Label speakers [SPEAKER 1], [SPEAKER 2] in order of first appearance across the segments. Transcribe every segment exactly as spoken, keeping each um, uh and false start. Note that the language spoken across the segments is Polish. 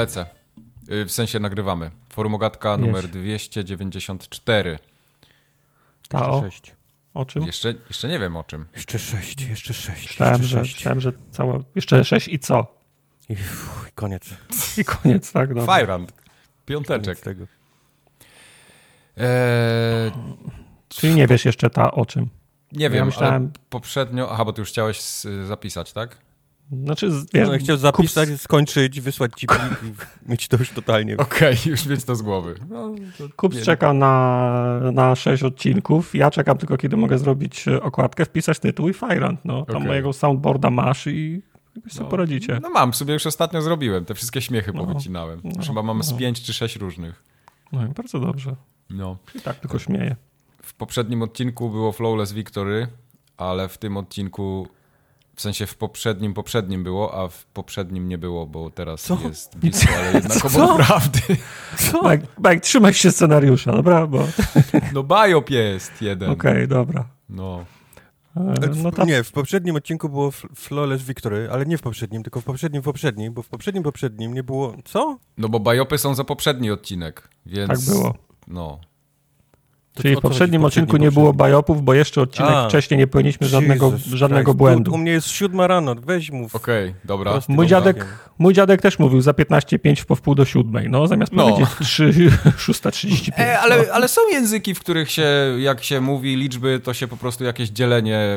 [SPEAKER 1] lecę. W sensie nagrywamy. Forum Ogatka numer dwieście dziewięćdziesiąt cztery.
[SPEAKER 2] Ta o?
[SPEAKER 3] sześć.
[SPEAKER 2] O czym?
[SPEAKER 1] Jeszcze, jeszcze nie wiem o czym.
[SPEAKER 3] Jeszcze sześć, jeszcze sześć.
[SPEAKER 2] Myślałem,
[SPEAKER 3] jeszcze
[SPEAKER 2] że,
[SPEAKER 3] sześć.
[SPEAKER 2] myślałem, że cała... Jeszcze sześć i co?
[SPEAKER 3] I, uff, i koniec.
[SPEAKER 2] I koniec, tak? Dobra.
[SPEAKER 1] Fajrant. Piąteczek.
[SPEAKER 3] Koniec tego.
[SPEAKER 1] Eee,
[SPEAKER 2] Czyli nie wiesz jeszcze ta o czym?
[SPEAKER 1] nie wiem,
[SPEAKER 2] ja myślałem...
[SPEAKER 1] ale poprzednio... Aha, bo ty już chciałeś s- zapisać, tak?
[SPEAKER 2] Znaczy, wiesz...
[SPEAKER 3] No, chciał zapisać,
[SPEAKER 2] kup,
[SPEAKER 3] skończyć, wysłać ci plik i mieć to już totalnie.
[SPEAKER 1] Okej, okay, już mieć to z głowy. No, to
[SPEAKER 2] Kups
[SPEAKER 1] nie,
[SPEAKER 2] czeka na, na sześć odcinków. Ja czekam tylko, kiedy mogę zrobić okładkę, wpisać tytuł i Fajrant. No, tam
[SPEAKER 1] Okay.
[SPEAKER 2] mojego soundboarda masz i jakoś sobie
[SPEAKER 1] no,
[SPEAKER 2] poradzicie.
[SPEAKER 1] No mam, sobie już ostatnio zrobiłem. Te wszystkie śmiechy
[SPEAKER 2] No,
[SPEAKER 1] powycinałem.
[SPEAKER 2] no,
[SPEAKER 1] Już chyba mamy z
[SPEAKER 2] no.
[SPEAKER 1] pięć czy sześć różnych.
[SPEAKER 2] No i bardzo dobrze.
[SPEAKER 1] No.
[SPEAKER 2] I tak tylko śmieję.
[SPEAKER 1] W poprzednim odcinku było Flawless Victory, ale w tym odcinku, w sensie w poprzednim, poprzednim było, a w poprzednim nie było, bo teraz
[SPEAKER 3] Co?
[SPEAKER 1] jest blisko, ale jednak
[SPEAKER 2] Co?
[SPEAKER 1] obok prawdy.
[SPEAKER 2] Co? Mike, Mike, trzymaj się scenariusza, dobra? Bo...
[SPEAKER 1] No biop jest jeden.
[SPEAKER 2] Okej, okay, dobra.
[SPEAKER 1] No.
[SPEAKER 2] E, no ta...
[SPEAKER 3] Nie, w poprzednim odcinku było F- Flawless Victory, ale nie w poprzednim, tylko w poprzednim poprzednim, bo w poprzednim poprzednim nie było... Co?
[SPEAKER 1] No bo biopy są za poprzedni odcinek, więc...
[SPEAKER 2] Tak było.
[SPEAKER 1] No.
[SPEAKER 3] To
[SPEAKER 2] Czyli
[SPEAKER 3] co-
[SPEAKER 2] w
[SPEAKER 3] o co chodzi
[SPEAKER 2] poprzednim
[SPEAKER 3] w
[SPEAKER 2] odcinku
[SPEAKER 3] poprzednim,
[SPEAKER 2] nie było
[SPEAKER 3] poprzednim?
[SPEAKER 2] bajopów, bo jeszcze odcinek
[SPEAKER 3] A.
[SPEAKER 2] wcześniej nie powinniśmy żadnego,
[SPEAKER 3] Jesus
[SPEAKER 2] żadnego
[SPEAKER 3] Christ.
[SPEAKER 2] błędu.
[SPEAKER 3] U, u mnie jest siódma rano, weź mów.
[SPEAKER 1] Okej, okay, dobra.
[SPEAKER 3] Prosty
[SPEAKER 2] Mój
[SPEAKER 3] dobra.
[SPEAKER 2] dziadek, mój dziadek też mówił za piętnaście pięć po wpół do siódmej, no zamiast
[SPEAKER 1] No.
[SPEAKER 2] powiedzieć trzy, sześć trzydzieści pięć.
[SPEAKER 1] E, ale,
[SPEAKER 2] no.
[SPEAKER 1] ale są języki, w których się, jak się mówi liczby, to się po prostu jakieś dzielenie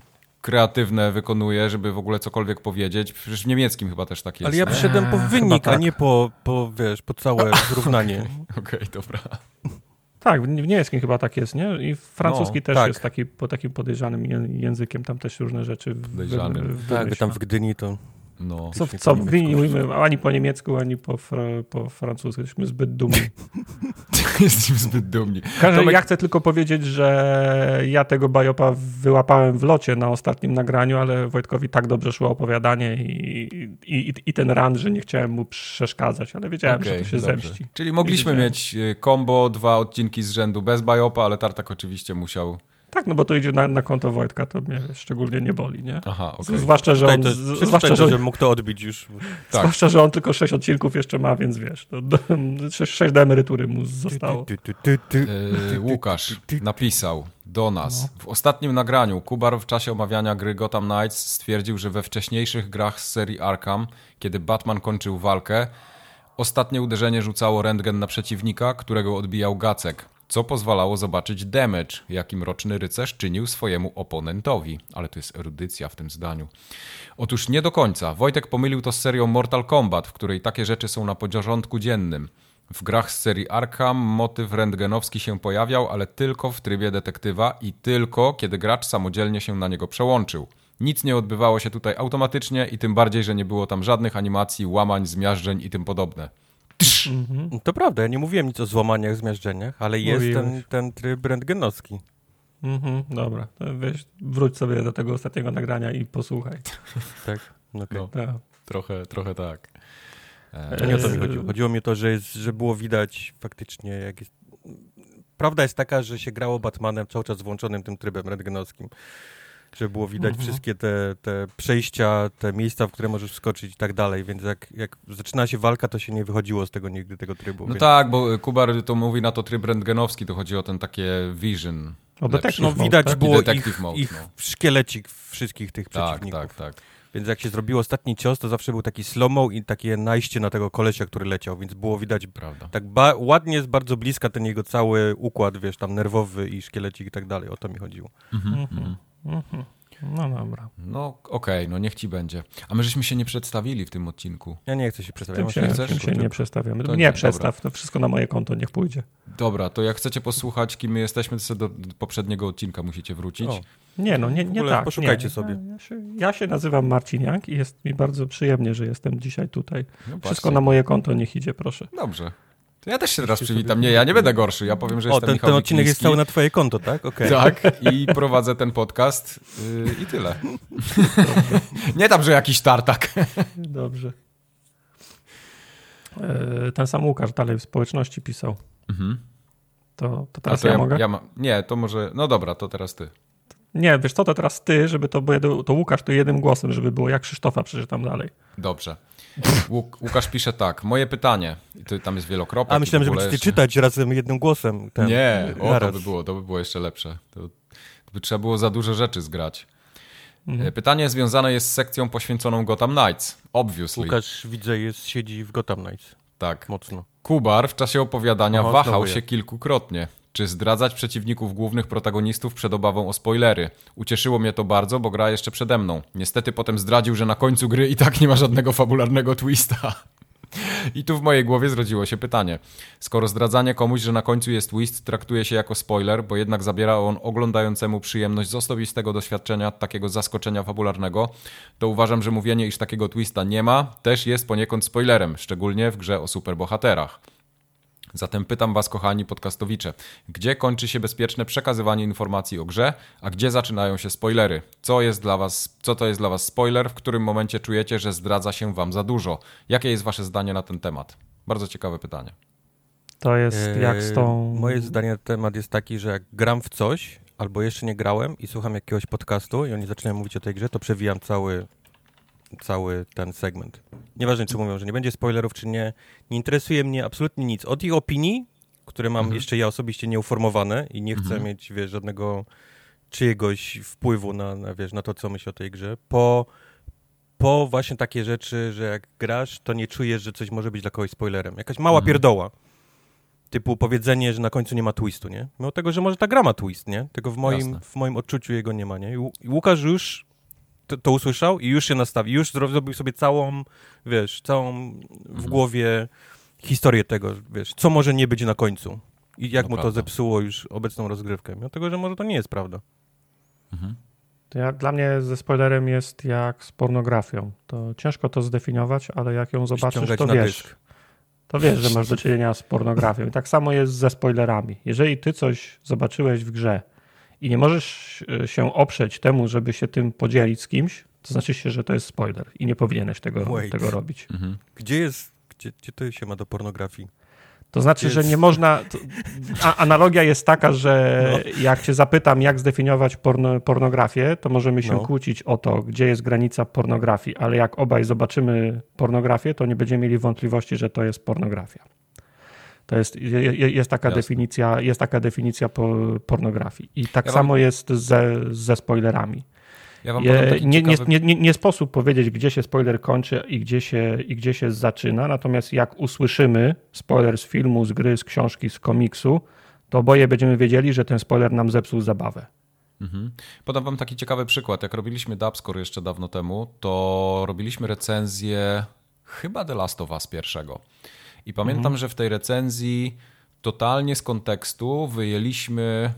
[SPEAKER 1] kreatywne wykonuje, żeby w ogóle cokolwiek powiedzieć. Przecież w niemieckim chyba też tak jest.
[SPEAKER 3] Ale ja
[SPEAKER 1] nie?
[SPEAKER 3] przyszedłem po
[SPEAKER 2] Eee,
[SPEAKER 3] wynik,
[SPEAKER 2] chyba
[SPEAKER 3] a
[SPEAKER 2] tak.
[SPEAKER 3] nie po, po, wiesz, po całe zrównanie.
[SPEAKER 1] Okej, okay, dobra.
[SPEAKER 2] Tak, w niemieckim chyba tak jest, nie? I francuski
[SPEAKER 1] No,
[SPEAKER 2] też
[SPEAKER 3] tak.
[SPEAKER 2] jest taki, po takim podejrzanym ję- językiem, tam też różne rzeczy w,
[SPEAKER 1] Podejrzanym.
[SPEAKER 2] w, w,
[SPEAKER 3] Tak,
[SPEAKER 2] wymyśla.
[SPEAKER 3] tam w Gdyni to...
[SPEAKER 1] No.
[SPEAKER 2] Co,
[SPEAKER 3] po
[SPEAKER 2] co
[SPEAKER 3] niemiecku
[SPEAKER 2] wy nie
[SPEAKER 3] już.
[SPEAKER 2] mówimy ani po niemiecku, ani po, fra, po francusku. Jesteśmy zbyt dumni.
[SPEAKER 1] Jesteśmy zbyt dumni.
[SPEAKER 2] Każdy,
[SPEAKER 1] Tomek-
[SPEAKER 2] Ja chcę tylko powiedzieć, że ja tego bajopa wyłapałem w locie na ostatnim nagraniu, ale Wojtkowi tak dobrze szło opowiadanie i, i, i ten run, że nie chciałem mu przeszkadzać, ale wiedziałem,
[SPEAKER 1] Okej,
[SPEAKER 2] że to się
[SPEAKER 1] dobrze.
[SPEAKER 2] zemści.
[SPEAKER 1] Czyli mogliśmy
[SPEAKER 2] Wiedziałem.
[SPEAKER 1] mieć y, combo, dwa odcinki z rzędu bez biopa, ale Tartak oczywiście musiał...
[SPEAKER 2] Tak, no bo to idzie na, na konto Wojtka, to mnie szczególnie nie boli, nie?
[SPEAKER 1] Aha, okej.
[SPEAKER 2] Zwłaszcza, że on,
[SPEAKER 3] Tutaj
[SPEAKER 2] z,
[SPEAKER 3] to, zwłaszcza,
[SPEAKER 2] zwłaszcza,
[SPEAKER 3] to,
[SPEAKER 2] że,
[SPEAKER 3] że mógł to odbić już.
[SPEAKER 1] Tak.
[SPEAKER 2] zwłaszcza, że on tylko sześć odcinków jeszcze ma, więc wiesz, to, do, sześć do emerytury mu zostało.
[SPEAKER 3] Ty, ty, ty, ty,
[SPEAKER 1] Yy, Łukasz napisał do nas. W ostatnim nagraniu Kubar w czasie omawiania gry Gotham Knights stwierdził, że we wcześniejszych grach z serii Arkham, kiedy Batman kończył walkę, ostatnie uderzenie rzucało rentgen na przeciwnika, którego odbijał Gacek, co pozwalało zobaczyć damage, jaki Mroczny Rycerz czynił swojemu oponentowi. Ale to jest erudycja w tym zdaniu. Otóż nie do końca. Wojtek pomylił to z serią Mortal Kombat, w której takie rzeczy są na porządku dziennym. W grach z serii Arkham motyw rentgenowski się pojawiał, ale tylko w trybie detektywa i tylko kiedy gracz samodzielnie się na niego przełączył. Nic nie odbywało się tutaj automatycznie i tym bardziej, że nie było tam żadnych animacji, łamań, zmiażdżeń i tym podobne.
[SPEAKER 2] Mhm.
[SPEAKER 3] To prawda, ja nie mówiłem nic o złamaniach, zmiażdżeniach, ale jest
[SPEAKER 2] Mówiłeś.
[SPEAKER 3] ten, ten tryb rentgenowski.
[SPEAKER 2] Mhm, dobra, to weź, wróć sobie do tego ostatniego nagrania i posłuchaj.
[SPEAKER 3] Tak? No, okay.
[SPEAKER 1] No,
[SPEAKER 2] Tak.
[SPEAKER 1] trochę, trochę tak.
[SPEAKER 3] To nie o to mi chodziło. Chodziło mi o to, że, jest, że było widać faktycznie, jak jest... Prawda jest taka, że się grało Batmanem cały czas włączonym tym trybem rentgenowskim. Że było widać
[SPEAKER 2] Mhm.
[SPEAKER 3] wszystkie te, te przejścia, te miejsca, w które możesz wskoczyć i tak dalej, więc jak, jak zaczyna się walka, to się nie wychodziło z tego nigdy, tego trybu.
[SPEAKER 1] No
[SPEAKER 3] więc...
[SPEAKER 1] tak, bo Kubar to mówi na to tryb rentgenowski, to chodzi o ten takie vision.
[SPEAKER 2] O Detective
[SPEAKER 3] No
[SPEAKER 2] Mode,
[SPEAKER 3] widać
[SPEAKER 2] tak?
[SPEAKER 3] było
[SPEAKER 1] Detective
[SPEAKER 3] ich,
[SPEAKER 1] mode,
[SPEAKER 3] ich
[SPEAKER 1] no.
[SPEAKER 3] szkielecik wszystkich tych
[SPEAKER 1] Tak,
[SPEAKER 3] przeciwników.
[SPEAKER 1] tak, tak.
[SPEAKER 3] Więc jak się zrobił ostatni cios, to zawsze był taki slow-mo i takie najście na tego kolesia, który leciał, więc było widać
[SPEAKER 1] Prawda.
[SPEAKER 3] tak ba- ładnie, jest bardzo bliska ten jego cały układ, wiesz, tam nerwowy i szkielecik i tak dalej. O to mi chodziło.
[SPEAKER 1] Mhm,
[SPEAKER 2] Mhm.
[SPEAKER 1] mhm.
[SPEAKER 2] Mhm. No dobra.
[SPEAKER 1] No okej, no niech ci będzie. A my żeśmy się nie przedstawili w tym odcinku.
[SPEAKER 3] Ja nie chcę się przedstawiać.
[SPEAKER 2] Tym
[SPEAKER 3] Mam
[SPEAKER 2] się,
[SPEAKER 3] się-
[SPEAKER 1] chcesz?
[SPEAKER 2] tym się nie przestawiamy.
[SPEAKER 1] To
[SPEAKER 2] nie,
[SPEAKER 1] nie,
[SPEAKER 2] przestaw, to wszystko na moje konto, niech pójdzie.
[SPEAKER 1] Dobra, to jak chcecie posłuchać, kim my jesteśmy, to sobie do poprzedniego odcinka musicie wrócić.
[SPEAKER 3] O,
[SPEAKER 2] Nie, no nie,
[SPEAKER 3] W
[SPEAKER 2] nie
[SPEAKER 3] ogóle
[SPEAKER 2] tak.
[SPEAKER 3] poszukajcie
[SPEAKER 2] nie.
[SPEAKER 3] sobie.
[SPEAKER 2] Ja, ja, się, ja się nazywam Marciniak i jest mi bardzo przyjemnie, że jestem dzisiaj tutaj.
[SPEAKER 1] No,
[SPEAKER 2] Wszystko
[SPEAKER 1] patrzcie.
[SPEAKER 2] na moje konto, niech idzie, proszę.
[SPEAKER 1] Dobrze. To ja też się teraz
[SPEAKER 3] Myślicie
[SPEAKER 1] przywitam.
[SPEAKER 3] sobie-
[SPEAKER 1] Nie, ja nie będę gorszy. Ja powiem, że
[SPEAKER 3] o
[SPEAKER 1] jestem
[SPEAKER 3] ten,
[SPEAKER 1] Michał
[SPEAKER 3] ten odcinek jest
[SPEAKER 1] Wikliński.
[SPEAKER 3] cały na twoje konto, tak? Okej.
[SPEAKER 1] Tak, i prowadzę ten podcast yy, i tyle. Nie tam, że jakiś tartak.
[SPEAKER 2] Dobrze. E, Ten sam Łukasz dalej w społeczności pisał.
[SPEAKER 1] Mhm.
[SPEAKER 2] To, to
[SPEAKER 1] A
[SPEAKER 2] teraz
[SPEAKER 1] to
[SPEAKER 2] ja,
[SPEAKER 1] ja,
[SPEAKER 2] mogę?
[SPEAKER 1] ja ma... Nie, to może... No dobra, to teraz ty.
[SPEAKER 2] Nie, wiesz co, to teraz ty, żeby to było, to Łukasz to jednym głosem, żeby było jak Krzysztofa przeczytam dalej.
[SPEAKER 1] Dobrze. Łuk- Łukasz pisze tak, moje pytanie, I to, tam jest wielokropek.
[SPEAKER 3] A myślałem, że
[SPEAKER 1] ogóle
[SPEAKER 3] będziecie
[SPEAKER 1] jeszcze...
[SPEAKER 3] czytać razem jednym głosem. Ten,
[SPEAKER 1] Nie, o, to
[SPEAKER 3] naraz.
[SPEAKER 1] by było, to by było jeszcze lepsze. To, to by trzeba było za dużo rzeczy zgrać.
[SPEAKER 2] Mhm.
[SPEAKER 1] Pytanie związane jest z sekcją poświęconą Gotham Knights. Obviously.
[SPEAKER 3] Łukasz, widzę, jest, siedzi w Gotham Knights.
[SPEAKER 1] Tak.
[SPEAKER 3] Mocno.
[SPEAKER 1] Kubar w czasie opowiadania
[SPEAKER 3] Aha,
[SPEAKER 1] wahał
[SPEAKER 3] znowu
[SPEAKER 1] się
[SPEAKER 3] ja.
[SPEAKER 1] kilkukrotnie. Czy zdradzać przeciwników głównych protagonistów przed obawą o spoilery? Ucieszyło mnie to bardzo, bo gra jeszcze przede mną. Niestety potem zdradził, że na końcu gry i tak nie ma żadnego fabularnego twista. I tu w mojej głowie zrodziło się pytanie. Skoro zdradzanie komuś, że na końcu jest twist, traktuje się jako spoiler, bo jednak zabiera on oglądającemu przyjemność z osobistego doświadczenia takiego zaskoczenia fabularnego, to uważam, że mówienie, iż takiego twista nie ma, też jest poniekąd spoilerem, szczególnie w grze o superbohaterach. Zatem pytam was, kochani podcastowicze, gdzie kończy się bezpieczne przekazywanie informacji o grze, a gdzie zaczynają się spoilery? Co jest dla was, co to jest dla was spoiler? W którym momencie czujecie, że zdradza się wam za dużo? Jakie jest wasze zdanie na ten temat? Bardzo ciekawe pytanie.
[SPEAKER 2] To jest jak z tą...
[SPEAKER 3] Eee, Moje zdanie na temat jest taki, że jak gram w coś, albo jeszcze nie grałem i słucham jakiegoś podcastu i oni zaczynają mówić o tej grze, to przewijam cały, cały ten segment. Nieważne, czy mówią, że nie będzie spoilerów, czy nie. Nie interesuje mnie absolutnie nic. Od ich opinii, które mam
[SPEAKER 1] Mhm.
[SPEAKER 3] jeszcze ja osobiście nieuformowane i nie chcę
[SPEAKER 1] Mhm.
[SPEAKER 3] mieć, wiesz, żadnego czyjegoś wpływu na, na, wiesz, na to, co myślę o tej grze, po, po właśnie takie rzeczy, że jak grasz, to nie czujesz, że coś może być dla kogoś spoilerem. Jakaś mała
[SPEAKER 1] Mhm.
[SPEAKER 3] pierdoła. Typu powiedzenie, że na końcu nie ma twistu, nie? Mimo tego, że może ta gra ma twist, nie? Tylko w moim,
[SPEAKER 1] Jasne.
[SPEAKER 3] w moim odczuciu jego nie ma, nie? I Łu- i Łukasz już to, to usłyszał i już się nastawił, już zro- zrobił sobie całą, wiesz, całą w
[SPEAKER 1] Mhm.
[SPEAKER 3] głowie historię tego, wiesz, co może nie być na końcu. I jak
[SPEAKER 1] No
[SPEAKER 3] mu to
[SPEAKER 1] prawda.
[SPEAKER 3] zepsuło już obecną rozgrywkę. Mimo tego, że może to nie jest prawda.
[SPEAKER 1] Mhm.
[SPEAKER 2] To ja, dla mnie ze spoilerem jest jak z pornografią. To ciężko to zdefiniować, ale jak ją zobaczysz,
[SPEAKER 3] Ściągać
[SPEAKER 2] to
[SPEAKER 3] na
[SPEAKER 2] wiesz.
[SPEAKER 3] dysk.
[SPEAKER 2] To wiesz, że masz do czynienia z pornografią. I tak samo jest ze spoilerami. Jeżeli ty coś zobaczyłeś w grze i nie możesz e, się oprzeć temu, żeby się tym podzielić z kimś, to znaczy się, że to jest spoiler i nie powinieneś tego,
[SPEAKER 3] Wait.
[SPEAKER 2] tego robić.
[SPEAKER 1] Mhm.
[SPEAKER 3] Gdzie jest, gdzie, gdzie to się ma do pornografii?
[SPEAKER 2] To znaczy,
[SPEAKER 3] Jest-
[SPEAKER 2] że nie można... To, a, analogia jest taka, że
[SPEAKER 3] No.
[SPEAKER 2] jak cię zapytam, jak zdefiniować porno, pornografię, to możemy się
[SPEAKER 3] No.
[SPEAKER 2] kłócić o to, gdzie jest granica pornografii, ale jak obaj zobaczymy pornografię, to nie będziemy mieli wątpliwości, że to jest pornografia. To jest, je, je- jest, taka,
[SPEAKER 1] Jasne.
[SPEAKER 2] definicja, jest taka definicja po, pornografii. I tak
[SPEAKER 1] Ja wam-
[SPEAKER 2] samo jest ze, ze spoilerami.
[SPEAKER 1] Ja wam podam
[SPEAKER 2] Je,
[SPEAKER 1] taki
[SPEAKER 2] nie, nie,
[SPEAKER 1] ciekawy...
[SPEAKER 2] nie, nie, nie sposób powiedzieć, gdzie się spoiler kończy i gdzie, się, i gdzie się zaczyna, natomiast jak usłyszymy spoiler z filmu, z gry, z książki, z komiksu, to oboje będziemy wiedzieli, że ten spoiler nam zepsuł zabawę.
[SPEAKER 1] Mhm. Podam wam taki ciekawy przykład. Jak robiliśmy Dubscore jeszcze dawno temu, to robiliśmy recenzję chyba The Last of Us pierwszego. I pamiętam,
[SPEAKER 2] Mhm.
[SPEAKER 1] że w tej recenzji totalnie z kontekstu wyjęliśmy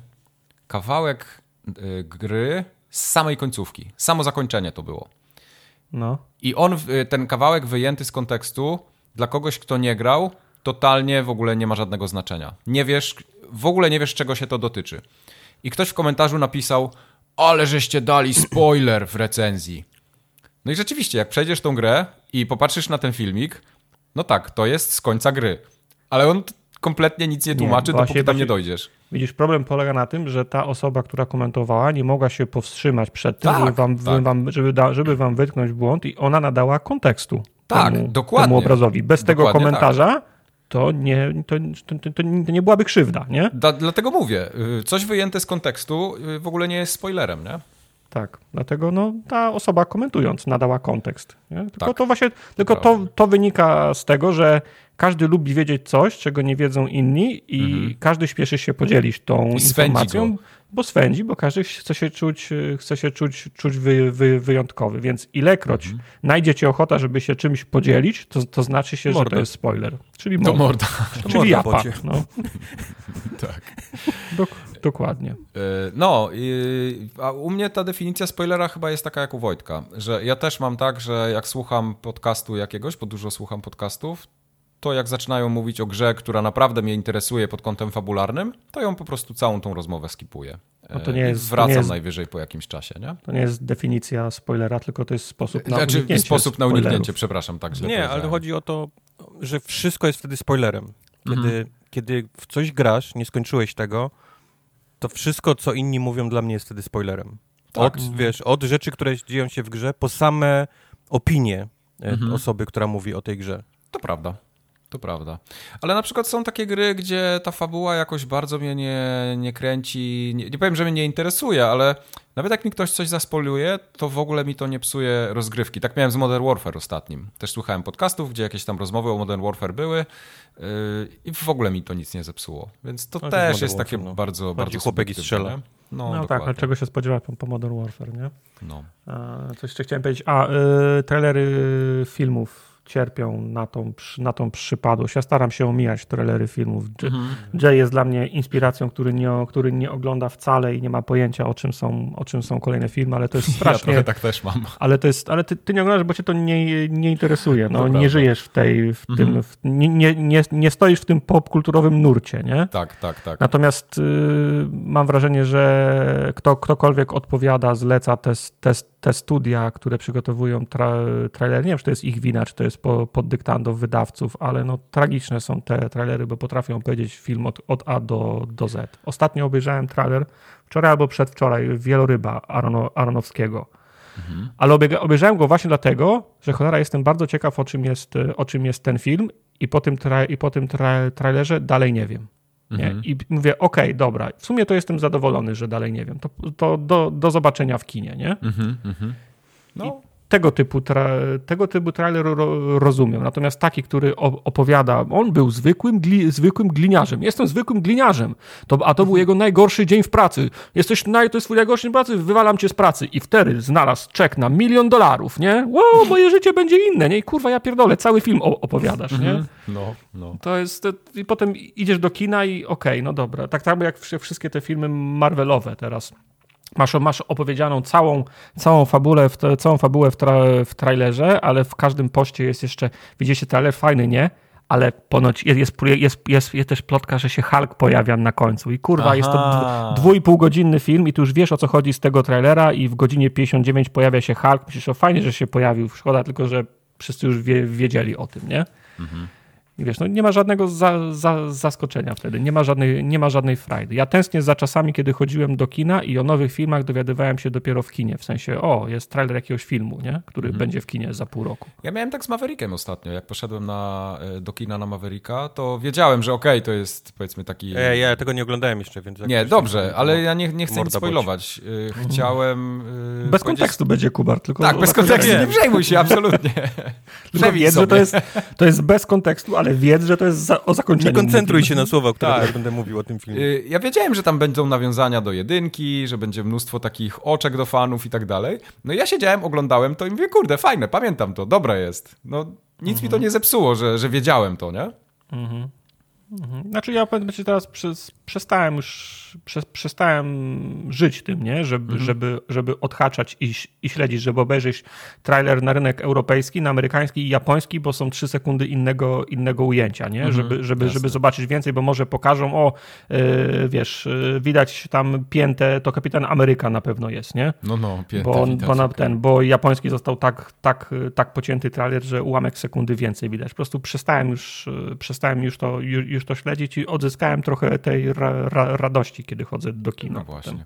[SPEAKER 1] kawałek y, gry z samej końcówki. Samo zakończenie to było.
[SPEAKER 2] No.
[SPEAKER 1] I on, y, ten kawałek wyjęty z kontekstu, dla kogoś, kto nie grał, totalnie w ogóle nie ma żadnego znaczenia. Nie wiesz, w ogóle nie wiesz, czego się to dotyczy. I ktoś w komentarzu napisał, ale żeście dali spoiler w recenzji. No i rzeczywiście, jak przejdziesz tą grę i popatrzysz na ten filmik, no tak, to jest z końca gry. Ale on t- kompletnie nic nie tłumaczy,
[SPEAKER 2] Nie, właśnie-
[SPEAKER 1] dopóki tam nie
[SPEAKER 2] właśnie-
[SPEAKER 1] dojdziesz.
[SPEAKER 2] Widzisz, problem polega na tym, że ta osoba, która komentowała, nie mogła się powstrzymać przed tym,
[SPEAKER 1] Tak,
[SPEAKER 2] żeby, wam,
[SPEAKER 1] tak.
[SPEAKER 2] wam, żeby, da, żeby wam wytknąć błąd i ona nadała kontekstu
[SPEAKER 1] Tak,
[SPEAKER 2] temu,
[SPEAKER 1] dokładnie.
[SPEAKER 2] temu obrazowi. Bez tego
[SPEAKER 1] Dokładnie
[SPEAKER 2] komentarza to, nie, to, to, to, to nie byłaby krzywda, nie?
[SPEAKER 1] Da, dlatego mówię, y, coś wyjęte z kontekstu y, w ogóle nie jest spoilerem, nie?
[SPEAKER 2] Tak, dlatego no, ta osoba komentując nadała kontekst. Nie? Tylko
[SPEAKER 1] Tak.
[SPEAKER 2] to właśnie, tylko to, to wynika z tego, że każdy lubi wiedzieć coś, czego nie wiedzą inni i
[SPEAKER 1] Mhm.
[SPEAKER 2] każdy śpieszy się podzielić tą
[SPEAKER 1] I swędzi
[SPEAKER 2] informacją,
[SPEAKER 1] go.
[SPEAKER 2] bo swędzi, bo każdy chce się czuć, chce się czuć, czuć wy, wy, wyjątkowy, więc ilekroć
[SPEAKER 1] Mhm.
[SPEAKER 2] najdziecie ochota, żeby się czymś podzielić, to, to znaczy się, że
[SPEAKER 3] Mordę.
[SPEAKER 2] to jest spoiler. Czyli
[SPEAKER 1] To
[SPEAKER 2] morda.
[SPEAKER 1] morda.
[SPEAKER 2] Czyli
[SPEAKER 3] morda,
[SPEAKER 2] japa.
[SPEAKER 3] bocie.
[SPEAKER 2] No.
[SPEAKER 1] Tak.
[SPEAKER 2] Dok- dokładnie.
[SPEAKER 1] Y, No, y, a u mnie ta definicja spoilera chyba jest taka jak u Wojtka, że ja też mam tak, że jak słucham podcastu jakiegoś, bo dużo słucham podcastów, to jak zaczynają mówić o grze, która naprawdę mnie interesuje pod kątem fabularnym, to ją po prostu całą tą rozmowę skipuję.
[SPEAKER 2] No to
[SPEAKER 1] Y,
[SPEAKER 2] nie
[SPEAKER 1] i
[SPEAKER 2] jest- to
[SPEAKER 1] wracam
[SPEAKER 2] nie jest-
[SPEAKER 1] najwyżej po jakimś czasie, nie?
[SPEAKER 2] To nie jest definicja spoilera, tylko to jest sposób na
[SPEAKER 1] Znaczy
[SPEAKER 2] uniknięcie
[SPEAKER 1] sposób na
[SPEAKER 2] spoilerów.
[SPEAKER 1] uniknięcie, przepraszam, tak źle
[SPEAKER 3] Nie, ale
[SPEAKER 1] powiedziałem.
[SPEAKER 3] chodzi o to, że wszystko jest wtedy spoilerem. Kiedy,
[SPEAKER 1] Mhm.
[SPEAKER 3] kiedy w coś grasz, nie skończyłeś tego, to wszystko, co inni mówią, dla mnie jest wtedy spoilerem.
[SPEAKER 1] Tak.
[SPEAKER 3] Od, wiesz, od rzeczy, które dzieją się w grze, po same opinie mhm. osoby, która mówi o tej grze.
[SPEAKER 1] To prawda. To prawda. Ale na przykład są takie gry, gdzie ta fabuła jakoś bardzo mnie nie, nie kręci. Nie, nie powiem, że mnie nie interesuje, ale nawet jak mi ktoś coś zaspoiluje, to w ogóle mi to nie psuje rozgrywki. Tak miałem z Modern Warfare ostatnim. Też słuchałem podcastów, gdzie jakieś tam rozmowy o Modern Warfare były yy, i w ogóle mi to nic nie zepsuło. Więc to no, też jest takie no. bardzo, bardzo
[SPEAKER 3] chłopek i strzela.
[SPEAKER 2] No, no tak, ale czego się spodziewać po, po Modern Warfare, nie?
[SPEAKER 1] No.
[SPEAKER 2] A, coś jeszcze chciałem powiedzieć. A, yy, trailery filmów cierpią na tą, na tą przypadłość. Ja staram się omijać trailery filmów. Mhm. Jay jest dla mnie inspiracją, który nie, który nie ogląda wcale i nie ma pojęcia, o czym są, o czym są kolejne filmy, ale to jest strasznie...
[SPEAKER 1] Ja trochę tak też mam.
[SPEAKER 2] Ale, to jest, ale ty, ty nie oglądasz, bo cię to nie, nie interesuje. No, nie żyjesz w tej... W mhm. tym, w, nie, nie, nie, nie stoisz w tym popkulturowym nurcie, nie?
[SPEAKER 1] Tak, tak, tak.
[SPEAKER 2] Natomiast y, mam wrażenie, że kto, ktokolwiek odpowiada, zleca te, te, te studia, które przygotowują tra, trailery, nie wiem, czy to jest ich wina, czy to jest po, pod dyktando wydawców, ale no tragiczne są te trailery, bo potrafią powiedzieć film od, od A do, do Z. Ostatnio obejrzałem trailer, wczoraj albo przedwczoraj, Wieloryba Arono, Aronowskiego. Mhm. Ale obejrzałem go właśnie dlatego, że cholera jestem bardzo ciekaw, o czym jest, o czym jest ten film i po tym, tra, i po tym tra, trailerze dalej nie wiem. Nie? Mhm. I mówię, okej, okay, dobra, w sumie to jestem zadowolony, że dalej nie wiem. To, to do, do zobaczenia w kinie, nie? Mhm, mhm. No. I tego typu, tra, tego typu trailer ro, rozumiem. Natomiast taki, który opowiada, on był zwykłym, gli, zwykłym gliniarzem. Jestem zwykłym gliniarzem. To, a to był jego najgorszy dzień w pracy. Jesteś naj, to jest twój najgorszy dzień w pracy, wywalam cię z pracy. I wtedy znalazł czek na milion dolarów, nie? Wow, moje życie będzie inne, nie? I kurwa, ja pierdolę, cały film opowiadasz, nie?
[SPEAKER 1] No, no.
[SPEAKER 2] To jest, i potem idziesz do kina i okej, okay, no dobra. Tak samo jak wszystkie te filmy Marvelowe teraz. Masz, masz opowiedzianą całą, całą fabułę, w, całą fabułę w, tra, w trailerze, ale w każdym poście jest jeszcze, widzicie trailer, fajny, nie? Ale ponoć jest, jest, jest, jest, jest też plotka, że się Hulk pojawia na końcu. I kurwa, Aha. jest to dwu i pół godzinny film i tu już wiesz, o co chodzi z tego trailera i w godzinie pięćdziesiąt dziewięć pojawia się Hulk. Myślisz, o fajnie, że się pojawił. Szkoda tylko, że wszyscy już wie, wiedzieli o tym, nie? Mhm. I wiesz, no nie ma żadnego za, za, zaskoczenia wtedy, nie ma, żadnej, nie ma żadnej frajdy. Ja tęsknię za czasami, kiedy chodziłem do kina i o nowych filmach dowiadywałem się dopiero w kinie. W sensie, o, jest trailer jakiegoś filmu, nie? Który mhm. będzie w kinie za pół roku.
[SPEAKER 1] Ja miałem tak z Maverickiem ostatnio. Jak poszedłem na, do kina na Mavericka, to wiedziałem, że okej, okay, to jest powiedzmy taki...
[SPEAKER 3] Ja, ja tego nie oglądałem jeszcze, więc...
[SPEAKER 1] Nie, dobrze, ale ja nie, nie chcę nic spoilować. Bądź. Chciałem...
[SPEAKER 2] Bez kontekstu będzie, Kubar, tylko...
[SPEAKER 1] Tak, bez kontekstu, nie przejmuj się, absolutnie.
[SPEAKER 2] Wiedz, że to jest, to jest bez kontekstu, ale wiedz, że to jest za, o zakończeniu.
[SPEAKER 3] Nie koncentruj się na słowa, które tak. będę mówił o tym filmie.
[SPEAKER 1] Ja wiedziałem, że tam będą nawiązania do jedynki, że będzie mnóstwo takich oczek do fanów i tak dalej. No i ja siedziałem, oglądałem to i mówię, kurde, fajne, pamiętam to, dobre jest. No nic mhm. mi to nie zepsuło, że, że wiedziałem to, nie?
[SPEAKER 2] Mhm. Mhm. Znaczy ja powiem ci teraz przez, przestałem już przez, przestałem żyć tym, nie? Żeby, mhm. żeby, żeby odhaczać i, i śledzić, żeby obejrzeć trailer na rynek europejski, na amerykański i japoński, bo są trzy sekundy innego, innego ujęcia, nie? Mhm. Żeby, żeby, żeby zobaczyć więcej, bo może pokażą, o yy, wiesz, yy, widać tam piętę, to Kapitan Ameryka na pewno jest, nie?
[SPEAKER 1] No, no, piętę
[SPEAKER 2] bo,
[SPEAKER 1] widać,
[SPEAKER 2] bo, na,
[SPEAKER 1] okay.
[SPEAKER 2] ten, bo japoński został tak, tak, tak pocięty trailer, że ułamek sekundy więcej widać. Po prostu przestałem już, przestałem już to już, już to śledzić i odzyskałem trochę tej ra, ra, radości, kiedy chodzę do kina.
[SPEAKER 1] No właśnie.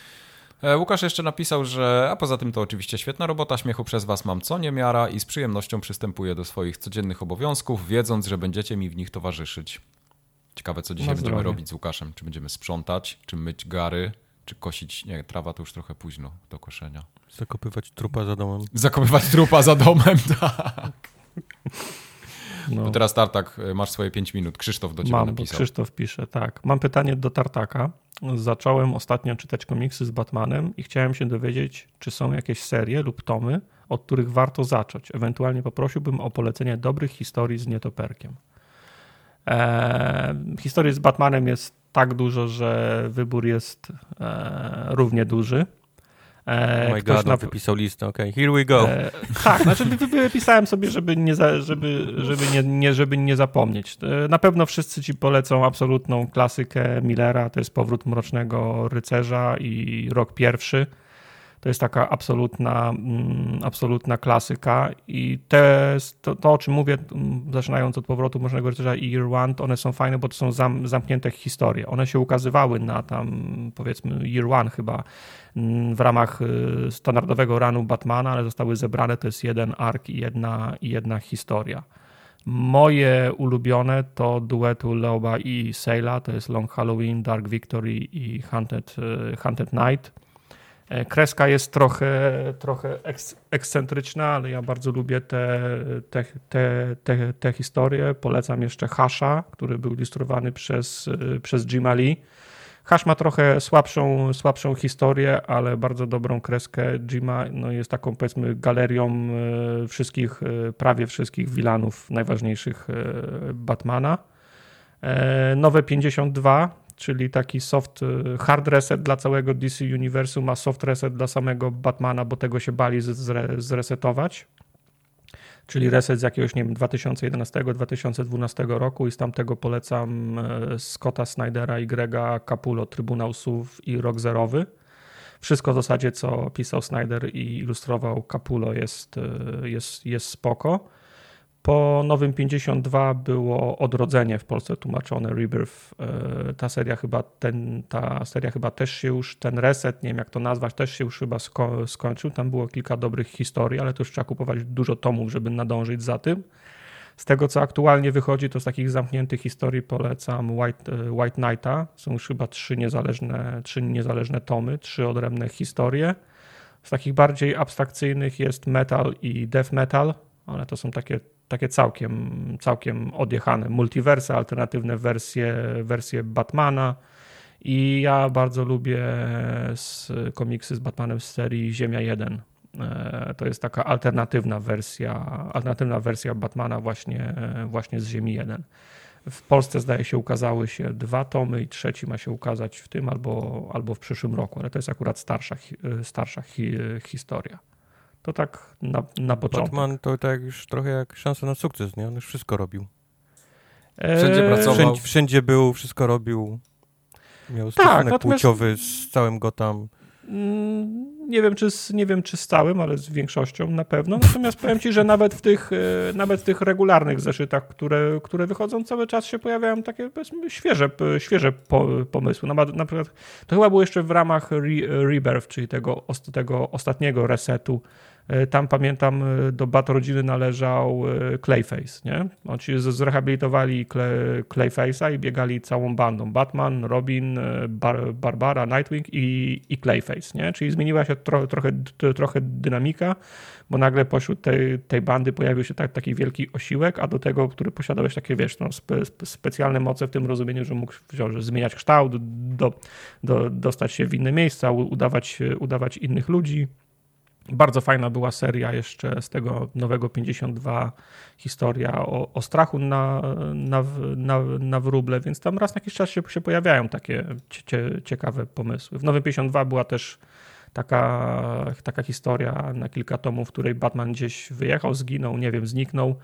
[SPEAKER 1] E, Łukasz jeszcze napisał, że a poza tym to oczywiście świetna robota, śmiechu przez was mam co niemiara i z przyjemnością przystępuję do swoich codziennych obowiązków, wiedząc, że będziecie mi w nich towarzyszyć. Ciekawe, co dzisiaj będziemy robić z Łukaszem. Czy będziemy sprzątać, czy myć gary, czy kosić... Nie, trawa to już trochę późno do koszenia.
[SPEAKER 3] Zakopywać trupa za domem.
[SPEAKER 1] Zakopywać trupa za domem, tak.
[SPEAKER 2] No.
[SPEAKER 1] Bo teraz Tartak, masz swoje pięć minut. Krzysztof do ciebie
[SPEAKER 2] Mam,
[SPEAKER 1] napisał.
[SPEAKER 2] Krzysztof pisze, tak. Mam pytanie do Tartaka. Zacząłem ostatnio czytać komiksy z Batmanem i chciałem się dowiedzieć, czy są jakieś serie lub tomy, od których warto zacząć. Ewentualnie poprosiłbym o polecenie dobrych historii z Nietoperkiem. Eee, historii z Batmanem jest tak dużo, że wybór jest e, równie duży.
[SPEAKER 3] E, oh my God, na... wypisał listę, okej, okay. Here we go. E,
[SPEAKER 2] tak, znaczy wypisałem sobie, żeby nie, za, żeby, żeby, nie, nie, żeby nie zapomnieć. E, na pewno wszyscy ci polecą absolutną klasykę Millera, to jest Powrót Mrocznego Rycerza i Rok Pierwszy. To jest taka absolutna, absolutna klasyka i te, to, to, o czym mówię, zaczynając od powrotu Mrocznego Rycerza i Year One, to one są fajne, bo to są zam, zamknięte historie. One się ukazywały na tam, powiedzmy, Year One chyba w ramach standardowego runu Batmana, ale zostały zebrane, to jest jeden ark i jedna, i jedna historia. Moje ulubione to duetu Leoba i Sale'a, to jest Long Halloween, Dark Victory i Hunted, Hunted Night. Kreska jest trochę, trochę ekscentryczna, ale ja bardzo lubię te, te, te, te, te historie. Polecam jeszcze Hasha, który był ilustrowany przez, przez Jima Lee. Hash ma trochę słabszą, słabszą historię, ale bardzo dobrą kreskę. Jima no jest taką, powiedzmy, galerią wszystkich, prawie wszystkich vilanów najważniejszych Batmana. Nowe pięćdziesiąt dwa, czyli taki soft, hard reset dla całego D C Uniwersum, a soft reset dla samego Batmana, bo tego się bali zre, zresetować. Czyli reset z jakiegoś, nie wiem, dwa tysiące jedenastego dwa tysiące dwunastego roku i z tamtego polecam Scotta Snydera i Grega Capullo, Trybunał Słów i Rok Zerowy. Wszystko w zasadzie, co pisał Snyder i ilustrował Capullo jest, jest, jest spoko. Po nowym pięćdziesiąt dwa było Odrodzenie w Polsce tłumaczone, Rebirth. Ta seria chyba, ten, ta seria chyba też się już, ten reset, nie wiem jak to nazwać, też się już chyba sko- skończył. Tam było kilka dobrych historii, ale to już trzeba kupować dużo tomów, żeby nadążyć za tym. Z tego, co aktualnie wychodzi, to z takich zamkniętych historii polecam White, White Knighta. Są już chyba trzy niezależne, trzy niezależne tomy, trzy odrębne historie. Z takich bardziej abstrakcyjnych jest Metal i Death Metal, ale to są takie takie całkiem, całkiem odjechane multiversy, alternatywne wersje, wersje Batmana i ja bardzo lubię z komiksy z Batmanem z serii Ziemia jeden. To jest taka alternatywna wersja, alternatywna wersja Batmana właśnie, właśnie z Ziemi jeden. W Polsce zdaje się ukazały się dwa tomy i trzeci ma się ukazać w tym albo, albo w przyszłym roku, ale to jest akurat starsza, starsza hi, historia. To tak na, na początek.
[SPEAKER 3] Batman to tak już trochę jak szansa na sukces, nie? On już wszystko robił.
[SPEAKER 1] Wszędzie pracował.
[SPEAKER 3] Wszędzie, wszędzie był, wszystko robił. Miał stosunek tak, natomiast... płciowy z całym Gotham.
[SPEAKER 2] Nie wiem, czy z, nie wiem, czy z całym, ale z większością na pewno. Natomiast powiem ci, że nawet w tych, nawet w tych regularnych zeszytach, które, które wychodzą, cały czas się pojawiają takie, powiedzmy, świeże, świeże pomysły. Na, na przykład to chyba było jeszcze w ramach Re, Rebirth, czyli tego, tego ostatniego resetu. Tam pamiętam, do Bat-rodziny należał Clayface, nie? Oni zrehabilitowali Clayface'a i biegali całą bandą. Batman, Robin, Bar- Barbara, Nightwing i, i Clayface, nie? Czyli zmieniła się tro, trochę, trochę dynamika, bo nagle pośród tej, tej bandy pojawił się tak, taki wielki osiłek, a do tego, który posiadałeś takie, wiesz, no, spe, spe, specjalne moce w tym rozumieniu, że mógł że zmieniać kształt, do, do, dostać się w inne miejsca, udawać, udawać innych ludzi. Bardzo fajna była seria jeszcze z tego nowego pięćdziesiąt dwa, historia o, o strachu na, na, na, na wróble, więc tam raz na jakiś czas się, się pojawiają takie cie, ciekawe pomysły. W nowym pięćdziesiąt dwa była też taka, taka historia na kilka tomów, w której Batman gdzieś wyjechał, zginął, nie wiem, zniknął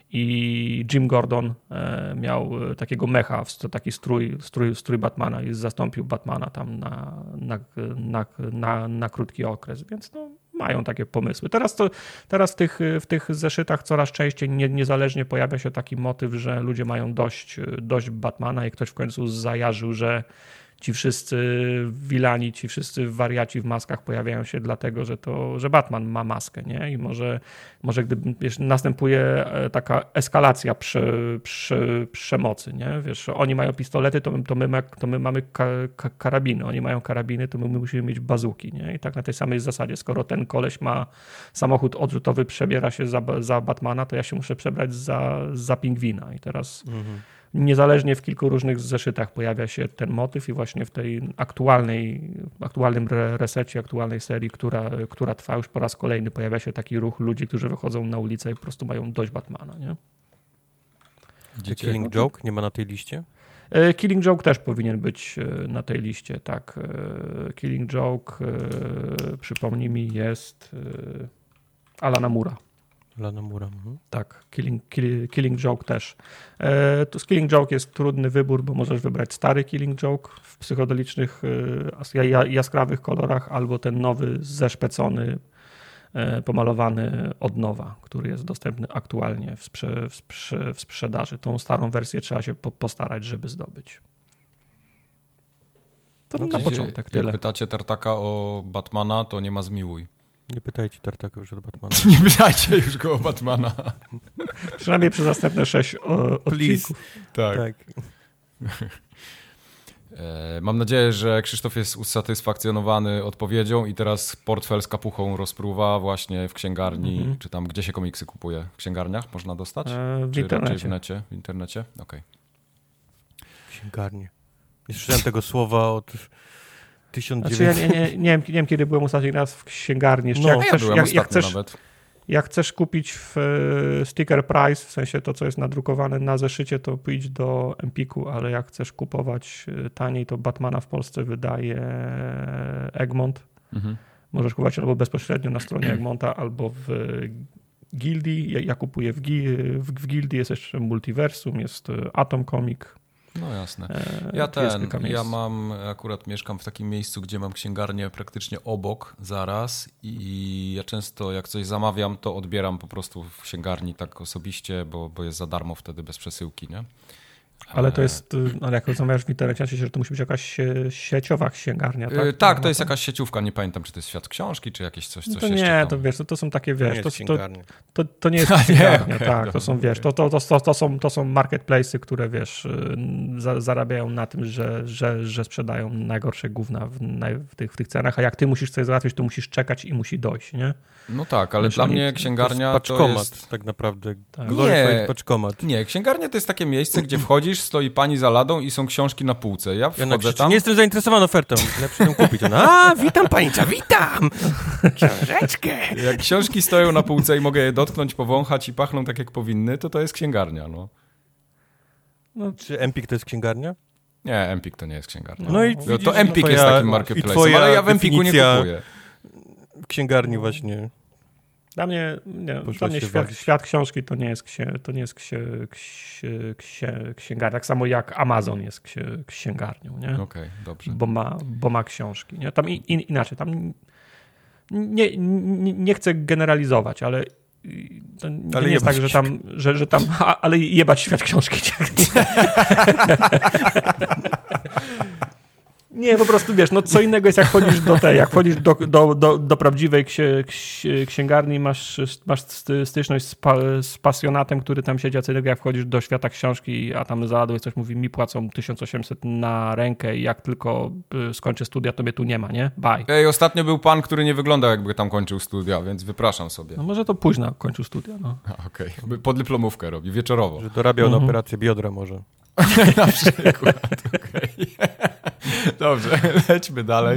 [SPEAKER 2] i Jim Gordon miał takiego mecha, taki strój, strój, strój Batmana i zastąpił Batmana tam na, na, na, na, na krótki okres, więc no mają takie pomysły. Teraz, to, teraz w, tych, w tych zeszytach coraz częściej nie, niezależnie pojawia się taki motyw, że ludzie mają dość, dość Batmana i ktoś w końcu zajarzył, że ci wszyscy wilani, ci wszyscy wariaci w maskach pojawiają się dlatego, że to, że Batman ma maskę, nie? I może, może gdy wiesz, następuje taka eskalacja przy, przy, przemocy, nie? Wiesz, oni mają pistolety, to my, to my, to my mamy ka, ka, karabiny, oni mają karabiny, to my, my musimy mieć bazuki, nie? I tak na tej samej zasadzie, skoro ten koleś ma samochód odrzutowy, przebiera się za, za Batmana, to ja się muszę przebrać za, za pingwina i teraz mhm. Niezależnie w kilku różnych zeszytach pojawia się ten motyw i właśnie w tej aktualnej, aktualnym resecie, aktualnej serii, która, która trwa już po raz kolejny, pojawia się taki ruch ludzi, którzy wychodzą na ulicę i po prostu mają dość Batmana, nie?
[SPEAKER 3] Killing Joke nie ma na tej liście?
[SPEAKER 2] Killing Joke też powinien być na tej liście, tak. Killing Joke, przypomnij mi, jest Alana Moore'a.
[SPEAKER 3] Lanamura. Mhm.
[SPEAKER 2] Tak, Killing, kill, killing Joke też. E, to z Killing Joke jest trudny wybór, bo możesz wybrać stary Killing Joke w psychodelicznych, e, jaskrawych kolorach, albo ten nowy, zeszpecony, e, pomalowany od nowa, który jest dostępny aktualnie w, sprze, w, sprze, w sprzedaży. Tą starą wersję trzeba się po, postarać, żeby zdobyć. To no na początek
[SPEAKER 1] jak
[SPEAKER 2] tyle.
[SPEAKER 1] Jak pytacie Tartaka o Batmana, to nie ma zmiłuj.
[SPEAKER 3] Nie pytajcie Tartaka już o Batmana.
[SPEAKER 1] Nie pytajcie już go o Batmana.
[SPEAKER 2] Przynajmniej przez następne sześć o, odcinków.
[SPEAKER 1] Tak.
[SPEAKER 3] tak.
[SPEAKER 1] E, mam nadzieję, że Krzysztof jest usatysfakcjonowany odpowiedzią i teraz portfel z kapuchą rozpruwa właśnie w księgarni, mhm. czy tam, gdzie się komiksy kupuje? W księgarniach można dostać?
[SPEAKER 2] E, w
[SPEAKER 1] czy
[SPEAKER 2] internecie.
[SPEAKER 1] w necie? W internecie? Okej. Okay.
[SPEAKER 3] Księgarnie. Nie słyszałem tego słowa od tysiąc dziewięćset...
[SPEAKER 2] Znaczy, ja nie, nie, nie, wiem, nie wiem, kiedy byłem ostatni raz w księgarni. Jeszcze
[SPEAKER 1] No,
[SPEAKER 2] jak
[SPEAKER 1] ja
[SPEAKER 2] chcesz,
[SPEAKER 1] byłem
[SPEAKER 2] jak, jak
[SPEAKER 1] ostatnio
[SPEAKER 2] chcesz,
[SPEAKER 1] nawet.
[SPEAKER 2] Jak chcesz kupić w sticker price, w sensie to, co jest nadrukowane na zeszycie, to pójdź do Empiku, ale jak chcesz kupować taniej, to Batmana w Polsce wydaje Egmont. Mhm. Możesz kupować albo bezpośrednio na stronie Egmonta, albo w Gildii. Ja, ja kupuję w, w, w Gildii, jest jeszcze Multiversum, jest Atom Comic.
[SPEAKER 1] No jasne. Ja ten, ja mam, akurat mieszkam w takim miejscu, gdzie mam księgarnię praktycznie obok zaraz i ja często jak coś zamawiam, to odbieram po prostu w księgarni tak osobiście, bo, bo jest za darmo wtedy bez przesyłki, nie?
[SPEAKER 2] Ale to jest, ale jak zamawiasz w internecie, że to musi być jakaś sieciowa księgarnia, tak?
[SPEAKER 1] Yy, tak, to jest jakaś sieciówka, nie pamiętam, czy to jest Świat Książki, czy jakieś coś, coś
[SPEAKER 2] no to
[SPEAKER 1] jeszcze
[SPEAKER 2] nie,
[SPEAKER 1] tam.
[SPEAKER 2] to wiesz, to, to są takie, wiesz,
[SPEAKER 3] to,
[SPEAKER 2] to, to, to, to nie jest księgarnia, nie, tak, to są, wiesz, to, to, to, to, są, to są marketplace'y, które, wiesz, za, zarabiają na tym, że, że, że sprzedają najgorsze gówna w, w, tych, w tych cenach, a jak ty musisz coś załatwić, to musisz czekać i musi dojść, nie?
[SPEAKER 1] No tak, ale dla mnie księgarnia
[SPEAKER 3] to jest paczkomat,
[SPEAKER 1] to jest...
[SPEAKER 3] tak naprawdę.
[SPEAKER 1] Tak. Nie,
[SPEAKER 3] paczkomat.
[SPEAKER 1] Nie, księgarnia to jest takie miejsce, gdzie wchodzisz, stoi pani za ladą i są książki na półce. Ja wchodzę ja tam...
[SPEAKER 3] Nie jestem zainteresowany ofertą, lepszy ją kupić. Ona, a, witam panicza, witam! Książeczkę!
[SPEAKER 1] Jak książki stoją na półce i mogę je dotknąć, powąchać i pachną tak jak powinny, to to jest księgarnia, no.
[SPEAKER 3] no czy Empik to jest księgarnia?
[SPEAKER 1] Nie, Empik to nie jest księgarnia.
[SPEAKER 3] No, i
[SPEAKER 1] no to Empik jest takim marketplace'em, ale ja w Empiku nie kupuję.
[SPEAKER 3] W księgarni właśnie...
[SPEAKER 2] Dla mnie, nie, dla mnie świat, świat książki to nie jest, księ, to nie jest księ, księ, księ, księgarnia, tak samo jak Amazon jest księ, księgarnią, nie?
[SPEAKER 1] Okej, okay, dobrze.
[SPEAKER 2] Bo ma, bo ma książki, nie? Tam in, inaczej, tam nie, nie, nie chcę generalizować, ale to nie
[SPEAKER 3] ale
[SPEAKER 2] jest tak, że tam, że, że tam, a, ale jebać świat książki. Nie, po prostu wiesz, no co innego jest jak chodzisz do tej, jak chodzisz do, do, do, do prawdziwej księ, księgarni, masz, masz styczność z, pa, z pasjonatem, który tam siedzi, a co innego jak wchodzisz do świata książki, a tam zaladłeś coś, mówi, mi płacą tysiąc osiemset na rękę i jak tylko skończę studia, to mnie tu nie ma, nie? Bye.
[SPEAKER 1] Ej, ostatnio był pan, który nie wyglądał jakby tam kończył studia, więc wypraszam sobie.
[SPEAKER 2] No może to późno kończył studia, no.
[SPEAKER 1] Okej, okay. Podyplomówkę robi, wieczorowo.
[SPEAKER 3] Że dorabiał mhm. na operację biodra może.
[SPEAKER 1] Na przykład, okej. Okay. Dobrze, lećmy dalej.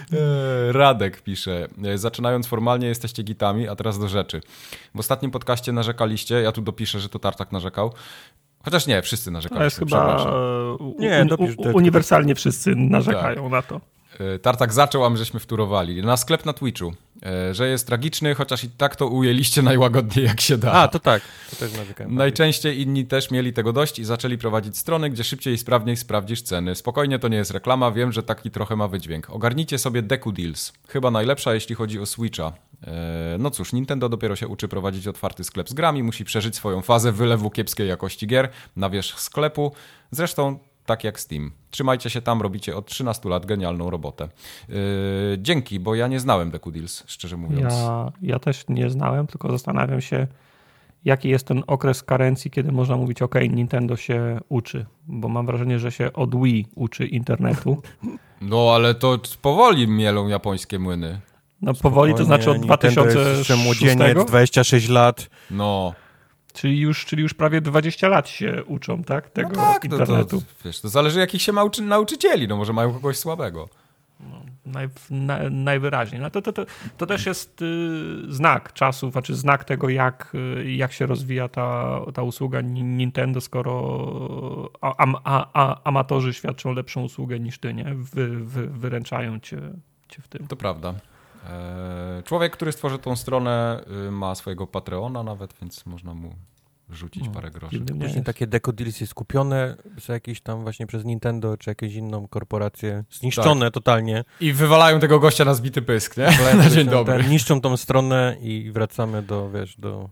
[SPEAKER 1] Radek pisze, zaczynając formalnie jesteście gitami, a teraz do rzeczy. W ostatnim podcaście narzekaliście, ja tu dopiszę, że to Tartak narzekał, chociaż nie, wszyscy narzekaliśmy.
[SPEAKER 2] To jest chyba u, nie, dopisz, u, uniwersalnie wszyscy narzekają tak. na to.
[SPEAKER 1] Tartak zaczął, a my żeśmy wtórowali. Na sklep na Twitchu, że jest tragiczny, chociaż i tak to ujęliście najłagodniej jak się da.
[SPEAKER 3] A, to tak. To też narzekałem.
[SPEAKER 1] Najczęściej inni też mieli tego dość i zaczęli prowadzić strony, gdzie szybciej i sprawniej sprawdzisz ceny. Spokojnie, to nie jest reklama, wiem, że taki trochę ma wydźwięk. Ogarnijcie sobie Deku Deals. Chyba najlepsza, jeśli chodzi o Switcha. No cóż, Nintendo dopiero się uczy prowadzić otwarty sklep z grami, musi przeżyć swoją fazę wylewu kiepskiej jakości gier na wierzch sklepu. Zresztą tak jak Steam. Trzymajcie się tam, robicie od trzynastu lat genialną robotę. Yy, dzięki, bo ja nie znałem Deku Deals, szczerze mówiąc.
[SPEAKER 2] Ja, ja też nie znałem, tylko zastanawiam się, jaki jest ten okres karencji, kiedy można mówić, ok, Nintendo się uczy, bo mam wrażenie, że się od Wii uczy internetu.
[SPEAKER 1] No, ale to powoli mielą japońskie młyny.
[SPEAKER 2] No powoli, to znaczy od dwa tysiące szóstego?
[SPEAKER 3] Młodzieniec, dwadzieścia sześć lat.
[SPEAKER 1] No.
[SPEAKER 2] Czyli już, czyli już prawie dwadzieścia lat się uczą, tak? Tego
[SPEAKER 1] no tak,
[SPEAKER 2] internetu.
[SPEAKER 1] To, to, wiesz, to zależy, jakich się ma uczy, nauczycieli. No może mają kogoś słabego.
[SPEAKER 2] No, naj, na, najwyraźniej. No to, to, to, to też jest y, znak czasów, znaczy znak tego, jak, y, jak się rozwija ta, ta usługa Nintendo, skoro am, a, a, amatorzy świadczą lepszą usługę niż ty, nie? Wy, wy, wyręczają cię, cię w tym.
[SPEAKER 1] To prawda. E, człowiek, który stworzy tą stronę, y, ma swojego Patreona nawet, więc można mu rzucić
[SPEAKER 2] No,
[SPEAKER 1] parę groszy.
[SPEAKER 3] Później takie Deco Deals jest kupione za jakieś tam właśnie przez Nintendo czy jakąś inną korporację, zniszczone tak. totalnie.
[SPEAKER 1] I wywalają tego gościa na zbity pysk, nie? Na dzień dobry.
[SPEAKER 3] Ten, niszczą tą stronę i wracamy do, wiesz, do...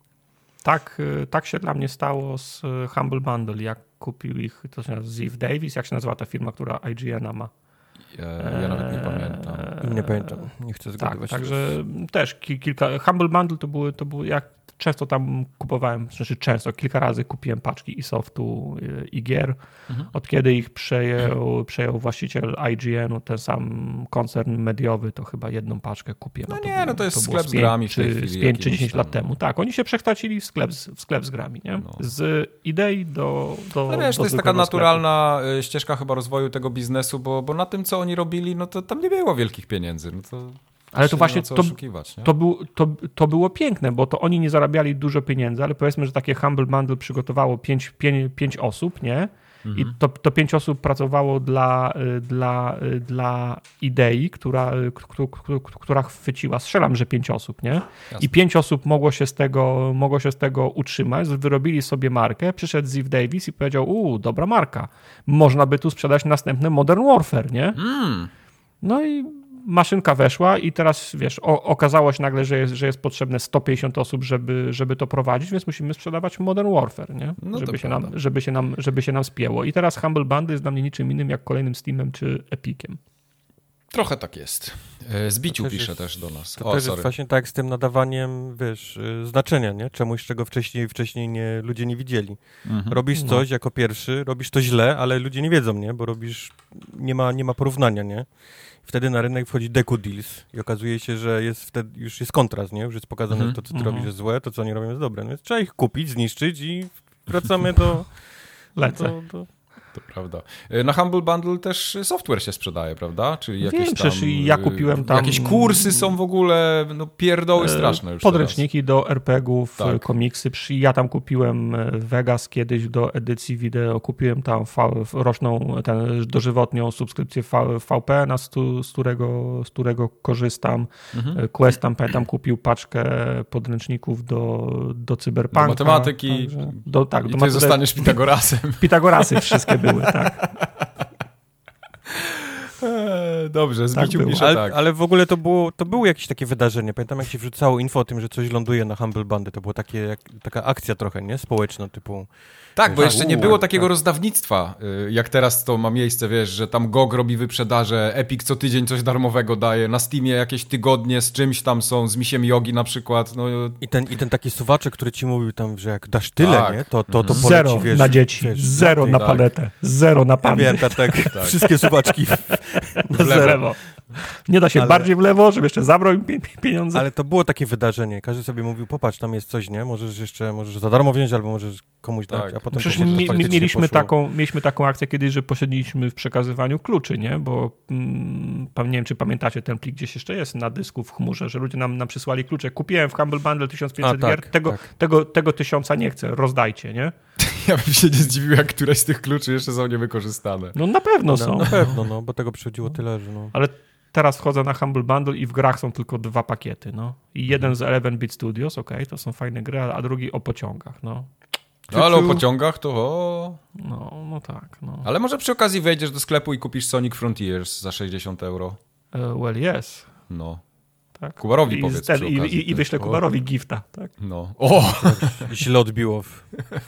[SPEAKER 2] Tak, tak się dla mnie stało z Humble Bundle, jak kupił ich, to się nazywa Ziff Davis, jak się nazywa ta firma, która I G N ma.
[SPEAKER 1] Ja, ja nawet nie pamiętam.
[SPEAKER 3] Nie pamiętam, nie chcę zgadywać.
[SPEAKER 2] Tak, także też kilka... Humble Bundle to były, to były jak często tam kupowałem, znaczy często, kilka razy kupiłem paczki i softu, i gier. Mhm. Od kiedy ich przejął, przejął właściciel I G N-u, ten sam koncern mediowy, to chyba jedną paczkę kupiłem.
[SPEAKER 1] No
[SPEAKER 2] to
[SPEAKER 1] nie,
[SPEAKER 2] było,
[SPEAKER 1] no to jest
[SPEAKER 2] to
[SPEAKER 1] sklep z
[SPEAKER 2] pięć,
[SPEAKER 1] grami w tej
[SPEAKER 2] czy,
[SPEAKER 1] chwili.
[SPEAKER 2] Z pięć czy dziesięć
[SPEAKER 1] tam,
[SPEAKER 2] lat temu. Tak, oni się przekształcili w sklep z, w sklep z grami, nie?
[SPEAKER 1] No.
[SPEAKER 2] Z idei do, do
[SPEAKER 1] No wiesz,
[SPEAKER 2] do
[SPEAKER 1] to jest taka naturalna
[SPEAKER 2] sklepu.
[SPEAKER 1] ścieżka chyba rozwoju tego biznesu, bo, bo na tym, co oni robili, no to tam nie było wielkich pieniędzy. No to
[SPEAKER 2] ale to właśnie to, to, był, to, to było piękne, bo to oni nie zarabiali dużo pieniędzy, ale powiedzmy, że takie Humble Bundle przygotowało pięć, pięć, pięć osób, nie? Mhm. I to, to pięć osób pracowało dla, dla, dla idei, która, która chwyciła. Strzelam, że pięć osób, nie? Jasne. I pięć osób mogło się z tego, mogło się z tego utrzymać, wyrobili sobie markę, przyszedł Ziff Davis i powiedział, uuu, dobra marka, można by tu sprzedać następny Modern Warfare, nie? Mm. No i maszynka weszła i teraz, wiesz, o, okazało się nagle, że jest, że jest potrzebne sto pięćdziesiąt osób, żeby, żeby to prowadzić, więc musimy sprzedawać Modern Warfare, nie?
[SPEAKER 1] No
[SPEAKER 2] żeby, się nam, żeby, się nam, żeby się nam spięło. I teraz Humble Bundle jest dla mnie niczym innym jak kolejnym Steamem czy Epiciem.
[SPEAKER 1] Trochę tak jest. Zbiciu też pisze jest, też do nas.
[SPEAKER 3] To
[SPEAKER 1] o,
[SPEAKER 3] też
[SPEAKER 1] sorry.
[SPEAKER 3] jest właśnie tak z tym nadawaniem, wiesz, znaczenia, nie? Czemuś, czego wcześniej wcześniej nie, ludzie nie widzieli. Mhm. Robisz coś no. jako pierwszy, robisz to źle, ale ludzie nie wiedzą, nie? Bo robisz, nie ma, nie ma porównania, nie? Wtedy na rynek wchodzi Deco Deals i okazuje się, że jest wtedy już jest kontrast, nie? Już jest pokazane, mm-hmm. że to, co ty mm-hmm. robisz, jest złe, to, co oni robią, jest dobre. No więc trzeba ich kupić, zniszczyć i wracamy do...
[SPEAKER 2] Lecę.
[SPEAKER 3] Do, do...
[SPEAKER 1] To prawda. Na Humble Bundle też software się sprzedaje, prawda? Czyli jakieś
[SPEAKER 2] Wiem,
[SPEAKER 1] tam...
[SPEAKER 2] ja kupiłem tam...
[SPEAKER 1] Jakieś kursy są w ogóle, no pierdoły straszne już
[SPEAKER 2] podręczniki
[SPEAKER 1] teraz.
[SPEAKER 2] do er pe gie ów,
[SPEAKER 1] tak.
[SPEAKER 2] komiksy. Ja tam kupiłem Vegas kiedyś do edycji wideo, kupiłem tam roczną, ten, dożywotnią subskrypcję V P N-a, z, tu, z, którego, z którego korzystam. Mhm. Quest tam, tam kupił paczkę podręczników do, do cyberpunka.
[SPEAKER 1] Do matematyki.
[SPEAKER 2] Także, do, tak,
[SPEAKER 1] I
[SPEAKER 2] do
[SPEAKER 1] ty mat- zostaniesz Pitagorasem.
[SPEAKER 2] Pitagorasy wszystkie były, tak.
[SPEAKER 1] Dobrze, Zbiciu
[SPEAKER 3] tak
[SPEAKER 1] pisze
[SPEAKER 3] ale,
[SPEAKER 1] tak.
[SPEAKER 3] Ale w ogóle to było, to było jakieś takie wydarzenie. Pamiętam, jak się wrzucało info o tym, że coś ląduje na Humble Bundle. To była takie, jak, taka akcja trochę, nie? Społeczna, typu...
[SPEAKER 1] Tak, bo jeszcze nie
[SPEAKER 3] u,
[SPEAKER 1] było
[SPEAKER 3] tak.
[SPEAKER 1] takiego rozdawnictwa, jak teraz to ma miejsce, wiesz, że tam G O G robi wyprzedaże, Epic co tydzień coś darmowego daje, na Steamie jakieś tygodnie z czymś tam są, z misiem jogi na przykład. No.
[SPEAKER 3] I, ten, I ten taki suwaczek, który ci mówił tam, że jak dasz tyle,
[SPEAKER 1] tak.
[SPEAKER 3] nie, to, to, to poleci,
[SPEAKER 2] zero
[SPEAKER 3] wiesz,
[SPEAKER 2] na dzieci,
[SPEAKER 3] wiesz,
[SPEAKER 2] zero na, na paletę, tak. zero na panny.
[SPEAKER 3] Ja wiem, tak, tak, tak. Wszystkie suwaczki
[SPEAKER 2] w lewo. Nie da się ale... bardziej w lewo, żeby jeszcze zabrał im pieniądze.
[SPEAKER 3] Ale to było takie wydarzenie. Każdy sobie mówił, popatrz, tam jest coś, nie? Możesz jeszcze, możesz za darmo wziąć, albo możesz komuś dać, tak. a potem...
[SPEAKER 2] Przecież mi, mieliśmy, taką, mieliśmy taką akcję kiedyś, że poszedliśmy w przekazywaniu kluczy, nie? Bo mm, nie wiem, czy pamiętacie, ten plik gdzieś jeszcze jest na dysku w chmurze, że ludzie nam, nam przysłali klucze. Kupiłem w Humble Bundle tysiąc pięćset a, tak, gier, tego, tak. tego, tego tysiąca nie chcę, rozdajcie, nie?
[SPEAKER 1] Ja bym się nie zdziwił, jak któreś z tych kluczy jeszcze są niewykorzystane.
[SPEAKER 2] No na pewno są.
[SPEAKER 3] Na, na pewno, no, bo tego przychodziło tyle, że no...
[SPEAKER 2] Ale teraz wchodzę na Humble Bundle i w grach są tylko dwa pakiety, no. I jeden z eleven bit Studios, okej, okay, to są fajne gry, a drugi o pociągach, no.
[SPEAKER 1] No ale o pociągach to o...
[SPEAKER 2] No, no tak, no.
[SPEAKER 1] Ale może przy okazji wejdziesz do sklepu i kupisz Sonic Frontiers za sześćdziesiąt euro.
[SPEAKER 2] Uh, well, yes.
[SPEAKER 1] No.
[SPEAKER 2] Tak.
[SPEAKER 1] Kubarowi
[SPEAKER 2] I
[SPEAKER 1] powiedz
[SPEAKER 2] ten,
[SPEAKER 1] przy okazji.
[SPEAKER 2] I, i, i wyślę Kubarowi gifta, tak.
[SPEAKER 1] No. O!
[SPEAKER 3] Źle odbiło. W...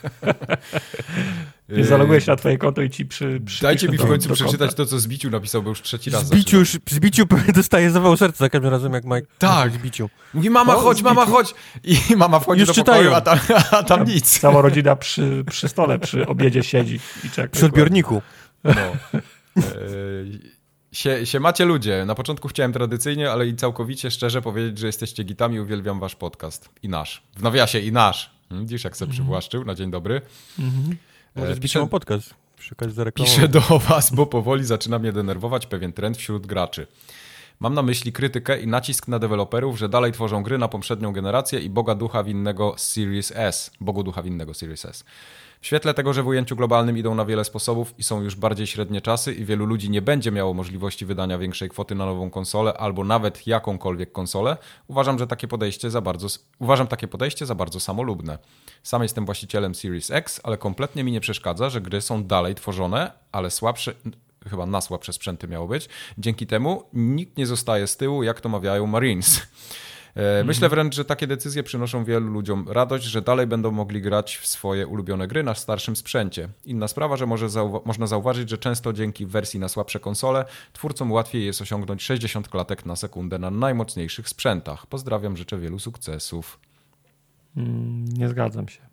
[SPEAKER 2] Nie zalogujesz na twoje konto i ci przy... przy
[SPEAKER 1] Dajcie mi w końcu
[SPEAKER 2] do,
[SPEAKER 1] przeczytać
[SPEAKER 2] do
[SPEAKER 1] to, co Zbiciu napisał, bo już trzeci raz
[SPEAKER 3] Zbiciu, już, Zbiciu dostaje zawał serca za każdym razem, jak Mike...
[SPEAKER 1] Tak.
[SPEAKER 3] Zbiciu.
[SPEAKER 1] Mówi, mama, o, chodź, Zbiciu. mama, chodź. I mama wchodzi już do
[SPEAKER 3] czytają.
[SPEAKER 1] pokoju, a tam, a tam nic.
[SPEAKER 2] Cała rodzina przy, przy stole, przy obiedzie siedzi i czeka.
[SPEAKER 3] Przy odbiorniku.
[SPEAKER 1] No. e, Sie, się macie ludzie. Na początku chciałem tradycyjnie, ale i całkowicie szczerze powiedzieć, że jesteście gitami, uwielbiam wasz podcast. I nasz. W nawiasie i nasz. Widzisz, jak se mm. przywłaszczył. Na dzień dobry.
[SPEAKER 3] Mm-hmm. Może piszę podcast.
[SPEAKER 1] Piszę do was, bo powoli zaczyna mnie denerwować pewien trend wśród graczy. Mam na myśli krytykę i nacisk na deweloperów, że dalej tworzą gry na poprzednią generację i Boga Ducha winnego Series S. Bogu Ducha winnego Series S. W świetle tego, że w ujęciu globalnym idą na wiele sposobów i są już bardziej średnie czasy i wielu ludzi nie będzie miało możliwości wydania większej kwoty na nową konsolę albo nawet jakąkolwiek konsolę, uważam, że takie podejście za bardzo, uważam takie podejście za bardzo samolubne. Sam jestem właścicielem Series X, ale kompletnie mi nie przeszkadza, że gry są dalej tworzone, ale słabsze, chyba na słabsze sprzęty miało być. Dzięki temu nikt nie zostaje z tyłu, jak to mawiają Marines. Myślę wręcz, że takie decyzje przynoszą wielu ludziom radość, że dalej będą mogli grać w swoje ulubione gry na starszym sprzęcie. Inna sprawa, że może zauwa- można zauważyć, że często dzięki wersji na słabsze konsole twórcom łatwiej jest osiągnąć sześćdziesiąt klatek na sekundę na najmocniejszych sprzętach. Pozdrawiam, życzę wielu sukcesów.
[SPEAKER 2] Mm, nie zgadzam się.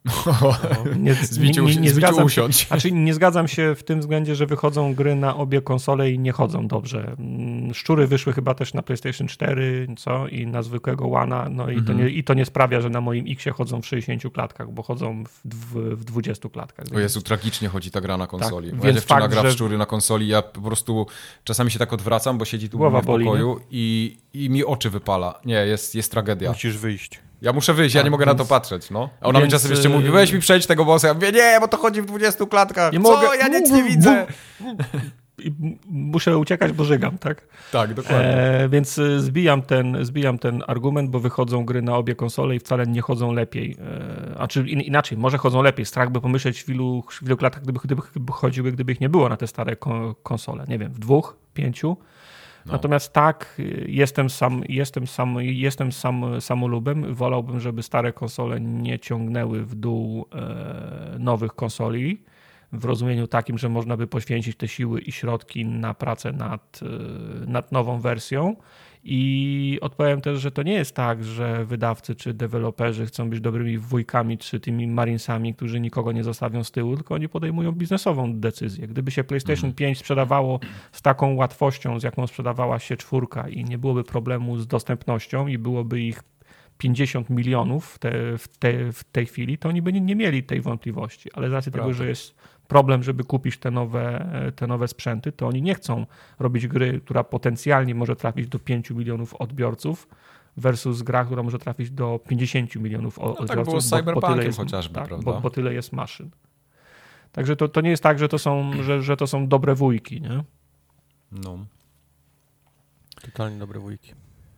[SPEAKER 2] Nie,
[SPEAKER 1] Zbiciu,
[SPEAKER 2] nie, nie, nie,
[SPEAKER 1] zbiciu
[SPEAKER 2] zgadzam
[SPEAKER 1] usiądź.
[SPEAKER 2] się, znaczy nie zgadzam się w tym względzie, że wychodzą gry na obie konsole i nie chodzą dobrze. Szczury wyszły chyba też na PlayStation cztery, co? I na zwykłego One'a, no i, mhm. to nie, i to nie sprawia, że na moim Xie chodzą w sześćdziesięciu klatkach, bo chodzą w, w, w dwudziestu klatkach.
[SPEAKER 1] O Jezu, tragicznie chodzi ta gra na konsoli.
[SPEAKER 2] Tak,
[SPEAKER 1] Moja dziewczyna
[SPEAKER 2] fakt,
[SPEAKER 1] gra w
[SPEAKER 2] że...
[SPEAKER 1] Szczury na konsoli, ja po prostu czasami się tak odwracam, bo siedzi tu
[SPEAKER 2] Głowa
[SPEAKER 1] w
[SPEAKER 2] boli,
[SPEAKER 1] pokoju i, i mi oczy wypala. Nie, jest, jest tragedia.
[SPEAKER 3] Musisz wyjść.
[SPEAKER 1] Ja muszę wyjść,
[SPEAKER 2] tak,
[SPEAKER 1] ja nie mogę
[SPEAKER 2] więc,
[SPEAKER 1] na to patrzeć, no. A ona
[SPEAKER 2] więc,
[SPEAKER 1] mi czasem jeszcze mówi, weź mi przejdź tego bossa. Ja mówię, nie, bo to chodzi w dwudziestu klatkach. Nie Co? Mogę. Ja nic nie widzę.
[SPEAKER 2] I muszę uciekać, bo żygam, tak?
[SPEAKER 1] Tak, dokładnie.
[SPEAKER 2] E, więc zbijam ten, zbijam ten argument, bo wychodzą gry na obie konsole i wcale nie chodzą lepiej. E, a czy in, inaczej, może chodzą lepiej. Strach by pomyśleć w ilu, w ilu latach gdyby, gdyby chodziły, gdyby ich nie było na te stare ko- konsole. Nie wiem, w dwóch, pięciu. No. Natomiast tak, jestem sam, jestem sam, jestem sam samolubem. Wolałbym, żeby stare konsole nie ciągnęły w dół e, nowych konsoli, w rozumieniu takim, że można by poświęcić te siły i środki na pracę nad, e, nad nową wersją. I odpowiem też, że to nie jest tak, że wydawcy czy deweloperzy chcą być dobrymi wujkami czy tymi marinesami, którzy nikogo nie zostawią z tyłu, tylko oni podejmują biznesową decyzję. Gdyby się PlayStation pięć sprzedawało z taką łatwością, z jaką sprzedawała się czwórka i nie byłoby problemu z dostępnością i byłoby ich pięćdziesiąt milionów w, te, w, te, w tej chwili, to oni by nie, nie mieli tej wątpliwości. Ale z racji Prawda. tego, że jest problem, żeby kupić te nowe, te nowe sprzęty, to oni nie chcą robić gry, która potencjalnie może trafić do pięciu milionów odbiorców versus gra, która może trafić do pięćdziesięciu milionów no odbiorców. Tak
[SPEAKER 1] było z Cyberpunkiem chociażby,
[SPEAKER 2] tak,
[SPEAKER 1] prawda?
[SPEAKER 2] Bo, bo tyle jest maszyn. Także to, to nie jest tak, że to są, że, że to są dobre wujki, nie?
[SPEAKER 1] No.
[SPEAKER 3] Totalnie dobre wujki.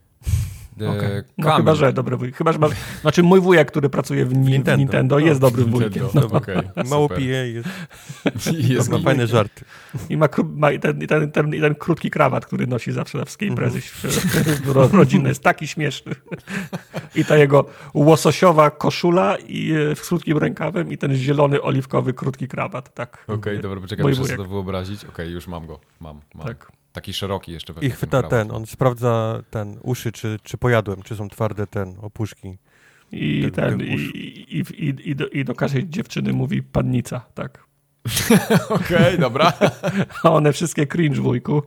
[SPEAKER 2] Okay. No chyba, że dobry wujek. Chyba, że masz... Znaczy mój wujek, który pracuje w, Ni- Nintendo. w Nintendo, jest no, dobrym wujkiem. No.
[SPEAKER 3] Okay. Mało pije i jest... jest ma fajne żarty.
[SPEAKER 2] I ma, kró... ma i ten, i ten, ten, i ten krótki krawat, który nosi zawsze na wszystkie imprezy mm-hmm. rodzinne. Jest taki śmieszny. I ta jego łososiowa koszula i z krótkim rękawem i ten zielony, oliwkowy, krótki krawat. Tak.
[SPEAKER 1] Okej, okay, dobra, poczekaj, muszę sobie to wyobrazić. Okej, okay, już mam go. Mam, mam. Tak. Taki szeroki jeszcze.
[SPEAKER 3] I chwyta ten, on sprawdza ten uszy, czy, czy pojadłem, czy są twarde ten opuszki.
[SPEAKER 2] I ten, i, i, i, i, do, i do każdej dziewczyny mówi pannica, tak.
[SPEAKER 1] Okej, okay, dobra.
[SPEAKER 2] A one wszystkie cringe, wujku.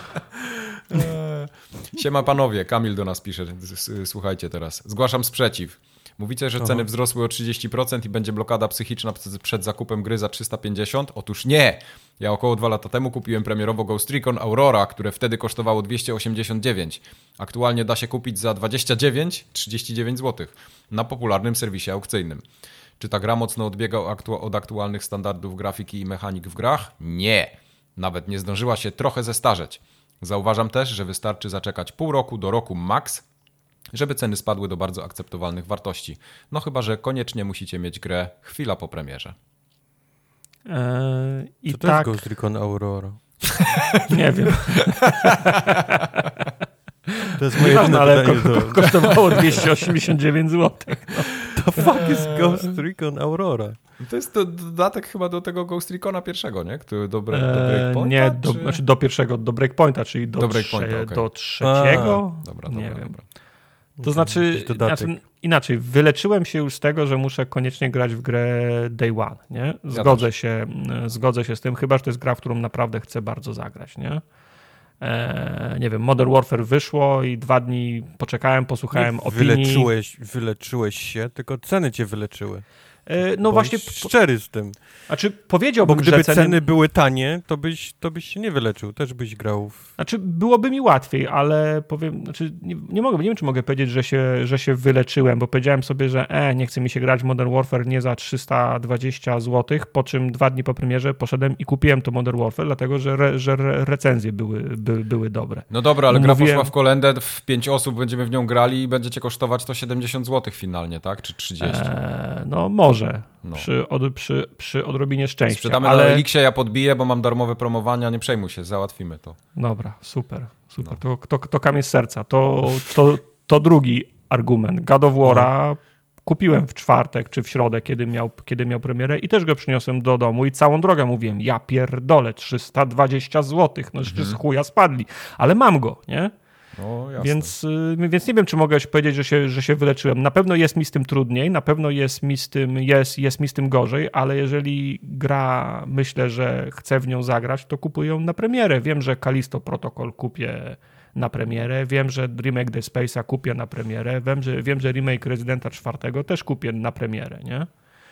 [SPEAKER 1] Siema panowie, Kamil do nas pisze, słuchajcie teraz. Zgłaszam sprzeciw. Mówicie, że ceny Aha. wzrosły o trzydzieści procent i będzie blokada psychiczna przed zakupem gry za trzysta pięćdziesiąt? Otóż nie! Ja około dwa lata temu kupiłem premierowo Ghost Recon Aurora, które wtedy kosztowało dwieście osiemdziesiąt dziewięć. Aktualnie da się kupić za dwadzieścia dziewięć trzydzieści dziewięć złotych na popularnym serwisie aukcyjnym. Czy ta gra mocno odbiega od aktualnych standardów grafiki i mechanik w grach? Nie! Nawet nie zdążyła się trochę zestarzeć. Zauważam też, że wystarczy zaczekać pół roku do roku max, żeby ceny spadły do bardzo akceptowalnych wartości. No chyba, że koniecznie musicie mieć grę chwila po premierze.
[SPEAKER 2] Eee, i
[SPEAKER 3] Co to
[SPEAKER 2] tak...
[SPEAKER 3] jest Ghost Recon Aurora?
[SPEAKER 2] Nie wiem.
[SPEAKER 3] To jest moje jedyne ale
[SPEAKER 2] ko- ko- kosztowało dwieście osiemdziesiąt dziewięć złotych. No.
[SPEAKER 3] The fuck is Ghost Recon Aurora?
[SPEAKER 1] To jest to dodatek chyba do tego Ghost Recona pierwszego, nie? Który do, bre- do Breakpointa?
[SPEAKER 2] Nie, do,
[SPEAKER 1] czy...
[SPEAKER 2] znaczy do pierwszego, do Breakpointa, czyli do,
[SPEAKER 1] do, breakpointa,
[SPEAKER 2] trze-
[SPEAKER 1] okay.
[SPEAKER 2] do trzeciego.
[SPEAKER 1] A, dobra,
[SPEAKER 2] nie
[SPEAKER 1] dobra,
[SPEAKER 2] wiem.
[SPEAKER 1] dobra.
[SPEAKER 2] To znaczy, znaczy, inaczej, wyleczyłem się już z tego, że muszę koniecznie grać w grę day one, nie? Zgodzę, ja się, zgodzę się z tym, chyba że to jest gra, w którą naprawdę chcę bardzo zagrać, nie? E, nie wiem, Modern Warfare wyszło i dwa dni poczekałem, posłuchałem
[SPEAKER 3] nie
[SPEAKER 2] opinii.
[SPEAKER 3] Wyleczyłeś, wyleczyłeś się, tylko ceny cię wyleczyły.
[SPEAKER 2] E, no
[SPEAKER 3] Bądź
[SPEAKER 2] właśnie...
[SPEAKER 3] szczery z tym.
[SPEAKER 2] Znaczy powiedziałbym,
[SPEAKER 3] Bo gdyby
[SPEAKER 2] że ceny...
[SPEAKER 3] ceny były tanie, to byś, to byś się nie wyleczył, też byś grał w...
[SPEAKER 2] Znaczy byłoby mi łatwiej, ale powiem, znaczy nie, nie mogę, nie wiem, czy mogę powiedzieć, że się, że się wyleczyłem, bo powiedziałem sobie, że e, nie chce mi się grać w Modern Warfare nie za trzysta dwadzieścia złotych, po czym dwa dni po premierze poszedłem i kupiłem to Modern Warfare, dlatego, że, re, że recenzje były, by, były dobre.
[SPEAKER 1] No dobra, ale
[SPEAKER 2] no
[SPEAKER 1] gra
[SPEAKER 2] mówiłem...
[SPEAKER 1] poszła w kolędę, w pięć osób będziemy w nią grali i będziecie kosztować to siedemdziesiąt złotych finalnie, tak? Czy trzydzieści?
[SPEAKER 2] Eee, no może,
[SPEAKER 1] no.
[SPEAKER 2] Przy, od, przy, przy odrobinie szczęścia.
[SPEAKER 1] Sprzedamy
[SPEAKER 2] ale...
[SPEAKER 1] na Elixie, ja podbiję, bo mam darmowe promowania, nie przejmuj się, załatwimy to.
[SPEAKER 2] Dobra, super, super.
[SPEAKER 1] No.
[SPEAKER 2] To, to, to kamień z serca. To, to, to drugi argument. God of War'a no. kupiłem w czwartek czy w środę, kiedy miał, kiedy miał premierę i też go przyniosłem do domu i całą drogę mówiłem, ja pierdolę, trzysta dwadzieścia złotych, no jeszcze mhm. z chuja spadli, ale mam go, nie?
[SPEAKER 1] No,
[SPEAKER 2] więc, więc nie wiem, czy mogę powiedzieć, że się, że się wyleczyłem. Na pewno jest mi z tym trudniej, na pewno jest mi z tym, jest, jest mi z tym gorzej, ale jeżeli gra, myślę, że chcę w nią zagrać, to kupuję ją na premierę. Wiem, że Callisto Protocol kupię na premierę, wiem, że remake Dead Space'a kupię na premierę, wiem, że, wiem, że remake Residenta czwartego też kupię na premierę, nie?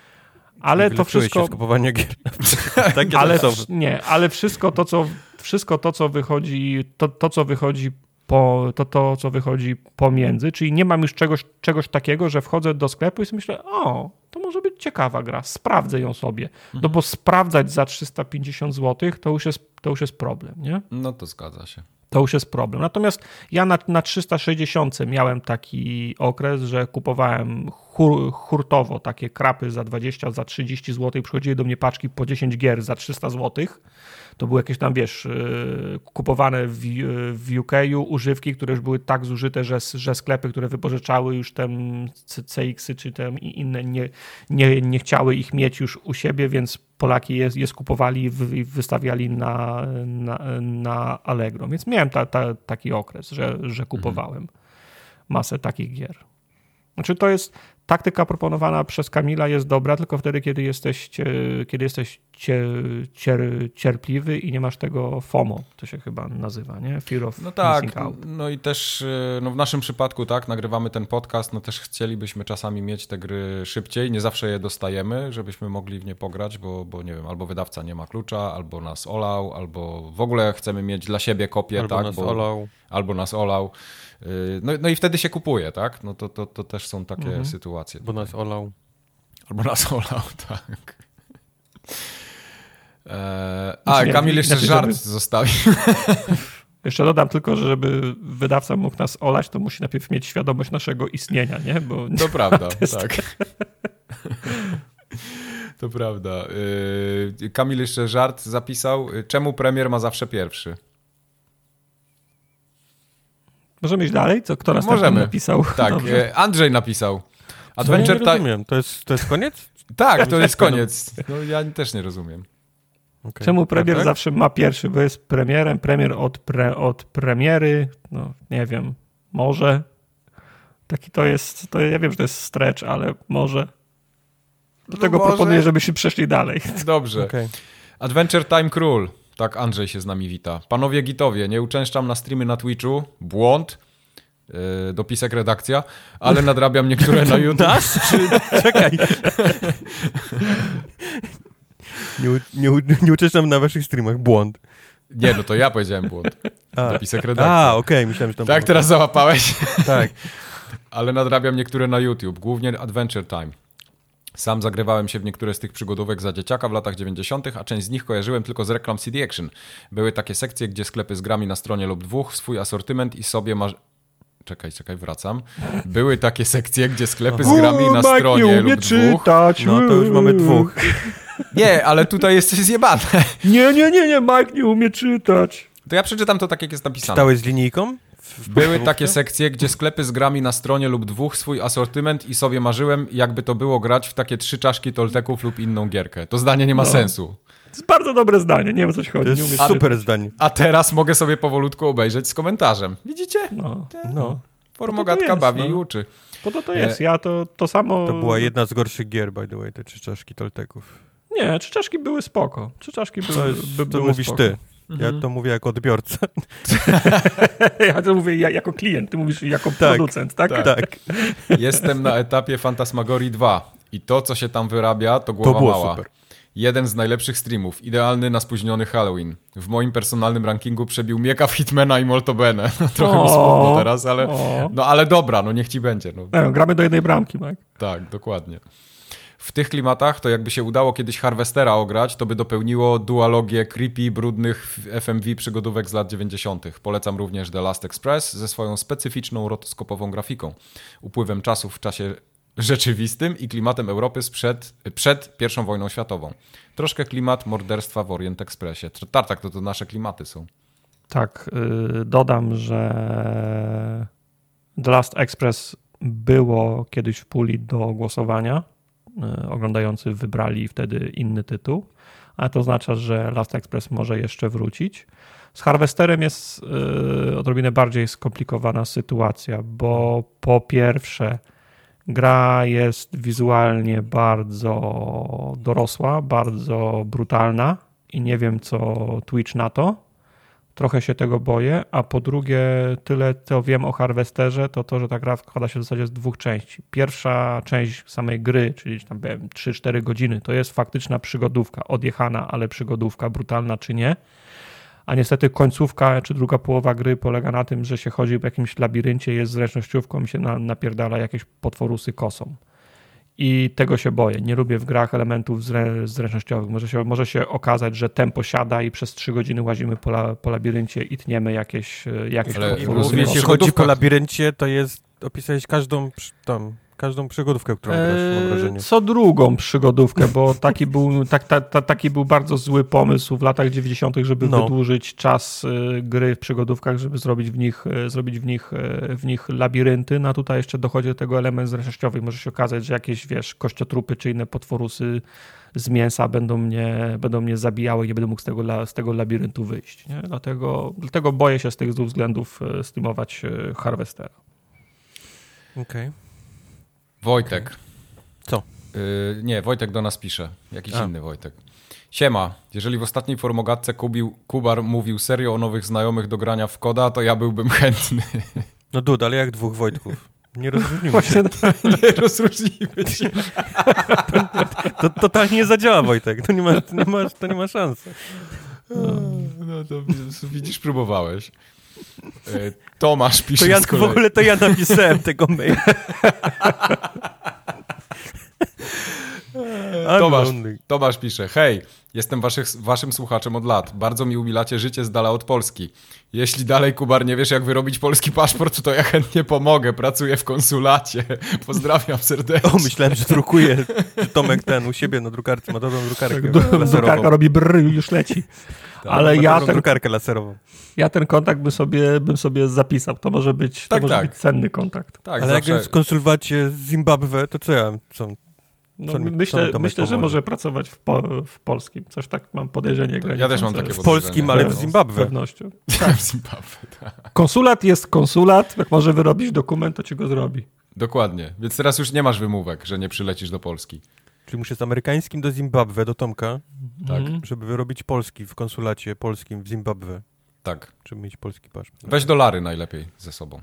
[SPEAKER 2] Ale to wszystko...
[SPEAKER 3] się w kupowanie gier.
[SPEAKER 2] tak ale, nie, ale wszystko to, co, wszystko to, co wychodzi, to, to, co wychodzi Po, to, to, co wychodzi pomiędzy, czyli nie mam już czegoś, czegoś takiego, że wchodzę do sklepu i sobie myślę, o, to może być ciekawa gra, sprawdzę ją sobie. Mhm. No bo sprawdzać za trzysta pięćdziesiąt złotych to już jest, to już jest problem, nie?
[SPEAKER 1] No to zgadza się.
[SPEAKER 2] To już jest problem. Natomiast ja na, na trzysta sześćdziesiąt miałem taki okres, że kupowałem hur, hurtowo takie krapy za dwadzieścia, za trzydzieści złotych. Przychodziły do mnie paczki po dziesięć gier za trzysta złotych. To były jakieś tam, wiesz, kupowane w, w U K używki, które już były tak zużyte, że, że sklepy, które wypożyczały już te C X-y czy te inne nie, nie, nie chciały ich mieć już u siebie, więc Polaki je, je skupowali i wystawiali na, na, na Allegro. Więc miałem ta, ta, taki okres, że, że kupowałem masę takich gier. Znaczy to jest... Taktyka proponowana przez Kamila jest dobra tylko wtedy, kiedy jesteś, kiedy jesteś cier, cier, cierpliwy i nie masz tego FOMO, to się chyba nazywa, nie? Fear of
[SPEAKER 1] no tak,
[SPEAKER 2] missing out.
[SPEAKER 1] No i też no w naszym przypadku, tak, nagrywamy ten podcast, no też chcielibyśmy czasami mieć te gry szybciej, nie zawsze je dostajemy, żebyśmy mogli w nie pograć, bo, bo nie wiem, albo wydawca nie ma klucza, albo nas olał, albo w ogóle chcemy mieć dla siebie kopię,
[SPEAKER 3] albo
[SPEAKER 1] tak?
[SPEAKER 3] Nas
[SPEAKER 1] bo,
[SPEAKER 3] olał.
[SPEAKER 1] Albo nas olał. No, no i wtedy się kupuje, tak? No to, to, to też są takie
[SPEAKER 2] mhm.
[SPEAKER 1] sytuacje.
[SPEAKER 3] Bo nas olał.
[SPEAKER 1] Albo nas olał, tak. Eee, a, Kamil jeszcze znaczy, żart żeby... zostawił.
[SPEAKER 2] Jeszcze dodam tylko, że żeby wydawca mógł nas olać, to musi najpierw mieć świadomość naszego istnienia, nie? Bo
[SPEAKER 1] to prawda,
[SPEAKER 2] to jest...
[SPEAKER 1] tak. To prawda. Yy, Kamil jeszcze żart zapisał. Czemu premier ma zawsze pierwszy?
[SPEAKER 2] Możemy iść dalej? Co, kto następny napisał?
[SPEAKER 1] Tak,
[SPEAKER 2] Dobrze.
[SPEAKER 1] Andrzej napisał.
[SPEAKER 3] Adventure Time. Ja nie rozumiem. To jest, to jest koniec?
[SPEAKER 1] Tak, to jest koniec. No, ja też nie rozumiem.
[SPEAKER 2] Okay. Czemu premier tak? zawsze ma pierwszy? Bo jest premierem, premier od, pre, od premiery, no nie wiem, może. Taki to jest, to ja wiem, że to jest stretch, ale może. Dlatego no proponuję, żebyśmy przeszli dalej.
[SPEAKER 1] Dobrze.
[SPEAKER 3] Okay.
[SPEAKER 1] Adventure Time Król. Tak, Andrzej się z nami wita. Panowie gitowie, nie uczęszczam na streamy na Twitchu. Błąd. Yy, dopisek redakcja, ale nadrabiam niektóre na YouTube.
[SPEAKER 3] Nas? Czy... Czekaj. nie, nie, nie uczęszczam na waszych streamach. Błąd.
[SPEAKER 1] Nie, no to ja powiedziałem błąd.
[SPEAKER 3] A.
[SPEAKER 1] Dopisek redakcji.
[SPEAKER 3] A, okej, okay. Myślałem, że tam...
[SPEAKER 1] Tak, było. Teraz załapałeś?
[SPEAKER 3] Tak.
[SPEAKER 1] Ale nadrabiam niektóre na YouTube, głównie Adventure Time. Sam zagrywałem się w niektóre z tych przygodówek za dzieciaka w latach dziewięćdziesiątych, a część z nich kojarzyłem tylko z reklam C D Action. Były takie sekcje, gdzie sklepy z grami na stronie lub dwóch, swój asortyment i sobie masz... Czekaj, czekaj, wracam. Były takie sekcje, gdzie sklepy z grami na
[SPEAKER 2] Mike
[SPEAKER 1] stronie
[SPEAKER 2] nie
[SPEAKER 1] lub dwóch...
[SPEAKER 2] czytać.
[SPEAKER 3] No to już mamy dwóch.
[SPEAKER 1] Nie, ale tutaj jest coś zjebane.
[SPEAKER 2] Nie, nie, nie, nie, Mike nie umie czytać.
[SPEAKER 1] To ja przeczytam to tak, jak jest napisane.
[SPEAKER 3] Czytałeś z linijką?
[SPEAKER 1] Były takie sekcje, gdzie sklepy z grami na stronie lub dwóch, swój asortyment i sobie marzyłem, jakby to było grać w takie trzy czaszki tolteków lub inną gierkę. To zdanie nie ma no. sensu.
[SPEAKER 2] To jest bardzo dobre zdanie, nie wiem o co ci chodzi.
[SPEAKER 3] To jest super czytać. Zdanie.
[SPEAKER 1] A teraz mogę sobie powolutku obejrzeć z komentarzem. Widzicie?
[SPEAKER 2] No, no.
[SPEAKER 1] Formogatka bawi no. i uczy.
[SPEAKER 2] Po to to jest, ja to, to samo...
[SPEAKER 3] To była jedna z gorszych gier, by the way, te trzy czaszki tolteków.
[SPEAKER 2] Nie, trzy czaszki były spoko. Trzy czaszki były,
[SPEAKER 3] to jest,
[SPEAKER 2] by,
[SPEAKER 3] to
[SPEAKER 2] były
[SPEAKER 3] mówisz
[SPEAKER 2] spoko.
[SPEAKER 3] ty. Ja to mówię jako odbiorca.
[SPEAKER 2] Ja to mówię jako klient, ty mówisz jako tak, producent, tak?
[SPEAKER 3] Tak. tak.
[SPEAKER 1] Jestem na etapie Fantasmagorii dwa. I to, co się tam wyrabia, to głowa
[SPEAKER 3] to było
[SPEAKER 1] mała.
[SPEAKER 3] Super.
[SPEAKER 1] Jeden z najlepszych streamów, idealny na spóźniony Halloween. W moim personalnym rankingu przebił Mieka w Hitmana i Molto Bene. Trochę mi smutno teraz, ale, no, ale dobra, no niech ci będzie. No.
[SPEAKER 2] No, gramy do jednej bramki, Mike.
[SPEAKER 1] Tak, dokładnie. W tych klimatach to jakby się udało kiedyś Harvestera ograć, to by dopełniło dualogię creepy, brudnych F M V przygodówek z lat dziewięćdziesiątych. Polecam również The Last Express ze swoją specyficzną rotoskopową grafiką, upływem czasu w czasie rzeczywistym i klimatem Europy sprzed, przed pierwszą wojną światową. Troszkę klimat morderstwa w Orient Expressie. Tartak, to to nasze klimaty są.
[SPEAKER 2] Tak, yy, dodam, że The Last Express było kiedyś w puli do głosowania. Yy, oglądający wybrali wtedy inny tytuł, ale to oznacza, że Last Express może jeszcze wrócić. Z Harvesterem jest yy, odrobinę bardziej skomplikowana sytuacja, bo po pierwsze gra jest wizualnie bardzo dorosła, bardzo brutalna i nie wiem, co Twitch na to. Trochę się tego boję, a po drugie tyle, co wiem o Harvesterze, to to, że ta gra składa się w zasadzie z dwóch części. Pierwsza część samej gry, czyli tam trzy cztery godziny, to jest faktyczna przygodówka, odjechana, ale przygodówka, brutalna czy nie. A niestety końcówka czy druga połowa gry polega na tym, że się chodzi w jakimś labiryncie, jest zręcznościówką i się na, napierdala jakieś potworusy kosą. I tego się boję. Nie lubię w grach elementów zre, zręcznościowych. Może się, może się okazać, że tempo siada i przez trzy godziny łazimy po, la, po labiryncie i tniemy jakieś, jakieś
[SPEAKER 1] Ale
[SPEAKER 2] potworusy.
[SPEAKER 3] Jeśli chodzi po labiryncie, to jest opisałeś każdą tam... Każdą przygodówkę, którą grasz, mam wrażenie.
[SPEAKER 2] Co drugą przygodówkę, bo taki był, tak, ta, ta, taki był bardzo zły pomysł w latach dziewięćdziesiątych, żeby no. wydłużyć czas gry w przygodówkach, żeby zrobić w nich, zrobić w nich, w nich labirynty. No a tutaj jeszcze dochodzi do tego element zręcznościowy. Może się okazać, że jakieś, wiesz, kościotrupy czy inne potworusy z mięsa będą mnie, będą mnie zabijały i nie będę mógł z tego, z tego labiryntu wyjść. Nie? Dlatego, dlatego boję się z tych dwóch względów streamować Harvestera.
[SPEAKER 3] Okej. Okay.
[SPEAKER 1] Wojtek.
[SPEAKER 3] Okay. Co?
[SPEAKER 1] Yy, nie, Wojtek do nas pisze. Jakiś A. inny Wojtek. Siema. Jeżeli w ostatniej formogatce Kubił, Kubar mówił serio o nowych znajomych do grania w koda, to ja byłbym chętny.
[SPEAKER 3] No Dud, ale jak dwóch Wojtków? Nie rozróżnimy się.
[SPEAKER 1] Nie rozróżnimy się.
[SPEAKER 3] To totalnie nie zadziała, Wojtek. To nie ma, to nie ma, to nie ma szans.
[SPEAKER 1] No, no to widzisz, próbowałeś. Tomasz pisze
[SPEAKER 3] to ja,
[SPEAKER 1] z kolei.
[SPEAKER 3] W ogóle to ja napisałem tego maila.
[SPEAKER 1] Tomasz, Tomasz pisze: hej, jestem waszych, waszym słuchaczem od lat. Bardzo mi umilacie życie z dala od Polski. Jeśli dalej, Kubar, nie wiesz, jak wyrobić polski paszport, to ja chętnie pomogę. Pracuję w konsulacie. Pozdrawiam serdecznie.
[SPEAKER 3] O, myślałem, że drukuje Tomek ten u siebie na drukarce. Ma dobrą drukarkę laserową.
[SPEAKER 2] Drukarka robi brr, już leci.
[SPEAKER 3] Tak,
[SPEAKER 2] ale ja ten,
[SPEAKER 3] drukarkę laserową.
[SPEAKER 2] Ja ten kontakt bym sobie, bym sobie zapisał. To może być,
[SPEAKER 1] tak,
[SPEAKER 2] to może
[SPEAKER 1] tak.
[SPEAKER 2] być cenny kontakt.
[SPEAKER 3] Tak, ale zawsze... jak w konsulacie z Zimbabwe, to co ja... Co,
[SPEAKER 2] no,
[SPEAKER 3] co,
[SPEAKER 2] myślę, co myślę że może pracować w, po, w polskim. Coś tak mam podejrzenie.
[SPEAKER 1] To ja też mam takie
[SPEAKER 3] w polskim, ale w Zimbabwe.
[SPEAKER 2] Z pewnością.
[SPEAKER 1] Tak, w Zimbabwe, tak.
[SPEAKER 2] Konsulat jest konsulat. Jak może wyrobić dokument, to ci go zrobi.
[SPEAKER 1] Dokładnie. Więc teraz już nie masz wymówek, że nie przylecisz do Polski.
[SPEAKER 3] Czyli muszę z amerykańskim do Zimbabwe, do Tomka,
[SPEAKER 1] tak,
[SPEAKER 3] żeby wyrobić polski w konsulacie polskim w Zimbabwe.
[SPEAKER 1] Tak.
[SPEAKER 3] Żeby mieć polski paszport.
[SPEAKER 1] Weź dolary najlepiej ze sobą.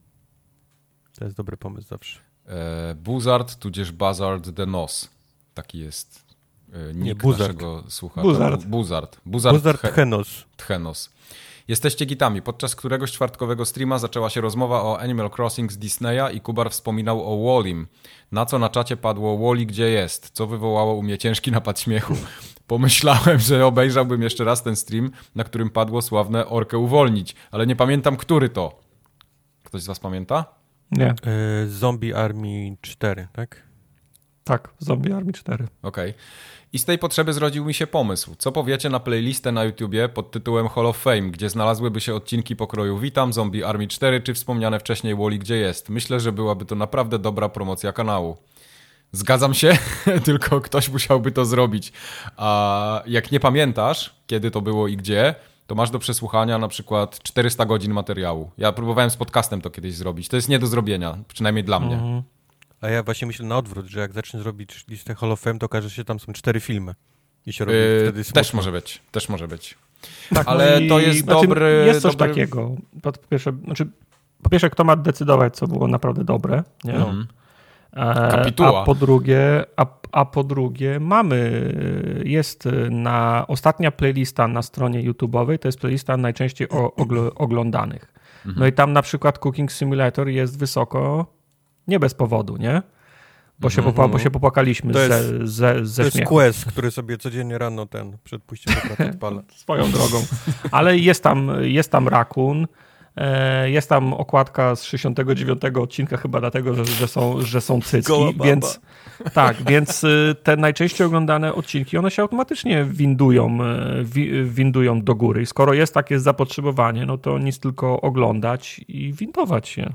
[SPEAKER 3] To jest dobry pomysł zawsze.
[SPEAKER 1] E, Buzard, tudzież Buzzard the Nos. Taki jest e, nick
[SPEAKER 3] Nie,
[SPEAKER 1] naszego słuchacza.
[SPEAKER 2] Buzard.
[SPEAKER 1] Buzard. Buzard,
[SPEAKER 3] Buzard
[SPEAKER 1] Tche-
[SPEAKER 3] Tchenos.
[SPEAKER 1] Tchenos. Jesteście gitami. Podczas któregoś czwartkowego streama zaczęła się rozmowa o Animal Crossing z Disneya i Kubar wspominał o Wallim. Na co na czacie padło Wally gdzie jest? Co wywołało u mnie ciężki napad śmiechu. Pomyślałem, że obejrzałbym jeszcze raz ten stream, na którym padło sławne orkę uwolnić, ale nie pamiętam, który to. Ktoś z was pamięta?
[SPEAKER 2] Nie.
[SPEAKER 3] Y, Zombie Army cztery, tak?
[SPEAKER 2] Tak, Zombie Army cztery.
[SPEAKER 1] Okej. Okay. I z tej potrzeby zrodził mi się pomysł. Co powiecie na playlistę na YouTubie pod tytułem Hall of Fame, gdzie znalazłyby się odcinki pokroju Witam, Zombie Army cztery czy wspomniane wcześniej Wally gdzie jest? Myślę, że byłaby to naprawdę dobra promocja kanału. Zgadzam się, tylko ktoś musiałby to zrobić. A jak nie pamiętasz, kiedy to było i gdzie, to masz do przesłuchania na przykład czterysta godzin materiału. Ja próbowałem z podcastem to kiedyś zrobić. To jest nie do zrobienia, przynajmniej dla mnie.
[SPEAKER 2] Mhm.
[SPEAKER 3] A ja właśnie myślę na odwrót, że jak zacznę zrobić listę Hall of Fame, to okaże się, że tam są cztery filmy. I się robi
[SPEAKER 1] yy,
[SPEAKER 3] wtedy smutno.
[SPEAKER 1] Też może być, też może być.
[SPEAKER 2] Tak,
[SPEAKER 1] ale
[SPEAKER 2] no
[SPEAKER 1] to jest
[SPEAKER 2] znaczy,
[SPEAKER 1] dobry...
[SPEAKER 2] Jest coś
[SPEAKER 1] dobry...
[SPEAKER 2] takiego. Po pierwsze, znaczy, po pierwsze, kto ma decydować, co było naprawdę dobre, nie?
[SPEAKER 1] Mhm. Kapituła.
[SPEAKER 2] A po drugie, a, a po drugie mamy, jest na ostatnia playlista na stronie YouTube'owej, to jest playlista najczęściej o, ogl, oglądanych. Mhm. No i tam na przykład Cooking Simulator jest wysoko, nie bez powodu, nie? Bo się, popła, bo się popłakaliśmy
[SPEAKER 3] to jest,
[SPEAKER 2] ze, ze, ze
[SPEAKER 3] To
[SPEAKER 2] śmiechu.
[SPEAKER 3] jest Quest, który sobie codziennie rano ten przed pójściem do pracy odpala.
[SPEAKER 2] Swoją drogą. Ale jest tam, jest tam Raccoon, jest tam okładka z sześćdziesiątego dziewiątego odcinka chyba dlatego, że, że, są, że są cycki, więc tak, więc te najczęściej oglądane odcinki, one się automatycznie windują, windują do góry. I skoro jest takie zapotrzebowanie, no to nic tylko oglądać i windować się.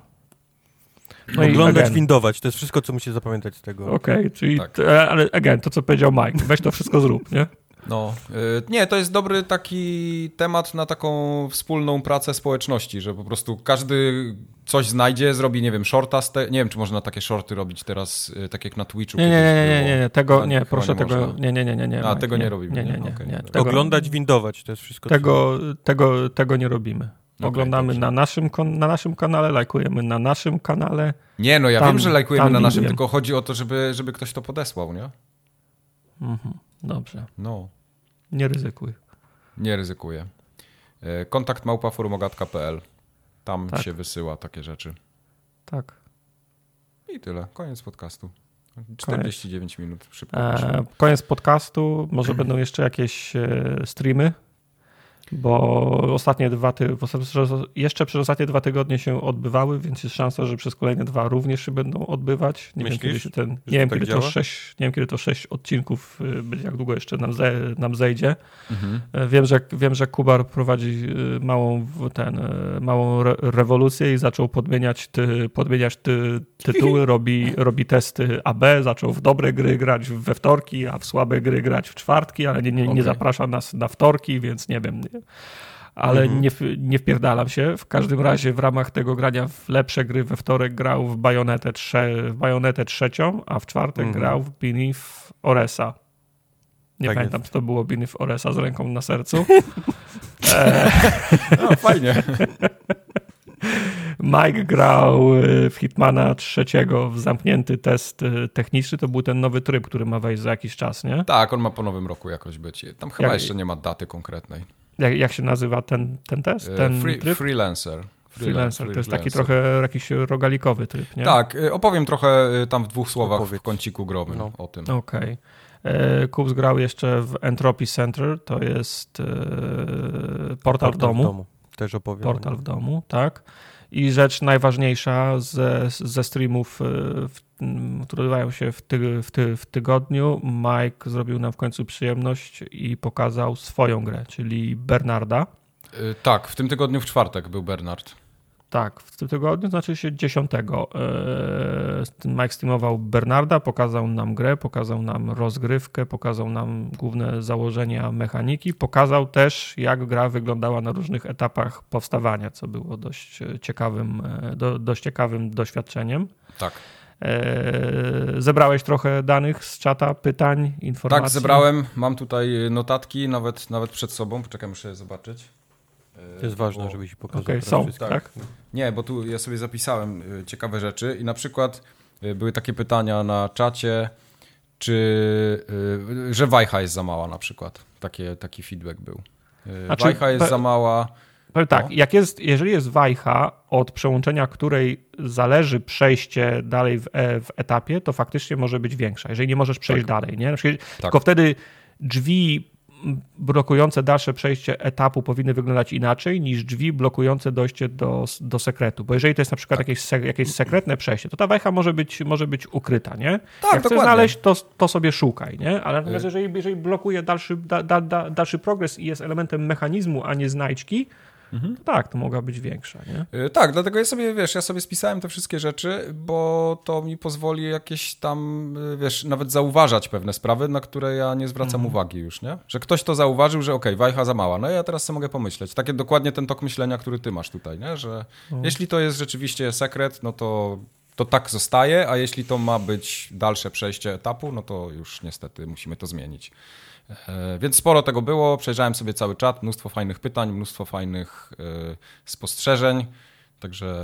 [SPEAKER 3] No oglądać, again. windować, to jest wszystko, co musicie zapamiętać z tego.
[SPEAKER 2] Okej, okay, czyli, tak. t, ale again, to co powiedział Mike, weź to wszystko zrób, nie?
[SPEAKER 1] No, yy, nie, to jest dobry taki temat na taką wspólną pracę społeczności, że po prostu każdy coś znajdzie, zrobi, nie wiem, shorta, z te... nie wiem, czy można takie shorty robić teraz, yy, tak jak na Twitchu.
[SPEAKER 2] Nie, nie, nie, nie, nie, nie, tego, nie,
[SPEAKER 1] nie
[SPEAKER 2] proszę
[SPEAKER 1] nie
[SPEAKER 2] tego,
[SPEAKER 1] można.
[SPEAKER 2] nie, nie, nie, nie, nie.
[SPEAKER 1] A, tego nie, nie robimy.
[SPEAKER 2] Nie, nie, nie.
[SPEAKER 1] Okay,
[SPEAKER 2] nie,
[SPEAKER 1] nie.
[SPEAKER 2] Tego,
[SPEAKER 3] oglądać, windować, to jest wszystko.
[SPEAKER 2] Tego, tego, tego nie robimy.
[SPEAKER 1] Okay,
[SPEAKER 2] oglądamy
[SPEAKER 1] dobrze.
[SPEAKER 2] na naszym, na naszym kanale, lajkujemy na naszym kanale.
[SPEAKER 1] Nie, no ja
[SPEAKER 2] tam,
[SPEAKER 1] wiem, że lajkujemy na naszym,
[SPEAKER 2] lingujemy.
[SPEAKER 1] tylko chodzi o to, żeby, żeby ktoś to podesłał, nie?
[SPEAKER 2] Mhm, dobrze.
[SPEAKER 1] No.
[SPEAKER 2] Nie ryzykuj.
[SPEAKER 1] Nie ryzykuję. Kontakt małpa forumogatka kropka p l. Tam
[SPEAKER 2] tak.
[SPEAKER 1] się wysyła takie rzeczy.
[SPEAKER 2] Tak.
[SPEAKER 1] I tyle. Koniec podcastu. czterdzieści dziewięć Koniec. minut. Szybko.
[SPEAKER 2] E, koniec podcastu. Może będą jeszcze jakieś e, streamy, bo ostatnie dwa ty... jeszcze przez ostatnie dwa tygodnie się odbywały, więc jest szansa, że przez kolejne dwa również się będą odbywać. Nie
[SPEAKER 3] Myślisz,
[SPEAKER 2] wiem, kiedy się ten, nie
[SPEAKER 3] że
[SPEAKER 2] wiem,
[SPEAKER 3] tak
[SPEAKER 2] kiedy
[SPEAKER 3] działa?
[SPEAKER 2] to sześć, nie wiem, kiedy to sześć odcinków, jak długo jeszcze nam, ze, nam zejdzie.
[SPEAKER 1] Mhm.
[SPEAKER 2] Wiem, że, wiem, że Kubar prowadzi małą, ten, małą re, rewolucję i zaczął podmieniać, ty, podmieniać ty, tytuły, robi, robi testy A B, zaczął w dobre gry grać we wtorki, a w słabe gry grać w czwartki, ale nie, nie, nie
[SPEAKER 1] Okay.
[SPEAKER 2] zaprasza nas na wtorki, więc nie wiem. Nie, ale mhm. nie, nie wpierdalam się. W każdym razie w ramach tego grania w lepsze gry we wtorek grał w Bajonetę, trze, w Bajonetę trzecią, a w czwartek mhm. grał w Beneath Oresa. Nie tak pamiętam, jest. co to było Beneath Oresa z ręką na sercu. e...
[SPEAKER 1] No, fajnie.
[SPEAKER 2] Mike grał w Hitmana trzeciego w zamknięty test techniczny. To był ten nowy tryb, który ma wejść za jakiś czas, nie?
[SPEAKER 1] Tak, on ma po nowym roku jakoś być. Tam chyba
[SPEAKER 2] jak,
[SPEAKER 1] jeszcze nie ma daty konkretnej.
[SPEAKER 2] Jak, jak się nazywa ten, ten test? Ten
[SPEAKER 1] Free,
[SPEAKER 2] tryb?
[SPEAKER 1] Freelancer.
[SPEAKER 2] Freelancer. To jest taki trochę jakiś rogalikowy tryb, nie?
[SPEAKER 1] Tak, opowiem trochę tam w dwóch słowach Opowiedz. w kąciku growym no. o tym.
[SPEAKER 2] Okej. Okay. Kups grał jeszcze w Entropy Center, to jest portal, portal w domu. W domu.
[SPEAKER 3] Też opowiem.
[SPEAKER 2] Portal w domu, tak. I rzecz najważniejsza ze, ze streamów, w, które odbywają się w, ty, w, ty, w tygodniu, Mike zrobił nam w końcu przyjemność i pokazał swoją grę, czyli Bernarda.
[SPEAKER 1] Yy, tak, w tym tygodniu w czwartek był Bernard.
[SPEAKER 2] Tak, w tym tygodniu, znaczy się dziesiątego. Yy, Mike streamował Bernarda, pokazał nam grę, pokazał nam rozgrywkę, pokazał nam główne założenia mechaniki, pokazał też, jak gra wyglądała na różnych etapach powstawania, co było dość ciekawym, do, dość ciekawym doświadczeniem.
[SPEAKER 1] Tak.
[SPEAKER 2] Yy, zebrałeś trochę danych z czata, pytań, informacji?
[SPEAKER 1] Tak, zebrałem. Mam tutaj notatki, nawet, nawet przed sobą. Poczekaj, muszę je zobaczyć.
[SPEAKER 3] To jest ważne, żebyś się pokazał.
[SPEAKER 2] Okej, są, tak. tak?
[SPEAKER 1] Nie, bo tu ja sobie zapisałem ciekawe rzeczy i na przykład były takie pytania na czacie, czy, że wajcha jest za mała na przykład. Takie, taki feedback był. Znaczy, wajcha jest be... za mała.
[SPEAKER 2] Powiem tak, jak jest, jeżeli jest wajcha, od przełączenia której zależy przejście dalej w, e, w etapie, to faktycznie może być większa, jeżeli nie możesz przejść tak. dalej. Nie? Na przykład, tak. Tylko wtedy drzwi blokujące dalsze przejście etapu powinny wyglądać inaczej niż drzwi blokujące dojście do, do sekretu. Bo jeżeli to jest na przykład tak. jakieś, se, jakieś sekretne przejście, to ta wajcha może być, może być ukryta, nie?
[SPEAKER 1] Tak,
[SPEAKER 2] jak chcesz znaleźć, to, to sobie szukaj, nie? Ale natomiast jeżeli, jeżeli blokuje dalszy, da, da, da, dalszy progres i jest elementem mechanizmu, a nie znajdźki, Mhm. To tak, to mogła być większa, nie?
[SPEAKER 1] Yy, tak, dlatego ja sobie, wiesz, ja sobie spisałem te wszystkie rzeczy, bo to mi pozwoli jakieś tam, wiesz, nawet zauważać pewne sprawy, na które ja nie zwracam mhm. uwagi już, nie? Że ktoś to zauważył, że okej, okay, wajcha za mała. No ja teraz sobie mogę pomyśleć. Takie dokładnie ten tok myślenia, który ty masz tutaj, nie? Że mhm. jeśli to jest rzeczywiście sekret, no to, to tak zostaje, a jeśli to ma być dalsze przejście etapu, no to już niestety musimy to zmienić. Więc sporo tego było, przejrzałem sobie cały czat, mnóstwo fajnych pytań, mnóstwo fajnych y, spostrzeżeń, także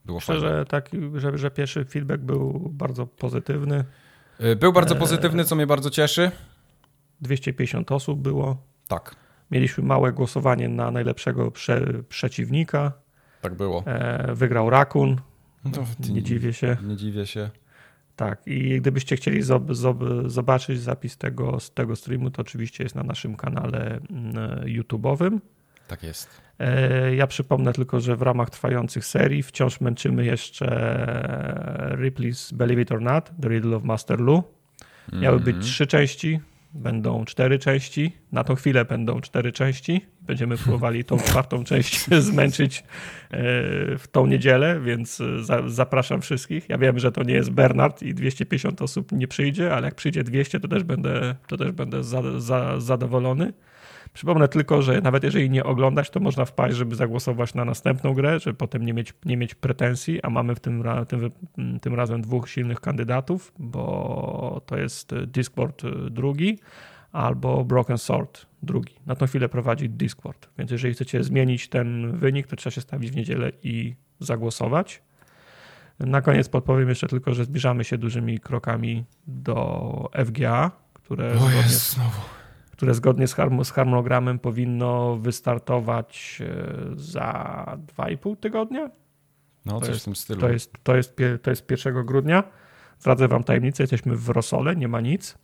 [SPEAKER 1] Było
[SPEAKER 2] Myślę,
[SPEAKER 1] fajnie.
[SPEAKER 2] że, tak, że, że pierwszy feedback był bardzo pozytywny.
[SPEAKER 1] Był bardzo pozytywny, co mnie bardzo cieszy.
[SPEAKER 2] dwieście pięćdziesiąt osób było.
[SPEAKER 1] Tak.
[SPEAKER 2] Mieliśmy małe głosowanie na najlepszego prze, przeciwnika.
[SPEAKER 1] Tak było.
[SPEAKER 2] E, wygrał Rakun.
[SPEAKER 1] No,
[SPEAKER 2] nie dziwię się.
[SPEAKER 1] Nie dziwię się.
[SPEAKER 2] Tak, i gdybyście chcieli zob, zob, zobaczyć zapis tego, z tego streamu, to oczywiście jest na naszym kanale YouTube'owym.
[SPEAKER 1] Tak jest.
[SPEAKER 2] E, ja przypomnę tylko, że w ramach trwających serii wciąż męczymy jeszcze Ripley's Believe It or Not, The Riddle of Master Lu. Miały być trzy części, będą cztery części. Na tą chwilę będą cztery części. Będziemy próbowali tą czwartą część zmęczyć w tą niedzielę, więc za, zapraszam wszystkich. Ja wiem, że to nie jest Bernard i dwieście pięćdziesiąt osób nie przyjdzie, ale jak przyjdzie dwieście, to też będę, to też będę za, za, zadowolony. Przypomnę tylko, że nawet jeżeli nie oglądać, to można wpaść, żeby zagłosować na następną grę, żeby potem nie mieć, nie mieć pretensji, a mamy w tym, tym, tym razem dwóch silnych kandydatów, bo to jest Discord drugi albo Broken Sword drugi. Na tą chwilę prowadzi Discord, więc jeżeli chcecie zmienić ten wynik, to trzeba się stawić w niedzielę i zagłosować. Na koniec podpowiem jeszcze tylko, że zbliżamy się dużymi krokami do F G A, które...
[SPEAKER 1] O jest znowu.
[SPEAKER 2] które zgodnie z, harm- z harmonogramem powinno wystartować za dwa i pół tygodnia.
[SPEAKER 1] No, coś
[SPEAKER 2] jest,
[SPEAKER 1] w tym stylu.
[SPEAKER 2] To jest, to, jest, to jest pierwszego grudnia. Zdradzę wam tajemnicę, jesteśmy w Rosole, nie ma nic.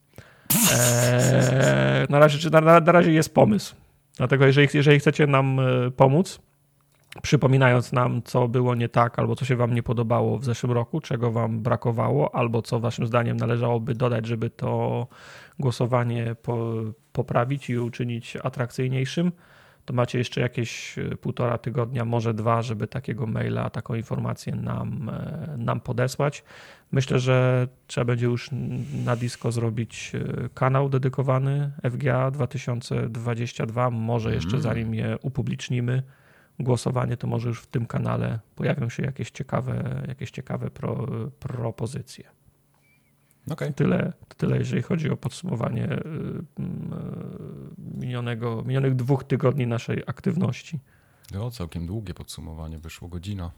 [SPEAKER 2] Eee, na, razie, na, na, na razie jest pomysł. Dlatego jeżeli, jeżeli chcecie nam pomóc, przypominając nam, co było nie tak, albo co się wam nie podobało w zeszłym roku, czego wam brakowało, albo co waszym zdaniem należałoby dodać, żeby to głosowanie po, poprawić i uczynić atrakcyjniejszym, to macie jeszcze jakieś półtora tygodnia, może dwa, żeby takiego maila, taką informację nam, nam podesłać. Myślę, że trzeba będzie już na Disco zrobić kanał dedykowany F G A dwa tysiące dwadzieścia dwa, może jeszcze mm. zanim je upublicznimy, głosowanie, to może już w tym kanale pojawią się jakieś ciekawe, jakieś ciekawe pro, propozycje.
[SPEAKER 1] Okay.
[SPEAKER 2] Tyle, tyle, jeżeli chodzi o podsumowanie minionego, minionych dwóch tygodni naszej aktywności.
[SPEAKER 1] No, całkiem długie podsumowanie, wyszło godzina.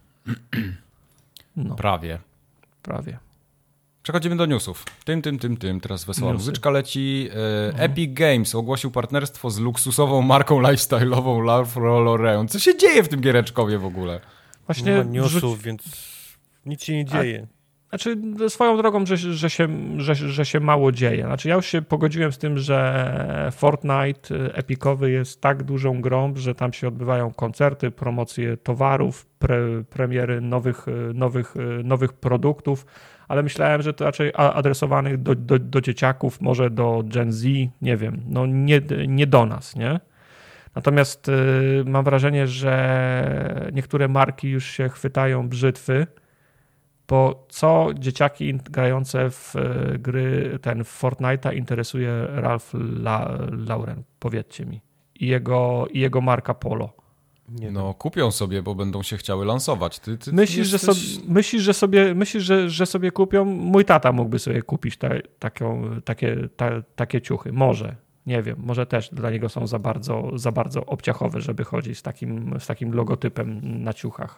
[SPEAKER 2] No,
[SPEAKER 1] prawie.
[SPEAKER 2] Prawie.
[SPEAKER 1] Przechodzimy do newsów. Tym, tym, tym, tym. Teraz wesoła
[SPEAKER 2] Newsy.
[SPEAKER 1] muzyczka leci. E, Epic Games ogłosił partnerstwo z luksusową marką lifestyle'ową Ralph Lauren. Co się dzieje w tym giereczkowie w ogóle?
[SPEAKER 3] Właśnie nie ma newsów, wrzuć... więc nic się nie dzieje.
[SPEAKER 2] A... Znaczy swoją drogą, że, że, się, że, że się mało dzieje. Znaczy ja już się pogodziłem z tym, że Fortnite epicowy jest tak dużą grą, że tam się odbywają koncerty, promocje towarów, pre, premiery nowych, nowych, nowych produktów, ale myślałem, że to raczej adresowanych do, do, do dzieciaków, może do Gen Z, nie wiem, no nie, nie do nas, nie? Natomiast y, mam wrażenie, że niektóre marki już się chwytają brzytwy, bo co dzieciaki grające w gry, ten w Fortnite'a interesuje Ralph La, Lauren, powiedzcie mi, i jego, i jego marka Polo.
[SPEAKER 1] Nie no, wiem. Kupią sobie, bo będą się chciały lansować. Ty, ty
[SPEAKER 2] myślisz,
[SPEAKER 1] jesteś...
[SPEAKER 2] że sobie, myślisz, że sobie, myślisz, że, że sobie kupią? Mój tata mógłby sobie kupić te, taką, takie, ta, takie ciuchy. Może. Nie wiem, może też dla niego są za bardzo, za bardzo obciachowe, żeby chodzić z takim, z takim logotypem na ciuchach.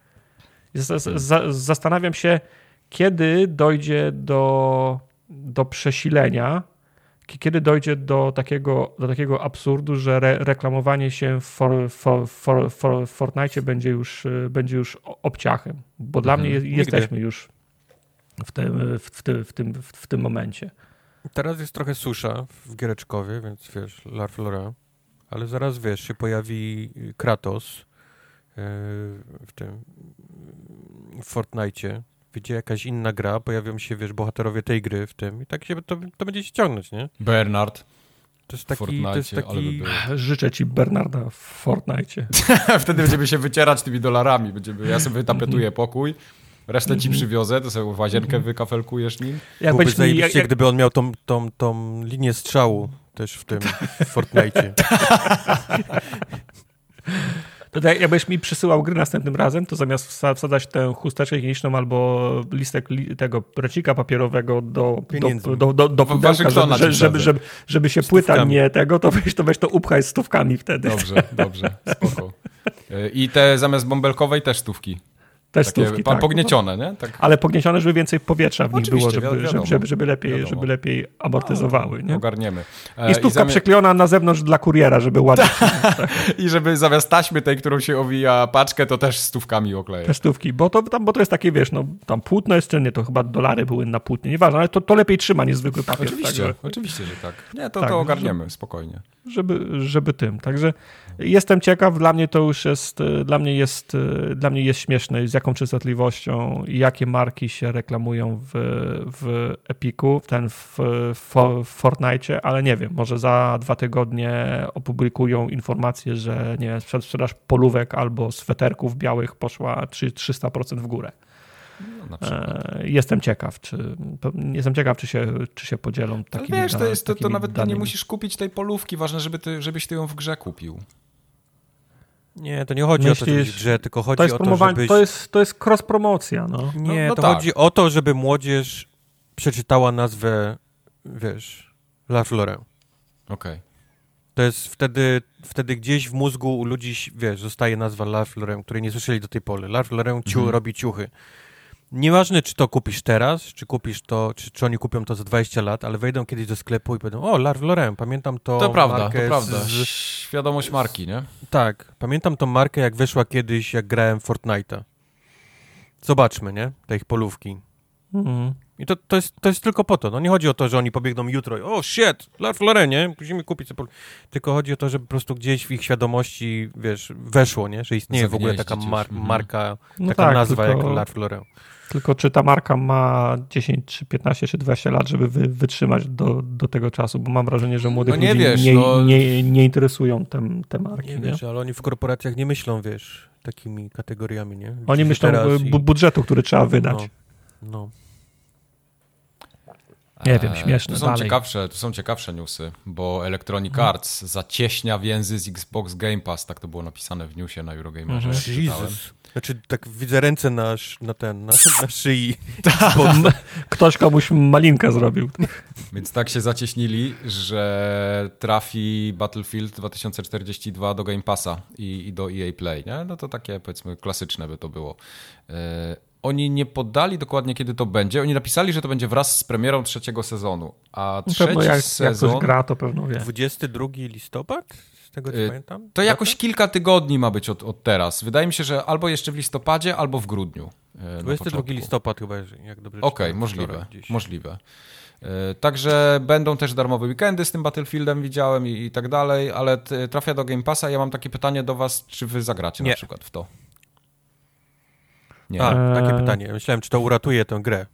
[SPEAKER 2] Zastanawiam się, kiedy dojdzie do, do przesilenia, kiedy dojdzie do takiego, do takiego absurdu, że re, reklamowanie się w, for, for, for, for Fortnite będzie już, będzie już obciachem, bo dla mhm. mnie jesteśmy już w tym, w, tym, w, tym, w tym momencie.
[SPEAKER 3] Teraz jest trochę susza w Giereczkowie, więc wiesz, Ralph Lauren, ale zaraz wiesz, się pojawi Kratos w tym w Fortnite'cie, wyjdzie jakaś inna gra, pojawią się, wiesz, bohaterowie tej gry w tym i tak się to, to będzie ściągnąć, nie?
[SPEAKER 1] Bernard.
[SPEAKER 3] To jest taki... To jest taki...
[SPEAKER 1] By
[SPEAKER 2] Życzę ci Bernarda w Fortnite'cie.
[SPEAKER 1] Wtedy będziemy się wycierać tymi dolarami. Będziemy, ja sobie wytapetuję pokój, resztę ci przywiozę, to sobie łazienkę wykafelkujesz nim.
[SPEAKER 3] Jak Byłby zajebiście, jak... gdyby on miał tą, tą, tą linię strzału też w tym w Fortnite'cie.
[SPEAKER 2] To jakbyś mi przysyłał gry następnym razem, to zamiast wsadzać tę chusteczkę higieniczną albo listek li, tego recika papierowego do, do, do, do, do pudełka, żeby, żeby, żeby, żeby, żeby się stówkami. Płyta nie tego, to weź to, weź to upchaj stówkami wtedy.
[SPEAKER 1] Dobrze, dobrze, spoko. I te zamiast bąbelkowej też stówki.
[SPEAKER 2] Testówki,
[SPEAKER 1] Takie
[SPEAKER 2] tak.
[SPEAKER 1] pogniecione, nie? Tak.
[SPEAKER 2] Ale pogniecione, żeby więcej powietrza w nich
[SPEAKER 1] Oczywiście,
[SPEAKER 2] było, żeby,
[SPEAKER 1] wiadomo,
[SPEAKER 2] żeby, żeby, lepiej,
[SPEAKER 1] wiadomo.
[SPEAKER 2] żeby lepiej amortyzowały. Nie?
[SPEAKER 1] Ogarniemy. E,
[SPEAKER 2] I stówka
[SPEAKER 1] zamiast...
[SPEAKER 2] przyklejona na zewnątrz dla kuriera, żeby ładnie...
[SPEAKER 1] I żeby zamiast taśmy tej, którą się owija paczkę, to też stówkami okleje.
[SPEAKER 2] Testówki, bo to, tam, bo to jest takie, wiesz, no tam płótno jest czynnie, to chyba dolary były na płótnie, nieważne, ale to, to lepiej trzyma niż zwykły papier.
[SPEAKER 1] Oczywiście,
[SPEAKER 2] także,
[SPEAKER 1] oczywiście, że tak. Nie, to,
[SPEAKER 2] tak,
[SPEAKER 1] to ogarniemy, spokojnie.
[SPEAKER 2] Żeby, żeby tym, także jestem ciekaw, dla mnie to już jest, dla mnie jest, dla mnie jest śmieszne, z jaką częstotliwością i jakie marki się reklamują w, w Epiku, ten w, w, w Fortnite, ale nie wiem, może za dwa tygodnie opublikują informację, że nie wiem, sprzedaż polówek albo sweterków białych poszła trzysta procent w górę.
[SPEAKER 1] No, na przykład.
[SPEAKER 2] Jestem ciekaw, czy jestem ciekaw, czy się, czy się podzielą takimi
[SPEAKER 1] Wiesz, to, jest, to, to nawet
[SPEAKER 2] danymi.
[SPEAKER 1] nie musisz kupić tej polówki, ważne, żeby ty, żebyś ty ją w grze kupił.
[SPEAKER 3] Nie, to nie chodzi
[SPEAKER 2] Myślisz,
[SPEAKER 3] o to, żebyś w grze, tylko chodzi
[SPEAKER 2] to jest
[SPEAKER 3] o to,
[SPEAKER 2] promowanie,
[SPEAKER 3] żebyś...
[SPEAKER 2] to jest, to jest cross-promocja, no.
[SPEAKER 3] Nie,
[SPEAKER 1] no, no
[SPEAKER 3] to
[SPEAKER 1] tak.
[SPEAKER 3] chodzi o to, żeby młodzież przeczytała nazwę, wiesz, Ralph Lauren.
[SPEAKER 1] Okej. Okay.
[SPEAKER 3] To jest wtedy, wtedy gdzieś w mózgu u ludzi, wiesz, zostaje nazwa Ralph Lauren, której nie słyszeli do tej pory. Ralph Lauren ciu,
[SPEAKER 1] Mhm.
[SPEAKER 3] robi ciuchy. Nieważne, czy to kupisz teraz, czy kupisz to, czy, czy oni kupią to za dwadzieścia lat, ale wejdą kiedyś do sklepu i powiedzą, o, Ralph Lauren, pamiętam to
[SPEAKER 1] To prawda,
[SPEAKER 3] markę
[SPEAKER 1] to prawda.
[SPEAKER 3] Z...
[SPEAKER 1] Świadomość marki, nie?
[SPEAKER 3] Tak, pamiętam tą markę, jak wyszła kiedyś, jak grałem w Fortnite'a. Zobaczmy, nie? Te ich polówki.
[SPEAKER 2] Mhm.
[SPEAKER 3] I to, to, jest, to jest tylko po to. No nie chodzi o to, że oni pobiegną jutro i o, shit, Ralph Lauren, nie? Musimy kupić sobie pol... Tylko chodzi o to, żeby po prostu gdzieś w ich świadomości, wiesz, weszło, nie? Że istnieje w ogóle taka mar- marka,
[SPEAKER 2] No
[SPEAKER 3] taka
[SPEAKER 2] tak,
[SPEAKER 3] nazwa
[SPEAKER 2] tylko...
[SPEAKER 3] jak Ralph Lauren.
[SPEAKER 2] Tylko czy ta marka ma dziesięć, czy piętnaście, czy dwadzieścia lat, żeby wy, wytrzymać do, do tego czasu, bo mam wrażenie, że młodych
[SPEAKER 1] No nie
[SPEAKER 2] ludzi
[SPEAKER 1] wiesz,
[SPEAKER 2] nie,
[SPEAKER 1] no...
[SPEAKER 2] nie, nie interesują te, te marki.
[SPEAKER 3] Nie,
[SPEAKER 2] Nie?
[SPEAKER 3] wiesz, ale oni w korporacjach nie myślą, wiesz, takimi kategoriami, nie?
[SPEAKER 2] Oni
[SPEAKER 3] Czyli
[SPEAKER 2] myślą
[SPEAKER 3] teraz
[SPEAKER 2] bu-
[SPEAKER 3] i...
[SPEAKER 2] budżetu, który trzeba wydać.
[SPEAKER 3] No, no.
[SPEAKER 2] Nie wiem, śmieszne.
[SPEAKER 1] Tu są,
[SPEAKER 2] dalej.
[SPEAKER 1] ciekawsze, tu są ciekawsze newsy, bo Electronic
[SPEAKER 2] Mhm.
[SPEAKER 1] Arts zacieśnia więzy z Xbox Game Pass, tak to było napisane w newsie na Eurogamerze.
[SPEAKER 2] Mhm.
[SPEAKER 1] czytałem.
[SPEAKER 3] Jezus. Znaczy, tak widzę ręce na, sz- na ten, na, na szyi.
[SPEAKER 2] Ktoś komuś malinkę zrobił.
[SPEAKER 1] Więc tak się zacieśnili, że trafi Battlefield dwa tysiące czterdzieści dwa do Game Passa i, i do E A Play, nie? No to takie, powiedzmy, klasyczne by to było. Yy, oni nie podali dokładnie, kiedy to będzie. Oni napisali, że to będzie wraz z premierą trzeciego sezonu, a trzeci
[SPEAKER 2] Pewno jak,
[SPEAKER 1] sezon...
[SPEAKER 2] jak ktoś gra, to pewno wie.
[SPEAKER 3] dwudziestego drugiego listopada? Z tego co
[SPEAKER 1] Y,
[SPEAKER 3] pamiętam?
[SPEAKER 1] To jakoś kilka tygodni ma być od, od teraz. Wydaje mi się, że albo jeszcze w listopadzie, albo w grudniu.
[SPEAKER 3] dwudziestego drugiego listopada chyba, jak dobrze
[SPEAKER 1] Okej, okay,
[SPEAKER 3] czytałem,
[SPEAKER 1] możliwe,
[SPEAKER 3] gdzieś.
[SPEAKER 1] możliwe. Yy, Także będą też darmowe weekendy z tym Battlefieldem, widziałem i, i tak dalej, ale t, trafia do Game Passa. Ja mam takie pytanie do was, czy wy zagracie
[SPEAKER 3] Nie.
[SPEAKER 1] na przykład w to? Nie.
[SPEAKER 3] A, takie
[SPEAKER 2] Eee.
[SPEAKER 3] pytanie. Myślałem, czy to uratuje tę grę.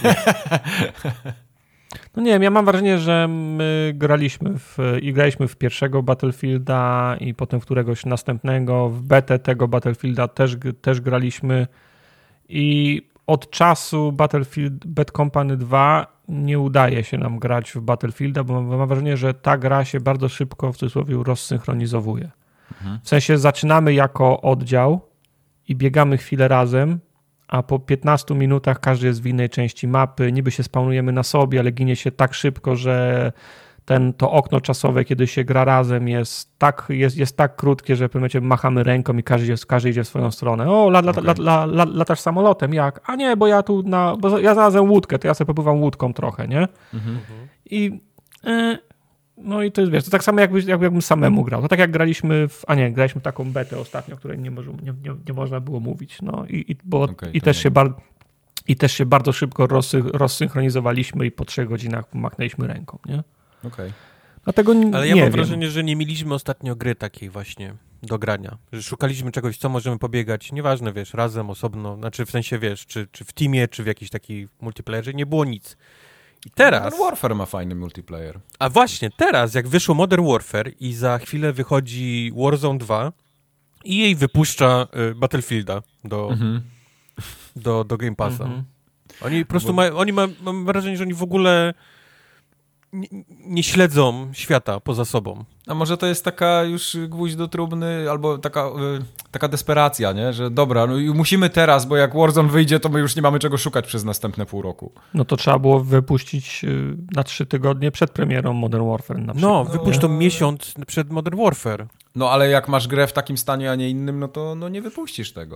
[SPEAKER 2] No nie wiem, ja mam wrażenie, że my graliśmy w, i graliśmy w pierwszego Battlefielda i potem w któregoś następnego, w betę tego Battlefielda też, też graliśmy i od czasu Battlefield Bad Company dwa nie udaje się nam grać w Battlefielda, bo mam, mam wrażenie, że ta gra się bardzo szybko w cudzysłowie rozsynchronizowuje.
[SPEAKER 1] Mhm.
[SPEAKER 2] W sensie zaczynamy jako oddział i biegamy chwilę razem, a po piętnastu minutach każdy jest w innej części mapy, niby się spawnujemy na sobie, ale ginie się tak szybko, że ten, to okno czasowe, kiedy się gra razem, jest tak, jest, jest tak krótkie, że w pewnym momencie machamy ręką i każdy idzie, każdy idzie w swoją stronę. O, la, la,
[SPEAKER 1] Okay.
[SPEAKER 2] la, la, la, latasz samolotem, jak? A nie, bo ja tu na, bo ja znalazłem łódkę, to ja sobie popływam łódką trochę, nie?
[SPEAKER 1] Mhm.
[SPEAKER 2] I e, no i to jest, wiesz, to tak samo jakby, jakbym samemu grał. To tak jak graliśmy w, a nie, graliśmy w taką betę ostatnio, o której nie, może, nie, nie, nie można było mówić, no i, i, bo,
[SPEAKER 1] Okay,
[SPEAKER 2] i, też się bar, i też się bardzo szybko rozsy, rozsynchronizowaliśmy i po trzech godzinach machnęliśmy ręką, nie?
[SPEAKER 1] Okay.
[SPEAKER 2] Dlatego n-
[SPEAKER 3] Ale ja
[SPEAKER 2] nie
[SPEAKER 3] mam
[SPEAKER 2] wiem.
[SPEAKER 3] wrażenie, że nie mieliśmy ostatnio gry takiej właśnie do grania. Że szukaliśmy czegoś, co możemy pobiegać, nieważne, wiesz, razem, osobno, znaczy w sensie, wiesz, czy, czy w teamie, czy w jakiś taki multiplayerze, nie było nic. I teraz...
[SPEAKER 1] Modern Warfare ma fajny multiplayer.
[SPEAKER 3] A właśnie, teraz, jak wyszło Modern Warfare i za chwilę wychodzi Warzone dwa i jej wypuszcza y, Battlefielda do,
[SPEAKER 1] Mhm.
[SPEAKER 3] do, do Game Passa.
[SPEAKER 2] Mhm.
[SPEAKER 3] Oni po prostu
[SPEAKER 1] Bo-
[SPEAKER 3] mają, oni ma, mam wrażenie, że oni w ogóle nie, nie śledzą świata poza sobą.
[SPEAKER 1] A może to jest taka już gwóźdź do trumny, albo taka, y, taka desperacja, nie? Że dobra, no i musimy teraz, bo jak Warzone wyjdzie, to my już nie mamy czego szukać przez następne pół roku.
[SPEAKER 2] No to trzeba było wypuścić y, na trzy tygodnie przed premierą Modern Warfare na
[SPEAKER 3] No,
[SPEAKER 2] przykład.
[SPEAKER 3] wypuść to miesiąc przed Modern Warfare.
[SPEAKER 1] No ale jak masz grę w takim stanie, a nie innym, no to no nie wypuścisz tego.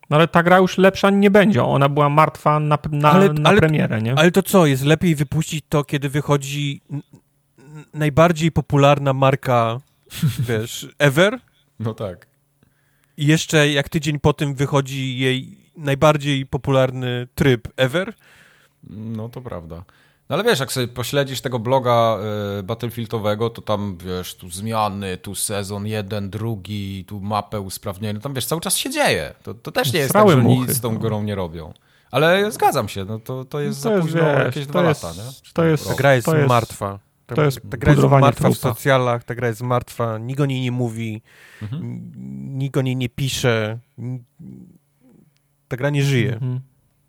[SPEAKER 2] No ale ta gra już lepsza nie będzie. Ona była martwa na, na,
[SPEAKER 3] ale,
[SPEAKER 2] na
[SPEAKER 3] ale,
[SPEAKER 2] premierę, nie?
[SPEAKER 3] Ale to co, jest lepiej wypuścić to, kiedy wychodzi n- n- najbardziej popularna marka, wiesz, ever?
[SPEAKER 1] No tak.
[SPEAKER 3] I jeszcze jak tydzień po tym wychodzi jej najbardziej popularny tryb ever?
[SPEAKER 1] No to prawda. No ale wiesz, jak sobie pośledzisz tego bloga y, Battlefieldowego, to tam, wiesz, tu zmiany, tu sezon jeden, drugi, tu mapę usprawnienie, tam, wiesz, cały czas się dzieje. To, to też nie jest
[SPEAKER 2] Srały
[SPEAKER 1] tak, że
[SPEAKER 2] muchy,
[SPEAKER 1] nic z tą
[SPEAKER 2] no.
[SPEAKER 1] grą nie robią. Ale zgadzam się, no to, to jest
[SPEAKER 2] To
[SPEAKER 1] za
[SPEAKER 2] jest,
[SPEAKER 1] późno
[SPEAKER 2] wiesz,
[SPEAKER 1] jakieś
[SPEAKER 2] to
[SPEAKER 1] dwa
[SPEAKER 2] jest-
[SPEAKER 1] lata, nie?
[SPEAKER 2] to jest-
[SPEAKER 3] Ta gra jest,
[SPEAKER 2] To jest-
[SPEAKER 3] martwa. Ta,
[SPEAKER 2] to jest
[SPEAKER 3] ta gra jest
[SPEAKER 2] pudrowanie
[SPEAKER 3] martwa w
[SPEAKER 2] trupa.
[SPEAKER 3] socjalach, ta gra jest martwa, nikt o niej nie mówi,
[SPEAKER 1] Mhm.
[SPEAKER 3] n- nikt o niej nie pisze. n- Ta gra nie żyje.
[SPEAKER 2] Mhm.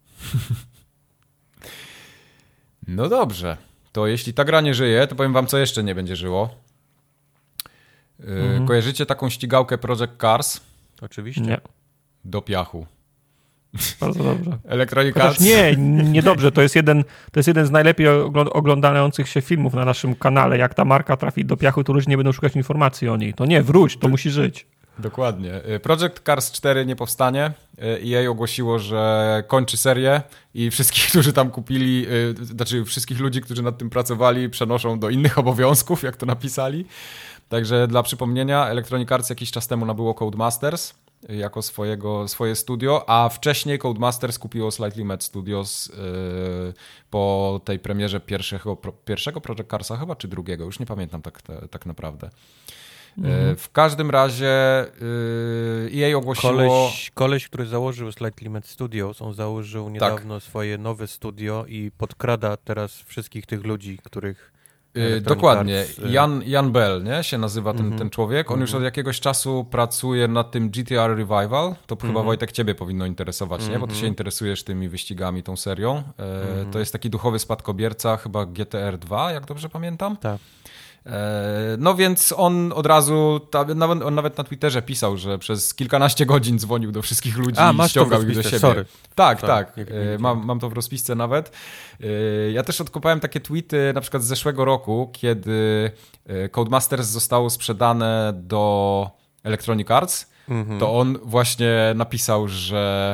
[SPEAKER 1] No dobrze. To jeśli ta gra nie żyje, to powiem wam, co jeszcze nie będzie żyło. Yy,
[SPEAKER 2] Mhm.
[SPEAKER 1] Kojarzycie taką ścigałkę Project Cars?
[SPEAKER 3] Oczywiście.
[SPEAKER 2] Nie,
[SPEAKER 1] Do piachu.
[SPEAKER 2] bardzo dobrze.
[SPEAKER 1] Electronic
[SPEAKER 2] Chociaż
[SPEAKER 1] Arts.
[SPEAKER 2] nie, niedobrze. To jest jeden, to jest jeden z najlepiej ogl- oglądających się filmów na naszym kanale. Jak ta marka trafi do piachu, to ludzie nie będą szukać informacji o niej. To nie, wróć, to musi żyć.
[SPEAKER 1] Dokładnie. Project Cars cztery nie powstanie. E A ogłosiło, że kończy serię i wszystkich, którzy tam kupili, yy, znaczy wszystkich ludzi, którzy nad tym pracowali, przenoszą do innych obowiązków, jak to napisali. Także dla przypomnienia, Electronic Arts jakiś czas temu nabyło Codemasters jako swojego, swoje studio, a wcześniej Codemasters kupiło Slightly Mad Studios yy, po tej premierze pierwszego, pro, pierwszego Project Carsa chyba, czy drugiego, już nie pamiętam tak, te, tak naprawdę. Yy, w każdym razie yy, E A ogłosiło...
[SPEAKER 3] Koleś, koleś, który założył Slightly Mad Studios, on założył niedawno tak. swoje nowe studio i podkrada teraz wszystkich tych ludzi, których...
[SPEAKER 1] Yy, dokładnie. Arts, yy... Jan, Jan Bell, nie? Się nazywa ten, mm-hmm. ten człowiek. On mm-hmm. już od jakiegoś czasu pracuje nad tym G T R Revival. To mm-hmm. chyba, Wojtek, ciebie powinno interesować, mm-hmm. nie? Bo ty się interesujesz tymi wyścigami, tą serią. Yy, mm-hmm. To jest taki duchowy spadkobierca, chyba G T R dwa, jak dobrze pamiętam.
[SPEAKER 3] Tak.
[SPEAKER 1] No więc on od razu, nawet, on nawet na Twitterze pisał, że przez kilkanaście godzin dzwonił do wszystkich ludzi
[SPEAKER 3] A,
[SPEAKER 1] i ściągał ich do siebie.
[SPEAKER 3] Sorry.
[SPEAKER 1] Tak, tak, tak. Mam, mam to w rozpisce nawet. Ja też odkopałem takie tweety na przykład z zeszłego roku, kiedy Codemasters zostało sprzedane do Electronic Arts, mhm. to on właśnie napisał, że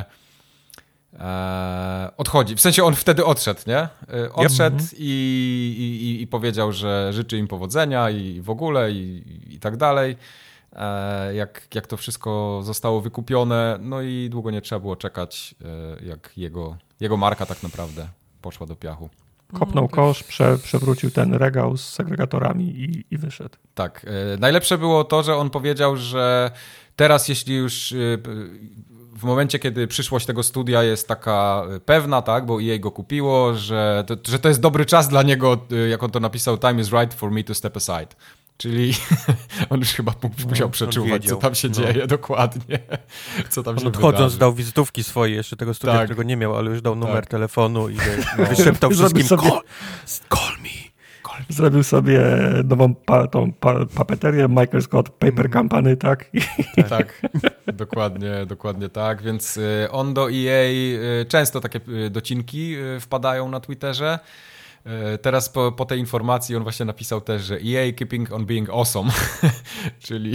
[SPEAKER 1] Eee, odchodzi. W sensie on wtedy odszedł, nie? Eee, odszedł yep. i, i, i powiedział, że życzy im powodzenia i w ogóle i, i tak dalej. Eee, jak, jak to wszystko zostało wykupione, no i długo nie trzeba było czekać, eee, jak jego, jego marka tak naprawdę poszła do piachu.
[SPEAKER 2] Kopnął kosz, prze, przewrócił ten regał z segregatorami i, i wyszedł.
[SPEAKER 1] Tak. Eee, najlepsze było to, że on powiedział, że teraz jeśli już... Yy, w momencie, kiedy przyszłość tego studia jest taka pewna, tak, bo E A go kupiło, że to, że to jest dobry czas dla niego, jak on to napisał, time is right for me to step aside. Czyli on już chyba musiał no, przeczuwać, co tam się no. dzieje dokładnie, co tam
[SPEAKER 3] on
[SPEAKER 1] się
[SPEAKER 3] odchodząc
[SPEAKER 1] wydarzy.
[SPEAKER 3] dał wizytówki swoje, jeszcze tego studia,
[SPEAKER 1] tak.
[SPEAKER 3] którego nie miał, ale już dał numer tak. telefonu i
[SPEAKER 1] no.
[SPEAKER 3] wyszeptał wszystkim,
[SPEAKER 2] sobie...
[SPEAKER 3] call, call me.
[SPEAKER 2] Zrobił sobie nową pa, tą pa, papeterię, Michael Scott Paper Company, tak?
[SPEAKER 1] Tak, tak. dokładnie, dokładnie tak, więc on do E A, często takie docinki wpadają na Twitterze. Teraz po, po tej informacji on właśnie napisał też, że E A keeping on being awesome, czyli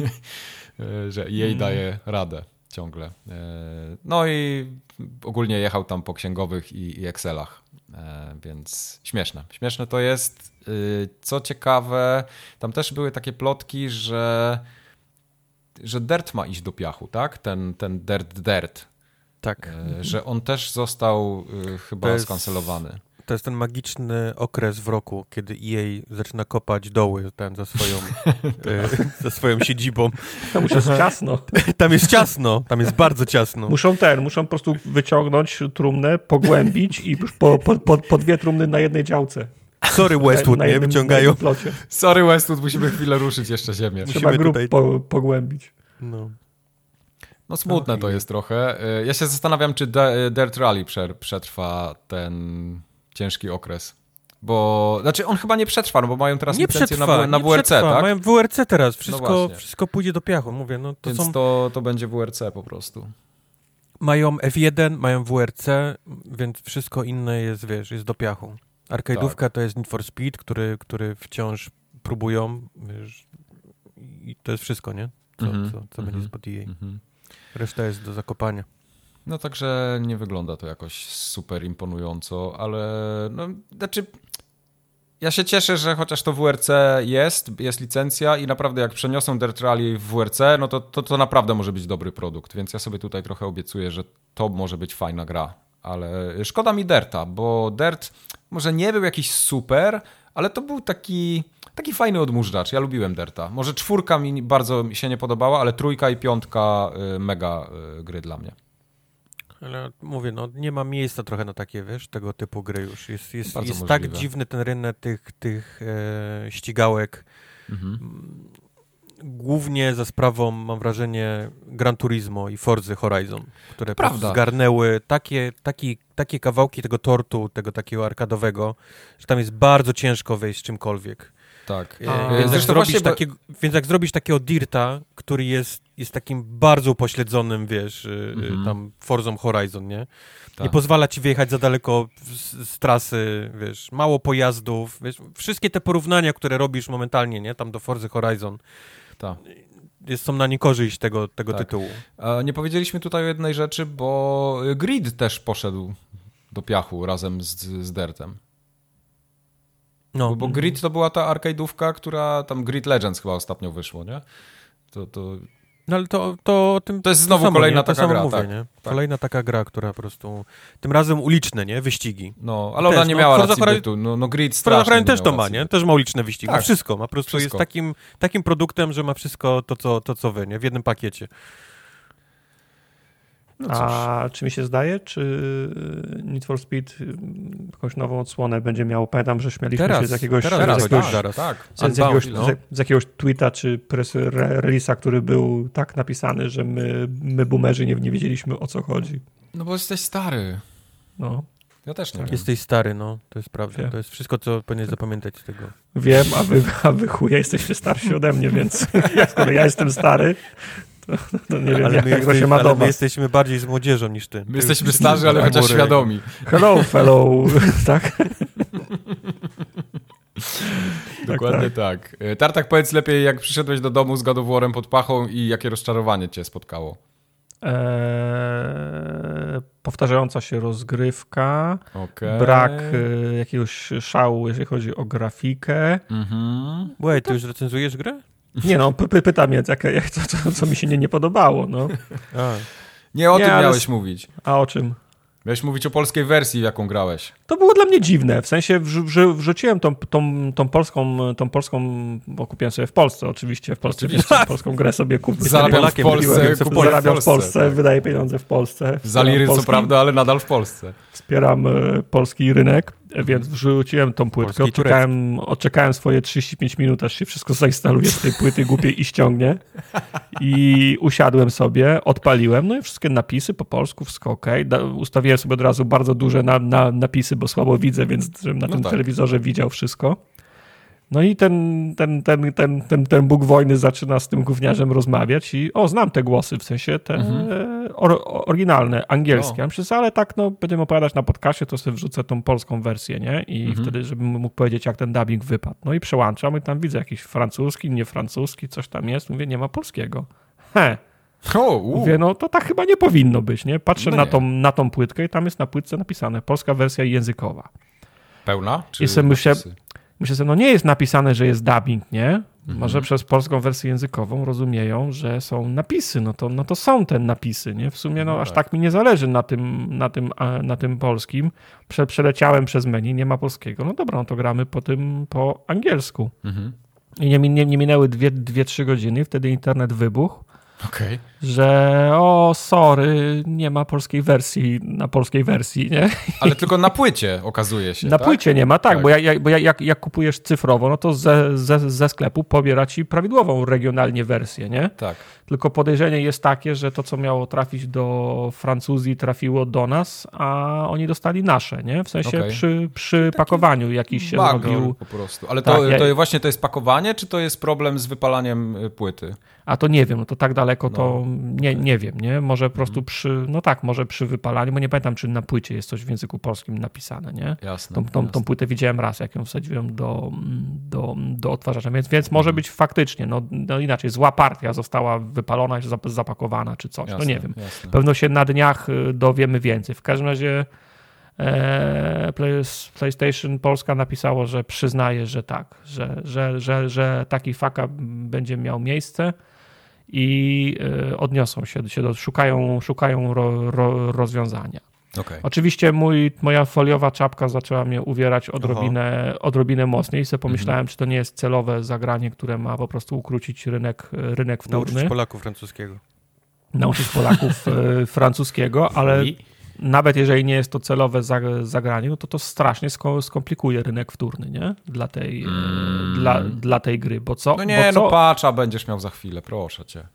[SPEAKER 1] że E A daje radę ciągle. No i ogólnie jechał tam po księgowych i, i Excelach, więc śmieszne. Śmieszne to jest. Co ciekawe, tam też były takie plotki, że, że Dirt ma iść do piachu, tak? Ten, ten Dirt Dirt.
[SPEAKER 3] Tak.
[SPEAKER 1] Że on też został chyba jest... skancelowany.
[SPEAKER 3] To jest ten magiczny okres w roku, kiedy E A zaczyna kopać doły ten, za, swoją, y, za swoją siedzibą.
[SPEAKER 2] Tam już jest ciasno.
[SPEAKER 3] Tam jest ciasno, tam jest bardzo ciasno.
[SPEAKER 2] Muszą ten, muszą po prostu wyciągnąć trumnę, pogłębić i już po, po, po, po dwie trumny na jednej działce.
[SPEAKER 3] Sorry Westwood, na, na jednym, nie wyciągają.
[SPEAKER 1] Sorry Westwood, musimy chwilę ruszyć jeszcze ziemię.
[SPEAKER 2] Trzeba grób tutaj... po, pogłębić.
[SPEAKER 3] No.
[SPEAKER 1] No smutne okay. to jest trochę. Ja się zastanawiam, czy Dirt Rally przetrwa ten ciężki okres. Bo, znaczy on chyba nie przetrwa, no bo mają teraz
[SPEAKER 3] nie
[SPEAKER 1] licencję
[SPEAKER 3] przetrwa,
[SPEAKER 1] na, na
[SPEAKER 3] nie
[SPEAKER 1] W R C,
[SPEAKER 3] przetrwa.
[SPEAKER 1] tak?
[SPEAKER 3] Mają W R C teraz, wszystko,
[SPEAKER 1] no
[SPEAKER 3] wszystko pójdzie do piachu, mówię. No to
[SPEAKER 1] Więc
[SPEAKER 3] są...
[SPEAKER 1] to, to będzie W R C po prostu.
[SPEAKER 3] Mają F jeden, mają W R C, więc wszystko inne jest, wiesz, jest do piachu. Arcade'ówka tak. to jest Need for Speed, który, który wciąż próbują, wiesz, i to jest wszystko, nie? Co, mm-hmm. co, co mm-hmm. będzie spod E A. Mm-hmm. Reszta jest do zakopania.
[SPEAKER 1] No także nie wygląda to jakoś super imponująco, ale no, znaczy ja się cieszę, że chociaż to W R C jest, jest licencja i naprawdę jak przeniosą Dirt Rally w W R C, no to, to, to naprawdę może być dobry produkt, więc ja sobie tutaj trochę obiecuję, że to może być fajna gra, ale szkoda mi Dirta, bo Dirt może nie był jakiś super, ale to był taki, taki fajny odmurzacz, ja lubiłem Dirta. Może czwórka mi bardzo mi się nie podobała, ale trójka i piątka mega gry dla mnie.
[SPEAKER 3] Ale mówię, no nie ma miejsca trochę na takie, wiesz, tego typu gry już. Jest, jest, jest
[SPEAKER 1] możliwe.
[SPEAKER 3] tak dziwny ten rynek tych, tych e, ścigałek.
[SPEAKER 1] Mhm.
[SPEAKER 3] Głównie za sprawą, mam wrażenie, Gran Turismo i Forzy Horizon, które po prostu
[SPEAKER 1] Prawda.
[SPEAKER 3] zgarnęły takie, taki, takie kawałki tego tortu, tego takiego arkadowego, że tam jest bardzo ciężko wejść z czymkolwiek.
[SPEAKER 1] Tak.
[SPEAKER 3] A, więc, jak zrobisz
[SPEAKER 1] właśnie,
[SPEAKER 3] takiego, więc jak zrobisz takiego Dirta, który jest, jest takim bardzo upośledzonym, wiesz, mm-hmm. tam Forzą Horizon, nie? Tak. Nie pozwala ci wyjechać za daleko z, z trasy, wiesz, mało pojazdów, wiesz, wszystkie te porównania, które robisz momentalnie, nie? Tam do Forzy Horizon,
[SPEAKER 1] tak.
[SPEAKER 3] jest, są na niekorzyść tego, tego
[SPEAKER 1] tak.
[SPEAKER 3] tytułu.
[SPEAKER 1] A nie powiedzieliśmy tutaj o jednej rzeczy, bo Grid też poszedł do piachu razem z, z Dirtem. No. Bo, bo Grid to była ta arcade'ówka, która tam Grid Legends chyba ostatnio wyszło, nie? To, to...
[SPEAKER 3] No ale to, to, tym,
[SPEAKER 1] to jest znowu
[SPEAKER 3] to samo,
[SPEAKER 1] kolejna
[SPEAKER 3] nie?
[SPEAKER 1] taka
[SPEAKER 3] to
[SPEAKER 1] gra.
[SPEAKER 3] Mówię,
[SPEAKER 1] tak,
[SPEAKER 3] nie?
[SPEAKER 1] tak.
[SPEAKER 3] Kolejna taka gra, która po prostu... Tym razem uliczne, nie? Wyścigi.
[SPEAKER 1] No, ale
[SPEAKER 3] też,
[SPEAKER 1] ona nie
[SPEAKER 3] no,
[SPEAKER 1] miała
[SPEAKER 3] Forza
[SPEAKER 1] racji
[SPEAKER 3] Horizon...
[SPEAKER 1] bytu. No, no Grid strasznie
[SPEAKER 3] Forza Horizon
[SPEAKER 1] nie
[SPEAKER 3] też to ma,
[SPEAKER 1] racji
[SPEAKER 3] nie?
[SPEAKER 1] bytu.
[SPEAKER 3] Też ma uliczne wyścigi.
[SPEAKER 1] Tak.
[SPEAKER 3] Ma wszystko. Ma po prostu
[SPEAKER 1] wszystko.
[SPEAKER 3] jest takim, takim produktem, że ma wszystko to co, to, co wy, nie? W jednym pakiecie.
[SPEAKER 2] No A czy mi się zdaje, czy Need for Speed jakąś nową odsłonę będzie miało? Pamiętam, że śmialiśmy
[SPEAKER 3] teraz,
[SPEAKER 2] się z jakiegoś,
[SPEAKER 3] teraz,
[SPEAKER 2] z jakiegoś,
[SPEAKER 3] zaraz.
[SPEAKER 1] Tak.
[SPEAKER 2] z, z, jakiegoś, z, z jakiegoś tweeta czy press release'a, który był tak napisany, że my, my boomerzy nie, nie wiedzieliśmy, o co chodzi.
[SPEAKER 1] No bo jesteś stary.
[SPEAKER 2] No.
[SPEAKER 1] Ja też nie
[SPEAKER 3] tak.
[SPEAKER 1] wiem.
[SPEAKER 3] Jesteś stary, no. To jest prawda.
[SPEAKER 2] Wiem.
[SPEAKER 3] To jest wszystko, co powinieneś zapamiętać z tego.
[SPEAKER 2] Wiem, a wy, a wy chuje jesteście starsi ode mnie, więc skoro ja jestem stary, to, to nie wiem,
[SPEAKER 3] ale
[SPEAKER 2] jak,
[SPEAKER 3] my,
[SPEAKER 2] jak
[SPEAKER 3] jesteś,
[SPEAKER 2] to się ma
[SPEAKER 3] ale
[SPEAKER 2] do
[SPEAKER 3] my
[SPEAKER 2] was.
[SPEAKER 3] jesteśmy bardziej z młodzieżą niż ty.
[SPEAKER 1] My jesteśmy starzy, ale chociaż świadomi.
[SPEAKER 2] Hello, fellow, tak?
[SPEAKER 1] Dokładnie tak, tak. Tartak, powiedz lepiej, jak przyszedłeś do domu z God of War'em pod pachą i jakie rozczarowanie cię spotkało?
[SPEAKER 2] Eee, powtarzająca się rozgrywka,
[SPEAKER 1] okay.
[SPEAKER 2] brak e, jakiegoś szału, jeżeli chodzi o grafikę.
[SPEAKER 1] Mhm.
[SPEAKER 3] Wait, ty już recenzujesz grę?
[SPEAKER 2] Nie no, py- pytam je, jak, jak, co, co, co mi się nie, nie podobało. No.
[SPEAKER 1] A. Nie o
[SPEAKER 2] nie,
[SPEAKER 1] tym
[SPEAKER 2] ale...
[SPEAKER 1] miałeś mówić.
[SPEAKER 2] A o czym?
[SPEAKER 1] Miałeś mówić o polskiej wersji, w jaką grałeś.
[SPEAKER 2] To było dla mnie dziwne, w sensie wrzu- wrzu- wrzuciłem tą, tą, tą polską, tą polską, bo kupiłem sobie w Polsce oczywiście, w Polsce
[SPEAKER 1] Oczywiście.
[SPEAKER 2] polską grę sobie kupiłem.
[SPEAKER 1] Zarabiam w Polsce,
[SPEAKER 2] kupuję, zarabiam w Polsce,
[SPEAKER 1] tak.
[SPEAKER 2] wydaję pieniądze w Polsce.
[SPEAKER 1] Za liry
[SPEAKER 2] polski,
[SPEAKER 1] co prawda, ale nadal w Polsce.
[SPEAKER 2] Wspieram y, polski rynek, więc wrzuciłem tą płytkę, odczekałem, odczekałem swoje trzydzieści pięć minut, aż się wszystko zainstaluje z tej płyty głupiej i ściągnie. I usiadłem sobie, odpaliłem, no i wszystkie napisy po polsku, wszystko okej. Da, ustawiłem sobie od razu bardzo duże na, na, napisy, bo słabo widzę, więc żebym na
[SPEAKER 1] no
[SPEAKER 2] tym
[SPEAKER 1] tak. telewizorze
[SPEAKER 2] widział wszystko. No i ten, ten, ten, ten, ten, ten Bóg wojny zaczyna z tym gówniarzem rozmawiać i o, znam te głosy, w sensie te mhm. or, oryginalne, angielskie. No. Ja myślę, ale tak, no, będziemy opowiadać na podcastie, to sobie wrzucę tą polską wersję, nie? I mhm. wtedy, żebym mógł powiedzieć, jak ten dubbing wypadł. No i przełączam i tam widzę jakiś francuski, nie francuski, coś tam jest. Mówię, nie ma polskiego. He.
[SPEAKER 1] O,
[SPEAKER 2] Mówię, no to tak chyba nie powinno być, nie? Patrzę
[SPEAKER 1] no
[SPEAKER 2] na,
[SPEAKER 1] nie.
[SPEAKER 2] tą, na tą płytkę i tam jest na płytce napisane polska wersja językowa.
[SPEAKER 1] Pełna? Czy
[SPEAKER 2] I sobie myślę, myślę sobie, no nie jest napisane, że jest dubbing, nie? Mhm. Może przez polską wersję językową rozumieją, że są napisy, no to, no to są te napisy, nie? W sumie no, no aż tak. tak mi nie zależy na tym, na tym, na tym polskim. Prze, przeleciałem przez menu, nie ma polskiego. No dobra, no to gramy po tym po angielsku. Mhm. I nie, nie, nie minęły dwie, dwie, trzy godziny, wtedy internet wybuchł.
[SPEAKER 1] Okay.
[SPEAKER 2] Że o, sorry, nie ma polskiej wersji na polskiej wersji, nie?
[SPEAKER 1] Ale tylko na płycie okazuje się,
[SPEAKER 2] Na
[SPEAKER 1] tak?
[SPEAKER 2] płycie nie ma, tak,
[SPEAKER 1] tak.
[SPEAKER 2] bo, ja, bo ja, jak, jak kupujesz cyfrowo, no to ze, ze, ze sklepu pobiera ci prawidłową regionalnie wersję, nie?
[SPEAKER 1] Tak.
[SPEAKER 2] Tylko podejrzenie jest takie, że to, co miało trafić do Francuzji, trafiło do nas, a oni dostali nasze, nie? W sensie
[SPEAKER 1] okay.
[SPEAKER 2] przy, przy pakowaniu jakiś się zrobił.
[SPEAKER 1] Po prostu. Ale
[SPEAKER 2] tak,
[SPEAKER 1] to,
[SPEAKER 2] ja...
[SPEAKER 1] to właśnie to jest pakowanie, czy to jest problem z wypalaniem płyty?
[SPEAKER 2] A to nie wiem, no to tak daleko daleko, to
[SPEAKER 1] No,
[SPEAKER 2] nie,
[SPEAKER 1] okej.
[SPEAKER 2] nie wiem, nie? Może po prostu
[SPEAKER 1] Mhm.
[SPEAKER 2] przy, no tak, może przy wypalaniu, bo nie pamiętam, czy na płycie jest coś w języku polskim napisane, nie?
[SPEAKER 1] Jasne,
[SPEAKER 2] Tą, tą, tą
[SPEAKER 1] jasne.
[SPEAKER 2] płytę widziałem raz, jak ją wsadziłem do, do, do odtwarzacza, więc, więc może
[SPEAKER 1] Mhm.
[SPEAKER 2] być faktycznie, no, no inaczej, zła partia została wypalona, czy zap- zapakowana, czy coś, no
[SPEAKER 1] Jasne,
[SPEAKER 2] nie wiem.
[SPEAKER 1] jasne.
[SPEAKER 2] Pewno się na dniach y, dowiemy więcej. W każdym razie e, Play- PlayStation Polska napisało, że przyznaje, że tak, że, że, że, że taki fuck up będzie miał miejsce i e, odniosą się, się do, szukają, szukają ro, ro, rozwiązania.
[SPEAKER 1] Okej.
[SPEAKER 2] Oczywiście mój, moja foliowa czapka zaczęła mnie uwierać odrobinę, odrobinę mocniej. Sobie pomyślałem,
[SPEAKER 1] Mhm.
[SPEAKER 2] czy to nie jest celowe zagranie, które ma po prostu ukrócić rynek, rynek wtórny.
[SPEAKER 3] Nauczyć Polaków francuskiego.
[SPEAKER 2] Nauczyć Polaków e, francuskiego, ale
[SPEAKER 1] I?
[SPEAKER 2] nawet jeżeli nie jest to celowe zag- zagranie, no to to strasznie sko- skomplikuje rynek wtórny, nie? Dla tej, e,
[SPEAKER 1] Mm.
[SPEAKER 2] dla, dla tej gry, bo co?
[SPEAKER 1] No nie,
[SPEAKER 2] bo co?
[SPEAKER 1] no patcha będziesz miał za chwilę, proszę cię.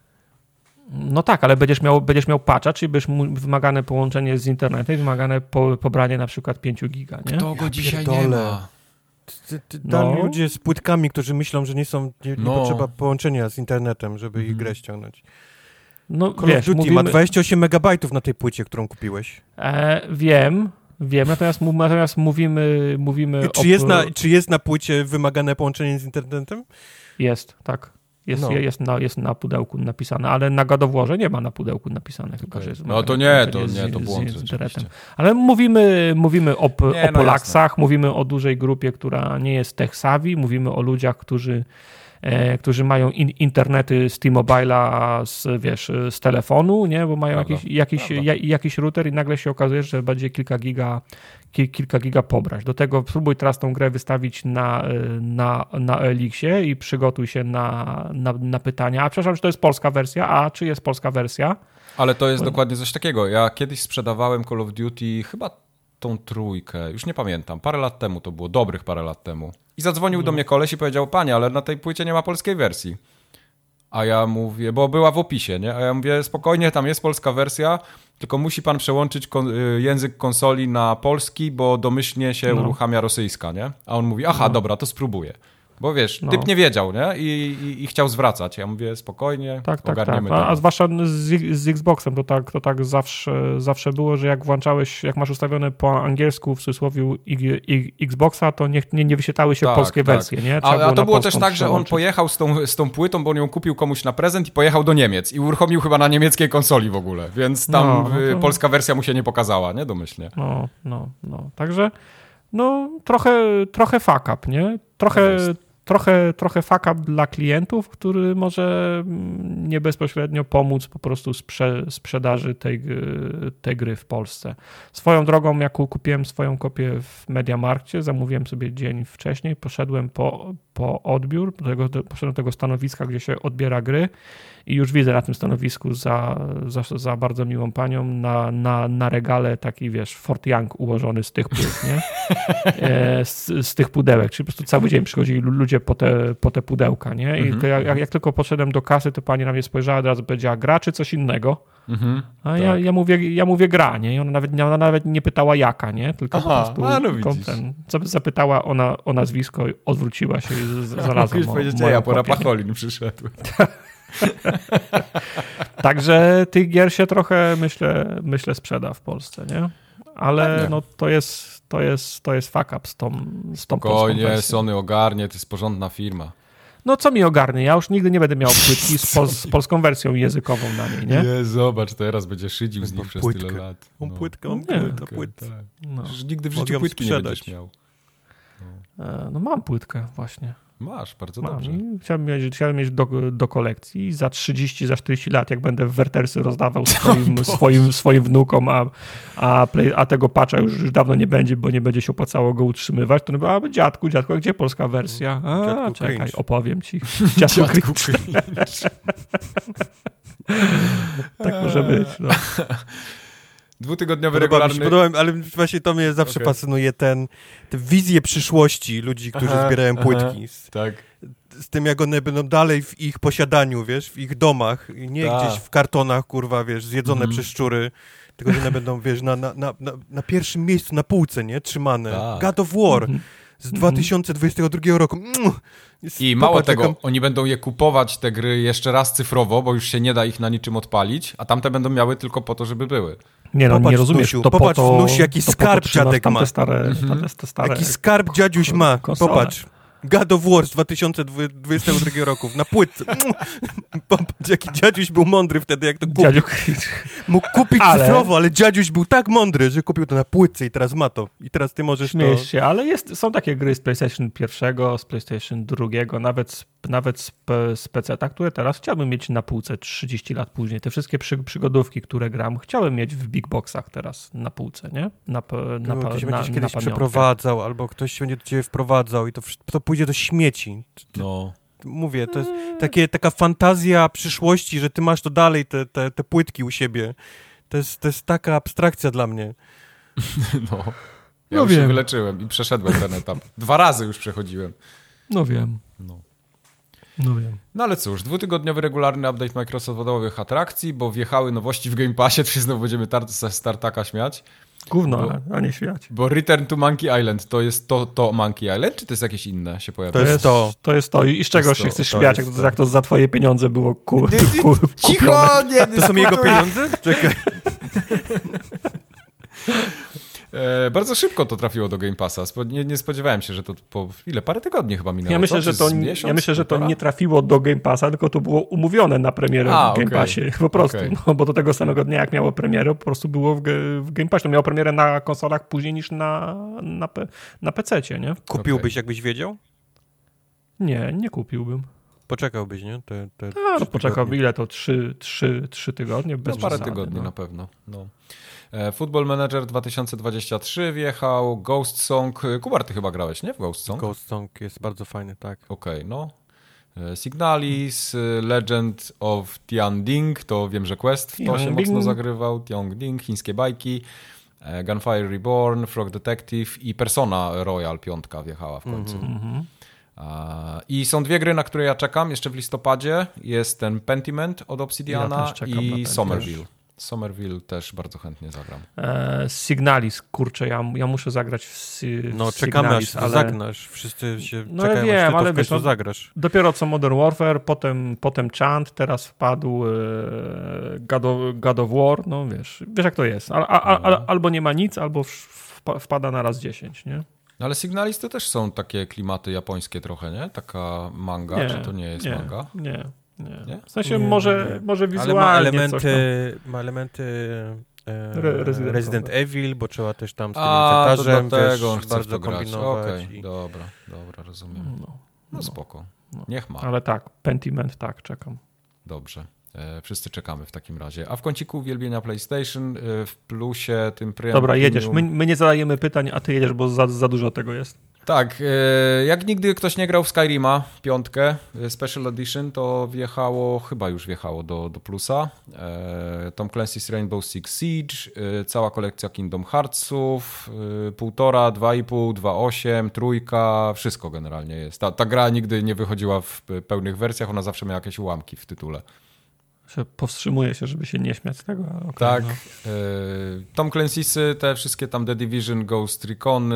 [SPEAKER 2] No tak, ale będziesz miał, będziesz miał patcha, czyli będziesz mu- wymagane połączenie z internetem, wymagane po, pobranie na przykład pięć giga, nie?
[SPEAKER 1] To go dzisiaj nie
[SPEAKER 3] pierdolę.
[SPEAKER 1] ma.
[SPEAKER 3] Ty, ty,
[SPEAKER 2] No.
[SPEAKER 3] no. Ludzie z płytkami, którzy myślą, że nie są, nie, nie
[SPEAKER 1] No.
[SPEAKER 3] potrzeba połączenia z internetem, żeby ich
[SPEAKER 1] Mhm.
[SPEAKER 3] grę ściągnąć.
[SPEAKER 2] No
[SPEAKER 3] Call
[SPEAKER 2] wiesz,
[SPEAKER 3] of Duty
[SPEAKER 2] mówimy,
[SPEAKER 3] ma dwadzieścia osiem megabajtów na tej płycie, którą kupiłeś.
[SPEAKER 2] e, wiem, wiem, natomiast, mu- natomiast mówimy, mówimy
[SPEAKER 3] Czy
[SPEAKER 2] o...
[SPEAKER 3] jest, na, czy jest na płycie wymagane połączenie z internetem?
[SPEAKER 2] Jest, tak. Jest,
[SPEAKER 3] No.
[SPEAKER 2] jest, na, jest na pudełku napisane, ale na God of Warze nie ma na pudełku napisane, chyba
[SPEAKER 1] Okej.
[SPEAKER 2] że jest
[SPEAKER 1] No to
[SPEAKER 2] wymagane
[SPEAKER 1] nie, to
[SPEAKER 2] połączenie
[SPEAKER 1] nie, to
[SPEAKER 2] z- z-
[SPEAKER 1] błąd
[SPEAKER 2] z internetem.
[SPEAKER 1] rzeczywiście.
[SPEAKER 2] Ale mówimy, mówimy o, p-
[SPEAKER 1] Nie,
[SPEAKER 2] o
[SPEAKER 1] no
[SPEAKER 2] Polaksach, mówimy o dużej grupie, która nie jest tech savvy, mówimy o ludziach, którzy, e, którzy mają in, internety z T-Mobile'a, z, wiesz, z telefonu, nie? Bo mają
[SPEAKER 1] Prawda,
[SPEAKER 2] jakiś, jakiś,
[SPEAKER 1] prawda.
[SPEAKER 2] ja, jakiś router i nagle się okazuje, że będzie kilka giga, ki, kilka giga pobrać. Do tego spróbuj teraz tą grę wystawić na, e, na, na Elixie i przygotuj się na, na, na pytania. A przepraszam, czy to jest polska wersja? A czy jest polska wersja?
[SPEAKER 1] Ale to jest dokładnie coś takiego. Ja kiedyś sprzedawałem Call of Duty chyba tą trójkę, już nie pamiętam, parę lat temu to było, dobrych parę lat temu. I zadzwonił do mnie koleś i powiedział, panie, ale na tej płycie nie ma polskiej wersji. A ja mówię, bo była w opisie, nie? A ja mówię, spokojnie, tam jest polska wersja, tylko musi pan przełączyć kon- y, język konsoli na polski, bo domyślnie się
[SPEAKER 2] No.
[SPEAKER 1] uruchamia rosyjska, nie? A on mówi, aha,
[SPEAKER 2] No.
[SPEAKER 1] dobra, to spróbuję. Bo wiesz,
[SPEAKER 2] No.
[SPEAKER 1] typ nie wiedział, nie? I, i, i chciał zwracać. Ja mówię, spokojnie,
[SPEAKER 2] Tak, tak, tak.
[SPEAKER 1] ogarniemy
[SPEAKER 2] A, a
[SPEAKER 1] temat.
[SPEAKER 2] zwłaszcza z, z Xboxem to tak, to tak zawsze, zawsze było, że jak włączałeś, jak masz ustawione po angielsku w cudzysłowie i- i- Xboxa, to nie, nie, nie wyświetlały się
[SPEAKER 1] Tak,
[SPEAKER 2] polskie
[SPEAKER 1] tak.
[SPEAKER 2] wersje, nie?
[SPEAKER 1] A,
[SPEAKER 2] Trzeba
[SPEAKER 1] a to
[SPEAKER 2] na
[SPEAKER 1] było
[SPEAKER 2] polską
[SPEAKER 1] też tak, że on
[SPEAKER 2] przełączyć.
[SPEAKER 1] pojechał z tą, z tą płytą, bo on ją kupił komuś na prezent i pojechał do Niemiec i uruchomił chyba na niemieckiej konsoli w ogóle, więc tam
[SPEAKER 2] No, no
[SPEAKER 1] y,
[SPEAKER 2] to-
[SPEAKER 1] polska wersja mu się nie pokazała, nie? Domyślnie.
[SPEAKER 2] No, no, no. Także no trochę, trochę fuck up, nie? Trochę,
[SPEAKER 1] Tak jest.
[SPEAKER 2] trochę, trochę fuck up dla klientów, który może mm, nie bezpośrednio pomóc po prostu sprze sprzedaży tej, g- tej gry w Polsce. Swoją drogą, jak kupiłem swoją kopię w Mediamarkcie, zamówiłem sobie dzień wcześniej, poszedłem po, po odbiór, do tego, do, poszedłem do tego stanowiska, gdzie się odbiera gry i już widzę na tym stanowisku za, za, za bardzo miłą panią na, na, na regale taki, wiesz, Fort Young ułożony z tych płyt, nie? E, z, z tych pudełek, czyli po prostu cały dzień przychodzili lu- ludzie po te, po te pudełka, nie? I
[SPEAKER 1] Mhm.
[SPEAKER 2] to jak, jak tylko poszedłem do kasy, to pani na mnie spojrzała, od razu powiedziała, gra czy coś innego?
[SPEAKER 1] Mhm.
[SPEAKER 2] A ja, ja, mówię, ja mówię gra, nie? I ona nawet, ona nawet nie pytała jaka, nie? Tylko
[SPEAKER 1] Aha,
[SPEAKER 2] po prostu
[SPEAKER 1] a no
[SPEAKER 2] tylko
[SPEAKER 1] widzisz.
[SPEAKER 2] ten, zapytała ona o nazwisko, i odwróciła się i z- znalazła
[SPEAKER 1] Mógłbyś
[SPEAKER 2] mo,
[SPEAKER 1] powiedzieć,
[SPEAKER 2] moją
[SPEAKER 1] ja pora
[SPEAKER 2] kopię.
[SPEAKER 1] Pacholin przyszedł.
[SPEAKER 2] Także tych gier się trochę, myślę, myślę sprzeda w Polsce, nie? Ale
[SPEAKER 1] Pewnie.
[SPEAKER 2] no to jest, to jest, to jest fuck up z tą, z tą polską
[SPEAKER 1] Spokojnie,
[SPEAKER 2] wersją.
[SPEAKER 1] Sony ogarnie, to jest porządna firma.
[SPEAKER 2] No co mi ogarnie? Ja już nigdy nie będę miał płytki z, pol, z polską wersją językową na niej, nie?
[SPEAKER 1] Nie, zobacz, teraz będzie szydził z
[SPEAKER 3] Mam
[SPEAKER 1] nich przez
[SPEAKER 3] płytkę.
[SPEAKER 1] tyle lat.
[SPEAKER 3] On
[SPEAKER 1] No.
[SPEAKER 3] płytkę, on
[SPEAKER 2] Nie.
[SPEAKER 3] płytkę,
[SPEAKER 1] Płytkę,
[SPEAKER 3] płytkę.
[SPEAKER 1] tak.
[SPEAKER 2] No,
[SPEAKER 1] Przecież nigdy w
[SPEAKER 3] Mogę
[SPEAKER 1] życiu
[SPEAKER 3] ją
[SPEAKER 1] płytki nie
[SPEAKER 3] sprzedać.
[SPEAKER 1] będziesz miał.
[SPEAKER 2] E, no mam płytkę właśnie.
[SPEAKER 1] Masz, bardzo
[SPEAKER 2] Mam.
[SPEAKER 1] dobrze.
[SPEAKER 2] I chciałbym mieć, chciałbym mieć do, do kolekcji i za trzydzieści, za czterdzieści lat, jak będę w Wertersy rozdawał swoim, swoim, swoim wnukom, a, a, play, a tego patcha już, już dawno nie będzie, bo nie będzie się opłacało go utrzymywać, to no, a dziadku, dziadku, a gdzie polska wersja? A,
[SPEAKER 3] Dziadku
[SPEAKER 2] czekaj,
[SPEAKER 3] cringe.
[SPEAKER 2] opowiem ci. Dziadku,
[SPEAKER 1] Dziadku
[SPEAKER 2] cringe. Tak może być. No.
[SPEAKER 1] Dwutygodniowy
[SPEAKER 3] Podoba mi
[SPEAKER 1] regularny...
[SPEAKER 3] się, podoba mi, ale właśnie to mnie zawsze
[SPEAKER 1] Okej.
[SPEAKER 3] fascynuje, ten, te wizje przyszłości ludzi, którzy
[SPEAKER 1] Aha,
[SPEAKER 3] zbierają
[SPEAKER 1] aha.
[SPEAKER 3] płytki. Z,
[SPEAKER 1] Tak.
[SPEAKER 3] z tym, jak one będą dalej w ich posiadaniu, wiesz, w ich domach, nie
[SPEAKER 1] Tak.
[SPEAKER 3] gdzieś w kartonach, kurwa, wiesz, zjedzone
[SPEAKER 1] Mhm.
[SPEAKER 3] przez szczury, tylko że one będą, wiesz, na, na, na, na- na pierwszym miejscu, na półce, nie? Trzymane.
[SPEAKER 1] Tak.
[SPEAKER 3] God of War.
[SPEAKER 2] Mhm.
[SPEAKER 3] z dwa tysiące dwudziestego drugiego roku. Jest,
[SPEAKER 1] I mało
[SPEAKER 3] popatrz,
[SPEAKER 1] tego,
[SPEAKER 3] jaka...
[SPEAKER 1] oni będą je kupować, te gry, jeszcze raz cyfrowo, bo już się nie da ich na niczym odpalić, a tamte będą miały tylko po to, żeby były.
[SPEAKER 2] Nie no,
[SPEAKER 3] Popatrz,
[SPEAKER 2] nie rozumiesz,
[SPEAKER 3] Wnusiu,
[SPEAKER 2] to
[SPEAKER 3] popatrz,
[SPEAKER 2] po to,
[SPEAKER 3] Wnusiu, jaki
[SPEAKER 2] to
[SPEAKER 3] skarb
[SPEAKER 2] po to trzymasz
[SPEAKER 3] dziadek
[SPEAKER 2] tamte
[SPEAKER 3] ma.
[SPEAKER 2] Stare,
[SPEAKER 1] Mhm.
[SPEAKER 2] tamte, te stare
[SPEAKER 3] Jaki skarb dziadziuś ma.
[SPEAKER 2] konsole.
[SPEAKER 3] Popatrz. God of War z dwa tysiące dwudziestego drugiego roku na płytce. Popatrz, jaki dziadziuś był mądry wtedy, jak to kupił.
[SPEAKER 2] Dziadziu...
[SPEAKER 3] Mógł kupić
[SPEAKER 2] Ale-
[SPEAKER 3] cyfrowo, ale dziadziuś był tak mądry, że kupił to na płytce i teraz ma to. I teraz ty możesz to...
[SPEAKER 2] Śmiejesz się, ale jest, są takie gry z PlayStation pierwszego, z PlayStation drugiego, nawet, z- nawet z, P- z P C-ta, które teraz chciałbym mieć na półce trzydzieści lat później. Te wszystkie przy, przygodówki, które gram, chciałem mieć w big boxach teraz na półce, nie? Na, p- na,
[SPEAKER 3] No,
[SPEAKER 2] pa-
[SPEAKER 3] ktoś
[SPEAKER 2] na,
[SPEAKER 3] będzie
[SPEAKER 2] na
[SPEAKER 3] kiedyś
[SPEAKER 2] pamiątkę.
[SPEAKER 3] przeprowadzał, albo ktoś się będzie do ciebie wprowadzał i to, wsz- to pójdzie do śmieci.
[SPEAKER 1] No.
[SPEAKER 3] Mówię, to jest takie, taka fantazja przyszłości, że ty masz to dalej, te, te, te płytki u siebie. To jest, to jest taka abstrakcja dla mnie.
[SPEAKER 1] No. Ja
[SPEAKER 2] No
[SPEAKER 1] już się
[SPEAKER 2] wiem.
[SPEAKER 1] wyleczyłem i przeszedłem ten etap. Dwa razy już przechodziłem.
[SPEAKER 2] No wiem,
[SPEAKER 1] No.
[SPEAKER 2] no wiem.
[SPEAKER 1] No ale cóż, dwutygodniowy regularny update Microsoftowych atrakcji, bo wjechały nowości w Game Passie, to się znowu będziemy tar- ze Startaka śmiać.
[SPEAKER 2] Gówno,
[SPEAKER 1] Bo-
[SPEAKER 2] a- a nie świać.
[SPEAKER 1] Bo Return to Monkey Island to jest to, to Monkey Island, czy to jest jakieś inne się pojawia?
[SPEAKER 3] To jest to.
[SPEAKER 2] To jest to. I z czego
[SPEAKER 1] jest
[SPEAKER 2] się
[SPEAKER 1] to,
[SPEAKER 2] chcesz
[SPEAKER 1] to
[SPEAKER 2] śmiać,
[SPEAKER 1] jest
[SPEAKER 2] jak,
[SPEAKER 1] to.
[SPEAKER 2] jak to za twoje pieniądze było ku, ku, kupione.
[SPEAKER 1] Cicho! Nie,
[SPEAKER 3] To są jego pieniądze? Czekaj.
[SPEAKER 1] E, bardzo szybko to trafiło do Game Passa. Spo- Nie, nie spodziewałem się, że to po ile? Parę tygodni chyba minęło.
[SPEAKER 2] Ja myślę,
[SPEAKER 1] co?
[SPEAKER 2] że
[SPEAKER 1] Czy
[SPEAKER 2] to,
[SPEAKER 1] z miesiąc,
[SPEAKER 2] ja myślę, że to
[SPEAKER 1] półtora?
[SPEAKER 2] nie trafiło do Game Passa, tylko to było umówione na premierę
[SPEAKER 1] A,
[SPEAKER 2] w Game
[SPEAKER 1] okej.
[SPEAKER 2] Passie. Po prostu,
[SPEAKER 1] Okej.
[SPEAKER 2] no, bo do tego samego dnia, jak miało premierę, po prostu było w, ge- w Game Passie. To miało premierę na konsolach później niż na, na, pe- na pececie, nie?
[SPEAKER 3] Kupiłbyś, jakbyś wiedział?
[SPEAKER 2] Nie, nie kupiłbym.
[SPEAKER 3] Poczekałbyś, nie? Te, te
[SPEAKER 2] A, no
[SPEAKER 3] trzy
[SPEAKER 2] poczekałbym,
[SPEAKER 3] tygodnie.
[SPEAKER 2] ile to? Trzy, trzy, trzy tygodnie? Bez
[SPEAKER 1] No parę
[SPEAKER 2] przesady,
[SPEAKER 1] tygodni
[SPEAKER 2] no.
[SPEAKER 1] na pewno. No. E, Football Manager dwa tysiące dwadzieścia trzy wjechał, Ghost Song. Kubar, ty chyba grałeś, nie? W Ghost Song?
[SPEAKER 3] Ghost Song jest bardzo fajny, tak.
[SPEAKER 1] Okej, no. E, Signalis, e, Legend of Tianding, to wiem, że Quest w to się
[SPEAKER 2] Tianding.
[SPEAKER 1] mocno zagrywał. Tianding, chińskie bajki. E, Gunfire Reborn, Frog Detective i Persona Royal piątka wjechała w końcu.
[SPEAKER 2] Mhm.
[SPEAKER 1] A, I są dwie gry, na które ja czekam jeszcze w listopadzie. Jest ten Pentiment od Obsidiana
[SPEAKER 2] Ja też czekam na
[SPEAKER 1] i
[SPEAKER 2] ten
[SPEAKER 1] Somerville. Somerville też bardzo chętnie zagram.
[SPEAKER 2] E, Signalis, kurczę, ja, ja muszę zagrać w, si,
[SPEAKER 3] No
[SPEAKER 2] w
[SPEAKER 3] czekamy,
[SPEAKER 2] Signalis,
[SPEAKER 3] aż to
[SPEAKER 2] ale
[SPEAKER 3] zagnasz. Wszyscy się
[SPEAKER 2] No
[SPEAKER 3] czekają,
[SPEAKER 2] ja
[SPEAKER 3] aż
[SPEAKER 2] wiem,
[SPEAKER 3] ty to
[SPEAKER 2] ale
[SPEAKER 3] w
[SPEAKER 2] wiesz,
[SPEAKER 3] końcu
[SPEAKER 2] no-
[SPEAKER 3] zagrasz.
[SPEAKER 2] dopiero co Modern Warfare, potem, potem Chant, teraz wpadł e, God, of, God of War, no wiesz, wiesz jak to jest. A, a, a,
[SPEAKER 1] No.
[SPEAKER 2] albo nie ma nic, albo wpa- wpada na raz dziesięć, nie?
[SPEAKER 1] No ale Signalis to też są takie klimaty japońskie trochę, nie? Taka manga, czy to nie jest
[SPEAKER 2] nie,
[SPEAKER 1] manga?
[SPEAKER 2] Nie, nie.
[SPEAKER 1] Nie?
[SPEAKER 2] W sensie
[SPEAKER 3] Nie,
[SPEAKER 2] może, może
[SPEAKER 3] Ale
[SPEAKER 2] wizualnie
[SPEAKER 3] ma
[SPEAKER 2] coś
[SPEAKER 3] elementy,
[SPEAKER 2] tam.
[SPEAKER 3] ma elementy e,
[SPEAKER 2] Re- Resident
[SPEAKER 3] Resident
[SPEAKER 2] Evil.
[SPEAKER 3] Evil, bo trzeba też tam z tym
[SPEAKER 1] A, to
[SPEAKER 3] inwentarzem
[SPEAKER 1] dlatego
[SPEAKER 3] też
[SPEAKER 1] on chce w
[SPEAKER 3] bardzo
[SPEAKER 1] to grać.
[SPEAKER 3] kombinować.
[SPEAKER 1] Okej,
[SPEAKER 3] i...
[SPEAKER 1] dobra, dobra, rozumiem.
[SPEAKER 2] No,
[SPEAKER 1] No spoko. Niech ma.
[SPEAKER 2] ale tak, Pentiment, tak, czekam.
[SPEAKER 1] Dobrze. E, wszyscy czekamy w takim razie. A w kąciku uwielbienia PlayStation e, w plusie tym premium.
[SPEAKER 2] Dobra, jedziesz. My, my nie zadajemy pytań, a ty jedziesz, bo za, za dużo tego jest.
[SPEAKER 1] Tak, e, jak nigdy ktoś nie grał w Skyrima, piątkę, e, Special Edition, to wjechało, chyba już wjechało do, do plusa. E, Tom Clancy's Rainbow Six Siege, e, cała kolekcja Kingdom Heartsów, e, półtora, dwa i pół, dwa osiem, trójka, wszystko generalnie jest. Ta, ta gra nigdy nie wychodziła w pełnych wersjach, ona zawsze miała jakieś ułamki w tytule.
[SPEAKER 2] Że powstrzymuję się, żeby się nie śmiać z tego. ale okej,
[SPEAKER 1] Tak,
[SPEAKER 2] no.
[SPEAKER 1] e, Tom Clancy'sy, te wszystkie tam The Division, Ghost Recon,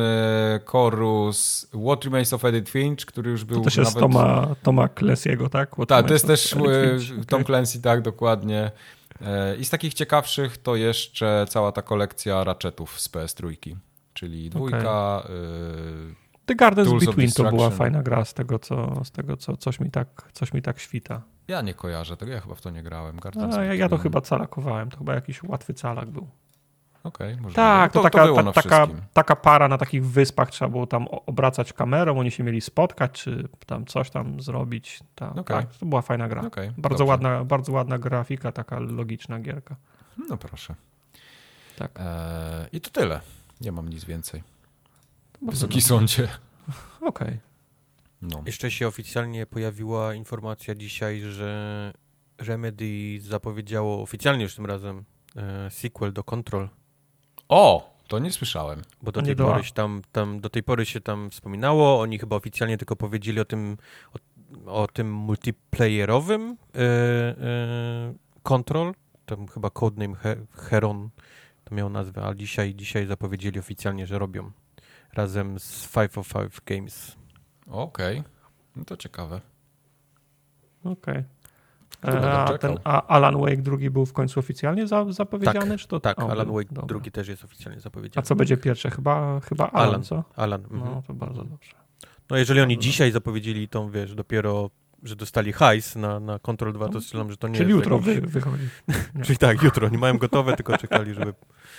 [SPEAKER 1] Chorus, What Remains of Edith Finch, który już był
[SPEAKER 2] To też jest
[SPEAKER 1] nawet...
[SPEAKER 2] Toma, Toma Clancy'ego, tak? What
[SPEAKER 1] Tak, to jest
[SPEAKER 2] Remains
[SPEAKER 1] też
[SPEAKER 2] of Edith
[SPEAKER 1] e,
[SPEAKER 2] Finch,
[SPEAKER 1] Tom
[SPEAKER 2] okej.
[SPEAKER 1] Clancy, tak, dokładnie. E, I z takich ciekawszych to jeszcze cała ta kolekcja Ratchetów z P S trzy, czyli dwójka, e,
[SPEAKER 2] The Gardens
[SPEAKER 1] Tools of
[SPEAKER 2] Between to była
[SPEAKER 1] Destruction.
[SPEAKER 2] fajna gra, z tego co, z tego, co coś, mi tak, coś mi tak świta.
[SPEAKER 1] ja nie kojarzę tego, ja chyba w to nie grałem. Gardens
[SPEAKER 2] A, ja, ja to
[SPEAKER 1] Between.
[SPEAKER 2] chyba calakowałem, to chyba jakiś łatwy calak był.
[SPEAKER 1] Okej, możliwe.
[SPEAKER 2] Tak, to,
[SPEAKER 1] to,
[SPEAKER 2] taka,
[SPEAKER 1] to było
[SPEAKER 2] ta,
[SPEAKER 1] na
[SPEAKER 2] taka,
[SPEAKER 1] wszystkim.
[SPEAKER 2] taka para na takich wyspach, trzeba było tam o- obracać kamerą, oni się mieli spotkać, czy tam coś tam zrobić. Ta,
[SPEAKER 1] Okej.
[SPEAKER 2] Tak, to była fajna gra.
[SPEAKER 1] Okej,
[SPEAKER 2] bardzo,
[SPEAKER 1] dobrze.
[SPEAKER 2] ładna, bardzo ładna grafika, taka logiczna gierka.
[SPEAKER 1] No proszę.
[SPEAKER 2] Tak.
[SPEAKER 1] E, I to tyle. Nie mam nic więcej.
[SPEAKER 2] Bardzo
[SPEAKER 1] Wysoki sądzie.
[SPEAKER 2] Okej.
[SPEAKER 1] No.
[SPEAKER 3] Jeszcze się oficjalnie pojawiła informacja dzisiaj, że Remedy zapowiedziało oficjalnie już tym razem e, sequel do Control,
[SPEAKER 1] O, to nie słyszałem.
[SPEAKER 3] bo do
[SPEAKER 2] A nie
[SPEAKER 3] tej
[SPEAKER 2] do-
[SPEAKER 3] pory się tam, tam do tej pory się tam wspominało, oni chyba oficjalnie tylko powiedzieli o tym o, o tym multiplayerowym e, e, Control, tam chyba codename He- Heron to miał nazwę, ale dzisiaj, dzisiaj zapowiedzieli oficjalnie, że robią razem z pięćset pięć Games.
[SPEAKER 1] Okej, okay. No to ciekawe.
[SPEAKER 2] Okej. Okay. A ten a Alan Wake drugi był w końcu oficjalnie za, zapowiedziany?
[SPEAKER 3] Tak,
[SPEAKER 2] czy to...
[SPEAKER 3] tak
[SPEAKER 2] o,
[SPEAKER 3] Alan Wake
[SPEAKER 2] dobra.
[SPEAKER 3] drugi też jest oficjalnie zapowiedziany.
[SPEAKER 2] A co będzie pierwsze? Chyba, chyba Alan,
[SPEAKER 3] Alan,
[SPEAKER 2] co?
[SPEAKER 3] Alan.
[SPEAKER 2] No,
[SPEAKER 3] Mhm.
[SPEAKER 2] to bardzo dobrze.
[SPEAKER 3] No jeżeli oni dzisiaj zapowiedzieli tą, wiesz, dopiero, że dostali hajs na, na Control dwa, to strzelam, że to nie
[SPEAKER 2] Czyli
[SPEAKER 3] jest...
[SPEAKER 2] jutro
[SPEAKER 3] jakiś...
[SPEAKER 2] wy, wychodzi.
[SPEAKER 3] Czyli tak, jutro. Nie mają gotowe, tylko czekali, żeby...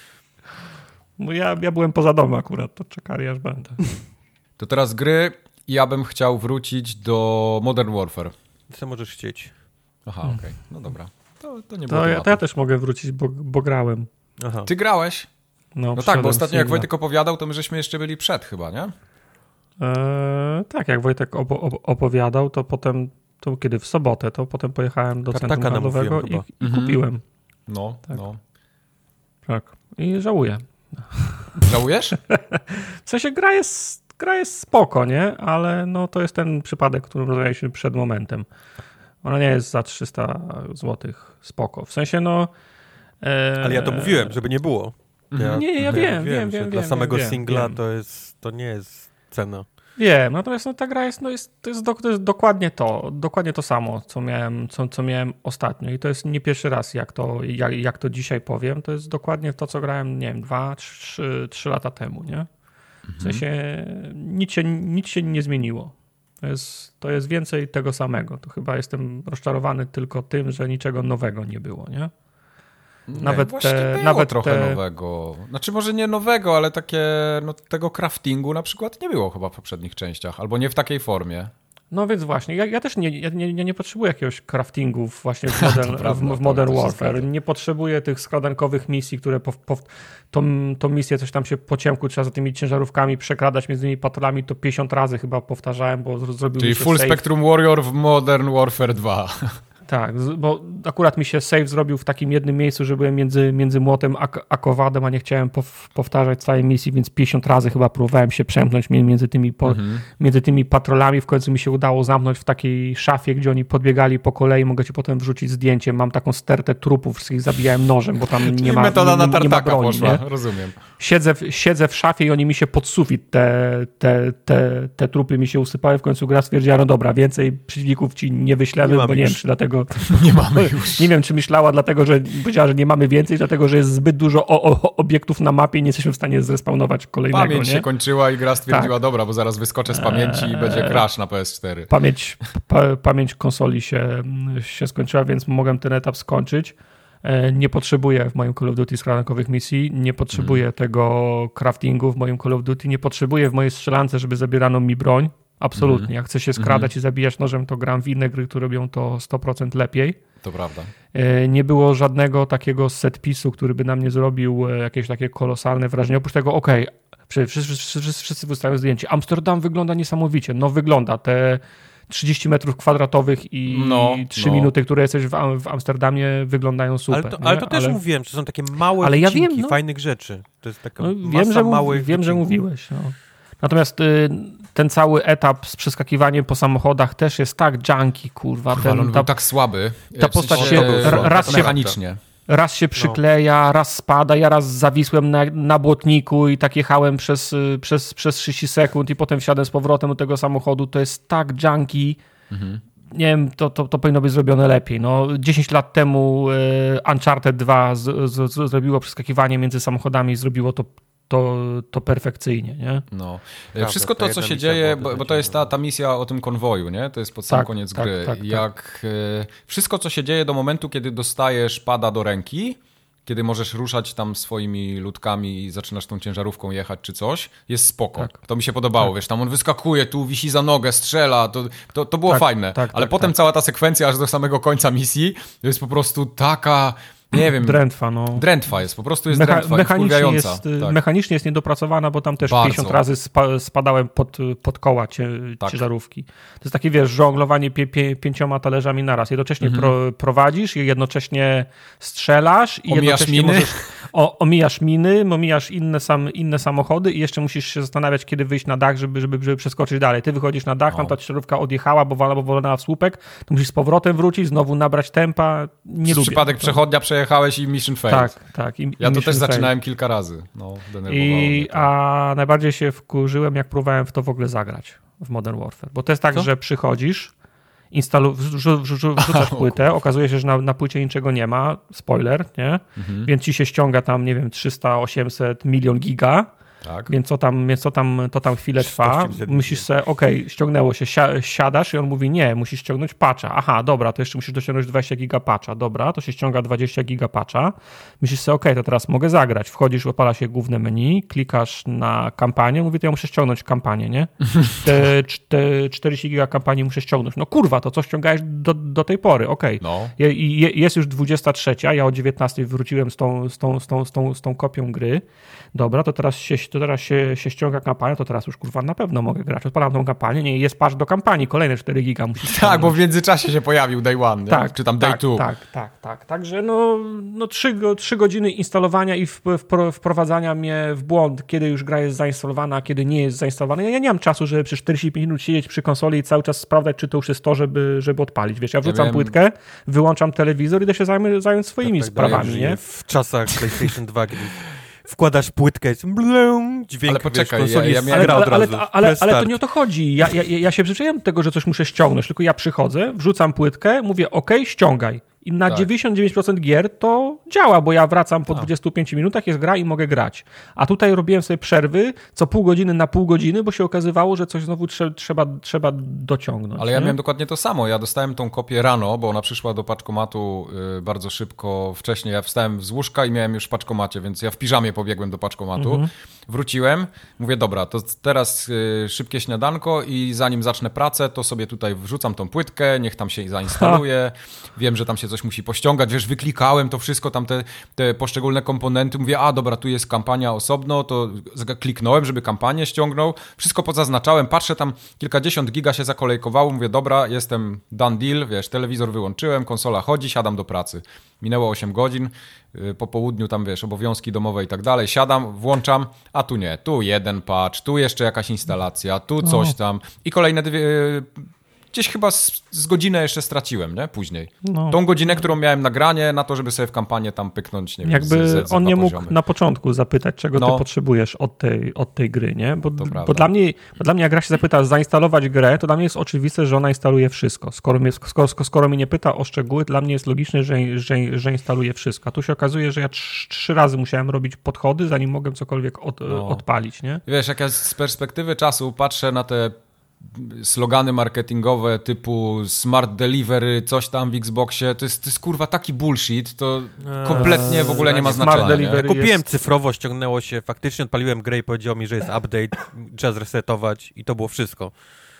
[SPEAKER 2] No ja, ja byłem poza domem akurat, to czekali aż będę.
[SPEAKER 1] To teraz gry. Ja bym chciał wrócić do Modern Warfare.
[SPEAKER 3] Co możesz chcieć?
[SPEAKER 1] Aha, okej. Okay. No dobra. To, to nie było
[SPEAKER 2] To ja, to ja też mogę wrócić, bo, bo grałem.
[SPEAKER 3] Aha.
[SPEAKER 1] Ty grałeś?
[SPEAKER 2] No,
[SPEAKER 1] no tak, bo ostatnio jak Wojtek opowiadał, to my żeśmy jeszcze byli przed chyba, nie?
[SPEAKER 2] Eee, tak, jak Wojtek op- opowiadał, to potem, to kiedy w sobotę, to potem pojechałem do
[SPEAKER 3] Tartaka
[SPEAKER 2] centrum handlowego i, i
[SPEAKER 1] mhm.
[SPEAKER 2] kupiłem.
[SPEAKER 1] No,
[SPEAKER 2] tak.
[SPEAKER 1] no.
[SPEAKER 2] Tak. I żałuję.
[SPEAKER 1] Żałujesz?
[SPEAKER 2] W sensie gra jest, gra jest spoko, nie? Ale no to jest ten przypadek, o którym rozmawialiśmy przed momentem. Ona nie jest za trzysta złotych spoko. W sensie no...
[SPEAKER 3] E... Ale ja to mówiłem, żeby nie było.
[SPEAKER 2] Ja, nie, ja, ja wiem, wiem, wiem.
[SPEAKER 3] Dla
[SPEAKER 2] wiem,
[SPEAKER 3] samego
[SPEAKER 2] wiem,
[SPEAKER 3] singla
[SPEAKER 2] wiem.
[SPEAKER 3] to jest, to nie jest cena.
[SPEAKER 2] Wiem, natomiast no, ta gra jest, no, jest, to, jest do, to jest dokładnie to, dokładnie to samo, co miałem, co, co miałem ostatnio i to jest nie pierwszy raz, jak to, jak, jak to dzisiaj powiem, to jest dokładnie to, co grałem, nie wiem, dwa, trzy, trzy lata temu, nie? W sensie nic się, nic się nie zmieniło. To jest, to jest więcej tego samego. To chyba jestem rozczarowany tylko tym, że niczego nowego nie było, nie?
[SPEAKER 1] Nie,
[SPEAKER 2] nawet
[SPEAKER 1] właśnie
[SPEAKER 2] te,
[SPEAKER 1] było
[SPEAKER 2] nawet
[SPEAKER 1] trochę
[SPEAKER 2] te...
[SPEAKER 1] nowego. Znaczy może nie nowego, ale takie, no tego craftingu na przykład nie było chyba w poprzednich częściach, albo nie w takiej formie.
[SPEAKER 2] No więc właśnie, ja, ja też nie, ja nie, nie potrzebuję jakiegoś craftingu właśnie w Modern,
[SPEAKER 1] prawda,
[SPEAKER 2] w, w modern
[SPEAKER 1] to
[SPEAKER 2] Warfare. Nie potrzebuję tych skradankowych misji, które po, po, tą, tą misję coś tam się po ciemku trzeba za tymi ciężarówkami przekradać między tymi patrolami, to pięćdziesiąt razy chyba powtarzałem, bo zrobił
[SPEAKER 1] Czyli
[SPEAKER 2] mi się
[SPEAKER 1] Full
[SPEAKER 2] save.
[SPEAKER 1] Spectrum Warrior w Modern Warfare dwa.
[SPEAKER 2] Tak, bo akurat mi się save zrobił w takim jednym miejscu, że byłem między, między młotem a, a kowadem, a nie chciałem pow, powtarzać całej misji, więc pięćdziesiąt razy chyba próbowałem się przemknąć między tymi, po, mhm. między tymi patrolami. W końcu mi się udało zamknąć w takiej szafie, gdzie oni podbiegali po kolei. Mogę ci potem wrzucić zdjęcie. Mam taką stertę trupów, wszystkich zabijałem nożem, bo tam nie ma,
[SPEAKER 1] metoda
[SPEAKER 2] nie,
[SPEAKER 1] na
[SPEAKER 2] nie, nie ma
[SPEAKER 1] tartaka
[SPEAKER 2] broni.
[SPEAKER 1] poszła,
[SPEAKER 2] Nie?
[SPEAKER 1] rozumiem.
[SPEAKER 2] Siedzę w, siedzę w szafie i oni mi się pod sufit, te, te, te, te trupy mi się usypały. W końcu gra stwierdziła, no dobra, więcej przeciwników ci nie wyślemy, nie bo nie już. wiem, czy dlatego...
[SPEAKER 1] Nie mamy już.
[SPEAKER 2] Nie wiem, czy myślała dlatego, że powiedziała, że nie mamy więcej, dlatego, że jest zbyt dużo o, o, obiektów na mapie i nie jesteśmy w stanie zrespawnować kolejnego.
[SPEAKER 1] Pamięć
[SPEAKER 2] nie?
[SPEAKER 1] się kończyła i gra stwierdziła,
[SPEAKER 2] tak.
[SPEAKER 1] dobra, bo zaraz wyskoczę z pamięci i będzie crash na P S cztery.
[SPEAKER 2] Pamięć, pa, pamięć konsoli się, się skończyła, więc mogłem ten etap skończyć. Nie potrzebuję w moim Call of Duty skradankowych misji, nie potrzebuję hmm. tego craftingu w moim Call of Duty, nie potrzebuję w mojej strzelance, żeby zabierano mi broń. Absolutnie. Mm. Jak chcę się skradać mm. i zabijać nożem, to gram w inne gry, które robią to sto procent lepiej.
[SPEAKER 1] To prawda.
[SPEAKER 2] Nie było żadnego takiego setpisu, który by na mnie zrobił jakieś takie kolosalne wrażenie. Oprócz tego, okej, okay, wszyscy, wszyscy, wszyscy wystawiają zdjęcie. Amsterdam wygląda niesamowicie. No wygląda. Te trzydzieści metrów kwadratowych i
[SPEAKER 1] no,
[SPEAKER 2] trzy
[SPEAKER 1] no.
[SPEAKER 2] minuty, które jesteś w, w Amsterdamie, wyglądają super.
[SPEAKER 3] Ale to, ale to też ale... mówiłem, że są takie małe
[SPEAKER 2] ale ja
[SPEAKER 3] wycinki
[SPEAKER 2] wiem, no.
[SPEAKER 3] fajnych rzeczy. To jest taka
[SPEAKER 2] no,
[SPEAKER 3] masa
[SPEAKER 2] wiem, że
[SPEAKER 3] małych
[SPEAKER 2] Wiem,
[SPEAKER 3] wycinków.
[SPEAKER 2] że mówiłeś. No. Natomiast y, ten cały etap z przeskakiwaniem po samochodach też jest tak junky, kurwa.
[SPEAKER 1] Kurwa,
[SPEAKER 2] ten,
[SPEAKER 1] on
[SPEAKER 2] ta,
[SPEAKER 1] był tak słaby.
[SPEAKER 2] Ta postać się
[SPEAKER 1] e,
[SPEAKER 2] raz się
[SPEAKER 1] mechanicznie.
[SPEAKER 2] Raz się przykleja, no. raz spada, ja raz zawisłem na, na błotniku i tak jechałem przez, przez, przez trzydzieści sekund i potem wsiadłem z powrotem do tego samochodu. To jest tak junky. Mhm. Nie wiem, to, to, to powinno być zrobione lepiej. No, dziesięć lat temu e, Uncharted dwa z, z, z, zrobiło przeskakiwanie między samochodami i zrobiło to To, to perfekcyjnie, nie?
[SPEAKER 1] No. Prawda, Wszystko to, co się dzieje, bo, bo to jest ta, ta misja o tym konwoju, nie? To jest pod sam
[SPEAKER 2] tak,
[SPEAKER 1] koniec
[SPEAKER 2] tak,
[SPEAKER 1] gry.
[SPEAKER 2] Tak, tak,
[SPEAKER 1] Jak
[SPEAKER 2] tak.
[SPEAKER 1] y, wszystko, co się dzieje do momentu, kiedy dostajesz pada do ręki, kiedy możesz ruszać tam swoimi ludkami i zaczynasz tą ciężarówką jechać czy coś, jest spoko. Tak. To mi się podobało, tak. wiesz, tam on wyskakuje, tu wisi za nogę, strzela, to, to, to było
[SPEAKER 2] tak,
[SPEAKER 1] fajne.
[SPEAKER 2] tak,
[SPEAKER 1] Ale
[SPEAKER 2] tak,
[SPEAKER 1] potem
[SPEAKER 2] tak.
[SPEAKER 1] cała ta sekwencja aż do samego końca misji to jest po prostu taka... Nie wiem.
[SPEAKER 2] Drętwa, no.
[SPEAKER 1] Drętwa jest, po prostu jest
[SPEAKER 2] Mecha-
[SPEAKER 1] drętwa
[SPEAKER 2] mechanicznie jest,
[SPEAKER 1] tak.
[SPEAKER 2] mechanicznie jest niedopracowana, bo tam też
[SPEAKER 1] Bardzo.
[SPEAKER 2] pięćdziesiąt razy spa- spadałem pod, pod koła cie, tak. ciężarówki. To jest takie, wiesz, żonglowanie pie, pie, pięcioma talerzami naraz. Jednocześnie mhm. pro, prowadzisz i jednocześnie strzelasz i
[SPEAKER 1] omijasz
[SPEAKER 2] jednocześnie
[SPEAKER 1] miny.
[SPEAKER 2] możesz... O, omijasz miny, omijasz inne, sam, inne samochody i jeszcze musisz się zastanawiać, kiedy wyjść na dach, żeby, żeby, żeby przeskoczyć dalej. Ty wychodzisz na dach,
[SPEAKER 1] o.
[SPEAKER 2] tam ta ciężarówka odjechała, bo walnęła w słupek, to musisz z powrotem wrócić, znowu nabrać tempa. Nie
[SPEAKER 1] Przez
[SPEAKER 2] lubię.
[SPEAKER 1] przypadek
[SPEAKER 2] to...
[SPEAKER 1] przechodnia przejechał przejechałeś i mission failed.
[SPEAKER 2] Tak, tak. I,
[SPEAKER 1] ja
[SPEAKER 2] i
[SPEAKER 1] to też
[SPEAKER 2] failed.
[SPEAKER 1] zaczynałem kilka razy. No, denerwowało
[SPEAKER 2] I,
[SPEAKER 1] mnie to.
[SPEAKER 2] A najbardziej się wkurzyłem, jak próbowałem w to w ogóle zagrać w Modern Warfare. Bo to jest tak, Co? że przychodzisz, instalu- wrzu- wrzu- wrzucasz płytę, okazuje się, że na, na płycie niczego nie ma, spoiler, nie? Mhm. Więc ci się ściąga tam, nie wiem, trzysta, osiemset, milion giga. Tak. Więc co tam, więc co tam, to tam chwilę trwa. Myślisz sobie, okej, okay, ściągnęło się, si- siadasz i on mówi, nie, musisz ściągnąć patcha. Aha, dobra, to jeszcze musisz dociągnąć dwadzieścia giga patcha. Dobra, to się ściąga dwadzieścia giga patcha. Myślisz sobie, okej, okay, to teraz mogę zagrać. Wchodzisz, opala się główne menu, klikasz na kampanię, mówi, to ja muszę ściągnąć kampanię, nie? Te, te czterdzieści giga kampanii muszę ściągnąć. No kurwa, to co ściągałeś do, do tej pory, okej. Okay. No. Je, je, jest już dwudziesta trzecia, ja o dziewiętnastej wróciłem z tą, z tą, z tą, z tą, z tą kopią gry. Dobra, to teraz się to teraz się, się ściąga kampania, to teraz już kurwa na pewno mogę grać. Odpalam tą kampanię, nie, jest patch do kampanii, kolejne cztery giga musisz ściągnąć.
[SPEAKER 1] Tak, bo w międzyczasie się pojawił day one, nie?
[SPEAKER 2] Tak,
[SPEAKER 1] czy tam day
[SPEAKER 2] tak,
[SPEAKER 1] two.
[SPEAKER 2] Tak, tak, tak. Także no, no trzy, trzy godziny instalowania i w, w, wprowadzania mnie w błąd, kiedy już gra jest zainstalowana, a kiedy nie jest zainstalowana. Ja, ja nie mam czasu, żeby przez czterdzieści pięć minut siedzieć przy konsoli i cały czas sprawdzać, czy to już jest to, żeby, żeby odpalić. Wiesz, ja wrzucam ja płytkę, wyłączam telewizor i idę się zająć, zająć swoimi tak, tak, sprawami,
[SPEAKER 3] daję,
[SPEAKER 2] nie?
[SPEAKER 3] W czasach PlayStation dwa, gdy wkładasz płytkę, jest blum, dźwięk,
[SPEAKER 1] ale poczekaj,
[SPEAKER 3] wiesz,
[SPEAKER 1] ja, ja
[SPEAKER 3] miałem...
[SPEAKER 2] ale, ale, ale, ale, ale to nie o to chodzi. Ja, ja, ja się przyzwyczaiłem do tego, że coś muszę ściągnąć, tylko ja przychodzę, wrzucam płytkę, mówię ok, ściągaj. I na tak. dziewięćdziesiąt dziewięć procent gier to działa, bo ja wracam po A. dwudziestu pięciu minutach, jest gra i mogę grać. A tutaj robiłem sobie przerwy co pół godziny na pół godziny, bo się okazywało, że coś znowu trze- trzeba, trzeba dociągnąć.
[SPEAKER 1] Ale ja
[SPEAKER 2] nie?
[SPEAKER 1] miałem dokładnie to samo. Ja dostałem tą kopię rano, bo ona przyszła do paczkomatu yy, bardzo szybko wcześniej. Ja wstałem z łóżka i miałem już w paczkomacie, więc ja w piżamie pobiegłem do paczkomatu. Mhm. Wróciłem, mówię, dobra, to teraz yy, szybkie śniadanko i zanim zacznę pracę, to sobie tutaj wrzucam tą płytkę, niech tam się zainstaluje. Ha. Wiem, że tam się coś musi pościągać, wiesz, wyklikałem to wszystko, tam te, te poszczególne komponenty, mówię, a dobra, tu jest kampania osobno, to kliknąłem, żeby kampanię ściągnął, wszystko pozaznaczałem, patrzę, tam kilkadziesiąt giga się zakolejkowało, mówię, dobra, jestem done deal, wiesz, telewizor wyłączyłem, konsola chodzi, siadam do pracy. Minęło osiem godzin, po południu tam, wiesz, obowiązki domowe i tak dalej, siadam, włączam, a tu nie, tu jeden patch, tu jeszcze jakaś instalacja, tu coś tam i kolejne dwie... Gdzieś chyba z, z godzinę jeszcze straciłem, nie? Później. No. Tą godzinę, którą miałem nagranie na to, żeby sobie w kampanię tam pyknąć, nie wiem,
[SPEAKER 2] jakby
[SPEAKER 1] z, z, z
[SPEAKER 2] on nie mógł
[SPEAKER 1] poziomy.
[SPEAKER 2] Na początku zapytać, czego no. ty potrzebujesz od tej, od tej gry, nie? Bo, bo, dla mnie, bo dla mnie jak gra się zapyta zainstalować grę, to dla mnie jest oczywiste, że ona instaluje wszystko. Skoro mnie, skoro, skoro mnie nie pyta o szczegóły, dla mnie jest logiczne, że, że, że instaluje wszystko. A tu się okazuje, że ja trz, trzy razy musiałem robić podchody, zanim mogłem cokolwiek od, no. odpalić, nie?
[SPEAKER 1] Wiesz, jak ja z perspektywy czasu patrzę na te slogany marketingowe typu Smart Delivery, coś tam w Xboxie, to jest, to jest kurwa taki bullshit, to kompletnie w ogóle nie ma znaczenia.
[SPEAKER 3] Nie? Kupiłem jest... cyfrowo, ściągnęło się, faktycznie odpaliłem grę i powiedział mi, że jest update, trzeba zresetować i to było wszystko.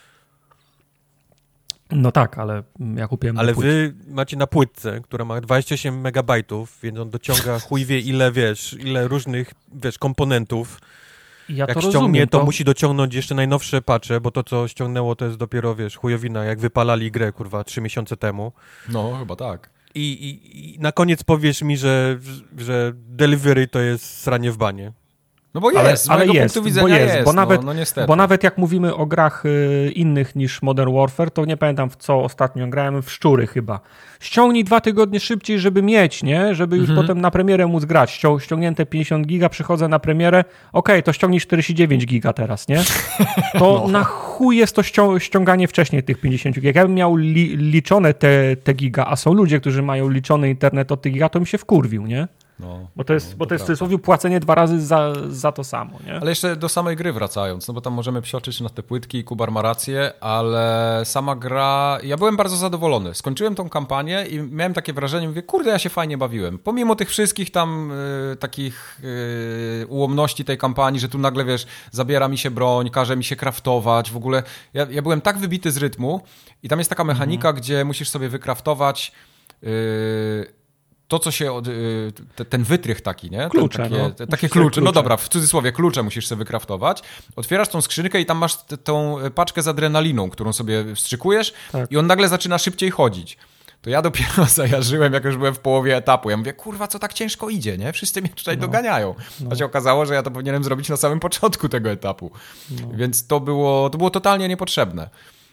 [SPEAKER 2] No tak, ale ja kupiłem
[SPEAKER 3] Ale wy macie na płytce, która ma dwadzieścia osiem megabajtów, więc on dociąga chuj wie ile, wiesz, ile różnych, wiesz, komponentów.
[SPEAKER 2] Ja
[SPEAKER 3] jak
[SPEAKER 2] to
[SPEAKER 3] ściągnie,
[SPEAKER 2] rozumiem,
[SPEAKER 3] to,
[SPEAKER 2] to
[SPEAKER 3] musi dociągnąć jeszcze najnowsze patche, bo to, co ściągnęło, to jest dopiero, wiesz, chujowina, jak wypalali grę, kurwa, trzy miesiące temu.
[SPEAKER 1] No, chyba tak.
[SPEAKER 3] I, i, i na koniec powiesz mi, że, że delivery to jest sranie w banie.
[SPEAKER 1] No bo jest, ale, ale jest, punktu widzenia
[SPEAKER 2] bo jest,
[SPEAKER 1] jest,
[SPEAKER 2] bo, nawet,
[SPEAKER 1] no, no niestety.
[SPEAKER 2] bo nawet jak mówimy o grach y, innych niż Modern Warfare, to nie pamiętam w co ostatnio grałem, w Szczury chyba. Ściągnij dwa tygodnie szybciej, żeby mieć, nie? Żeby już mhm. potem na premierę móc grać. Ścią, ściągnięte pięćdziesiąt giga, przychodzę na premierę, okej, okay, to ściągnij czterdzieści dziewięć giga teraz, nie? To no. na chuj jest to ścią, ściąganie wcześniej tych pięćdziesiąt giga. Jak ja bym miał li, liczone te, te giga, a są ludzie, którzy mają liczony internet od tych giga, to mi się wkurwił, nie? No, bo to jest, no, bo to, to jest w cudzysłowie płacenie dwa razy za, za to samo. Nie?
[SPEAKER 1] Ale jeszcze do samej gry wracając, no bo tam możemy psioczyć na te płytki i Kubar ma rację, ale sama gra, ja byłem bardzo zadowolony. Skończyłem tą kampanię i miałem takie wrażenie, mówię, kurde, ja się fajnie bawiłem. Pomimo tych wszystkich tam y, takich y, ułomności tej kampanii, że tu nagle, wiesz, zabiera mi się broń, każe mi się kraftować, w ogóle ja, ja byłem tak wybity z rytmu i tam jest taka mechanika, mhm. gdzie musisz sobie wykraftować y, to, co się, od, te, ten wytrych taki, nie?
[SPEAKER 2] Klucze,
[SPEAKER 1] takie,
[SPEAKER 2] no.
[SPEAKER 1] te, takie klucze. klucze, no dobra, w cudzysłowie klucze musisz sobie wykraftować. Otwierasz tą skrzynkę i tam masz t- tą paczkę z adrenaliną, którą sobie wstrzykujesz tak. i on nagle zaczyna szybciej chodzić. To ja dopiero zajarzyłem, jak już byłem w połowie etapu. Ja mówię, kurwa, co tak ciężko idzie, nie? Wszyscy mnie tutaj no. doganiają. No. A się okazało, że ja to powinienem zrobić na samym początku tego etapu. No. Więc to było, to było totalnie niepotrzebne.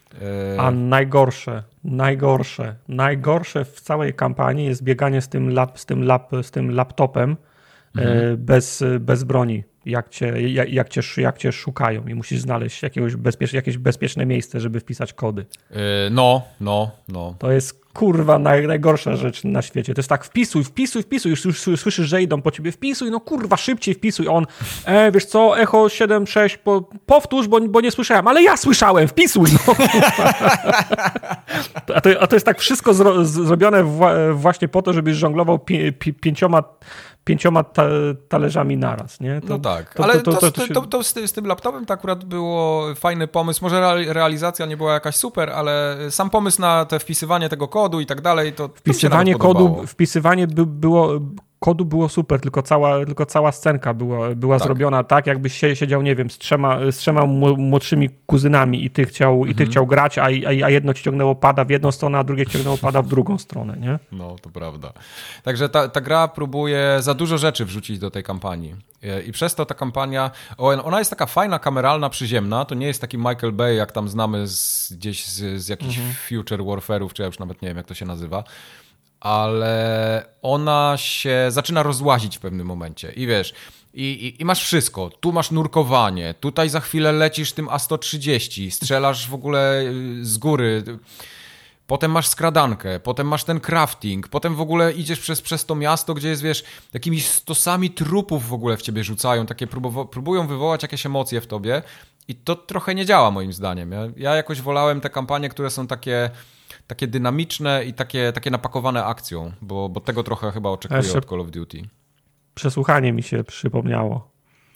[SPEAKER 2] A najgorsze, najgorsze, najgorsze w całej kampanii jest bieganie z tym, lap, z tym, lap, z tym laptopem mhm. bez, bez broni. Jak cię, jak, jak, cię, jak cię szukają i musisz znaleźć jakiegoś bezpiecz, jakieś bezpieczne miejsce, żeby wpisać kody.
[SPEAKER 1] Yy, no, no, no.
[SPEAKER 2] To jest kurwa naj, najgorsza rzecz na świecie. To jest tak, wpisuj, wpisuj, wpisuj, już, już, już słyszysz, że idą po ciebie, wpisuj, no kurwa, szybciej wpisuj. On, e, wiesz co, Echo siedem sześć, po, powtórz, bo, bo nie słyszałem, ale ja słyszałem, wpisuj. No. a, to, a to jest tak wszystko zro, zrobione wła, właśnie po to, żebyś żonglował pi, pi, pięcioma pięcioma ta, talerzami naraz, nie? To,
[SPEAKER 1] no tak,
[SPEAKER 2] to,
[SPEAKER 1] ale
[SPEAKER 2] to, to, to, to,
[SPEAKER 1] się... to, to z, z tym laptopem to akurat było fajny pomysł. Może realizacja nie była jakaś super, ale sam pomysł na te wpisywanie tego kodu i tak dalej, to
[SPEAKER 2] wpisywanie kodu, wpisywanie by było... kodu było super, tylko cała, tylko cała scenka była, była tak. zrobiona tak, jakbyś siedział, nie wiem, z trzema, z trzema młodszymi kuzynami i ty chciał, mhm. i ty chciał grać, a, a jedno ci ciągnęło pada w jedną stronę, a drugie ciągnęło pada w drugą stronę, nie?
[SPEAKER 1] No, to prawda. Także ta, ta gra próbuje za dużo rzeczy wrzucić do tej kampanii. I przez to ta kampania, ona jest taka fajna, kameralna, przyziemna, to nie jest taki Michael Bay, jak tam znamy z, gdzieś z, z jakichś mhm. Future Warfare'ów, czy ja już nawet nie wiem, jak to się nazywa. Ale ona się zaczyna rozłazić w pewnym momencie i wiesz, i, i, i masz wszystko, tu masz nurkowanie, tutaj za chwilę lecisz tym A sto trzydzieści, strzelasz w ogóle z góry, potem masz skradankę, potem masz ten crafting, potem w ogóle idziesz przez, przez to miasto, gdzie jest, wiesz, jakimiś stosami trupów w ogóle w ciebie rzucają, takie próbowo- próbują wywołać jakieś emocje w tobie i to trochę nie działa moim zdaniem. Ja, ja jakoś wolałem te kampanie, które są takie... takie dynamiczne i takie, takie napakowane akcją, bo, bo tego trochę chyba oczekuję
[SPEAKER 2] Jeszcze
[SPEAKER 1] od Call of Duty.
[SPEAKER 2] Przesłuchanie mi się przypomniało.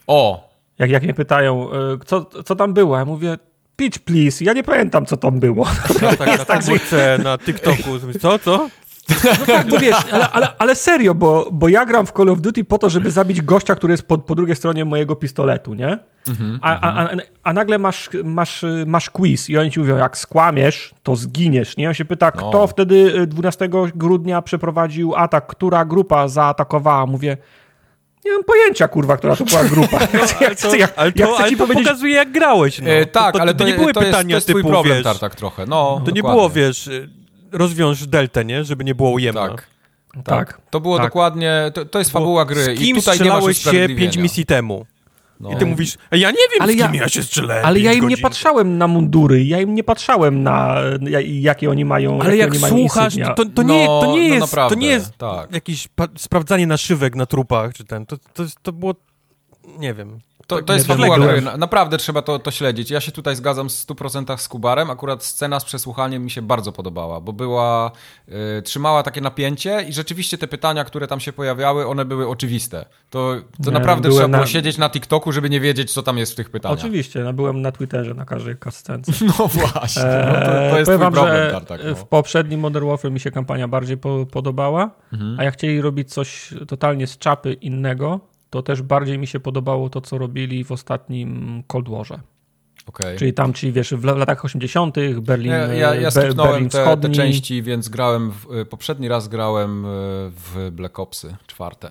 [SPEAKER 1] O!
[SPEAKER 2] Jak, jak mnie pytają, co, co tam było, ja mówię, pitch please, ja nie pamiętam, co tam było.
[SPEAKER 3] No, tak, na tak, tak, na TikToku, co, co?
[SPEAKER 2] No tak, bo wiesz, ale, ale, ale serio, bo, bo ja gram w Call of Duty po to, żeby zabić gościa, który jest po, po drugiej stronie mojego pistoletu, nie? Mm-hmm, a, a, a, a nagle masz, masz, masz quiz i oni ci mówią, jak skłamiesz, to zginiesz, nie? On się pyta, kto no. wtedy dwunastego grudnia przeprowadził atak, która grupa zaatakowała? Mówię, nie mam pojęcia, kurwa, która to była grupa.
[SPEAKER 3] No, ale to, ja, ale to, ja ale to powiedzieć... pokazuje, jak grałeś. No.
[SPEAKER 1] E, tak,
[SPEAKER 3] to, to,
[SPEAKER 1] ale to,
[SPEAKER 3] to nie były
[SPEAKER 1] to
[SPEAKER 3] pytania
[SPEAKER 1] jest, to jest
[SPEAKER 3] typu,
[SPEAKER 1] problem,
[SPEAKER 3] wiesz,
[SPEAKER 1] Tartak, trochę. No,
[SPEAKER 3] to
[SPEAKER 1] dokładnie.
[SPEAKER 3] nie było, wiesz, rozwiąż deltę, nie? Żeby nie było ujemne.
[SPEAKER 1] Tak. Tak. tak, to było
[SPEAKER 2] tak.
[SPEAKER 1] dokładnie, to, to jest fabuła gry.
[SPEAKER 3] Z kim
[SPEAKER 1] i tutaj
[SPEAKER 3] strzelałeś
[SPEAKER 1] nie
[SPEAKER 3] się pięć misji temu? No. I ty mówisz, ja nie wiem, ale z kim ja, ja się strzelałem.
[SPEAKER 2] Ale ja im
[SPEAKER 3] godzin.
[SPEAKER 2] nie patrzałem na mundury, ja im nie patrzałem na jakie oni mają.
[SPEAKER 3] Ale jak
[SPEAKER 2] mają
[SPEAKER 3] słuchasz, to, to, to, nie, to, nie
[SPEAKER 1] no,
[SPEAKER 3] jest,
[SPEAKER 1] naprawdę,
[SPEAKER 3] to nie jest
[SPEAKER 1] tak.
[SPEAKER 3] jakieś pa- sprawdzanie naszywek na trupach, czy ten. To, to, to było, nie wiem.
[SPEAKER 1] To, to jest fabuła gry, naprawdę trzeba to, to śledzić. Ja się tutaj zgadzam w stu procentach z Kubarem. Akurat scena z przesłuchaniem mi się bardzo podobała, bo była, y, trzymała takie napięcie i rzeczywiście te pytania, które tam się pojawiały, one były oczywiste. To, to nie, naprawdę trzeba było na... siedzieć na TikToku, żeby nie wiedzieć, co tam jest w tych pytaniach.
[SPEAKER 2] Oczywiście, no, byłem na Twitterze na każdej cutscence.
[SPEAKER 1] No właśnie, no to, to jest twój
[SPEAKER 2] wam,
[SPEAKER 1] problem, Tartak. No.
[SPEAKER 2] W poprzednim Modern Warfare mi się kampania bardziej po, podobała, mhm. a jak chcieli robić coś totalnie z czapy innego, to też bardziej mi się podobało to, co robili w ostatnim Cold Warze.
[SPEAKER 1] Okay.
[SPEAKER 2] Czyli tam, czyli wiesz, w latach osiemdziesiątych Berlin
[SPEAKER 1] Ja, ja, ja skipnąłem
[SPEAKER 2] Berlin
[SPEAKER 1] te, te części, więc grałem, w, poprzedni raz grałem w Black Opsy czwarte.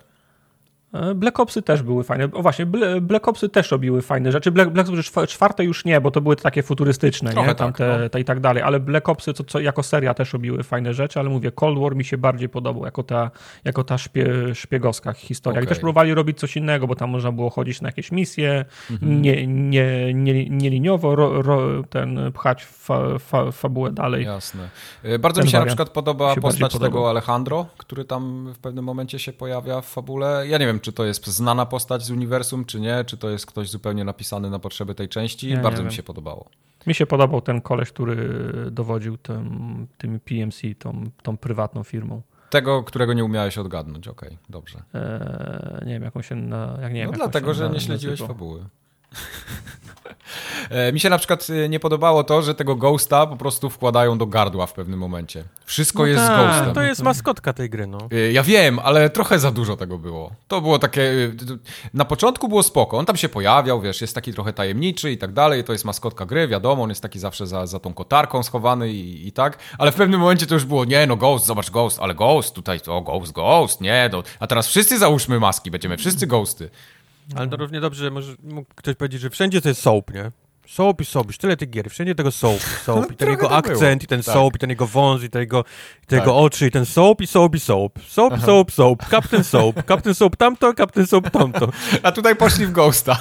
[SPEAKER 2] Black Opsy też były fajne. O właśnie, Black Opsy też robiły fajne rzeczy. Black, Black Opsy czwarte już nie, bo to były takie futurystyczne,
[SPEAKER 1] Trochę
[SPEAKER 2] nie? Tam
[SPEAKER 1] tak,
[SPEAKER 2] te,
[SPEAKER 1] no.
[SPEAKER 2] te i tak dalej. Ale Black Opsy to, co, jako seria też robiły fajne rzeczy, ale mówię, Cold War mi się bardziej podobał, jako ta, jako ta szpie, szpiegowska historia. Okay. I też próbowali robić coś innego, bo tam można było chodzić na jakieś misje, mhm. nie, nie, nie, nie liniowo ro, ro, ten, pchać fa, fa, fabułę dalej.
[SPEAKER 1] Jasne. Bardzo ten mi się na przykład podoba postać tego podoba. Alejandro, który tam w pewnym momencie się pojawia w fabule. Ja nie wiem, czy to jest znana postać z uniwersum, czy nie, czy to jest ktoś zupełnie napisany na potrzeby tej części. Nie, Bardzo nie mi wiem. się podobało.
[SPEAKER 2] Mi się podobał ten koleś, który dowodził tym, tym P M C, tą, tą prywatną firmą.
[SPEAKER 1] Tego, którego nie umiałeś odgadnąć, okej, okay, dobrze.
[SPEAKER 2] Eee, nie wiem, jak on się... Na, jak nie
[SPEAKER 1] no
[SPEAKER 2] wiem,
[SPEAKER 1] dlatego, że
[SPEAKER 2] na,
[SPEAKER 1] nie śledziłeś
[SPEAKER 2] nazywał.
[SPEAKER 1] fabuły. Mi się na przykład nie podobało to, że tego Ghosta po prostu wkładają do gardła w pewnym momencie. Wszystko
[SPEAKER 3] no
[SPEAKER 1] jest
[SPEAKER 3] ta,
[SPEAKER 1] z Ghostem.
[SPEAKER 3] To jest maskotka tej gry, no.
[SPEAKER 1] Ja wiem, ale trochę za dużo tego było. To było takie... Na początku było spoko. On tam się pojawiał, wiesz, jest taki trochę tajemniczy i tak dalej. To jest maskotka gry, wiadomo, on jest taki zawsze za, za tą kotarką schowany i, i tak. Ale w pewnym momencie to już było, nie no, Ghost, zobacz, Ghost, ale Ghost tutaj, to Ghost, Ghost, nie, no. A teraz wszyscy załóżmy maski, będziemy wszyscy Ghosty.
[SPEAKER 3] Ale to równie dobrze może mógł ktoś powiedzieć, że wszędzie to jest soap, nie? Soap i soap, już tyle tych gier, wszędzie tego soap, soap.
[SPEAKER 1] No,
[SPEAKER 3] i ten jego akcent, było. I ten
[SPEAKER 1] tak.
[SPEAKER 3] soap, i ten jego wąs, i te jego, i te tak. jego oczy, i ten soap, i soap, i soap. Soap, Aha. soap, soap, Captain Soap, Captain Soap tamto, Captain Soap tamto.
[SPEAKER 1] A tutaj poszli w Ghosta.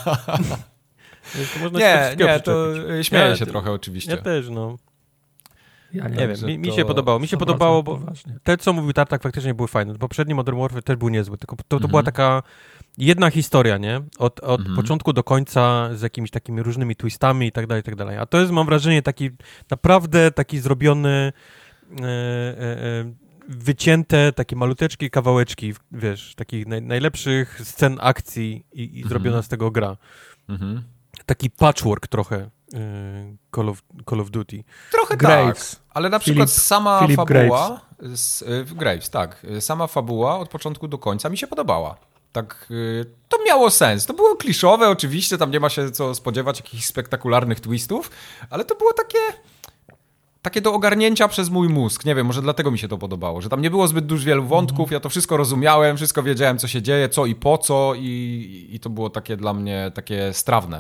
[SPEAKER 1] nie, nie, to śmieję ja, się trochę oczywiście.
[SPEAKER 3] Ja też, no.
[SPEAKER 2] Ja nie,
[SPEAKER 3] nie wiem, mi, mi się podobało. Mi się podobało, bo poważnie. Te, co mówił Tartak, faktycznie były fajne. Poprzedni Modern Warfare też był niezły, tylko to, to mhm. była taka jedna historia, nie? Od, od mhm. początku do końca z jakimiś takimi różnymi twistami i tak dalej, i tak dalej. A to jest, mam wrażenie, taki naprawdę taki zrobiony e, e, wycięte, takie maluteczkie kawałeczki, wiesz, takich naj, najlepszych scen akcji i, i mhm. zrobiona z tego gra. Mhm. Taki patchwork trochę Call of, Call of Duty.
[SPEAKER 1] Trochę Graves. Tak, ale na przykład Philip, sama Philip fabuła Graves. Z, y, Graves, tak, sama fabuła od początku do końca mi się podobała. Tak, y, to miało sens. To było kliszowe oczywiście, tam nie ma się co spodziewać jakichś spektakularnych twistów, ale to było takie takie do ogarnięcia przez mój mózg. Nie wiem, może dlatego mi się to podobało, że tam nie było zbyt dużo wielu wątków, ja to wszystko rozumiałem, wszystko wiedziałem, co się dzieje, co i po co i, i to było takie dla mnie takie strawne.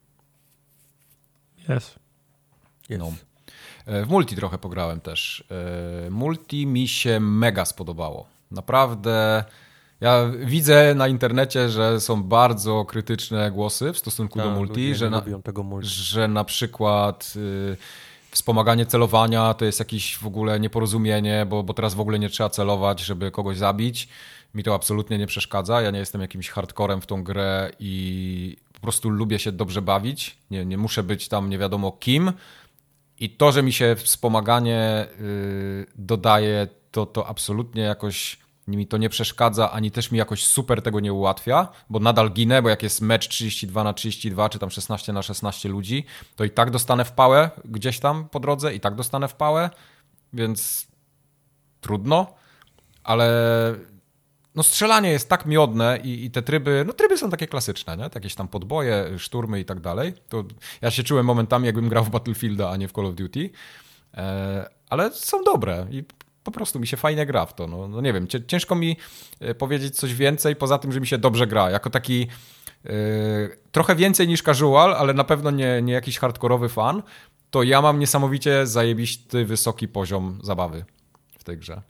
[SPEAKER 2] Yes.
[SPEAKER 1] yes. No. W multi trochę pograłem też. Multi mi się mega spodobało. Naprawdę. Ja widzę na internecie, że są bardzo krytyczne głosy w stosunku Ta, do multi, że na, tego multi, że na przykład y, wspomaganie celowania to jest jakieś w ogóle nieporozumienie, bo, bo teraz w ogóle nie trzeba celować, żeby kogoś zabić. Mi to absolutnie nie przeszkadza. Ja nie jestem jakimś hardcorem w tą grę i po prostu lubię się dobrze bawić. Nie, nie muszę być tam nie wiadomo kim. I to, że mi się wspomaganie yy, dodaje, to, to absolutnie jakoś mi to nie przeszkadza, ani też mi jakoś super tego nie ułatwia, bo nadal ginę, bo jak jest mecz trzydzieści dwa na trzydzieści dwa, czy tam szesnaście na szesnaście ludzi, to i tak dostanę w pałę gdzieś tam po drodze, i tak dostanę w pałę, więc trudno, ale no strzelanie jest tak miodne i, i te tryby, no tryby są takie klasyczne, nie? Jakieś tam podboje, szturmy i tak dalej. To ja się czułem momentami, jakbym grał w Battlefielda, a nie w Call of Duty, e, ale są dobre i po prostu mi się fajnie gra w to. No, no nie wiem, ciężko mi powiedzieć coś więcej, poza tym, że mi się dobrze gra. Jako taki yy, trochę więcej niż casual, ale na pewno nie, nie jakiś hardkorowy fan, to ja mam niesamowicie zajebisty, wysoki poziom zabawy w tej grze.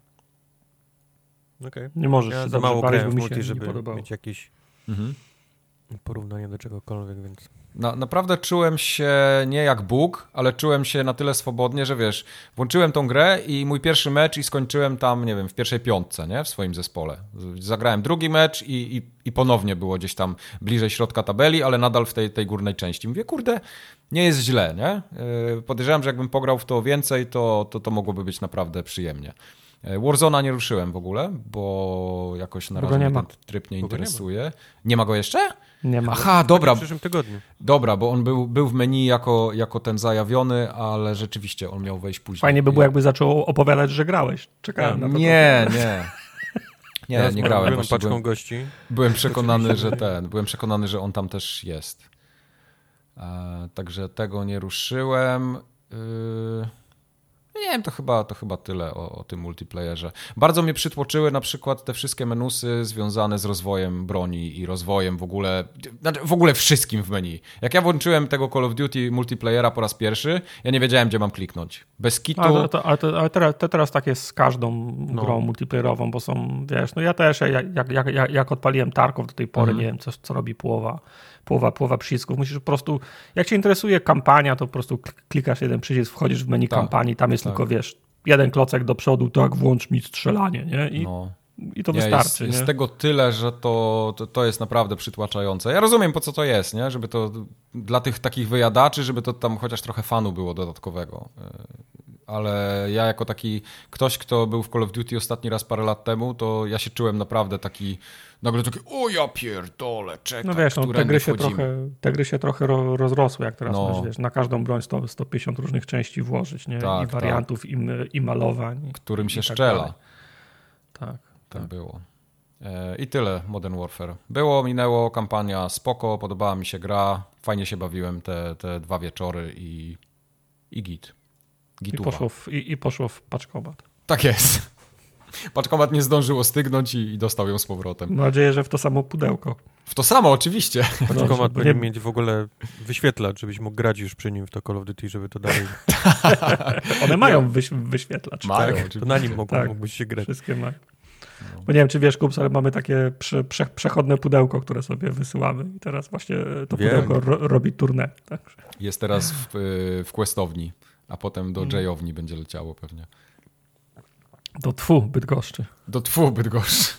[SPEAKER 2] Okay. Nie możesz ja za mało grałem w multi,
[SPEAKER 3] żeby mieć jakieś mhm. porównanie do czegokolwiek, więc...
[SPEAKER 1] Na, naprawdę czułem się nie jak Bóg, ale czułem się na tyle swobodnie, że wiesz, włączyłem tą grę i mój pierwszy mecz i skończyłem tam, nie wiem, w pierwszej piątce, nie? W swoim zespole. Zagrałem drugi mecz i, i, i ponownie było gdzieś tam bliżej środka tabeli, ale nadal w tej, tej górnej części. Mówię, kurde, nie jest źle, nie? Podejrzewam, że jakbym pograł w to więcej, to, to, to mogłoby być naprawdę przyjemnie. Warzona nie ruszyłem w ogóle, bo jakoś na razie mnie ten tryb nie interesuje. Nie ma. nie ma go jeszcze?
[SPEAKER 2] Nie ma.
[SPEAKER 1] Aha, dobra.
[SPEAKER 3] W przyszłym tygodniu.
[SPEAKER 1] Dobra, bo on był, był w menu jako, jako ten zajawiony, ale rzeczywiście on miał wejść później.
[SPEAKER 2] Fajnie by było, jakby zaczął opowiadać, że grałeś. Czekałem na to.
[SPEAKER 1] Nie, nie. Nie,
[SPEAKER 3] ja
[SPEAKER 1] nie grałem.
[SPEAKER 3] Paczką
[SPEAKER 1] byłem,
[SPEAKER 3] gości.
[SPEAKER 1] Byłem przekonany, że ten, byłem przekonany, że on tam też jest. E, także tego nie ruszyłem. Yy... Nie wiem, to chyba, to chyba tyle o, o tym multiplayerze. Bardzo mnie przytłoczyły na przykład te wszystkie menusy związane z rozwojem broni i rozwojem w ogóle, znaczy w ogóle wszystkim w menu. Jak ja włączyłem tego Call of Duty multiplayera po raz pierwszy, ja nie wiedziałem, gdzie mam kliknąć. Bez kitu...
[SPEAKER 2] Ale, to, ale, to, ale teraz, to teraz tak jest z każdą no. grą multiplayerową, bo są, wiesz, no ja też, jak, jak, jak, jak odpaliłem Tarkov do tej pory, mhm. nie wiem, co, co robi połowa. Połowa, połowa przycisków. Musisz po prostu, jak cię interesuje kampania, to po prostu klikasz jeden przycisk, wchodzisz w menu tak, kampanii, tam jest tak. tylko, wiesz, jeden klocek do przodu, tak, włącz mi strzelanie, nie? I, no. i to nie, wystarczy.
[SPEAKER 1] Jest,
[SPEAKER 2] nie?
[SPEAKER 1] jest tego tyle, że to, to, to jest naprawdę przytłaczające. Ja rozumiem, po co to jest, nie? Żeby to dla tych takich wyjadaczy, żeby to tam chociaż trochę fanu było dodatkowego. Ale ja jako taki ktoś, kto był w Call of Duty ostatni raz parę lat temu, to ja się czułem naprawdę taki nagle taki, o ja pierdolę, czekaj,
[SPEAKER 2] no wiesz, no, te, gry się trochę, te gry się trochę rozrosły, jak teraz no. masz, wiesz, na każdą broń sto, sto pięćdziesiąt różnych części włożyć, nie? Tak, i wariantów, tak. i, i malowań.
[SPEAKER 1] Którym się
[SPEAKER 2] i tak
[SPEAKER 1] szczela.
[SPEAKER 2] Dalej. Tak.
[SPEAKER 1] Tak było. I tyle Modern Warfare. Było, minęło, kampania spoko, podobała mi się gra, fajnie się bawiłem te, te dwa wieczory i, i git.
[SPEAKER 2] I poszło, w, i, I poszło w paczkomat.
[SPEAKER 1] Tak jest. Paczkomat nie zdążył ostygnąć i, i dostał ją z powrotem.
[SPEAKER 2] Mam nadzieję, że w to samo pudełko.
[SPEAKER 1] W to samo, oczywiście.
[SPEAKER 3] Paczkomat
[SPEAKER 2] No,
[SPEAKER 3] powinien
[SPEAKER 2] nie-
[SPEAKER 3] mieć w ogóle wyświetlacz, żebyś mógł grać już przy nim w to Call of Duty, żeby to dalej...
[SPEAKER 2] One mają wyś, wyświetlacz.
[SPEAKER 1] Mają,
[SPEAKER 3] tak,
[SPEAKER 1] oczywiście.
[SPEAKER 3] to na nim mógł,
[SPEAKER 2] Tak.
[SPEAKER 3] mógłbyś się grać.
[SPEAKER 2] Wszystkie mają. Bo nie wiem, czy wiesz, Kups, ale mamy takie prze, prze, przechodne pudełko, które sobie wysyłamy i teraz właśnie to
[SPEAKER 3] Wiem.
[SPEAKER 2] pudełko ro, robi turnę. Także.
[SPEAKER 1] Jest teraz w, y, w Questowni, a potem do Jayowni będzie leciało pewnie.
[SPEAKER 2] Do tfu, Bydgoszczy.
[SPEAKER 1] Do tfu, Bydgoszcz.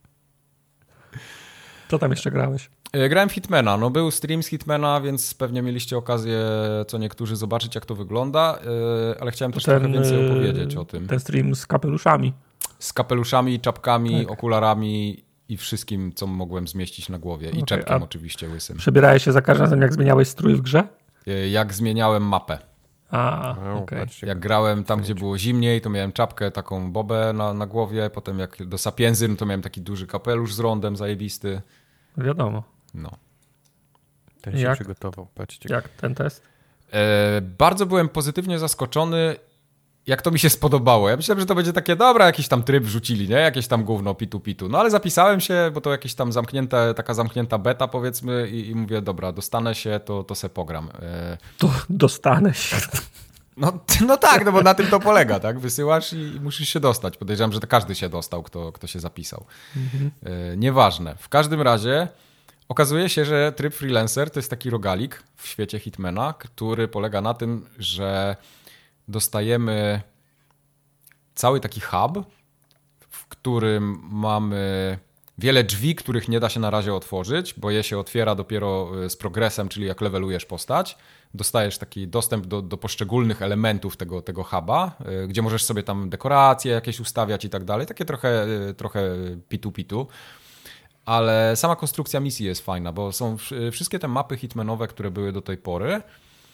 [SPEAKER 2] Co tam jeszcze grałeś?
[SPEAKER 1] E, Grałem w Hitmana. No był stream z Hitmana, więc pewnie mieliście okazję co niektórzy zobaczyć, jak to wygląda, e, ale chciałem też trochę więcej opowiedzieć o tym.
[SPEAKER 2] Ten stream z kapeluszami.
[SPEAKER 1] Z kapeluszami, czapkami,
[SPEAKER 2] Tak.
[SPEAKER 1] okularami i wszystkim, co mogłem zmieścić na głowie. I
[SPEAKER 2] Okej,
[SPEAKER 1] czepkiem
[SPEAKER 2] a-
[SPEAKER 1] oczywiście łysym.
[SPEAKER 2] Przebierałeś się za każdym razem, jak zmieniałeś strój w grze?
[SPEAKER 1] E, Jak zmieniałem mapę.
[SPEAKER 2] A,
[SPEAKER 3] No,
[SPEAKER 2] okej.
[SPEAKER 3] patrzcie,
[SPEAKER 1] Jak grałem tam, gdzie było zimniej, to miałem czapkę, taką bobę na, na głowie. Potem jak do Sapienzy, no to miałem taki duży kapelusz z rondem zajebisty.
[SPEAKER 2] Wiadomo.
[SPEAKER 1] No.
[SPEAKER 3] ten się
[SPEAKER 2] jak?
[SPEAKER 3] przygotował, patrzcie.
[SPEAKER 2] Jak ten test?
[SPEAKER 1] E, bardzo byłem pozytywnie zaskoczony, jak to mi się spodobało. Ja myślałem, że to będzie takie, dobra, jakiś tam tryb wrzucili, nie? Jakieś tam gówno, pitu, pitu. No ale zapisałem się, bo to jakieś tam zamknięte, taka zamknięta beta, powiedzmy, i, i mówię, dobra, dostanę się, to, to se pogram. E,
[SPEAKER 2] To dostanę się.
[SPEAKER 1] no, no tak, no bo na tym to polega, tak? Wysyłasz i, i musisz się dostać. Podejrzewam, że to każdy się dostał, kto, kto się zapisał.
[SPEAKER 2] Mhm.
[SPEAKER 1] E, nieważne. W każdym razie okazuje się, że tryb freelancer to jest taki rogalik w świecie Hitmana, który polega na tym, że dostajemy cały taki hub, w którym mamy wiele drzwi, których nie da się na razie otworzyć, bo je się otwiera dopiero z progresem, czyli jak levelujesz postać. Dostajesz taki dostęp do, do poszczególnych elementów tego, tego huba, y, gdzie możesz sobie tam dekoracje jakieś ustawiać i tak dalej. Takie trochę, y, trochę pitu-pitu. Ale sama konstrukcja misji jest fajna, bo są wsz- wszystkie te mapy hitmanowe, które były do tej pory,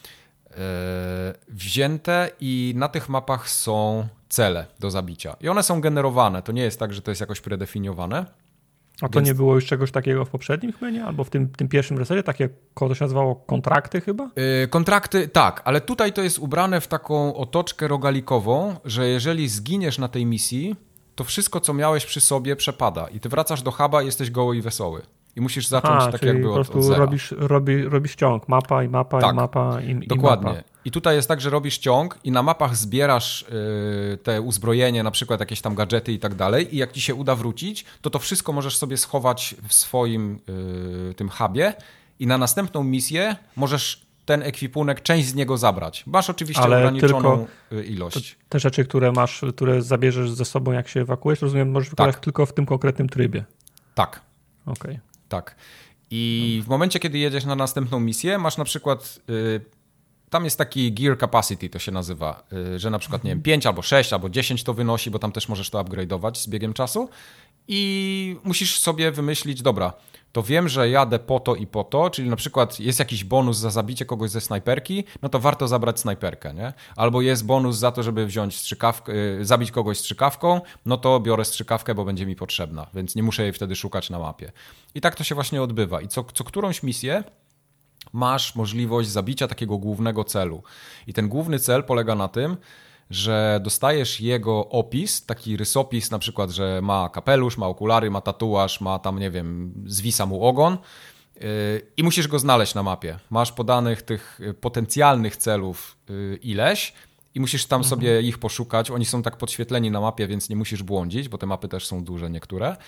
[SPEAKER 1] wzięte i na tych mapach są cele do zabicia. I one są generowane. To nie jest tak, że to jest jakoś predefiniowane.
[SPEAKER 2] A to
[SPEAKER 1] Więc-
[SPEAKER 2] nie było już czegoś takiego w poprzednim Hitmanie? Albo w tym, tym pierwszym resecie? Takie, to się nazywało kontrakty chyba?
[SPEAKER 1] Yy, kontrakty, tak, ale tutaj to jest ubrane w taką otoczkę rogalikową, że jeżeli zginiesz na tej misji, to wszystko, co miałeś przy sobie, przepada. I ty wracasz do huba i jesteś goły i wesoły. I musisz zacząć
[SPEAKER 2] A,
[SPEAKER 1] tak
[SPEAKER 2] czyli
[SPEAKER 1] jakby
[SPEAKER 2] po
[SPEAKER 1] od,
[SPEAKER 2] prostu
[SPEAKER 1] od zera.
[SPEAKER 2] robisz, robi, robisz ciąg. Mapa i mapa
[SPEAKER 1] Tak,
[SPEAKER 2] i mapa i, i
[SPEAKER 1] Dokładnie.
[SPEAKER 2] mapa.
[SPEAKER 1] I tutaj jest tak, że robisz ciąg i na mapach zbierasz yy, te uzbrojenie, na przykład jakieś tam gadżety i tak dalej, i jak ci się uda wrócić, to to wszystko możesz sobie schować w swoim yy, tym hubie i na następną misję możesz ten ekwipunek, część z niego zabrać. Masz oczywiście
[SPEAKER 2] Ale
[SPEAKER 1] ograniczoną
[SPEAKER 2] tylko
[SPEAKER 1] yy, ilość.
[SPEAKER 2] Te rzeczy, które masz, które zabierzesz ze sobą, jak się ewakuujesz, rozumiem, możesz wykonać
[SPEAKER 1] Tak.
[SPEAKER 2] tylko w tym konkretnym trybie.
[SPEAKER 1] Tak.
[SPEAKER 2] Okej.
[SPEAKER 1] Tak. I w momencie, kiedy jedziesz na następną misję, masz na przykład, y, tam jest taki gear capacity, to się nazywa, y, że na przykład, nie wiem, pięć albo sześć albo dziesięć to wynosi, bo tam też możesz to upgrade'ować z biegiem czasu i musisz sobie wymyślić, dobra, to wiem, że jadę po to i po to, czyli na przykład jest jakiś bonus za zabicie kogoś ze snajperki, no to warto zabrać snajperkę, nie? Albo jest bonus za to, żeby wziąć strzykawkę, y, zabić kogoś strzykawką, no to biorę strzykawkę, bo będzie mi potrzebna, więc nie muszę jej wtedy szukać na mapie. I tak to się właśnie odbywa. I co, co którąś misję masz możliwość zabicia takiego głównego celu. I ten główny cel polega na tym, że dostajesz jego opis, taki rysopis, na przykład, że ma kapelusz, ma okulary, ma tatuaż, ma tam, nie wiem, zwisa mu ogon yy, i musisz go znaleźć na mapie. Masz podanych tych potencjalnych celów yy, ileś i musisz tam mhm. sobie ich poszukać. Oni są tak podświetleni na mapie, więc nie musisz błądzić, bo te mapy też są duże niektóre.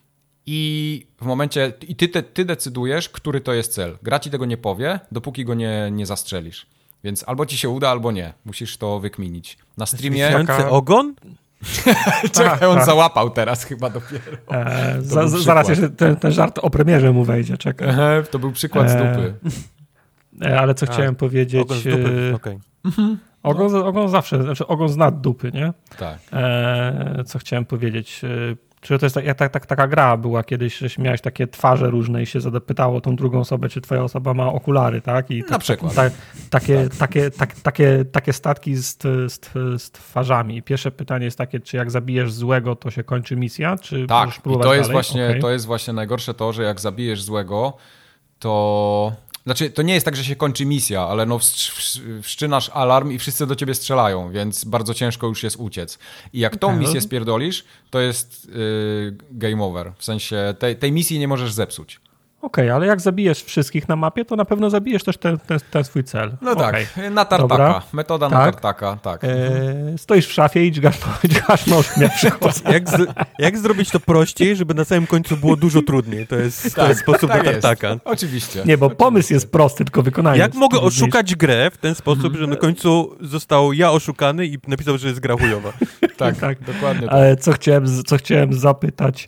[SPEAKER 1] I w momencie, i ty, ty, ty decydujesz, który to jest cel. Gra ci tego nie powie, dopóki go nie, nie zastrzelisz. Więc albo ci się uda, albo nie. Musisz to wykminić. Na streamie...
[SPEAKER 3] Wisujący ogon?
[SPEAKER 1] Czekaj, on
[SPEAKER 2] tak.
[SPEAKER 1] załapał teraz chyba dopiero.
[SPEAKER 2] E,
[SPEAKER 1] To
[SPEAKER 2] za,
[SPEAKER 1] był
[SPEAKER 2] zaraz
[SPEAKER 1] przykład.
[SPEAKER 2] jeszcze ten, ten żart o premierze mu wejdzie, czekaj.
[SPEAKER 1] Aha, to był przykład z
[SPEAKER 2] E,
[SPEAKER 1] dupy.
[SPEAKER 2] E, ale co
[SPEAKER 3] A,
[SPEAKER 2] chciałem powiedzieć...
[SPEAKER 3] Ogon z dupy,
[SPEAKER 2] e,
[SPEAKER 3] okej.
[SPEAKER 2] Ogon, z- ogon zawsze, znaczy ogon z nad dupy, nie?
[SPEAKER 1] Tak.
[SPEAKER 2] E, co chciałem powiedzieć? E, czy to jest tak, jak, tak, tak, taka gra była kiedyś, że miałeś takie twarze różne i się zapytało tą drugą osobę, czy twoja osoba ma okulary, tak? I
[SPEAKER 1] Na
[SPEAKER 2] tak,
[SPEAKER 1] przykład.
[SPEAKER 2] Tak, takie, takie, tak, takie, takie statki z, z, z twarzami. Pierwsze pytanie jest takie, czy jak zabijesz złego, to się kończy misja? Czy możesz
[SPEAKER 1] Tak, i
[SPEAKER 2] próbować
[SPEAKER 1] to jest,
[SPEAKER 2] dalej?
[SPEAKER 1] właśnie,
[SPEAKER 2] Okej.
[SPEAKER 1] to jest właśnie najgorsze to, że jak zabijesz złego, to Znaczy, to nie jest tak, że się kończy misja, ale no wstrz- wszczynasz alarm i wszyscy do ciebie strzelają, więc bardzo ciężko już jest uciec. I jak tą
[SPEAKER 2] Okay.
[SPEAKER 1] misję spierdolisz, to jest yy, game over. W sensie tej, tej misji nie możesz zepsuć.
[SPEAKER 2] Okej, okay, ale jak zabijesz wszystkich na mapie, to na pewno zabijesz też ten, ten, ten swój cel.
[SPEAKER 1] No
[SPEAKER 2] okay.
[SPEAKER 1] tak, na tartaka. Dobra. Metoda tak. na tartaka, tak.
[SPEAKER 2] Eee, stoisz w szafie i dźgasz, dźgasz nożem na przykład.
[SPEAKER 3] jak, z, jak zrobić to prościej, żeby na samym końcu było dużo trudniej? To jest, tak, to jest sposób tak na tartaka.
[SPEAKER 1] Jest. Oczywiście.
[SPEAKER 2] Nie, bo
[SPEAKER 1] Oczywiście.
[SPEAKER 2] pomysł jest prosty, tylko wykonanie.
[SPEAKER 3] Jak mogę oszukać grę w ten sposób, że na końcu został ja oszukany i napisał, że jest gra chujowa?
[SPEAKER 1] tak, tak, dokładnie.
[SPEAKER 2] Ale tak. co chciałem, co chciałem zapytać,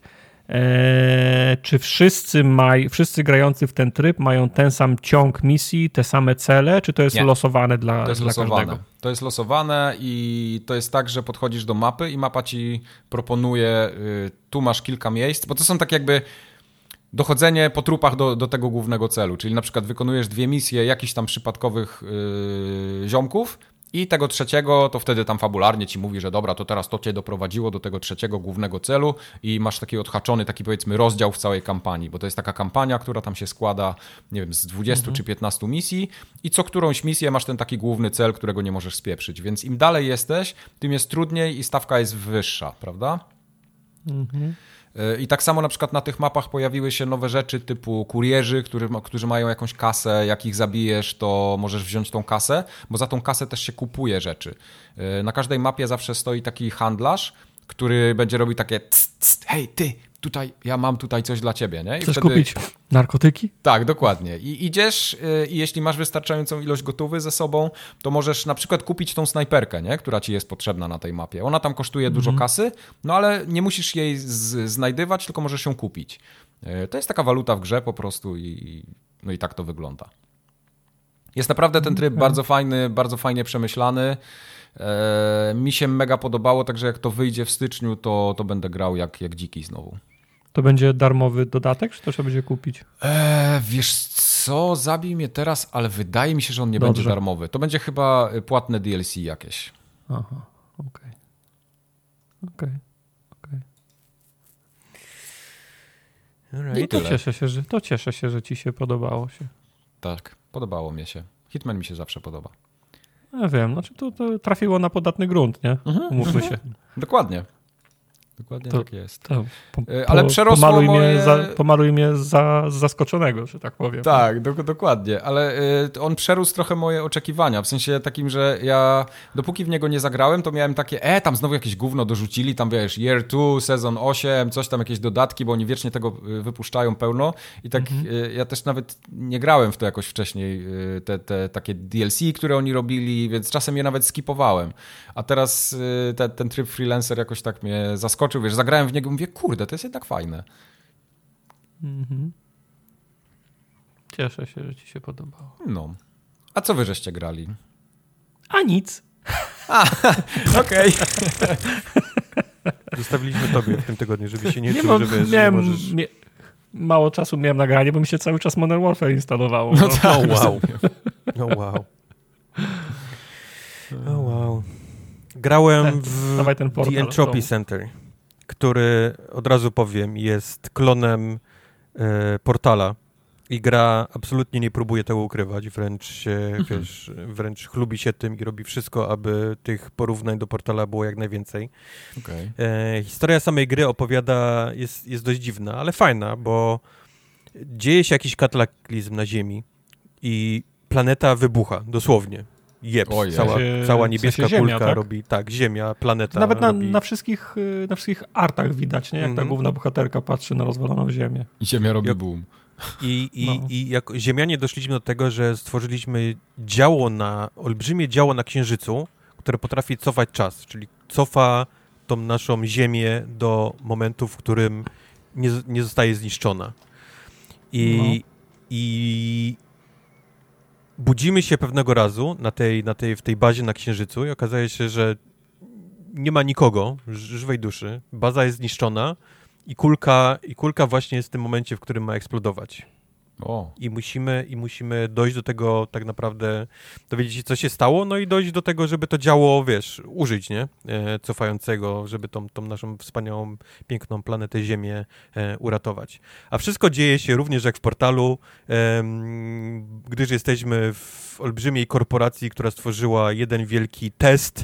[SPEAKER 2] Eee, czy wszyscy, maj, wszyscy grający w ten tryb mają ten sam ciąg misji, te same cele, czy to jest
[SPEAKER 1] Nie.
[SPEAKER 2] losowane dla,
[SPEAKER 1] to jest
[SPEAKER 2] dla
[SPEAKER 1] losowane.
[SPEAKER 2] każdego?
[SPEAKER 1] To jest losowane i to jest tak, że podchodzisz do mapy i mapa ci proponuje, y, tu masz kilka miejsc, bo to są tak jakby dochodzenie po trupach do, do tego głównego celu, czyli na przykład wykonujesz dwie misje jakichś tam przypadkowych yy, ziomków i tego trzeciego, to wtedy tam fabularnie ci mówi, że dobra, to teraz to cię doprowadziło do tego trzeciego głównego celu i masz taki odhaczony, taki powiedzmy rozdział w całej kampanii, bo to jest taka kampania, która tam się składa, nie wiem, z dwudziestu mhm. czy piętnastu misji i co którąś misję masz ten taki główny cel, którego nie możesz spieprzyć, więc im dalej jesteś, tym jest trudniej i stawka jest wyższa, prawda?
[SPEAKER 2] Mhm.
[SPEAKER 1] I tak samo na przykład na tych mapach pojawiły się nowe rzeczy typu kurierzy, którzy, którzy mają jakąś kasę, jak ich zabijesz, to możesz wziąć tą kasę, bo za tą kasę też się kupuje rzeczy. Na każdej mapie zawsze stoi taki handlarz, który będzie robił takie tst, tst, hej ty, tutaj, ja mam tutaj coś dla ciebie, nie? I
[SPEAKER 2] Chcesz
[SPEAKER 1] wtedy...
[SPEAKER 2] kupić narkotyki? Tak,
[SPEAKER 1] dokładnie. I idziesz yy, i jeśli masz wystarczającą ilość gotówy ze sobą, to możesz na przykład kupić tą snajperkę, nie? Która ci jest potrzebna na tej mapie. Ona tam kosztuje mm-hmm. dużo kasy, no ale nie musisz jej z- znajdywać, tylko możesz ją kupić. Yy, to jest taka waluta w grze po prostu i, no i tak to wygląda. Jest naprawdę ten tryb okay. bardzo fajny, bardzo fajnie przemyślany. Yy, mi się mega podobało, także jak to wyjdzie w styczniu, to, to będę grał jak, jak dziki znowu.
[SPEAKER 2] To będzie darmowy dodatek, czy to trzeba będzie kupić?
[SPEAKER 1] Eee, wiesz co, zabij mnie teraz, ale wydaje mi się, że on nie Dobrze. będzie darmowy. To będzie chyba płatne D L C jakieś.
[SPEAKER 2] Aha, okej. Okej, okej. I to cieszę się, że, to cieszę się, że ci się podobało się.
[SPEAKER 1] Tak, podobało mi się. Hitman mi się zawsze podoba.
[SPEAKER 2] Ja wiem, znaczy to, to trafiło na podatny grunt, nie? Mhm, Umówmy się.
[SPEAKER 1] Dokładnie. Dokładnie to, tak jest. To,
[SPEAKER 2] po,
[SPEAKER 1] Ale przerosło
[SPEAKER 2] pomaluj
[SPEAKER 1] moje...
[SPEAKER 2] mnie, za, pomaluj mnie za, zaskoczonego, że tak powiem.
[SPEAKER 1] Tak, do, dokładnie, ale y, on przerósł trochę moje oczekiwania, w sensie takim, że ja dopóki w niego nie zagrałem, to miałem takie, e, tam znowu jakieś gówno dorzucili, tam wiesz, Year two, Sezon osiem, coś tam, jakieś dodatki, bo oni wiecznie tego wypuszczają pełno i tak mhm. y, ja też nawet nie grałem w to jakoś wcześniej, y, te, te takie D L C, które oni robili, więc czasem je nawet skipowałem, a teraz y, te, ten tryb freelancer jakoś tak mnie zaskoczył. Wiesz, zagrałem w niego i mówię, kurde, to jest jednak fajne.
[SPEAKER 2] Mhm. Cieszę się, że ci się podobało.
[SPEAKER 1] No. A co wy żeście grali?
[SPEAKER 2] A nic.
[SPEAKER 1] A, okej.
[SPEAKER 3] Zostawiliśmy tobie w tym tygodniu, żeby się nie,
[SPEAKER 2] nie
[SPEAKER 3] czuł,
[SPEAKER 2] mam,
[SPEAKER 3] że wiesz,
[SPEAKER 2] miałem,
[SPEAKER 3] nie możesz...
[SPEAKER 2] mie- mało czasu miałem nagranie, bo mi się cały czas Modern Warfare instalowało.
[SPEAKER 1] No, no tak,
[SPEAKER 3] wow. No wow. No wow. Grałem w The Entropy Center, który, od razu powiem, jest klonem e, Portala i gra absolutnie nie próbuje tego ukrywać, wręcz się, mhm. wiesz, wręcz chlubi się tym i robi wszystko, aby tych porównań do Portala było jak najwięcej.
[SPEAKER 1] Okay.
[SPEAKER 3] E, historia samej gry opowiada, jest, jest dość dziwna, ale fajna, bo dzieje się jakiś kataklizm na Ziemi i planeta wybucha, dosłownie. Jeps, Oj, cała, się, cała niebieska w sensie kulka ziemia, tak? robi, tak, Ziemia, planeta.
[SPEAKER 2] Nawet na,
[SPEAKER 3] robi...
[SPEAKER 2] na, wszystkich, na wszystkich artach widać, nie? Jak mm-hmm. ta główna bohaterka patrzy na rozwaloną Ziemię.
[SPEAKER 1] I Ziemia robi boom.
[SPEAKER 3] I, i, no. i jako Ziemianie doszliśmy do tego, że stworzyliśmy działo na, olbrzymie działo na Księżycu, które potrafi cofać czas, czyli cofa tą naszą Ziemię do momentu, w którym nie, nie zostaje zniszczona. I, no. i budzimy się pewnego razu na tej, na tej, w tej bazie na Księżycu i okazuje się, że nie ma nikogo, żywej duszy, baza jest zniszczona i kulka, i kulka właśnie jest w tym momencie, w którym ma eksplodować.
[SPEAKER 1] O.
[SPEAKER 3] I musimy, I musimy dojść do tego tak naprawdę, dowiedzieć się, co się stało, no i dojść do tego, żeby to działo, wiesz, użyć, nie? E, cofającego, żeby tą, tą naszą wspaniałą, piękną planetę Ziemię e, uratować. A wszystko dzieje się również jak w portalu, e, gdyż jesteśmy w olbrzymiej korporacji, która stworzyła jeden wielki test e,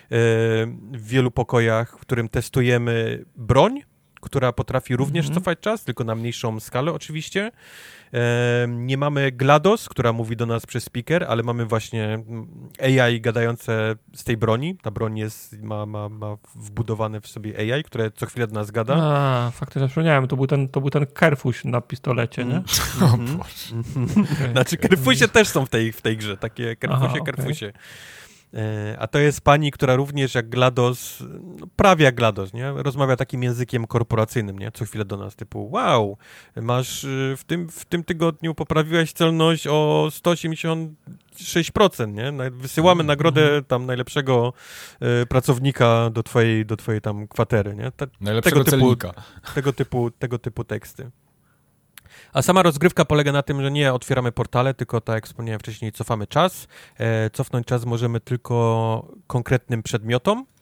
[SPEAKER 3] w wielu pokojach, w którym testujemy broń, która potrafi również mm-hmm. cofać czas, tylko na mniejszą skalę oczywiście. E, nie mamy GLaDOS, która mówi do nas przez speaker, ale mamy właśnie A I gadające z tej broni. Ta broń jest, ma, ma, ma wbudowane w sobie A I, które co chwilę do nas gada.
[SPEAKER 2] A, faktycznie wspomniałem, to był ten, to był ten kerfuś na pistolecie, nie?
[SPEAKER 3] Mm-hmm. Okay. Znaczy kerfusie też są w tej, w tej grze, takie kerfusie, Aha, kerfusie. Okay. A to jest pani, która również jak GLaDOS, no prawie jak GLaDOS, nie? Rozmawia takim językiem korporacyjnym, nie? Co chwilę do nas, typu wow, masz w tym, w tym tygodniu poprawiłeś celność o sto osiemdziesiąt sześć procent, nie? Wysyłamy mm, nagrodę mm. tam najlepszego y, pracownika do twojej, do twojej tam kwatery, nie? Ta,
[SPEAKER 1] najlepszego
[SPEAKER 3] tego
[SPEAKER 1] celnika.
[SPEAKER 3] Typu, tego, typu, tego typu teksty. A sama rozgrywka polega na tym, że nie otwieramy portale, tylko tak jak wspomniałem wcześniej, cofamy czas. E, cofnąć czas możemy tylko konkretnym przedmiotom. E,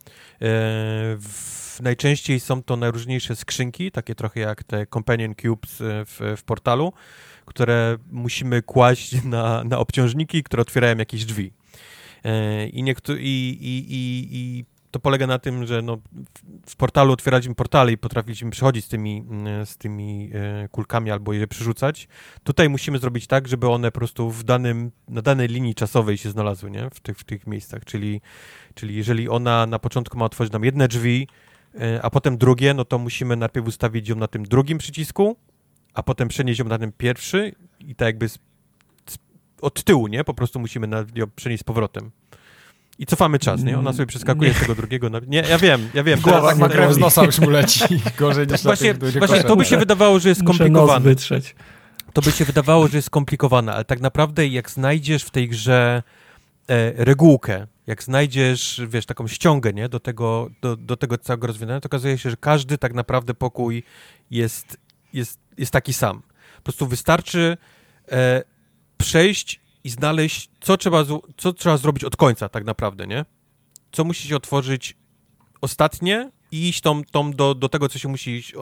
[SPEAKER 3] w, najczęściej są to najróżniejsze skrzynki, takie trochę jak te Companion Cubes w, w portalu, które musimy kłaść na, na obciążniki, które otwierają jakieś drzwi. E, i, niektó- i, i, i, i to polega na tym, że no, w portalu otwieraliśmy portale i potrafiliśmy przechodzić z tymi, z tymi kulkami albo je przerzucać. Tutaj musimy zrobić tak, żeby one po prostu w danym, na danej linii czasowej się znalazły, nie? W, tych, w tych miejscach. Czyli, czyli jeżeli ona na początku ma otworzyć nam jedne drzwi, a potem drugie, no to musimy najpierw ustawić ją na tym drugim przycisku, a potem przenieść ją na ten pierwszy i tak jakby z, z, od tyłu, nie? Po prostu musimy na, ją przenieść z powrotem. I cofamy czas, nie? Ona sobie przeskakuje nie. z tego drugiego. Na... Nie, ja wiem, ja wiem.
[SPEAKER 1] Głowa tak ma krew z nosa już mu leci. Gorzej niż
[SPEAKER 3] właśnie,
[SPEAKER 1] na tym,
[SPEAKER 3] właśnie to by się wydawało, że jest skomplikowane.
[SPEAKER 2] Muszę nos wytrzeć.
[SPEAKER 3] To by się wydawało, że jest skomplikowane, ale tak naprawdę jak znajdziesz w tej grze e, regułkę, jak znajdziesz, wiesz, taką ściągę, nie? Do tego, do, do tego całego rozwiązania, to okazuje się, że każdy tak naprawdę pokój jest, jest, jest taki sam. Po prostu wystarczy e, przejść i znaleźć, co trzeba, co trzeba zrobić od końca tak naprawdę, nie? Co musi się otworzyć ostatnie i iść tą, tą do, do tego, co się musi iść e,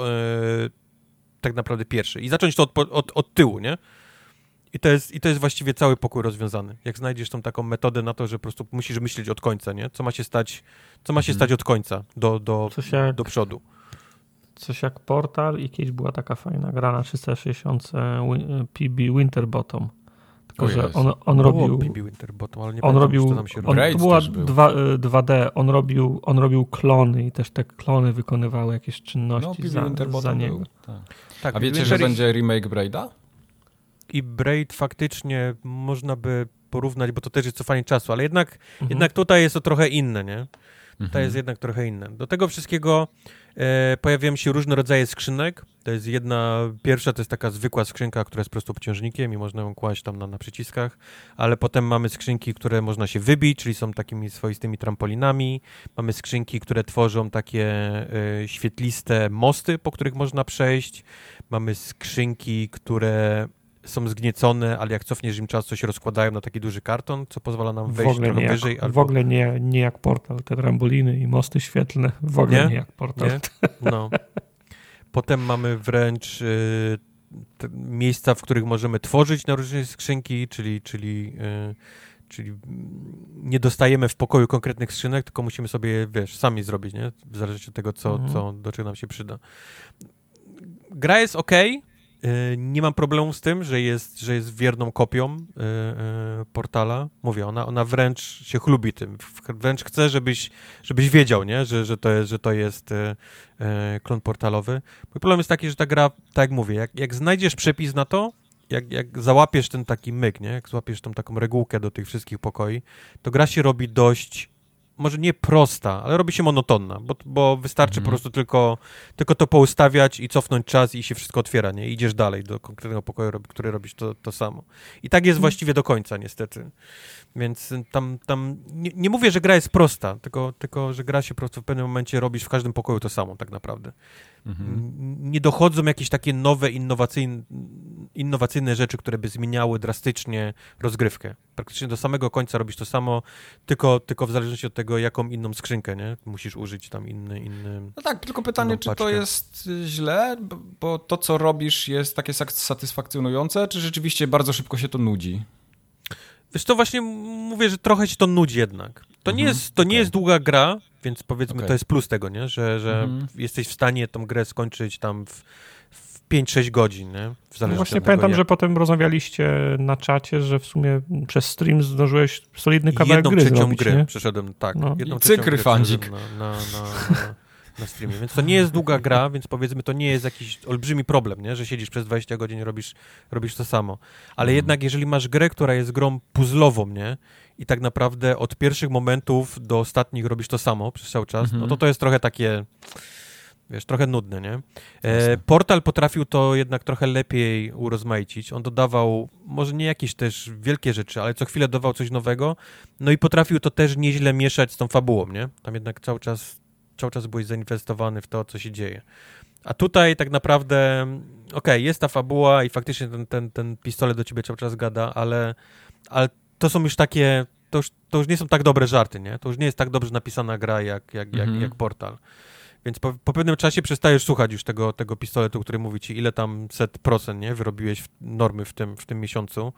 [SPEAKER 3] tak naprawdę pierwszy. I zacząć to od, od, od tyłu, nie? I to, jest, I to jest właściwie cały pokój rozwiązany. Jak znajdziesz tą taką metodę na to, że po prostu musisz myśleć od końca, nie? Co ma się stać, co ma się stać od końca do, do,
[SPEAKER 2] jak,
[SPEAKER 3] do przodu.
[SPEAKER 2] Coś jak Portal i kiedyś była taka fajna gra na trzysta sześćdziesiąt P B Winterbottom. Tylko, że on, on robił...
[SPEAKER 3] P B Winterbottom, ale nie
[SPEAKER 2] on
[SPEAKER 3] pamiętam,
[SPEAKER 2] robił,
[SPEAKER 3] co tam się
[SPEAKER 2] on,
[SPEAKER 3] robi.
[SPEAKER 2] To była dwa D. On robił, on robił klony i też te klony wykonywały jakieś czynności no, za, za niego.
[SPEAKER 1] Tak. Tak, a wiecie, Winter... że będzie remake Braida?
[SPEAKER 3] I Braid faktycznie można by porównać, bo to też jest cofanie czasu, ale jednak, mhm. jednak tutaj jest to trochę inne, nie? Tutaj mhm. jest jednak trochę inne. Do tego wszystkiego e, pojawiają się różne rodzaje skrzynek. To jest jedna, pierwsza to jest taka zwykła skrzynka, która jest po prostu obciążnikiem i można ją kłaść tam na, na przyciskach, ale potem mamy skrzynki, które można się wybić, czyli są takimi swoistymi trampolinami. Mamy skrzynki, które tworzą takie e, świetliste mosty, po których można przejść. Mamy skrzynki, które są zgniecone, ale jak cofniesz im czas, to się rozkładają na taki duży karton, co pozwala nam wejść trochę
[SPEAKER 2] jak,
[SPEAKER 3] wyżej. Albo...
[SPEAKER 2] W ogóle nie, nie jak Portal. Te tramboliny i mosty świetlne, w ogóle nie, nie jak Portal.
[SPEAKER 3] Nie? No. Potem mamy wręcz y, te miejsca, w których możemy tworzyć na różne skrzynki, czyli, czyli, y, czyli nie dostajemy w pokoju konkretnych skrzynek, tylko musimy sobie, wiesz, sami zrobić, nie? W zależności od tego, co, mhm. co, do czego nam się przyda. Gra jest okej. Nie mam problemu z tym, że jest, że jest wierną kopią y, y, Portala. Mówię, ona, ona wręcz się chlubi tym. Wręcz chce, żebyś, żebyś wiedział, nie? Że, że to jest, że to jest y, y, klon portalowy. Mój problem jest taki, że ta gra, tak jak mówię, jak, jak znajdziesz przepis na to, jak, jak załapiesz ten taki myk, nie? Jak złapiesz tą taką regułkę do tych wszystkich pokoi, to gra się robi dość, może nie prosta, ale robi się monotonna, bo, bo wystarczy mm. po prostu tylko, tylko to poustawiać i cofnąć czas i się wszystko otwiera, nie? I idziesz dalej do konkretnego pokoju, który robisz to, to samo. I tak jest mm. właściwie do końca, niestety. Więc tam, tam nie, nie mówię, że gra jest prosta, tylko, tylko że gra się po prostu w pewnym momencie robisz w każdym pokoju to samo, tak naprawdę. Mm-hmm. Nie dochodzą jakieś takie nowe, innowacyjne, innowacyjne rzeczy, które by zmieniały drastycznie rozgrywkę. Praktycznie do samego końca robisz to samo, tylko, tylko w zależności od tego, jaką inną skrzynkę, nie? Musisz użyć tam inny... inny
[SPEAKER 1] no tak, tylko pytanie, czy
[SPEAKER 3] paczkę.
[SPEAKER 1] to jest źle, bo to, co robisz, jest takie satysfakcjonujące, czy rzeczywiście bardzo szybko się to nudzi?
[SPEAKER 3] Wiesz, to właśnie mówię, że trochę się to nudzi jednak. To, mhm, nie, jest, to okay. nie jest długa gra, więc powiedzmy, okay. to jest plus tego, nie? Że, że mhm. jesteś w stanie tą grę skończyć tam w, w pięć sześć godzin, nie? W
[SPEAKER 2] no właśnie pamiętam, jak... że potem rozmawialiście na czacie, że w sumie przez stream zdążyłeś solidny kawałek
[SPEAKER 3] jedną
[SPEAKER 2] gry
[SPEAKER 3] trzecią
[SPEAKER 2] zrobić,
[SPEAKER 3] grę
[SPEAKER 2] nie?
[SPEAKER 3] przeszedłem, tak.
[SPEAKER 1] No.
[SPEAKER 3] Jedną
[SPEAKER 1] Cykry fandzik.
[SPEAKER 3] Na, na, na, na, na streamie, więc to nie jest długa gra, więc powiedzmy, to nie jest jakiś olbrzymi problem, nie? Że siedzisz przez dwadzieścia godzin i robisz, robisz to samo. Ale mhm. jednak jeżeli masz grę, która jest grą puzzlową, nie? I tak naprawdę od pierwszych momentów do ostatnich robisz to samo przez cały czas, mhm. no to to jest trochę takie, wiesz, trochę nudne, nie? E, Portal potrafił to jednak trochę lepiej urozmaicić. On dodawał, może nie jakieś też wielkie rzeczy, ale co chwilę dodawał coś nowego, no i potrafił to też nieźle mieszać z tą fabułą, nie? Tam jednak cały czas, cały czas byłeś zainwestowany w to, co się dzieje. A tutaj tak naprawdę, okej, okay, jest ta fabuła i faktycznie ten, ten, ten pistolet do ciebie cały czas gada, ale, ale to są już takie, to już, to już nie są tak dobre żarty, nie? To już nie jest tak dobrze napisana gra jak, jak, jak,
[SPEAKER 1] mhm.
[SPEAKER 3] jak Portal. Więc po, po pewnym czasie przestajesz słuchać już tego, tego pistoletu, który mówi ci, ile tam set procent, nie? Wyrobiłeś w, normy w tym, w tym miesiącu.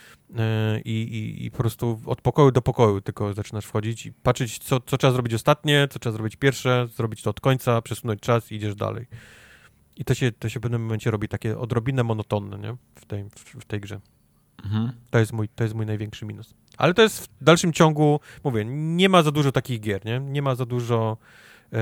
[SPEAKER 3] Yy, i, i po prostu od pokoju do pokoju tylko zaczynasz wchodzić i patrzeć, co, co trzeba zrobić ostatnie, co trzeba zrobić pierwsze, zrobić to od końca, przesunąć czas i idziesz dalej. I to się, to się w pewnym momencie robi takie odrobinę monotonne, nie? W tej, w, w tej grze. Mhm. To jest mój, to jest mój największy minus. Ale to jest w dalszym ciągu, mówię, nie ma za dużo takich gier, nie? Nie ma za dużo e,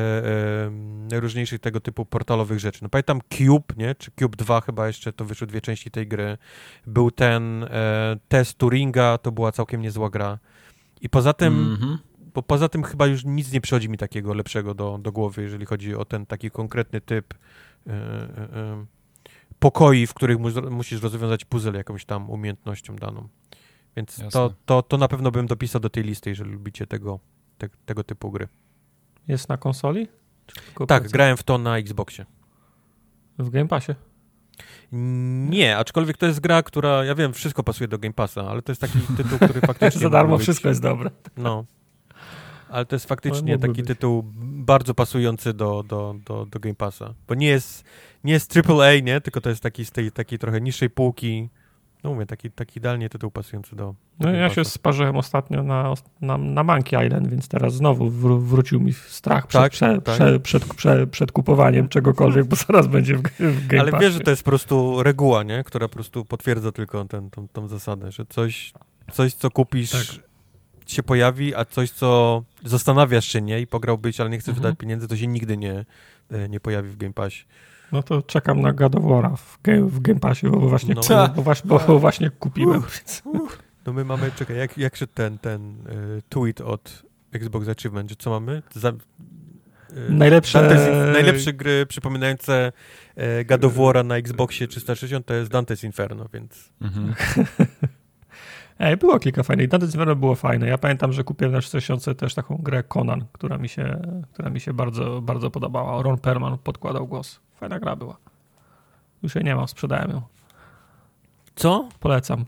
[SPEAKER 3] e, różniejszych tego typu portalowych rzeczy. No pamiętam Cube, nie? Czy Cube dwa chyba jeszcze, to wyszły dwie części tej gry. Był ten e, test Turinga, to była całkiem niezła gra. I poza tym, mhm. bo poza tym chyba już nic nie przychodzi mi takiego lepszego do, do głowy, jeżeli chodzi o ten taki konkretny typ e, e, pokoi, w których mu, musisz rozwiązać puzzle jakąś tam umiejętnością daną. Więc to, to, to na pewno bym dopisał do tej listy, jeżeli lubicie tego, te, tego typu gry.
[SPEAKER 2] Jest na konsoli?
[SPEAKER 3] Tak, P C? Grałem w to na Xboxie.
[SPEAKER 2] W Game Passie?
[SPEAKER 3] Nie, aczkolwiek to jest gra, która, ja wiem, wszystko pasuje do Game Passa, ale to jest taki tytuł, który faktycznie...
[SPEAKER 2] Za darmo wszystko jest dobre.
[SPEAKER 3] No. Ale to jest faktycznie taki być. tytuł bardzo pasujący do, do, do, do Game Passa. Bo nie jest, nie jest triple A, nie? Tylko to jest taki z tej takiej trochę niższej półki. No mówię, taki, taki idealnie tytuł pasujący do, do
[SPEAKER 2] No
[SPEAKER 3] Game
[SPEAKER 2] ja
[SPEAKER 3] Passa.
[SPEAKER 2] się sparzyłem ostatnio na, na, na Monkey Island, więc teraz znowu wró- wrócił mi strach przed, tak, prze, tak. Prze, przed, prze, przed kupowaniem czegokolwiek, bo zaraz będzie w, w Game
[SPEAKER 3] Ale
[SPEAKER 2] Passie.
[SPEAKER 3] wiesz, że to jest po prostu reguła, nie? Która po prostu potwierdza tylko ten, tą, tą zasadę, że coś, coś co kupisz... Tak. się pojawi, a coś, co zastanawiasz się, nie? I pograłbyś, ale nie chcesz mhm. wydać pieniędzy, to się nigdy nie, nie pojawi w Game Passie.
[SPEAKER 2] No to czekam na God of War'a w, game, w Game Passie, bo właśnie, no. bo, bo, właśnie, bo, bo właśnie kupiłem.
[SPEAKER 3] Uh, uh. No my mamy, czekaj, jak, jak szedł ten, ten y, tweet od Xbox Achievement, że co mamy? Za, y,
[SPEAKER 2] najlepsze...
[SPEAKER 3] Dante's, najlepsze gry przypominające y, God of War'a na Xboxie trzysta sześćdziesiąt to jest Dante's Inferno, więc... Mhm.
[SPEAKER 2] Ej, było kilka fajnych. Dante's Inferno było fajne. Ja pamiętam, że kupiłem na czterysta tysiące też taką grę Conan, która mi się, która mi się bardzo, bardzo podobała. Ron Perlman podkładał głos. Fajna gra była. Już jej nie mam, sprzedałem ją.
[SPEAKER 3] Co?
[SPEAKER 2] Polecam.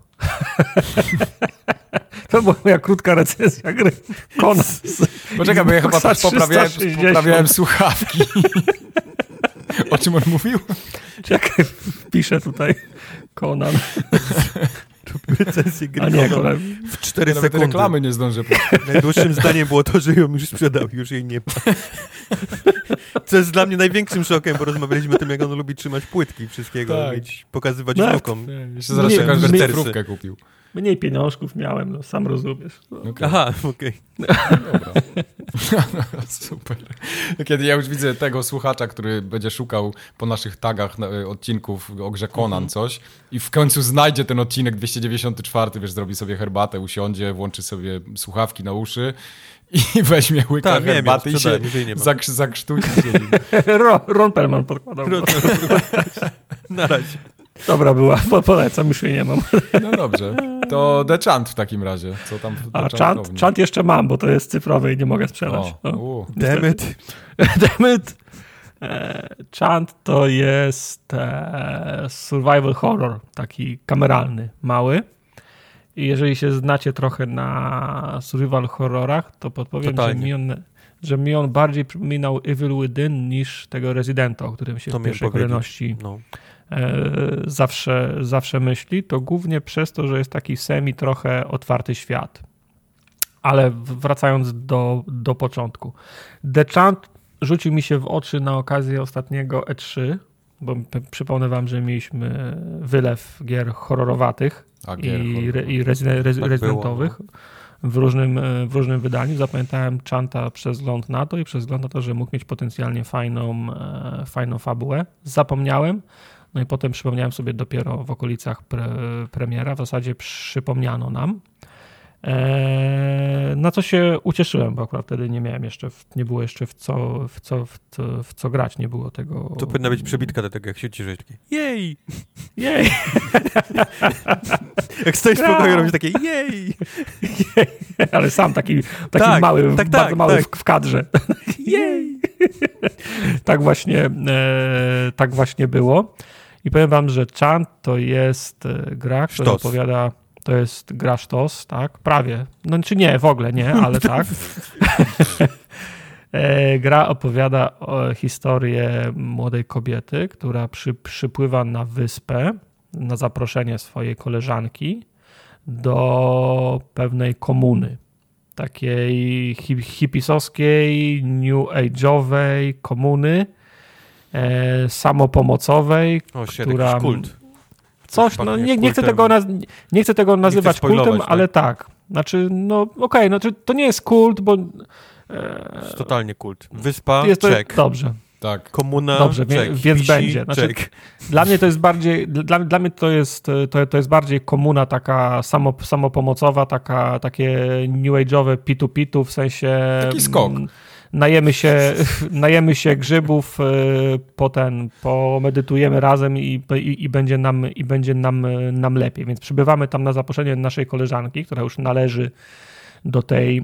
[SPEAKER 2] To była moja krótka recenzja gry Conan.
[SPEAKER 1] Poczekaj, bo ja chyba poprawiałem, poprawiałem słuchawki. O czym on mówił?
[SPEAKER 2] Czekaj, piszę tutaj Conan.
[SPEAKER 3] Recenzję gry
[SPEAKER 2] A nie,
[SPEAKER 3] Conan w cztery
[SPEAKER 1] Nawet
[SPEAKER 3] sekundy.
[SPEAKER 1] reklamy nie zdążę.
[SPEAKER 3] Najdłuższym zdaniem było to, że ją już sprzedał, już jej nie ma. Co jest dla mnie największym szokiem, bo rozmawialiśmy o tym, jak on lubi trzymać płytki wszystkiego, tak. mieć, pokazywać
[SPEAKER 2] no,
[SPEAKER 3] wnukom.
[SPEAKER 1] Jeszcze zaraz czekam, że cyfrówkę kupił.
[SPEAKER 2] Mniej pieniążków miałem, no sam rozumiesz. No.
[SPEAKER 3] Okay. Aha, okej.
[SPEAKER 1] Okay. Dobra. No, super. Kiedy ja już widzę tego słuchacza, który będzie szukał po naszych tagach odcinków o grze Conan coś i w końcu znajdzie ten odcinek dwieście dziewięćdziesiąty czwarty, wiesz, zrobi sobie herbatę, usiądzie, włączy sobie słuchawki na uszy i weźmie łyka Ta, herbaty wiem, i się zak- zakrztusi.
[SPEAKER 2] Ron, Ron Perlman podkładał. Ron,
[SPEAKER 3] na razie.
[SPEAKER 2] Dobra była, po, polecam, już jej nie mam.
[SPEAKER 1] No dobrze. To The Chant w takim razie. Co tam
[SPEAKER 2] A Chant, Chant jeszcze mam, bo to jest cyfrowy i nie mogę sprzedać.
[SPEAKER 1] O,
[SPEAKER 2] o,
[SPEAKER 3] damn it.
[SPEAKER 2] Damn it. Chant to jest e, survival horror, taki kameralny, mały. I jeżeli się znacie trochę na survival horrorach, to podpowiem, że mi, on, że mi on bardziej przypominał Evil Within niż tego Residenta, o którym się to w pierwszej kolejności no. e, zawsze, zawsze myśli. To głównie przez to, że jest taki semi trochę otwarty świat. Ale wracając do, do początku. The Chant rzucił mi się w oczy na okazję ostatniego E trzy, bo przypomnę wam, że mieliśmy wylew gier horrorowatych gier i, horror. i rezydent, rez, tak rezydentowych było, no. w, różnym, w różnym wydaniu. Zapamiętałem Chanta przez wzgląd na to i przez wzgląd na to, że mógł mieć potencjalnie fajną, fajną fabułę. Zapomniałem, no i potem przypomniałem sobie dopiero w okolicach pre, premiera. W zasadzie przypomniano nam. Eee, na co się ucieszyłem, bo akurat wtedy nie miałem jeszcze, w, nie było jeszcze w co, w, co, w, co, w co grać, nie było tego...
[SPEAKER 3] Tu powinna być przebitka do tego, jak się cieszysz, takie jej!
[SPEAKER 2] Jej!
[SPEAKER 3] Jak stoisz w pokoju, robisz takie jej!
[SPEAKER 2] Ale sam taki, taki tak, mały, tak, bardzo tak, mały tak. W, w kadrze. Jej! tak właśnie, e, tak właśnie było. I powiem wam, że Chant to jest gra, która Sztos. opowiada... To jest gra sztos, tak? Prawie. No czy nie, w ogóle nie, ale tak. Gra opowiada o historię młodej kobiety, która przy, przypływa na wyspę na zaproszenie swojej koleżanki do pewnej komuny. Takiej hip, hipisowskiej, new age'owej komuny e, samopomocowej,
[SPEAKER 3] o, się,
[SPEAKER 2] która...
[SPEAKER 3] kult.
[SPEAKER 2] Coś, no nie, nie, chcę tego naz- nie chcę tego nazywać kultem, tak? Ale tak. Znaczy, no okej, okay, no to nie jest kult, bo...
[SPEAKER 3] E, jest totalnie kult. Wyspa,
[SPEAKER 2] jest to,
[SPEAKER 3] check.
[SPEAKER 2] Dobrze.
[SPEAKER 3] Tak. Komuna,
[SPEAKER 2] dobrze,
[SPEAKER 3] check.
[SPEAKER 2] Więc
[SPEAKER 3] Pisi,
[SPEAKER 2] będzie. Znaczy,
[SPEAKER 3] check.
[SPEAKER 2] Dla mnie to jest bardziej, dla, dla mnie to jest, to, to jest bardziej komuna taka samo, samopomocowa, taka, takie new age'owe pitu-pitu, w sensie...
[SPEAKER 1] Taki skok.
[SPEAKER 2] Najemy się, najemy się grzybów, potem pomedytujemy razem i, i, i będzie, nam, i będzie nam, nam lepiej. Więc przybywamy tam na zaproszenie naszej koleżanki, która już należy do tej,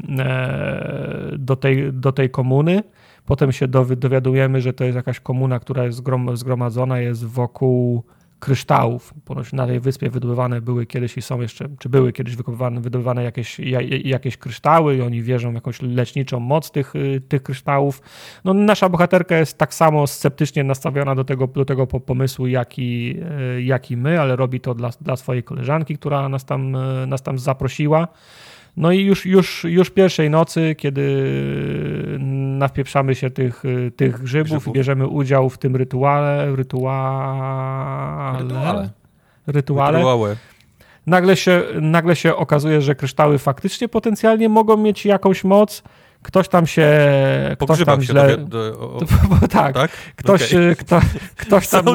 [SPEAKER 2] do tej, do tej komuny. Potem się dowiadujemy, że to jest jakaś komuna, która jest zgromadzona, jest wokół kryształów. Ponoć na tej wyspie wydobywane były kiedyś i są jeszcze, czy były kiedyś wydobywane, wydobywane jakieś, jakieś kryształy i oni wierzą w jakąś leczniczą moc tych, tych kryształów. No, nasza bohaterka jest tak samo sceptycznie nastawiona do tego, do tego pomysłu, jak i, jak i my, ale robi to dla, dla swojej koleżanki, która nas tam, nas tam zaprosiła. No i już, już, już pierwszej nocy, kiedy nawpieprzamy się tych, tych grzybów, grzybów i bierzemy udział w tym rytuale, rytuale,
[SPEAKER 1] rytuale.
[SPEAKER 2] rytuale. rytuale. Nagle się, nagle się okazuje, że kryształy faktycznie potencjalnie mogą mieć jakąś moc. Ktoś tam się...
[SPEAKER 3] Po
[SPEAKER 2] ktoś tam
[SPEAKER 3] się
[SPEAKER 2] źle...
[SPEAKER 3] Do, do, o,
[SPEAKER 2] o, tak, tak, ktoś,
[SPEAKER 3] okay.
[SPEAKER 2] kto, ktoś tam...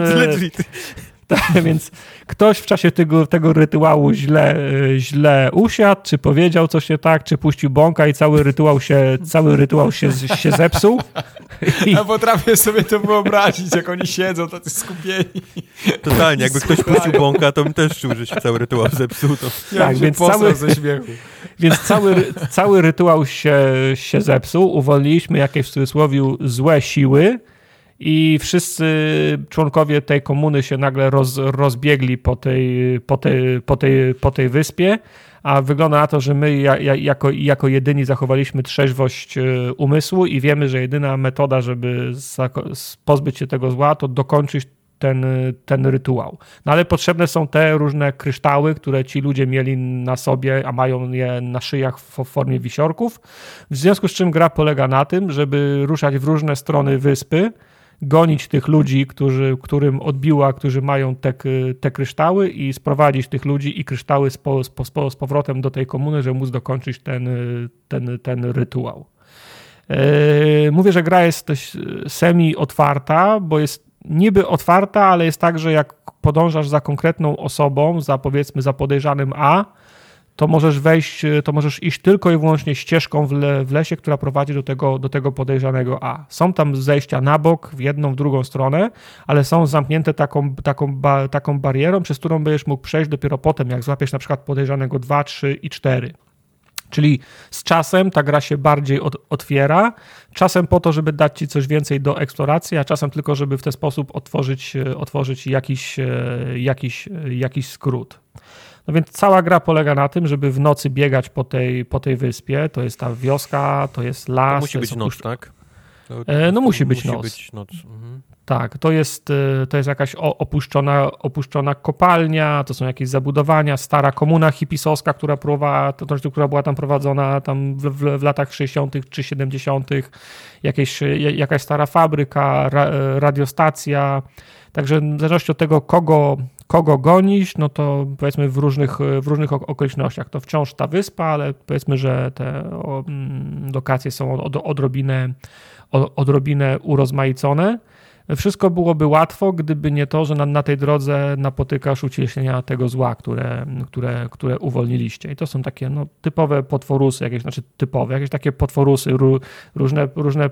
[SPEAKER 2] Tak, więc ktoś w czasie tego, tego rytuału źle, źle usiadł, czy powiedział coś nie tak, czy puścił bąka i cały rytuał się, cały rytuał się, się zepsuł.
[SPEAKER 1] I... Ja potrafię sobie to wyobrazić, jak oni siedzą, tacy skupieni.
[SPEAKER 3] Totalnie, jakby ktoś puścił bąka, to bym też czuł, że się cały rytuał zepsuł. To...
[SPEAKER 2] Ja tak, więc cały,
[SPEAKER 1] ze śmiechu.
[SPEAKER 2] Więc cały, cały rytuał się, się zepsuł, uwolniliśmy jakieś w cudzysłowie złe siły, i wszyscy członkowie tej komuny się nagle roz, rozbiegli po tej, po, tej, po, tej, po tej wyspie, a wygląda na to, że my ja, ja, jako, jako jedyni zachowaliśmy trzeźwość umysłu i wiemy, że jedyna metoda, żeby pozbyć się tego zła, to dokończyć ten, ten rytuał. No ale potrzebne są te różne kryształy, które ci ludzie mieli na sobie, a mają je na szyjach w formie wisiorków, w związku z czym gra polega na tym, żeby ruszać w różne strony wyspy, gonić tych ludzi, którzy, którym odbiła, którzy mają te, te kryształy i sprowadzić tych ludzi i kryształy z, po, z, z powrotem do tej komuny, żeby móc dokończyć ten, ten, ten rytuał. Yy, mówię, że gra jest semi-otwarta, bo jest niby otwarta, ale jest tak, że jak podążasz za konkretną osobą, za powiedzmy za podejrzanym A, to możesz wejść, to możesz iść tylko i wyłącznie ścieżką w, le, w lesie, która prowadzi do tego, do tego podejrzanego A. Są tam zejścia na bok, w jedną, w drugą stronę, ale są zamknięte taką, taką, ba, taką barierą, przez którą będziesz mógł przejść dopiero potem, jak złapiesz na przykład podejrzanego dwa, trzy i cztery. Czyli z czasem ta gra się bardziej od, otwiera, czasem po to, żeby dać ci coś więcej do eksploracji, a czasem tylko, żeby w ten sposób otworzyć, otworzyć jakiś, jakiś, jakiś skrót. No więc cała gra polega na tym, żeby w nocy biegać po tej, po tej wyspie. To jest ta wioska, to jest las.
[SPEAKER 3] To musi
[SPEAKER 2] to
[SPEAKER 3] być
[SPEAKER 2] jest
[SPEAKER 3] noc,
[SPEAKER 2] opuszcz...
[SPEAKER 3] tak? To,
[SPEAKER 2] e, no musi być
[SPEAKER 3] musi
[SPEAKER 2] noc.
[SPEAKER 3] Być noc. Mhm.
[SPEAKER 2] Tak, to jest, to jest jakaś opuszczona, opuszczona kopalnia, to są jakieś zabudowania, stara komuna hipisowska, która, próbowała, to, to, która była tam prowadzona tam w, w, w latach sześćdziesiątych czy siedemdziesiątych. Jakieś, jakaś stara fabryka, ra, radiostacja. Także w zależności od tego, kogo, kogo gonisz, no to powiedzmy w różnych, w różnych okolicznościach. To wciąż ta wyspa, ale powiedzmy, że te o, lokacje są od, odrobinę, odrobinę urozmaicone. Wszystko byłoby łatwo, gdyby nie to, że na, na tej drodze napotykasz ucieleśnienia tego zła, które, które, które uwolniliście. I to są takie no, typowe potworusy, jakieś, znaczy typowe, jakieś takie potworusy, ró, różne, różne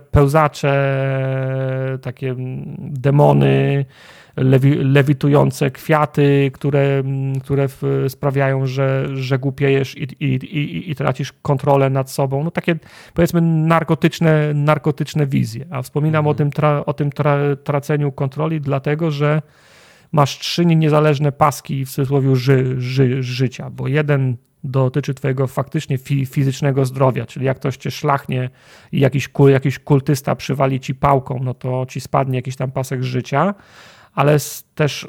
[SPEAKER 2] pełzacze, takie demony, lewi, lewitujące kwiaty, które, które w, sprawiają, że, że głupiejesz i, i, i, i tracisz kontrolę nad sobą. No takie powiedzmy narkotyczne, narkotyczne wizje. A wspominam mhm. o tym, tra, o tym tra, traceniu kontroli, dlatego że masz trzy niezależne paski w cudzysłowie ży, ży, życia, bo jeden dotyczy twojego faktycznie fi, fizycznego zdrowia, czyli jak ktoś cię szlachnie i jakiś, jakiś kultysta przywali ci pałką, no to ci spadnie jakiś tam pasek życia, ale też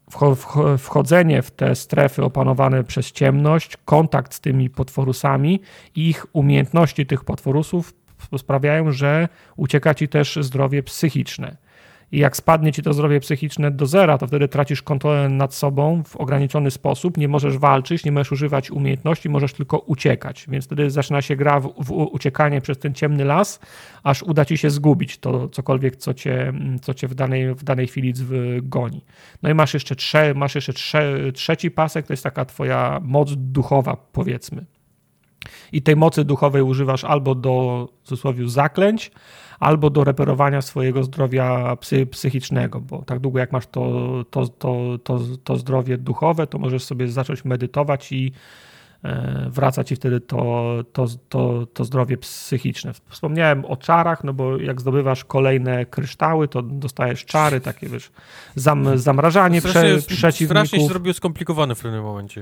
[SPEAKER 2] wchodzenie w te strefy opanowane przez ciemność, kontakt z tymi potworusami i ich umiejętności tych potworusów sprawiają, że ucieka ci też zdrowie psychiczne. I jak spadnie ci to zdrowie psychiczne do zera, to wtedy tracisz kontrolę nad sobą w ograniczony sposób, nie możesz walczyć, nie możesz używać umiejętności, możesz tylko uciekać. Więc wtedy zaczyna się gra w, w uciekanie przez ten ciemny las, aż uda ci się zgubić to cokolwiek, co cię, co cię w, danej, w danej chwili goni. No i masz jeszcze, trze, masz jeszcze trze, trzeci pasek, to jest taka twoja moc duchowa, powiedzmy. I tej mocy duchowej używasz albo do, w cudzysłowie, zaklęć, albo do reperowania swojego zdrowia psy, psychicznego, bo tak długo jak masz to, to, to, to, to zdrowie duchowe, to możesz sobie zacząć medytować i e, wraca ci wtedy to, to, to, to zdrowie psychiczne. Wspomniałem o czarach, no bo jak zdobywasz kolejne kryształy, to dostajesz czary, takie wiesz, zam, zamrażanie prze, przeciwników.
[SPEAKER 3] Strasznie się zrobiło skomplikowane w pewnym momencie.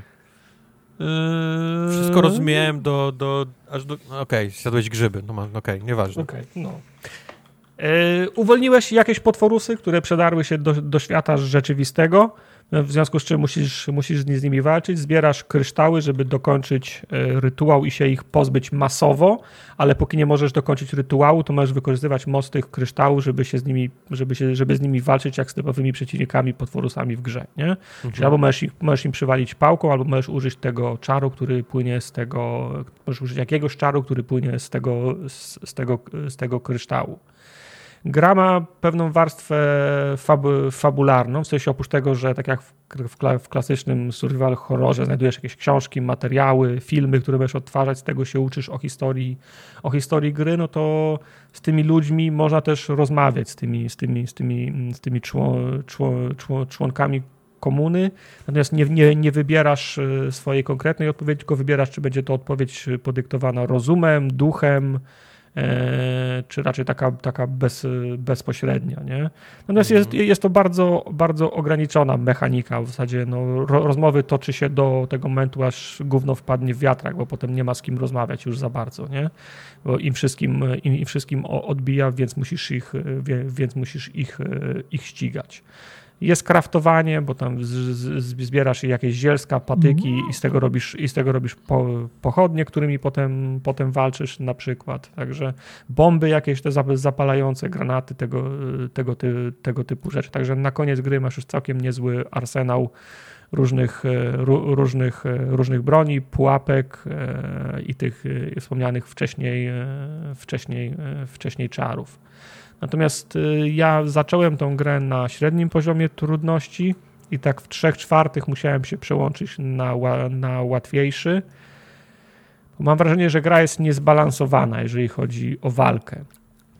[SPEAKER 3] Yy... Wszystko rozumiałem do, do aż do... Okej, okay, zjadłeś grzyby, no okej, okay, nieważne.
[SPEAKER 2] Okej, okay, no. Yy, uwolniłeś jakieś potworusy, które przedarły się do, do świata rzeczywistego, w związku z czym musisz, musisz z nimi walczyć, zbierasz kryształy, żeby dokończyć rytuał i się ich pozbyć masowo, ale póki nie możesz dokończyć rytuału, to możesz wykorzystywać moc tych kryształów, żeby się z nimi, żeby się, żeby z nimi walczyć jak z typowymi przeciwnikami, potworusami w grze, nie? Mhm. Czyli albo możesz, ich, możesz im przywalić pałką, albo możesz użyć tego czaru, który płynie z tego, możesz użyć jakiegoś czaru, który płynie z tego, z, z tego, z tego kryształu. Gra ma pewną warstwę fab- fabularną, w sensie oprócz tego, że tak jak w, w, w klasycznym survival horrorze znajdujesz jakieś książki, materiały, filmy, które możesz odtwarzać, z tego się uczysz o historii, o historii gry, no to z tymi ludźmi można też rozmawiać, z tymi, z tymi, z tymi, z tymi czło- czło- czło- członkami komuny, natomiast nie, nie, nie wybierasz swojej konkretnej odpowiedzi, tylko wybierasz, czy będzie to odpowiedź podyktowana rozumem, duchem, czy raczej taka, taka bez, bezpośrednia, nie? Natomiast mm. jest, jest to bardzo, bardzo ograniczona mechanika, w zasadzie no, ro, rozmowy toczy się do tego momentu, aż gówno wpadnie w wiatrak, bo potem nie ma z kim rozmawiać już za bardzo, nie? Bo im wszystkim, im, im wszystkim odbija, więc musisz ich, więc musisz ich, ich ścigać. Jest kraftowanie, bo tam z, z, zbierasz jakieś zielska, patyki mm. i z tego robisz, i z tego robisz po, pochodnie, którymi potem, potem walczysz na przykład. Także bomby jakieś te zapalające, granaty, tego, tego, ty, tego typu rzeczy. Także na koniec gry masz już całkiem niezły arsenał różnych, różnych, różnych broni, pułapek i tych wspomnianych wcześniej, wcześniej, wcześniej czarów. Natomiast ja zacząłem tą grę na średnim poziomie trudności i tak w trzech czwartych musiałem się przełączyć na, na łatwiejszy. Mam wrażenie, że gra jest niezbalansowana, jeżeli chodzi o walkę.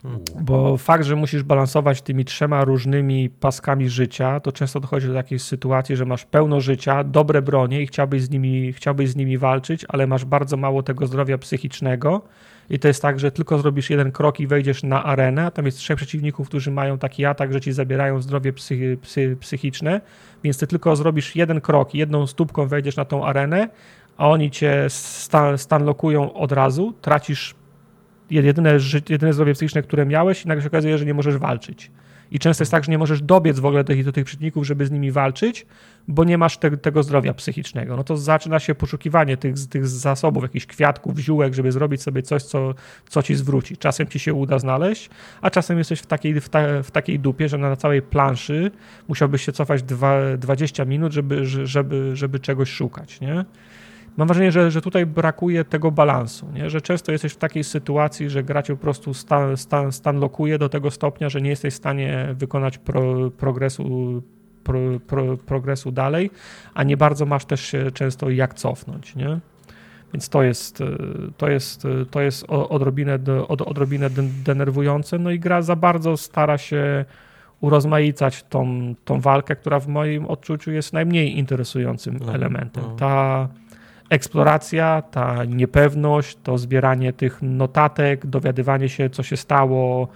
[SPEAKER 2] Bo fakt, że musisz balansować tymi trzema różnymi paskami życia, to często dochodzi do takiej sytuacji, że masz pełno życia, dobre bronie i chciałbyś z nimi, chciałbyś z nimi walczyć, ale masz bardzo mało tego zdrowia psychicznego i to jest tak, że tylko zrobisz jeden krok i wejdziesz na arenę, a tam jest trzech przeciwników, którzy mają taki atak, że ci zabierają zdrowie psy, psy, psychiczne, więc ty tylko zrobisz jeden krok, jedną stópką wejdziesz na tą arenę, a oni cię stan, stanlokują od razu, tracisz jedyne, jedyne zdrowie psychiczne, które miałeś i nagle się okazuje, że nie możesz walczyć. I często jest tak, że nie możesz dobiec w ogóle do tych, do tych przeciwników, żeby z nimi walczyć, bo nie masz te, tego zdrowia psychicznego. No to zaczyna się poszukiwanie tych, tych zasobów, jakichś kwiatków, ziółek, żeby zrobić sobie coś, co, co ci zwróci. Czasem ci się uda znaleźć, a czasem jesteś w takiej, w ta, w takiej dupie, że na całej planszy musiałbyś się cofać dwa, dwadzieścia minut, żeby, żeby, żeby czegoś szukać, nie? Mam wrażenie, że, że tutaj brakuje tego balansu, nie? Że często jesteś w takiej sytuacji, że gra cię po prostu stan, stan, stanlokuje do tego stopnia, że nie jesteś w stanie wykonać pro, progresu, pro, pro, progresu dalej, a nie bardzo masz też się często jak cofnąć, nie? Więc to jest, to jest, to jest odrobinę, odrobinę denerwujące, no i gra za bardzo stara się urozmaicać tą, tą walkę, która w moim odczuciu jest najmniej interesującym no, elementem. No. Ta eksploracja, ta niepewność, to zbieranie tych notatek, dowiadywanie się, co się stało,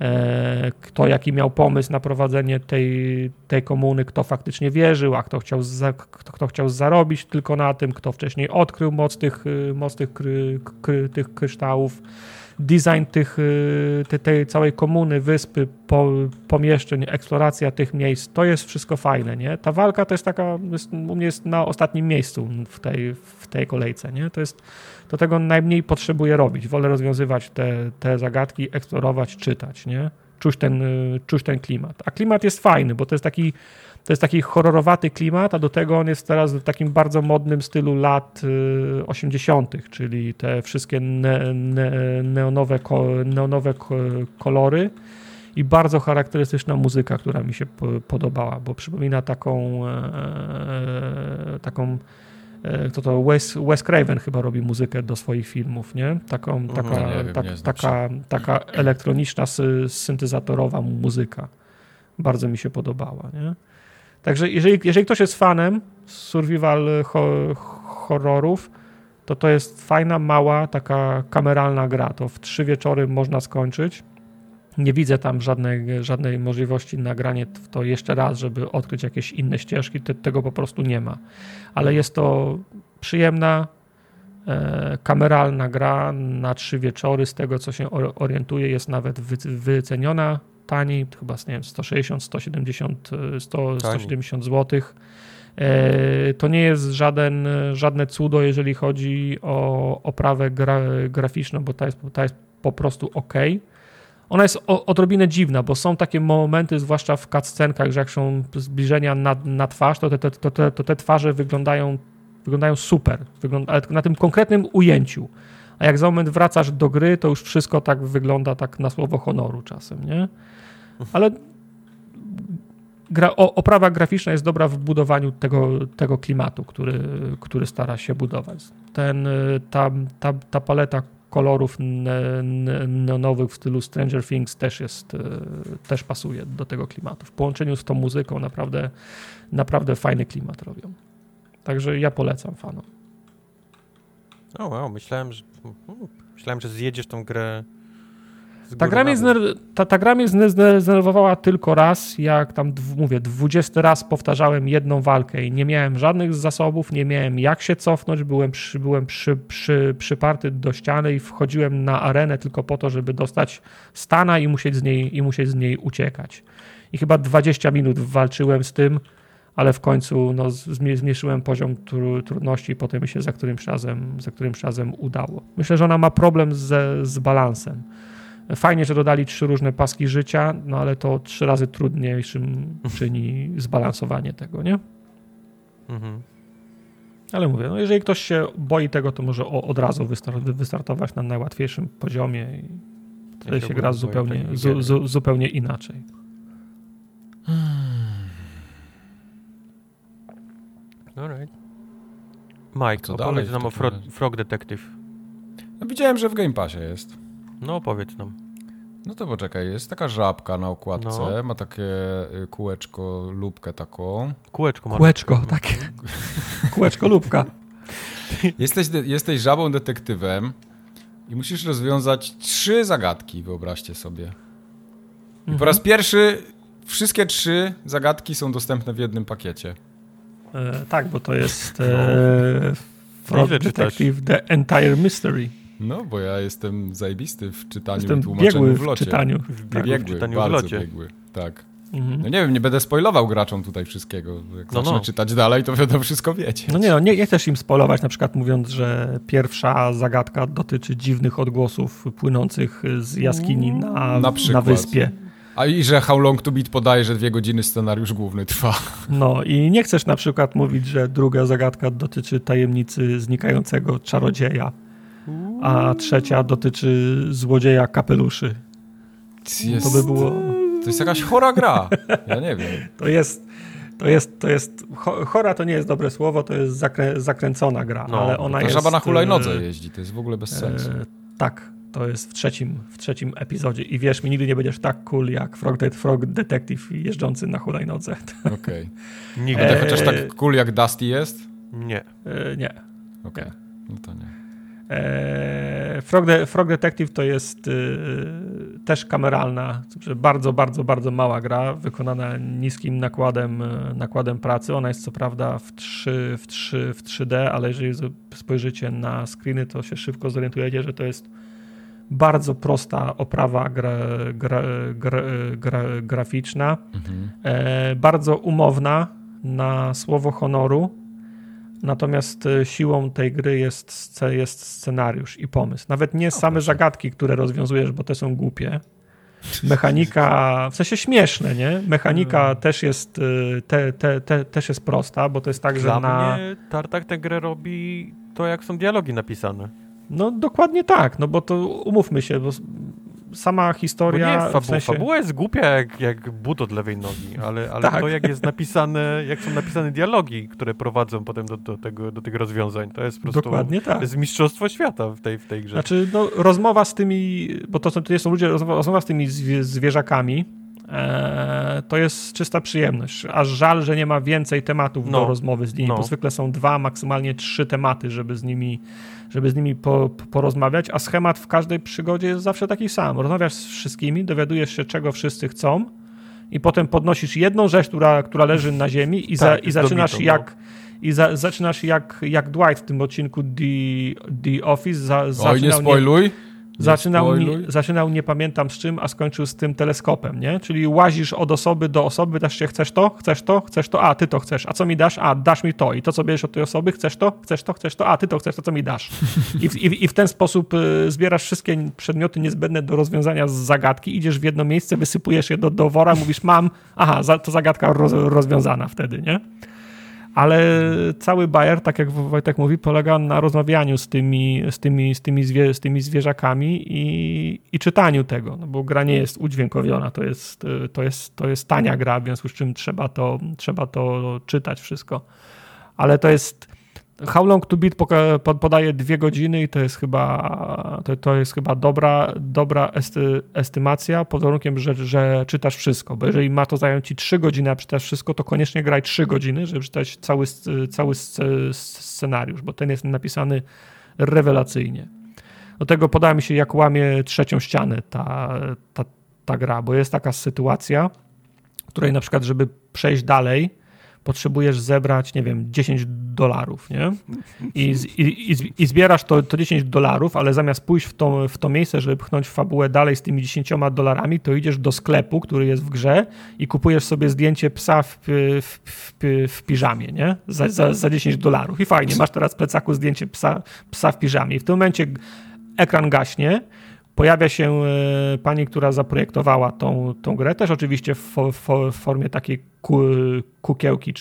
[SPEAKER 2] e, kto jaki miał pomysł na prowadzenie tej, tej komuny, kto faktycznie wierzył, a kto chciał, za, kto, kto chciał zarobić tylko na tym, kto wcześniej odkrył moc tych, moc tych, kry, kry, tych kryształów. Design tych, te, tej całej komuny, wyspy, po, pomieszczeń, eksploracja tych miejsc, to jest wszystko fajne, nie? Ta walka to jest taka, jest, u mnie jest na ostatnim miejscu w tej, w tej kolejce, nie? To jest, to tego najmniej potrzebuję robić. Wolę rozwiązywać te, te zagadki, eksplorować, czytać, nie? Czuć ten, czuć ten klimat. A klimat jest fajny, bo to jest taki To jest taki horrorowaty klimat, a do tego on jest teraz w takim bardzo modnym stylu lat osiemdziesiątych, czyli te wszystkie ne, ne, neonowe, neonowe kolory i bardzo charakterystyczna muzyka, która mi się podobała, bo przypomina taką taką kto to Wes, Wes Craven chyba robi muzykę do swoich filmów, nie? Taką, taka, no, nie wiem, tak, taka, taka elektroniczna, syntezatorowa muzyka. Bardzo mi się podobała, nie? Także jeżeli, jeżeli ktoś jest fanem survival ho, horrorów, to to jest fajna, mała, taka kameralna gra. To w trzy wieczory można skończyć. Nie widzę tam żadnej, żadnej możliwości nagrania w to jeszcze raz, żeby odkryć jakieś inne ścieżki. Te, tego po prostu nie ma. Ale jest to przyjemna, e, kameralna gra na trzy wieczory. Z tego, co się orientuję, jest nawet wy, wyceniona taniej, chyba nie wiem, sto sześćdziesiąt, sto siedemdziesiąt, sto, sto siedemdziesiąt złotych. E, to nie jest żaden, żadne cudo, jeżeli chodzi o oprawę gra, graficzną, bo ta jest, ta jest po prostu ok. Ona jest o, odrobinę dziwna, bo są takie momenty, zwłaszcza w cutscenkach, że jak są zbliżenia na, na twarz, to te, to, to, te, to te twarze wyglądają, wyglądają super, wygląda, ale na tym konkretnym ujęciu. A jak za moment wracasz do gry, to już wszystko tak wygląda tak na słowo honoru czasem, nie? Ale gra, o, oprawa graficzna jest dobra w budowaniu tego, tego klimatu, który, który stara się budować. Ten, ta, ta, ta paleta kolorów neonowych w stylu Stranger Things też jest, też pasuje do tego klimatu. W połączeniu z tą muzyką naprawdę, naprawdę fajny klimat robią. Także ja polecam fanom.
[SPEAKER 3] O wow, myślałem, że myślałem, że zjedziesz tą grę.
[SPEAKER 2] Ta gra, mnie zner- ta, ta gra mnie zdenerwowała tylko raz, jak tam mówię, dwudziesty raz powtarzałem jedną walkę i nie miałem żadnych zasobów, nie miałem jak się cofnąć, byłem, przy, byłem przy, przy, przyparty do ściany i wchodziłem na arenę tylko po to, żeby dostać stana i musieć z niej, i musieć z niej uciekać. I chyba dwadzieścia minut walczyłem z tym, ale w końcu no, zmniejszyłem poziom tru, trudności i potem mi się za którymś razem, za którymś razem udało. Myślę, że ona ma problem ze, z balansem. Fajnie, że dodali trzy różne paski życia, no ale to trzy razy trudniejszym czyni zbalansowanie tego, nie? Mhm. Ale mówię, no jeżeli ktoś się boi tego, to może od razu wystartować na najłatwiejszym poziomie i wtedy ja się, się gra zupełnie, zu, zu, zupełnie inaczej.
[SPEAKER 3] Alright. Mike, opowiedz nam o Frog, Frog Detective.
[SPEAKER 1] No, widziałem, że w Game Passie jest.
[SPEAKER 3] No opowiedz nam.
[SPEAKER 1] No to poczekaj, jest taka żabka na okładce,
[SPEAKER 3] No.
[SPEAKER 1] ma takie kółeczko, lubkę taką.
[SPEAKER 3] Kółeczko ma.
[SPEAKER 2] Kółeczko, takie. Kółeczko, lubka.
[SPEAKER 1] Jesteś, de- jesteś żabą detektywem i musisz rozwiązać trzy zagadki, wyobraźcie sobie. I
[SPEAKER 2] Mhm.
[SPEAKER 1] po raz pierwszy wszystkie trzy zagadki są dostępne w jednym pakiecie.
[SPEAKER 2] E, tak, bo to jest e, Frog
[SPEAKER 3] Nieźle czytasz.
[SPEAKER 2] Detective The Entire Mystery.
[SPEAKER 1] No, bo ja jestem zajebisty w czytaniu
[SPEAKER 2] Jestem
[SPEAKER 1] i tłumaczeniu
[SPEAKER 2] biegły
[SPEAKER 1] w
[SPEAKER 2] w
[SPEAKER 1] locie.
[SPEAKER 2] czytaniu.
[SPEAKER 3] Tak,
[SPEAKER 1] Biegły,
[SPEAKER 3] w czytaniu w
[SPEAKER 1] bardzo
[SPEAKER 3] locie.
[SPEAKER 1] biegły, tak.
[SPEAKER 2] Mhm.
[SPEAKER 1] No nie wiem, nie będę spoilował graczom tutaj wszystkiego. Jak
[SPEAKER 3] No,
[SPEAKER 1] zacznę
[SPEAKER 3] no.
[SPEAKER 1] czytać dalej, to wiadomo, wszystko wiecie.
[SPEAKER 2] No nie, no, nie, nie chcesz im spoilować, na przykład mówiąc, że pierwsza zagadka dotyczy dziwnych odgłosów płynących z jaskini na,
[SPEAKER 1] Na
[SPEAKER 2] na,
[SPEAKER 1] przykład.
[SPEAKER 2] wyspie.
[SPEAKER 1] A i że How Long to Beat podaje, że dwie godziny scenariusz główny trwa.
[SPEAKER 2] No i nie chcesz na przykład mówić, że druga zagadka dotyczy tajemnicy znikającego czarodzieja, a trzecia dotyczy złodzieja kapeluszy.
[SPEAKER 1] Jest,
[SPEAKER 2] To by było...
[SPEAKER 1] to jest jakaś chora gra. Ja nie wiem.
[SPEAKER 2] To jest... To jest, to jest, cho- chora to nie jest dobre słowo, to jest zakrę, zakręcona gra,
[SPEAKER 3] No,
[SPEAKER 2] ale ona
[SPEAKER 1] Ta
[SPEAKER 2] jest...
[SPEAKER 1] żaba na hulajnodze
[SPEAKER 2] e,
[SPEAKER 1] jeździ, to jest w ogóle bez sensu.
[SPEAKER 2] E, tak, to jest w trzecim, w trzecim epizodzie i wierz mi, nigdy nie będziesz tak cool jak Frog, De- Frog Detective jeżdżący na hulajnodze.
[SPEAKER 1] Okej.
[SPEAKER 3] Nigdy.
[SPEAKER 1] Będę
[SPEAKER 2] Eee.
[SPEAKER 1] chociaż tak cool jak Dusty jest?
[SPEAKER 3] Nie.
[SPEAKER 2] E, nie.
[SPEAKER 1] Okej, no to nie.
[SPEAKER 2] E, Frog, De- Frog Detective to jest e, też kameralna, znaczy bardzo, bardzo, bardzo mała gra, wykonana niskim nakładem, e, nakładem pracy. Ona jest co prawda w, trzy, w, trzy, w trzy D, ale jeżeli z- spojrzycie na screeny, to się szybko zorientujecie, że to jest bardzo prosta oprawa gra, gra, gra, gra, graficzna,
[SPEAKER 1] Mhm.
[SPEAKER 2] e, bardzo umowna na słowo honoru, natomiast e, siłą tej gry jest, sce- jest scenariusz i pomysł. Nawet nie same
[SPEAKER 1] proszę.
[SPEAKER 2] zagadki, które rozwiązujesz, bo te są głupie. Mechanika, w sensie śmieszne, nie? Mechanika też jest e, te, te, te, też jest prosta, bo to jest tak, że
[SPEAKER 3] Dla
[SPEAKER 2] na...
[SPEAKER 3] mnie Tartak tę grę robi to, jak są dialogi napisane.
[SPEAKER 2] No dokładnie tak, no bo to umówmy się, bo s- sama
[SPEAKER 3] Bo
[SPEAKER 2] historia...
[SPEAKER 3] nie jest fabuła.
[SPEAKER 2] w sensie...
[SPEAKER 3] Fabuła jest głupia jak, jak but od lewej nogi, ale, ale
[SPEAKER 2] Tak.
[SPEAKER 3] to, jak jest napisane, jak są napisane dialogi, które prowadzą potem do, do, tego, do tych rozwiązań, to jest po prostu...
[SPEAKER 2] Dokładnie tak.
[SPEAKER 3] To jest mistrzostwo świata w tej, w tej grze.
[SPEAKER 2] Znaczy, no, rozmowa z tymi, bo to, są- to są ludzie, rozmowa, rozmowa z tymi zwie, zwierzakami, e, to jest czysta przyjemność. Aż żal, że nie ma więcej tematów
[SPEAKER 3] No.
[SPEAKER 2] do rozmowy z nimi,
[SPEAKER 3] No.
[SPEAKER 2] bo zwykle są dwa, maksymalnie trzy tematy, żeby z nimi, żeby z nimi po, po, porozmawiać, a schemat w każdej przygodzie jest zawsze taki sam. Rozmawiasz z wszystkimi, dowiadujesz się, czego wszyscy chcą i potem podnosisz jedną rzecz, która, która leży na ziemi i, za,
[SPEAKER 3] Tak,
[SPEAKER 2] i zaczynasz
[SPEAKER 3] dobitą, no.
[SPEAKER 2] jak i za, zaczynasz jak, jak Dwight w tym odcinku The, The Office. Za,
[SPEAKER 1] Oj, nie
[SPEAKER 2] zaczynał
[SPEAKER 1] spoiluj. Nie
[SPEAKER 2] Zaczynał nie,
[SPEAKER 1] spoiluj.
[SPEAKER 2] zaczynał nie pamiętam z czym, a skończył z tym teleskopem, nie? Czyli łazisz od osoby do osoby, pytasz się, chcesz to, chcesz to, chcesz to, a ty to chcesz, a co mi dasz? A, dasz mi to. I to, co bierzesz od tej osoby, chcesz to, chcesz to, chcesz to, a ty to chcesz, to co mi dasz. I w, i, i w ten sposób y, zbierasz wszystkie przedmioty niezbędne do rozwiązania z zagadki, idziesz w jedno miejsce, wysypujesz je do, do wora, mówisz mam, aha, za, to zagadka roz, rozwiązana wtedy, nie? Ale cały bajer, tak jak Wojtek mówi, polega na rozmawianiu z tymi, z tymi, z tymi, zwie, z tymi zwierzakami i, i czytaniu tego, no bo gra nie jest udźwiękowiona, to jest, to jest, to jest tania gra, w związku z czym trzeba to, trzeba to czytać wszystko. Ale to jest... How Long to Beat poka- pod- podaje dwie godziny i to jest chyba, to, to jest chyba dobra, dobra esty, estymacja pod warunkiem, że, że czytasz wszystko, bo jeżeli ma to zająć ci trzy godziny, a czytasz wszystko, to koniecznie graj trzy godziny, żeby czytać cały, sc- cały sc- scenariusz, bo ten jest napisany rewelacyjnie. Do tego podoba mi się, jak łamie trzecią ścianę ta, ta, ta gra, bo jest taka sytuacja, w której na przykład, żeby przejść dalej, potrzebujesz zebrać, nie wiem, dziesięć dolarów, nie? I, z- i, i, i zbierasz to, to dziesięć dolarów, ale zamiast pójść w to, w to miejsce, żeby pchnąć fabułę dalej z tymi dziesięcioma dolarami, to idziesz do sklepu, który jest w grze i kupujesz sobie zdjęcie psa w, w, w, w piżamie, nie? Za, za, za dziesięć dolarów. I fajnie, masz teraz w plecaku zdjęcie psa, psa w piżamie. I w tym momencie ekran gaśnie, pojawia się e, pani, która zaprojektowała tą, tą grę, też oczywiście w, fo, w formie takiej ku, kukiełki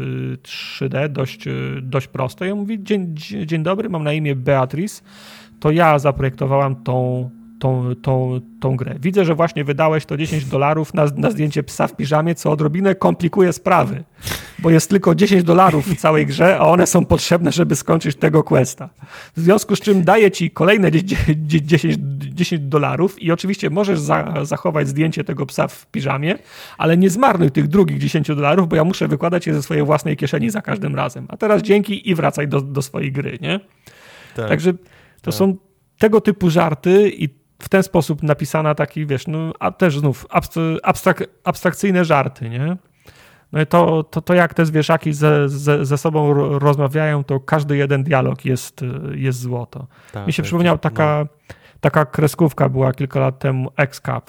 [SPEAKER 2] trzy D, dość, e, dość prostej. Ja mówi, dzień, dzień dobry, mam na imię Beatrice, to ja zaprojektowałam tą, tą, tą, tą grę. Widzę, że właśnie wydałeś to dziesięć dolarów na, na zdjęcie psa w piżamie, co odrobinę komplikuje sprawy, bo jest tylko dziesięć dolarów w całej grze, a one są potrzebne, żeby skończyć tego questa. W związku z czym daję ci kolejne dziesięć dolarów i oczywiście możesz za, zachować zdjęcie tego psa w piżamie, ale nie zmarnuj tych drugich dziesięć dolarów, bo ja muszę wykładać je ze swojej własnej kieszeni za każdym razem. A teraz dzięki i wracaj do, do swojej gry, nie? Tak. Także to tak. są tego typu żarty i w ten sposób napisana taki, wiesz, no, a też znów abstrak, abstrakcyjne żarty, nie? No i to, to, to jak te zwierzaki ze, ze, ze sobą rozmawiają, to każdy jeden dialog jest, jest złoto. Tak, Mi się przypomniał taka, no. taka kreskówka była kilka lat temu, X-Cup.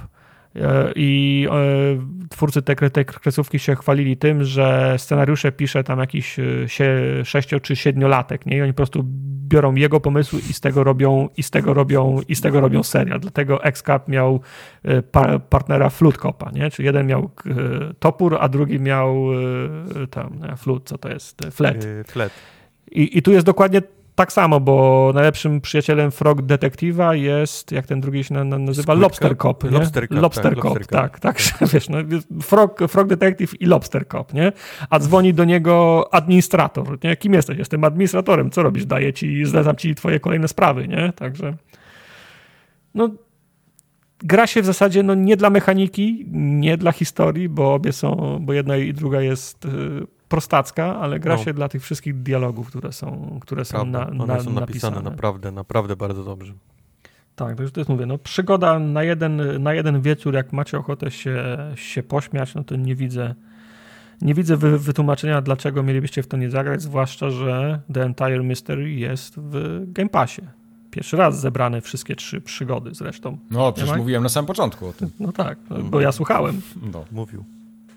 [SPEAKER 2] I twórcy tej, tej kreskówki się chwalili tym, że scenariusze pisze tam jakiś sześcio- czy siedmiolatek, nie? I oni po prostu biorą jego pomysły i z tego robią i z tego robią i z tego robią serial. Dlatego X-Cup miał pa- partnera Flutkopa, nie? Czyli jeden miał topór, a drugi miał tam flut, co to jest? Flet.
[SPEAKER 3] Flet.
[SPEAKER 2] I, I tu jest dokładnie tak samo, bo najlepszym przyjacielem Frog Detektywa jest, jak ten drugi się nazywa, Squid Lobster Cop, nie?
[SPEAKER 3] Lobster Cop,
[SPEAKER 2] Lobster
[SPEAKER 3] tak,
[SPEAKER 2] Cop,
[SPEAKER 3] Lobster
[SPEAKER 2] tak, tak, tak, wiesz, no, Frog, Frog Detective i Lobster Cop, nie? A dzwoni do niego administrator, nie? Kim jesteś? Jestem administratorem, co robisz? Daję ci, zlecam ci twoje kolejne sprawy, nie? Także, no, gra się w zasadzie, no, nie dla mechaniki, nie dla historii, bo obie są, bo jedna i druga jest prostacka, ale gra no. się dla tych wszystkich dialogów, które są, które są, na, na,
[SPEAKER 3] One są napisane.
[SPEAKER 2] napisane.
[SPEAKER 3] Naprawdę, naprawdę bardzo dobrze.
[SPEAKER 2] Tak, to jest, mówię, no przygoda na jeden, na jeden wieczór, jak macie ochotę się, się pośmiać, no to nie widzę nie widzę wy, wytłumaczenia, dlaczego mielibyście w to nie zagrać, zwłaszcza, że The Entire Mystery jest w Game Passie. Pierwszy raz zebrane wszystkie trzy przygody zresztą.
[SPEAKER 1] No, przecież ja mówiłem na samym początku o tym.
[SPEAKER 2] No tak, bo ja słuchałem.
[SPEAKER 3] No, mówił.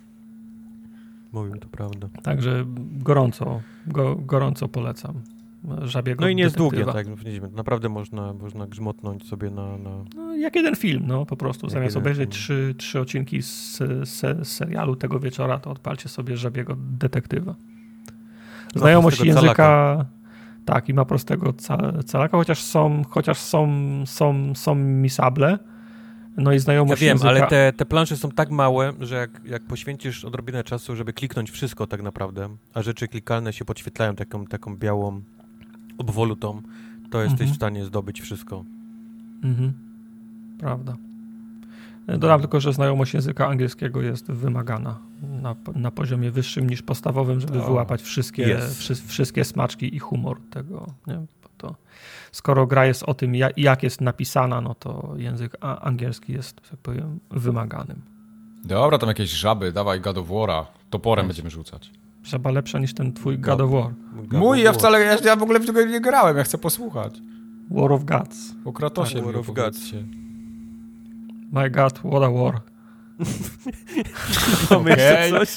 [SPEAKER 3] Mówił, to prawda.
[SPEAKER 2] Także gorąco, go, gorąco polecam. Żabiego
[SPEAKER 3] No i nie jest
[SPEAKER 2] detektywa.
[SPEAKER 3] długie, tak jak powiedzieliśmy. Naprawdę można, można grzmotnąć sobie na... na...
[SPEAKER 2] No, jak jeden film, no po prostu. Jak Zamiast obejrzeć trzy, trzy odcinki z, z, z serialu tego wieczora, to odpalcie sobie Żabiego detektywa. Znajomość języka... Calaka. Tak, i ma prostego calaka, chociaż są, chociaż są, są, są misable. No i znajomość
[SPEAKER 3] Ja wiem,
[SPEAKER 2] języka...
[SPEAKER 3] ale te, te plansze są tak małe, że jak, jak poświęcisz odrobinę czasu, żeby kliknąć wszystko tak naprawdę, a rzeczy klikalne się podświetlają taką, taką białą obwolutą, to jesteś mhm. w stanie zdobyć wszystko.
[SPEAKER 2] Mhm. Prawda. Dodam tylko, że znajomość języka angielskiego jest wymagana na, na poziomie wyższym niż podstawowym, żeby o, wyłapać wszystkie, wszy, wszystkie smaczki i humor tego. Nie? Bo to, skoro gra jest o tym, jak, jak jest napisana, no to język angielski jest, tak powiem, wymaganym.
[SPEAKER 1] Dobra, tam jakieś żaby, dawaj God of War'a, toporem no. będziemy rzucać.
[SPEAKER 2] Żaba lepsza niż ten twój God, God of War.
[SPEAKER 1] God Mój, of ja wcale, ja, ja w ogóle w tego nie grałem, ja chcę posłuchać.
[SPEAKER 2] War of Gods.
[SPEAKER 1] O Kratosie
[SPEAKER 3] tak, War of Gods.
[SPEAKER 2] My God, what a war.
[SPEAKER 1] Okej. Okay.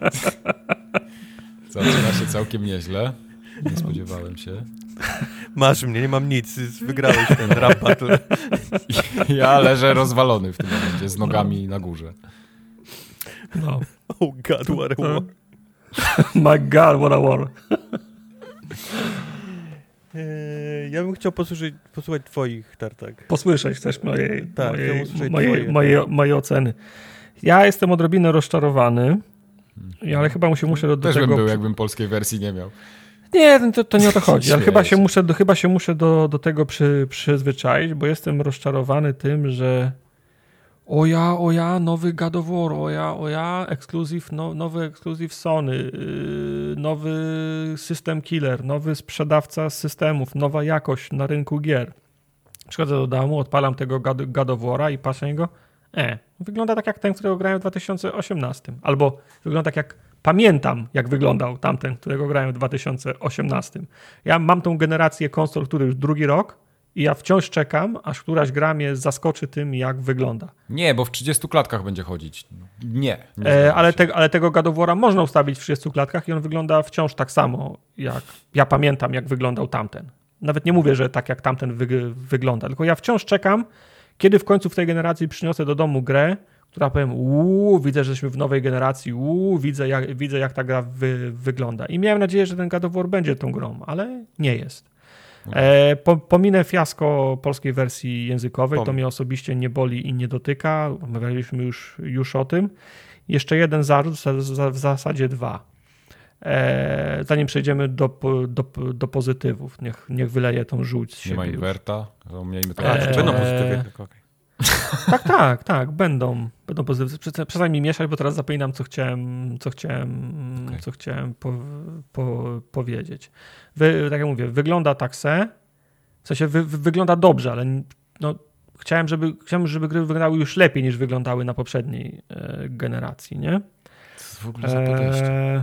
[SPEAKER 1] Zaczyna się całkiem nieźle. Nie spodziewałem się.
[SPEAKER 3] Masz mnie, nie mam nic. Wygrałeś ten rap battle.
[SPEAKER 1] Ja leżę rozwalony w tym momencie, z nogami no. na górze.
[SPEAKER 2] No.
[SPEAKER 3] Oh God, what a war.
[SPEAKER 2] My God, what a war.
[SPEAKER 3] Ja bym chciał posłuchać, posłuchać twoich, Tartak.
[SPEAKER 2] Posłyszeć chcesz mojej,
[SPEAKER 3] tak,
[SPEAKER 2] mojej, mojej, mojej, mojej oceny. Ja jestem odrobinę rozczarowany, ale chyba się muszę do, do
[SPEAKER 1] Też
[SPEAKER 2] tego...
[SPEAKER 1] Też bym był, jakbym polskiej wersji nie miał.
[SPEAKER 2] Nie, to, to nie o to chodzi, ale chyba się muszę, do, chyba się muszę do, do tego przy, przyzwyczaić, bo jestem rozczarowany tym, że o ja, o ja, nowy God of War, o ja, o ja, ekskluzyw, no, nowy ekskluzyw Sony, yy, nowy system killer, nowy sprzedawca systemów, nowa jakość na rynku gier. Przychodzę do domu, odpalam tego God, God of War'a i patrzę na niego, e, wygląda tak jak ten, którego grałem w dwa tysiące osiemnastym, albo wygląda tak jak pamiętam, jak wyglądał tamten, którego grałem w dwa tysiące osiemnastym. Ja mam tą generację konsol, który już drugi rok, i ja wciąż czekam, aż któraś gra mnie zaskoczy tym, jak wygląda.
[SPEAKER 1] Nie, bo w trzydziestu klatkach będzie chodzić. Nie. nie
[SPEAKER 2] e, ale, te, ale tego God of War'a można ustawić w trzydziestu klatkach i on wygląda wciąż tak samo, jak ja pamiętam, jak wyglądał tamten. Nawet nie mówię, że tak jak tamten wy, wygląda, tylko ja wciąż czekam, kiedy w końcu w tej generacji przyniosę do domu grę, która powiem, uuu, widzę, że jesteśmy w nowej generacji, uuu, widzę jak, widzę, jak ta gra wy, wygląda. I miałem nadzieję, że ten God of War będzie tą grą, ale nie jest. E, po, pominę fiasko polskiej wersji językowej,
[SPEAKER 3] Pom.
[SPEAKER 2] to mnie osobiście nie boli i nie dotyka, rozmawialiśmy już, już o tym. Jeszcze jeden zarzut, w zasadzie dwa. E, zanim przejdziemy do, do, do pozytywów, niech, niech wyleje tą żółć z siebie.
[SPEAKER 1] Nie ma
[SPEAKER 2] już.
[SPEAKER 1] inwerta, to miejmy to.
[SPEAKER 3] A,
[SPEAKER 2] Eee,
[SPEAKER 3] będą pozytywy. Okay.
[SPEAKER 2] Tak, tak, tak, będą, będą pozytywne. Przestań mi mieszać, bo teraz zapominam, co chciałem, co chciałem, okay. co chciałem po, po, powiedzieć. Wy, tak jak mówię, wygląda tak se, w sensie wy, wy, wygląda dobrze, ale no, chciałem, żeby, chciałem, żeby gry wyglądały już lepiej niż wyglądały na poprzedniej e, generacji, nie?
[SPEAKER 1] Co w ogóle za podejście?
[SPEAKER 2] E,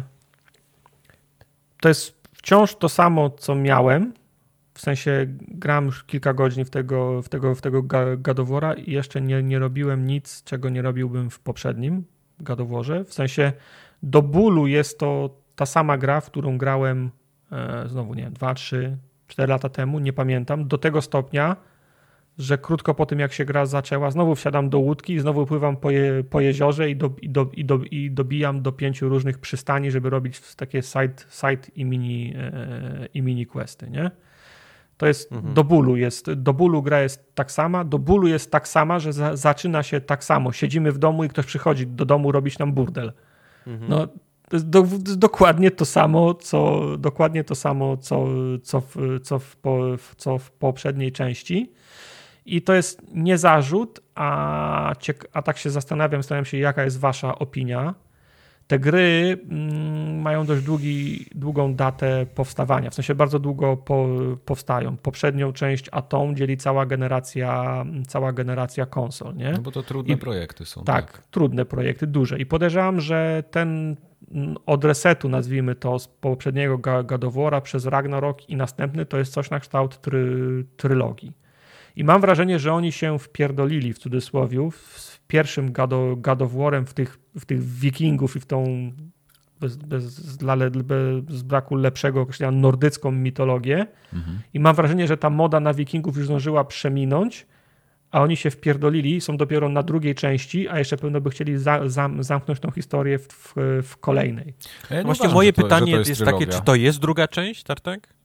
[SPEAKER 2] to jest wciąż to samo, co miałem. W sensie gram już kilka godzin w tego, w tego, w tego God of War'a i jeszcze nie, nie robiłem nic, czego nie robiłbym w poprzednim God of War'ze. W sensie do bólu jest to ta sama gra, w którą grałem e, znowu, nie wiem, dwa, trzy, cztery lata temu, nie pamiętam, do tego stopnia, że krótko po tym, jak się gra zaczęła, znowu wsiadam do łódki i znowu pływam po, je, po jeziorze i, do, i, do, i, do, i dobijam do pięciu różnych przystani, żeby robić takie side, side i, mini, e, i mini questy, nie? To jest mhm. do bólu jest, do bólu gra jest tak sama, do bólu jest tak sama, że za, zaczyna się tak samo. Siedzimy w domu i ktoś przychodzi do domu robić nam burdel. Mhm. No, to jest, do, to jest dokładnie to samo, co dokładnie to samo, co, co, w, co, w, po, co w poprzedniej części. I to jest nie zarzut, a, ciek- a tak się zastanawiam, zastanawiam się, jaka jest wasza opinia. Te gry mm, mają dość długi, długą datę powstawania, w sensie bardzo długo po, powstają. Poprzednią część Atom dzieli cała generacja, cała generacja konsol, nie?
[SPEAKER 1] No bo to trudne
[SPEAKER 2] I,
[SPEAKER 1] projekty są.
[SPEAKER 2] Tak,
[SPEAKER 1] tak,
[SPEAKER 2] trudne projekty, duże. I podejrzewam, że ten od resetu, nazwijmy to, z poprzedniego God of War'a przez Ragnarok i następny, to jest coś na kształt try, trylogii. I mam wrażenie, że oni się wpierdolili, w cudzysłowie, w pierwszym God of, God of War'em, w tych, w tych wikingów i w tą, bez, bez, bez braku lepszego określenia, nordycką mitologię. Mhm. I mam wrażenie, że ta moda na wikingów już zdążyła przeminąć, a oni się wpierdolili, są dopiero na drugiej części, a jeszcze pewno by chcieli za, za, zamknąć tą historię w, w, w kolejnej.
[SPEAKER 3] Ja Właśnie uważam, moje to, pytanie jest, jest takie, czy to jest druga część, Tartak?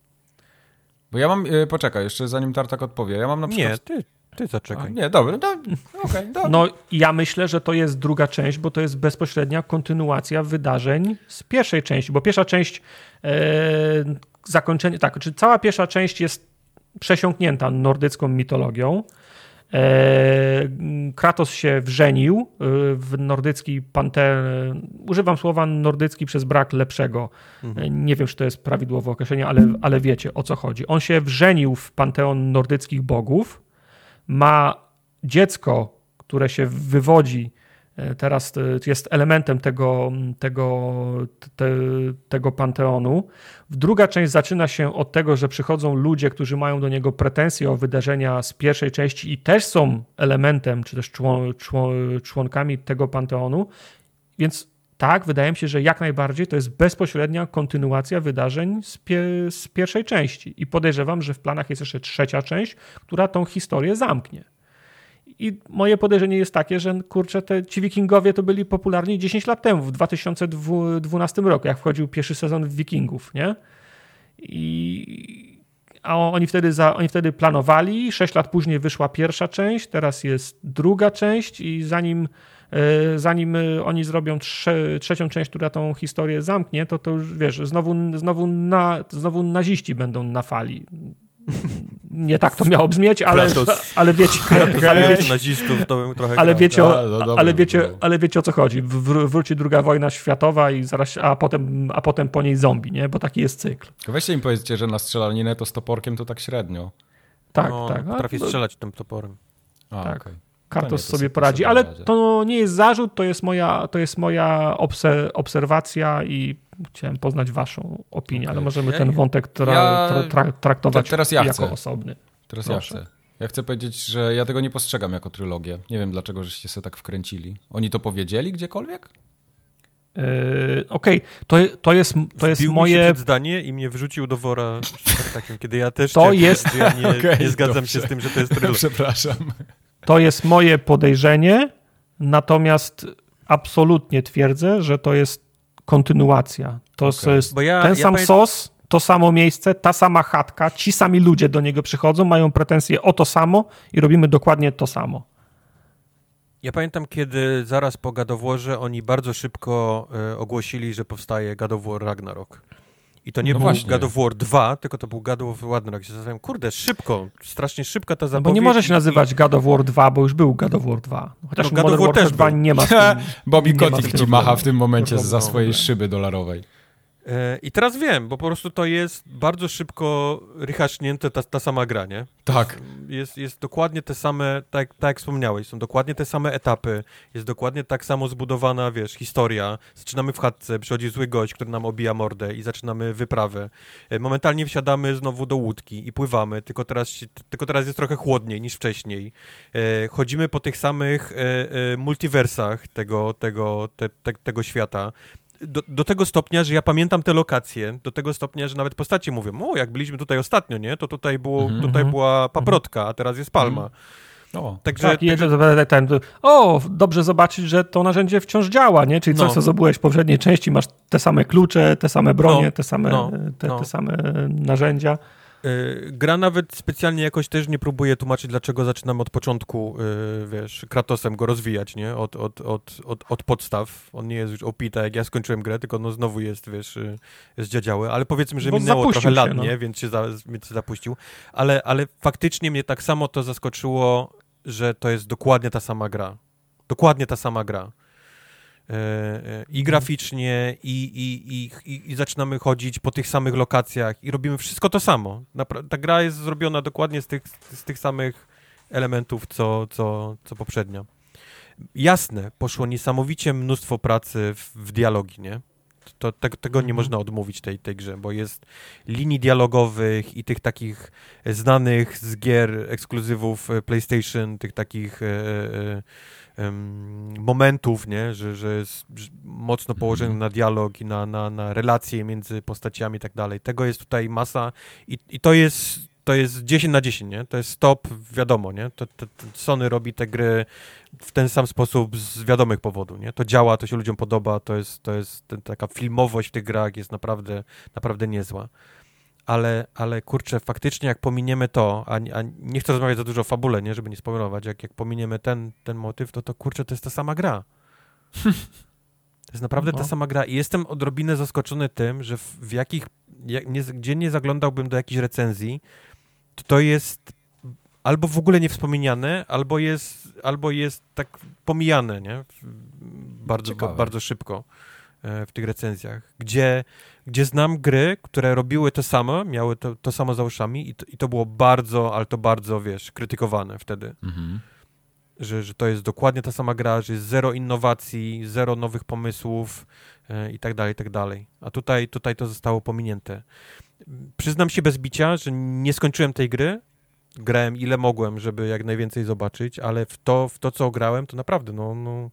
[SPEAKER 1] Bo ja mam, yy, poczekaj, jeszcze zanim Tartak odpowie, ja mam na przykład...
[SPEAKER 3] Nie, ty, ty zaczekaj.
[SPEAKER 1] A, nie, dobra, do, okay, dobra.
[SPEAKER 2] No ja myślę, że to jest druga część, bo to jest bezpośrednia kontynuacja wydarzeń z pierwszej części, bo pierwsza część, e, zakończenie, tak, czy cała pierwsza część jest przesiąknięta nordycką mitologią. E, Kratos się wrzenił w nordycki panteon. Używam słowa nordycki przez brak lepszego. Mhm. Nie wiem, czy to jest prawidłowe określenie, ale, ale wiecie, o co chodzi. On się wrzenił w panteon nordyckich bogów. Ma dziecko, które się wywodzi, teraz jest elementem tego, tego, te, tego panteonu. Druga część zaczyna się od tego, że przychodzą ludzie, którzy mają do niego pretensje o wydarzenia z pierwszej części i też są elementem, czy też człon, człon, członkami tego panteonu. Więc tak, wydaje mi się, że jak najbardziej to jest bezpośrednia kontynuacja wydarzeń z, pie, z pierwszej części. I podejrzewam, że w planach jest jeszcze trzecia część, która tą historię zamknie. I moje podejrzenie jest takie, że kurczę, te, ci wikingowie to byli popularni dziesięć lat temu, w dwa tysiące dwunastym roku, jak wchodził pierwszy sezon Wikingów, nie? I, a oni wtedy, za, oni wtedy planowali, sześć lat później wyszła pierwsza część, teraz jest druga część i zanim, zanim oni zrobią trze, trzecią część, która tą historię zamknie, to to już, wiesz, znowu, znowu, na, znowu naziści będą na fali. Nie tak to miało brzmieć, ale, ale wiecie, ale wiecie,
[SPEAKER 3] nazistów, to bym trochę
[SPEAKER 2] ale wiecie, o, ale, wiecie, ale wiecie o co chodzi. Wr- wróci druga wojna światowa i zaraz, a potem, a potem po niej zombie, nie? Bo taki jest cykl.
[SPEAKER 1] Weźcie im powiedzcie, że na strzelaninę to z toporkiem to tak średnio.
[SPEAKER 2] Tak,
[SPEAKER 3] no,
[SPEAKER 2] tak.
[SPEAKER 3] Potrafi strzelać tym toporem.
[SPEAKER 1] A,
[SPEAKER 2] tak.
[SPEAKER 1] Okay.
[SPEAKER 2] Kartos sobie sobie poradzi, ale to nie jest zarzut, to jest moja, to jest moja obse- obserwacja i chciałem poznać waszą opinię, okay. ale możemy ja, ten wątek tra- ja, tra- tra- traktować te, teraz ja jako chcę. osobny.
[SPEAKER 1] Teraz
[SPEAKER 2] Proszę.
[SPEAKER 1] ja chcę. Ja chcę powiedzieć, że ja tego nie postrzegam jako trylogię. Nie wiem, dlaczego żeście sobie tak wkręcili. Oni to powiedzieli gdziekolwiek?
[SPEAKER 2] Yy, Okej, okay. to, to jest, to jest
[SPEAKER 3] Wbił
[SPEAKER 2] moje...
[SPEAKER 3] mi się zdanie i mnie wrzucił do wora takim, kiedy ja też
[SPEAKER 2] to jest...
[SPEAKER 3] ja nie,
[SPEAKER 1] okay,
[SPEAKER 3] nie zgadzam
[SPEAKER 1] dobrze.
[SPEAKER 3] się z tym, że to jest trylogia.
[SPEAKER 1] Przepraszam.
[SPEAKER 2] To jest moje podejrzenie, natomiast absolutnie twierdzę, że to jest kontynuacja. To okay. jest
[SPEAKER 3] ja,
[SPEAKER 2] ten
[SPEAKER 3] ja
[SPEAKER 2] sam
[SPEAKER 3] pamię...
[SPEAKER 2] sos, to samo miejsce, ta sama chatka, ci sami ludzie do niego przychodzą, mają pretensje o to samo i robimy dokładnie to samo.
[SPEAKER 3] Ja pamiętam, kiedy zaraz po God of Warze oni bardzo szybko y, ogłosili, że powstaje God of War Ragnarok. I to nie
[SPEAKER 1] no
[SPEAKER 3] był
[SPEAKER 1] właśnie.
[SPEAKER 3] God of War dwa, tylko to był God of War Ragnarok. Się zastanawiam, kurde, szybko, strasznie szybka ta zapowiedź.
[SPEAKER 2] No bo nie może się nazywać God of War dwa, bo już był God of War dwa. Chociaż
[SPEAKER 3] no, God
[SPEAKER 2] Modern
[SPEAKER 3] of War też
[SPEAKER 2] dwa
[SPEAKER 3] był.
[SPEAKER 2] nie ma. Tym,
[SPEAKER 1] Bobby
[SPEAKER 2] nie ma
[SPEAKER 1] Kotick
[SPEAKER 2] z tym
[SPEAKER 1] ci macha
[SPEAKER 2] problemu.
[SPEAKER 1] w tym momencie
[SPEAKER 2] No,
[SPEAKER 1] za
[SPEAKER 2] no,
[SPEAKER 1] swojej
[SPEAKER 2] no.
[SPEAKER 1] szyby dolarowej.
[SPEAKER 3] I teraz wiem, bo po prostu to jest bardzo szybko rychacznięte ta, ta sama gra, nie?
[SPEAKER 1] Tak.
[SPEAKER 3] Jest, jest dokładnie te same, tak, tak jak wspomniałeś, są dokładnie te same etapy, jest dokładnie tak samo zbudowana, wiesz, historia. Zaczynamy w chatce, przychodzi zły gość, który nam obija mordę i zaczynamy wyprawę. Momentalnie wsiadamy znowu do łódki i pływamy, tylko teraz, tylko teraz jest trochę chłodniej niż wcześniej. Chodzimy po tych samych multiversach tego, tego, te, te, tego świata. Do, do tego stopnia, że ja pamiętam te lokacje, do tego stopnia, że nawet postacie mówią, o, jak byliśmy tutaj ostatnio, nie, to tutaj, było,
[SPEAKER 1] Mhm.
[SPEAKER 3] tutaj była paprotka, a teraz jest palma.
[SPEAKER 1] O,
[SPEAKER 3] Także,
[SPEAKER 2] Tak, i
[SPEAKER 3] także
[SPEAKER 2] ten, o, dobrze zobaczyć, że to narzędzie wciąż działa, nie? Czyli coś,
[SPEAKER 3] No.
[SPEAKER 2] co zdobyłeś w poprzedniej części, masz te same klucze, te same bronie,
[SPEAKER 3] No,
[SPEAKER 2] te same,
[SPEAKER 3] no,
[SPEAKER 2] te,
[SPEAKER 3] no.
[SPEAKER 2] te same narzędzia.
[SPEAKER 3] y, gra nawet specjalnie jakoś też nie próbuje tłumaczyć, dlaczego zaczynamy od początku, y, wiesz, Kratosem go rozwijać, nie, od, od, od, od, od podstaw. On nie jest już O P, tak jak ja skończyłem grę, tylko no znowu jest, wiesz, y, zdziadziały, ale powiedzmy, że
[SPEAKER 2] Bo
[SPEAKER 3] minęło
[SPEAKER 2] zapuścił
[SPEAKER 3] trochę lat,
[SPEAKER 2] się, no.
[SPEAKER 3] nie, więc się, za, więc się zapuścił. Ale, ale faktycznie mnie tak samo to zaskoczyło, że to jest dokładnie ta sama gra. Dokładnie ta sama gra. I graficznie, i, i, i, i, i zaczynamy chodzić po tych samych lokacjach i robimy wszystko to samo. Napra- ta gra jest zrobiona dokładnie z tych, z tych samych elementów, co, co, co poprzednia. Jasne, poszło niesamowicie mnóstwo pracy w, w dialogi, nie? To, te, tego nie
[SPEAKER 2] Mhm.
[SPEAKER 3] można odmówić tej, tej grze, bo jest linii dialogowych i tych takich znanych z gier ekskluzywów PlayStation, tych takich e, e, e, momentów, nie? Że, że jest mocno położony na dialog i na, na, na relacje między postaciami i tak dalej. Tego jest tutaj masa i, i to jest to jest dziesięć na dziesięć, nie? To jest top, wiadomo, nie? To, to, to Sony robi te gry w ten sam sposób z wiadomych powodów, nie? To działa, to się ludziom podoba, to jest, to jest ten, taka filmowość w tych grach jest naprawdę, naprawdę niezła. Ale, ale kurczę, faktycznie jak pominiemy to, a, a nie chcę rozmawiać za dużo o fabule, nie? Żeby nie spoilerować, jak, jak pominiemy ten, ten motyw, to to kurczę, to jest ta sama gra. To jest naprawdę
[SPEAKER 2] No.
[SPEAKER 3] ta sama gra i jestem odrobinę zaskoczony tym, że w, w jakich, jak, nie, gdzie nie zaglądałbym do jakichś recenzji, to to jest albo w ogóle niewspominane, albo jest, albo jest tak pomijane, nie? Bardzo, ba, bardzo szybko e, w tych recenzjach. Gdzie, gdzie znam gry, które robiły to samo, miały to, to samo za uszami i to, i to było bardzo, ale to bardzo, wiesz, krytykowane wtedy.
[SPEAKER 1] Mhm.
[SPEAKER 3] Że, że to jest dokładnie ta sama gra, że jest zero innowacji, zero nowych pomysłów e, i tak dalej, i tak dalej. A tutaj, tutaj to zostało pominięte. Przyznam się bez bicia, że nie skończyłem tej gry. Grałem ile mogłem, żeby jak najwięcej zobaczyć, ale w to, w to co grałem, to naprawdę, no, no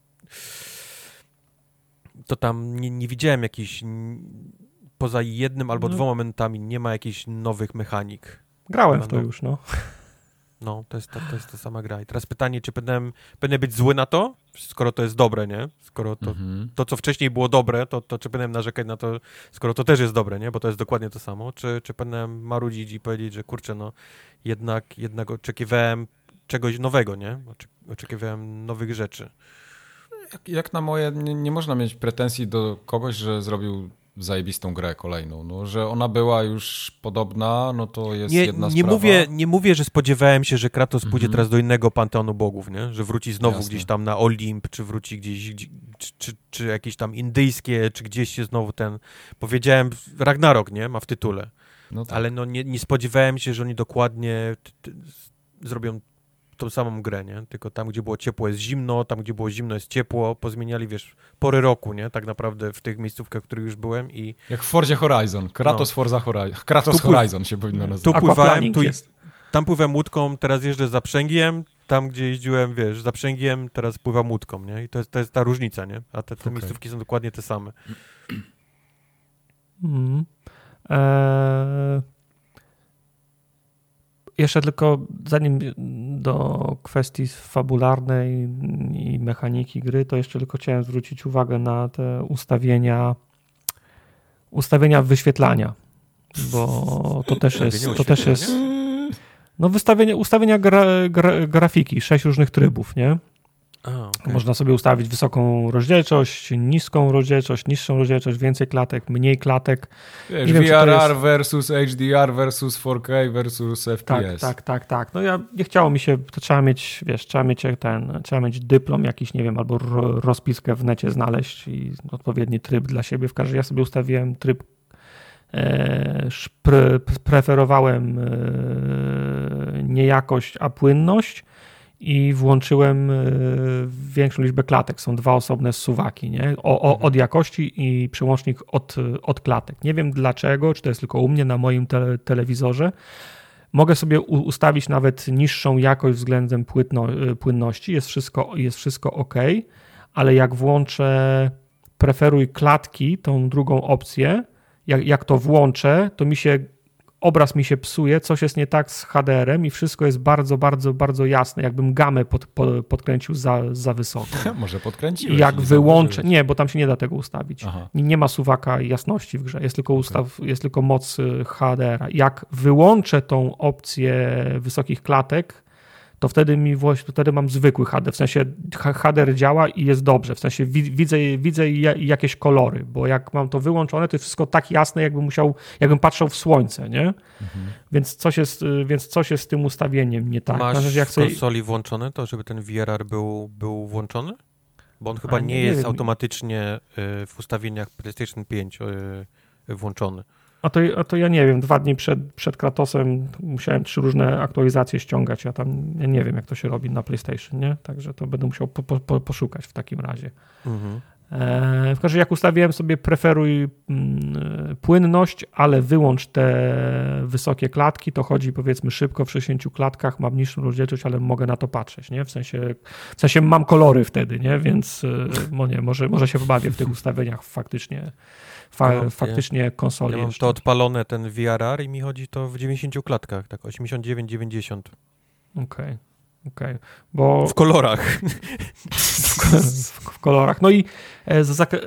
[SPEAKER 3] to tam nie, nie widziałem jakichś, poza jednym albo
[SPEAKER 2] No.
[SPEAKER 3] dwoma momentami, nie ma jakichś nowych mechanik.
[SPEAKER 2] Grałem
[SPEAKER 3] No,
[SPEAKER 2] w to
[SPEAKER 3] no.
[SPEAKER 2] już, no.
[SPEAKER 3] No, to jest ta, to jest ta sama gra. I teraz pytanie, czy będę, będę być zły na to, skoro to jest dobre, nie? Skoro to,
[SPEAKER 1] Mhm.
[SPEAKER 3] to co wcześniej było dobre, to, to czy będę narzekać na to, skoro to też jest dobre, nie? Bo to jest dokładnie to samo. Czy, czy będę marudzić i powiedzieć, że kurczę, no jednak, jednak oczekiwałem czegoś nowego, nie? Oczy, oczekiwałem nowych rzeczy.
[SPEAKER 1] Jak, jak na moje, nie, nie można mieć pretensji do kogoś, że zrobił zajebistą grę kolejną. No, że ona była już podobna, no to jest
[SPEAKER 3] Nie,
[SPEAKER 1] jedna
[SPEAKER 3] nie
[SPEAKER 1] sprawa.
[SPEAKER 3] mówię, nie mówię, że spodziewałem się, że Kratos pójdzie
[SPEAKER 1] Mhm.
[SPEAKER 3] teraz do innego panteonu bogów, nie? Że wróci znowu
[SPEAKER 1] Jasne.
[SPEAKER 3] gdzieś tam na Olimp, czy wróci gdzieś, gdzie, czy, czy, czy jakieś tam indyjskie, czy gdzieś się znowu ten... Powiedziałem, Ragnarok, nie? Ma w tytule.
[SPEAKER 1] No tak.
[SPEAKER 3] Ale no nie, nie spodziewałem się, że oni dokładnie t, t, zrobią tą samą grę, nie? Tylko tam, gdzie było ciepło, jest zimno, tam, gdzie było zimno, jest ciepło. Pozmieniali, wiesz, pory roku, nie? Tak naprawdę w tych miejscówkach, w których już byłem i...
[SPEAKER 1] Jak w Forzie Horizon. Kratos
[SPEAKER 3] No.
[SPEAKER 1] Forza Horizon. Kratos
[SPEAKER 3] Tu pły-
[SPEAKER 1] Horizon się powinno
[SPEAKER 3] Tu
[SPEAKER 1] nazywać.
[SPEAKER 3] pływałem,
[SPEAKER 2] Aquaplaning
[SPEAKER 3] tu,
[SPEAKER 2] jest.
[SPEAKER 3] tam pływam łódką, teraz jeżdżę zaprzęgiem, tam, gdzie jeździłem, wiesz, zaprzęgiem, teraz pływam łódką, nie? I to jest, to jest ta różnica, nie? A te, te
[SPEAKER 1] Okej.
[SPEAKER 3] miejscówki są dokładnie te same.
[SPEAKER 2] Mhm. Eee... Jeszcze tylko zanim do kwestii fabularnej i mechaniki gry, to jeszcze tylko chciałem zwrócić uwagę na te ustawienia ustawienia wyświetlania. bo to też jest,
[SPEAKER 3] nie
[SPEAKER 2] to też jest no wystawienie, ustawienia gra, gra, grafiki, sześć różnych trybów, nie?
[SPEAKER 3] A, okay.
[SPEAKER 2] Można sobie ustawić wysoką rozdzielczość, niską rozdzielczość, niższą rozdzielczość, więcej klatek, mniej klatek.
[SPEAKER 1] Wiesz, wiem, V R R jest... versus H D R versus cztery K versus F P S.
[SPEAKER 2] Tak, tak, tak, tak. No ja nie chciało mi się, to trzeba mieć, wiesz, trzeba mieć ten, trzeba mieć dyplom jakiś, nie wiem, albo ro, rozpiskę w necie znaleźć i odpowiedni tryb dla siebie. W każdym razie ja sobie ustawiłem tryb, e, pre, preferowałem e, nie jakość, a płynność. I włączyłem większą liczbę klatek. Są dwa osobne suwaki, nie? O, o, od jakości i przełącznik od, od klatek. Nie wiem dlaczego, czy to jest tylko u mnie na moim te, telewizorze. Mogę sobie u, ustawić nawet niższą jakość względem płynno, płynności. Jest wszystko, jest wszystko ok, ale jak włączę preferuj klatki, tą drugą opcję, jak, jak to włączę, to mi się obraz mi się psuje, coś jest nie tak z H D R em i wszystko jest bardzo, bardzo, bardzo jasne, jakbym gamę pod, pod, podkręcił za, za wysoko.
[SPEAKER 1] Może podkręciłeś.
[SPEAKER 2] Jak wyłączę, nie, bo tam się nie da tego ustawić. Nie, nie ma suwaka jasności w grze, jest tylko, ustaw, okay. jest tylko moc H D R a. Jak wyłączę tą opcję wysokich klatek, to wtedy mi właśnie, wtedy mam zwykły H D R, w sensie H D R działa i jest dobrze, w sensie widzę, widzę jakieś kolory, bo jak mam to wyłączone, to jest wszystko tak jasne, jakbym musiał, jakbym patrzył w słońce, nie? Mhm. Więc, coś jest, więc coś jest z tym ustawieniem nie tak.
[SPEAKER 3] Masz
[SPEAKER 2] znaczy, jak
[SPEAKER 3] w
[SPEAKER 2] sobie...
[SPEAKER 3] konsoli włączone to, żeby ten V R R był, był włączony? Bo on chyba
[SPEAKER 2] A,
[SPEAKER 3] nie,
[SPEAKER 2] nie
[SPEAKER 3] jest
[SPEAKER 2] wiem.
[SPEAKER 3] automatycznie w ustawieniach PlayStation pięć włączony.
[SPEAKER 2] A to, a to ja nie wiem, dwa dni przed, przed Kratosem musiałem trzy różne aktualizacje ściągać, ja tam ja nie wiem, jak to się robi na PlayStation, nie? Także to będę musiał po, po, poszukać w takim razie. Mhm. E, w każdym razie jak ustawiłem sobie preferuj mm, płynność, ale wyłącz te wysokie klatki, to chodzi powiedzmy szybko w sześćdziesięciu klatkach, mam niższą rozdzielczość, ale mogę na to patrzeć, nie? W sensie, w sensie mam kolory wtedy, nie? Więc no nie, może, może się pobawię w tych ustawieniach faktycznie. Fa- no, faktycznie konsoli.
[SPEAKER 3] Ja mam
[SPEAKER 2] jeszcze.
[SPEAKER 3] to odpalone, ten V R R i mi chodzi to w dziewięćdziesięciu klatkach, tak osiemdziesiąt dziewięć dziewięćdziesiąt.
[SPEAKER 2] Okej, okay, okej. Okay. Bo...
[SPEAKER 3] W kolorach.
[SPEAKER 2] w, w kolorach. No i za, za,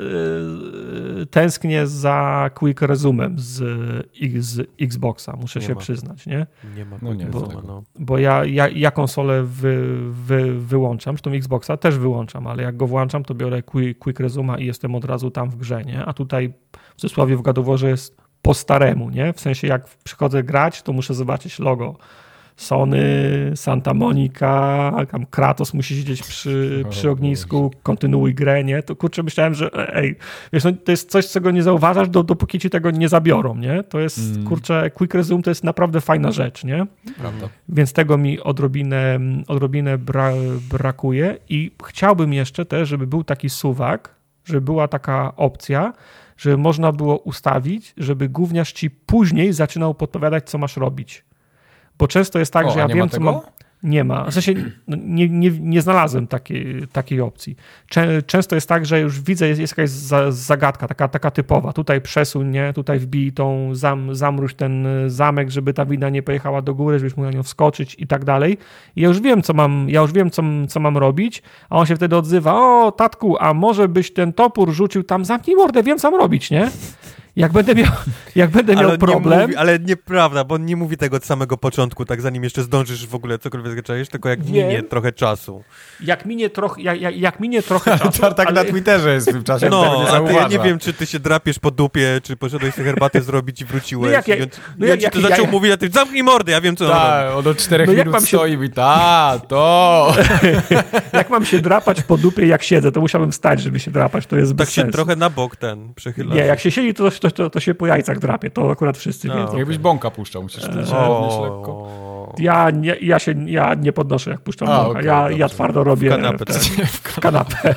[SPEAKER 2] tęsknię za Quick Resumem z, z Xboxa, muszę
[SPEAKER 3] nie
[SPEAKER 2] się
[SPEAKER 3] ma.
[SPEAKER 2] przyznać, nie?
[SPEAKER 3] Nie ma.
[SPEAKER 1] No nie,
[SPEAKER 2] bo,
[SPEAKER 1] tego.
[SPEAKER 3] no.
[SPEAKER 2] bo ja, ja, ja konsolę wy, wy, wyłączam, zresztą Xboxa też wyłączam, ale jak go włączam, to biorę Quick, quick Resuma i jestem od razu tam w grze, nie? A tutaj w cudzysłowie w God of Warze jest po staremu, nie? W sensie jak przychodzę grać, to muszę zobaczyć logo Sony, Santa Monica, tam Kratos musi siedzieć przy, przy ognisku, kontynuuj grę, nie? To kurczę, myślałem, że ej, wiesz, no, to jest coś, czego nie zauważasz, do, dopóki ci tego nie zabiorą, nie? To jest, mm. kurczę, Quick Resume to jest naprawdę fajna rzecz, nie?
[SPEAKER 1] Prawda.
[SPEAKER 2] Więc tego mi odrobinę, odrobinę bra, brakuje i chciałbym jeszcze też, żeby był taki suwak, żeby była taka opcja, żeby można było ustawić, żeby gówniarz ci później zaczynał podpowiadać, co masz robić. Bo często jest tak,
[SPEAKER 1] o,
[SPEAKER 2] że ja
[SPEAKER 1] nie
[SPEAKER 2] wiem,
[SPEAKER 1] ma
[SPEAKER 2] co
[SPEAKER 1] tego?
[SPEAKER 2] mam. Nie ma. W sensie no, nie, nie, nie znalazłem takiej, takiej opcji. Czę, często jest tak, że już widzę, jest, jest jakaś za, zagadka, taka, taka typowa. Tutaj przesuń, nie? Tutaj wbij tą, zam, zamruź ten zamek, żeby ta wina nie pojechała do góry, żebyś mógł na nią wskoczyć i tak dalej. I ja już wiem, co mam, ja już wiem, co, co mam robić, a on się wtedy odzywa: o, tatku, a może byś ten topór rzucił tam, zamknij mordę, wiem, co mam robić, nie? Jak będę miał, jak będę miał
[SPEAKER 3] ale
[SPEAKER 2] problem...
[SPEAKER 3] Nie mówi, ale nieprawda, bo on nie mówi tego od samego początku, tak zanim jeszcze zdążysz w ogóle cokolwiek zaczęłeś, tylko jak
[SPEAKER 2] Wiem.
[SPEAKER 3] minie trochę czasu.
[SPEAKER 2] Jak minie, troch, jak, jak, jak minie trochę czasu...
[SPEAKER 1] tak
[SPEAKER 2] ale...
[SPEAKER 1] na Twitterze jest w tym czasie,
[SPEAKER 3] no,
[SPEAKER 1] tego nie
[SPEAKER 3] a ty, ja nie
[SPEAKER 1] zauważa.
[SPEAKER 3] wiem, czy ty się drapiesz po dupie, czy poszedłeś sobie herbatę zrobić i wróciłeś.
[SPEAKER 2] No jak, jak,
[SPEAKER 3] i on,
[SPEAKER 2] no
[SPEAKER 3] i
[SPEAKER 2] jak,
[SPEAKER 3] on ci
[SPEAKER 2] jak,
[SPEAKER 3] to zaczął
[SPEAKER 2] jak,
[SPEAKER 3] mówić, a ty zamknij mordę, ja wiem, co on robi.
[SPEAKER 1] Tak, on od czterech
[SPEAKER 2] No jak
[SPEAKER 1] minut
[SPEAKER 2] mam się-
[SPEAKER 1] stoi i mówi: ta, to.
[SPEAKER 2] jak mam się drapać po dupie, jak siedzę, to musiałbym wstać, żeby się drapać, to jest
[SPEAKER 3] Tak
[SPEAKER 2] bez
[SPEAKER 3] się
[SPEAKER 2] sensu.
[SPEAKER 3] trochę na bok ten przechyla.
[SPEAKER 2] Nie, jak się siedzi, to, to, to, to się po jajcach drapie, to akurat wszyscy
[SPEAKER 3] No.
[SPEAKER 2] wiedzą.
[SPEAKER 1] Jakbyś bąka puszczał, musisz też podnieść lekko.
[SPEAKER 3] O,
[SPEAKER 2] Ja nie, ja się ja nie podnoszę, jak puszczam
[SPEAKER 1] A,
[SPEAKER 2] bąka.
[SPEAKER 1] okej,
[SPEAKER 2] ja,
[SPEAKER 1] dobrze.
[SPEAKER 2] ja twardo robię
[SPEAKER 3] W kanapę.
[SPEAKER 2] w, ten, w kanapę.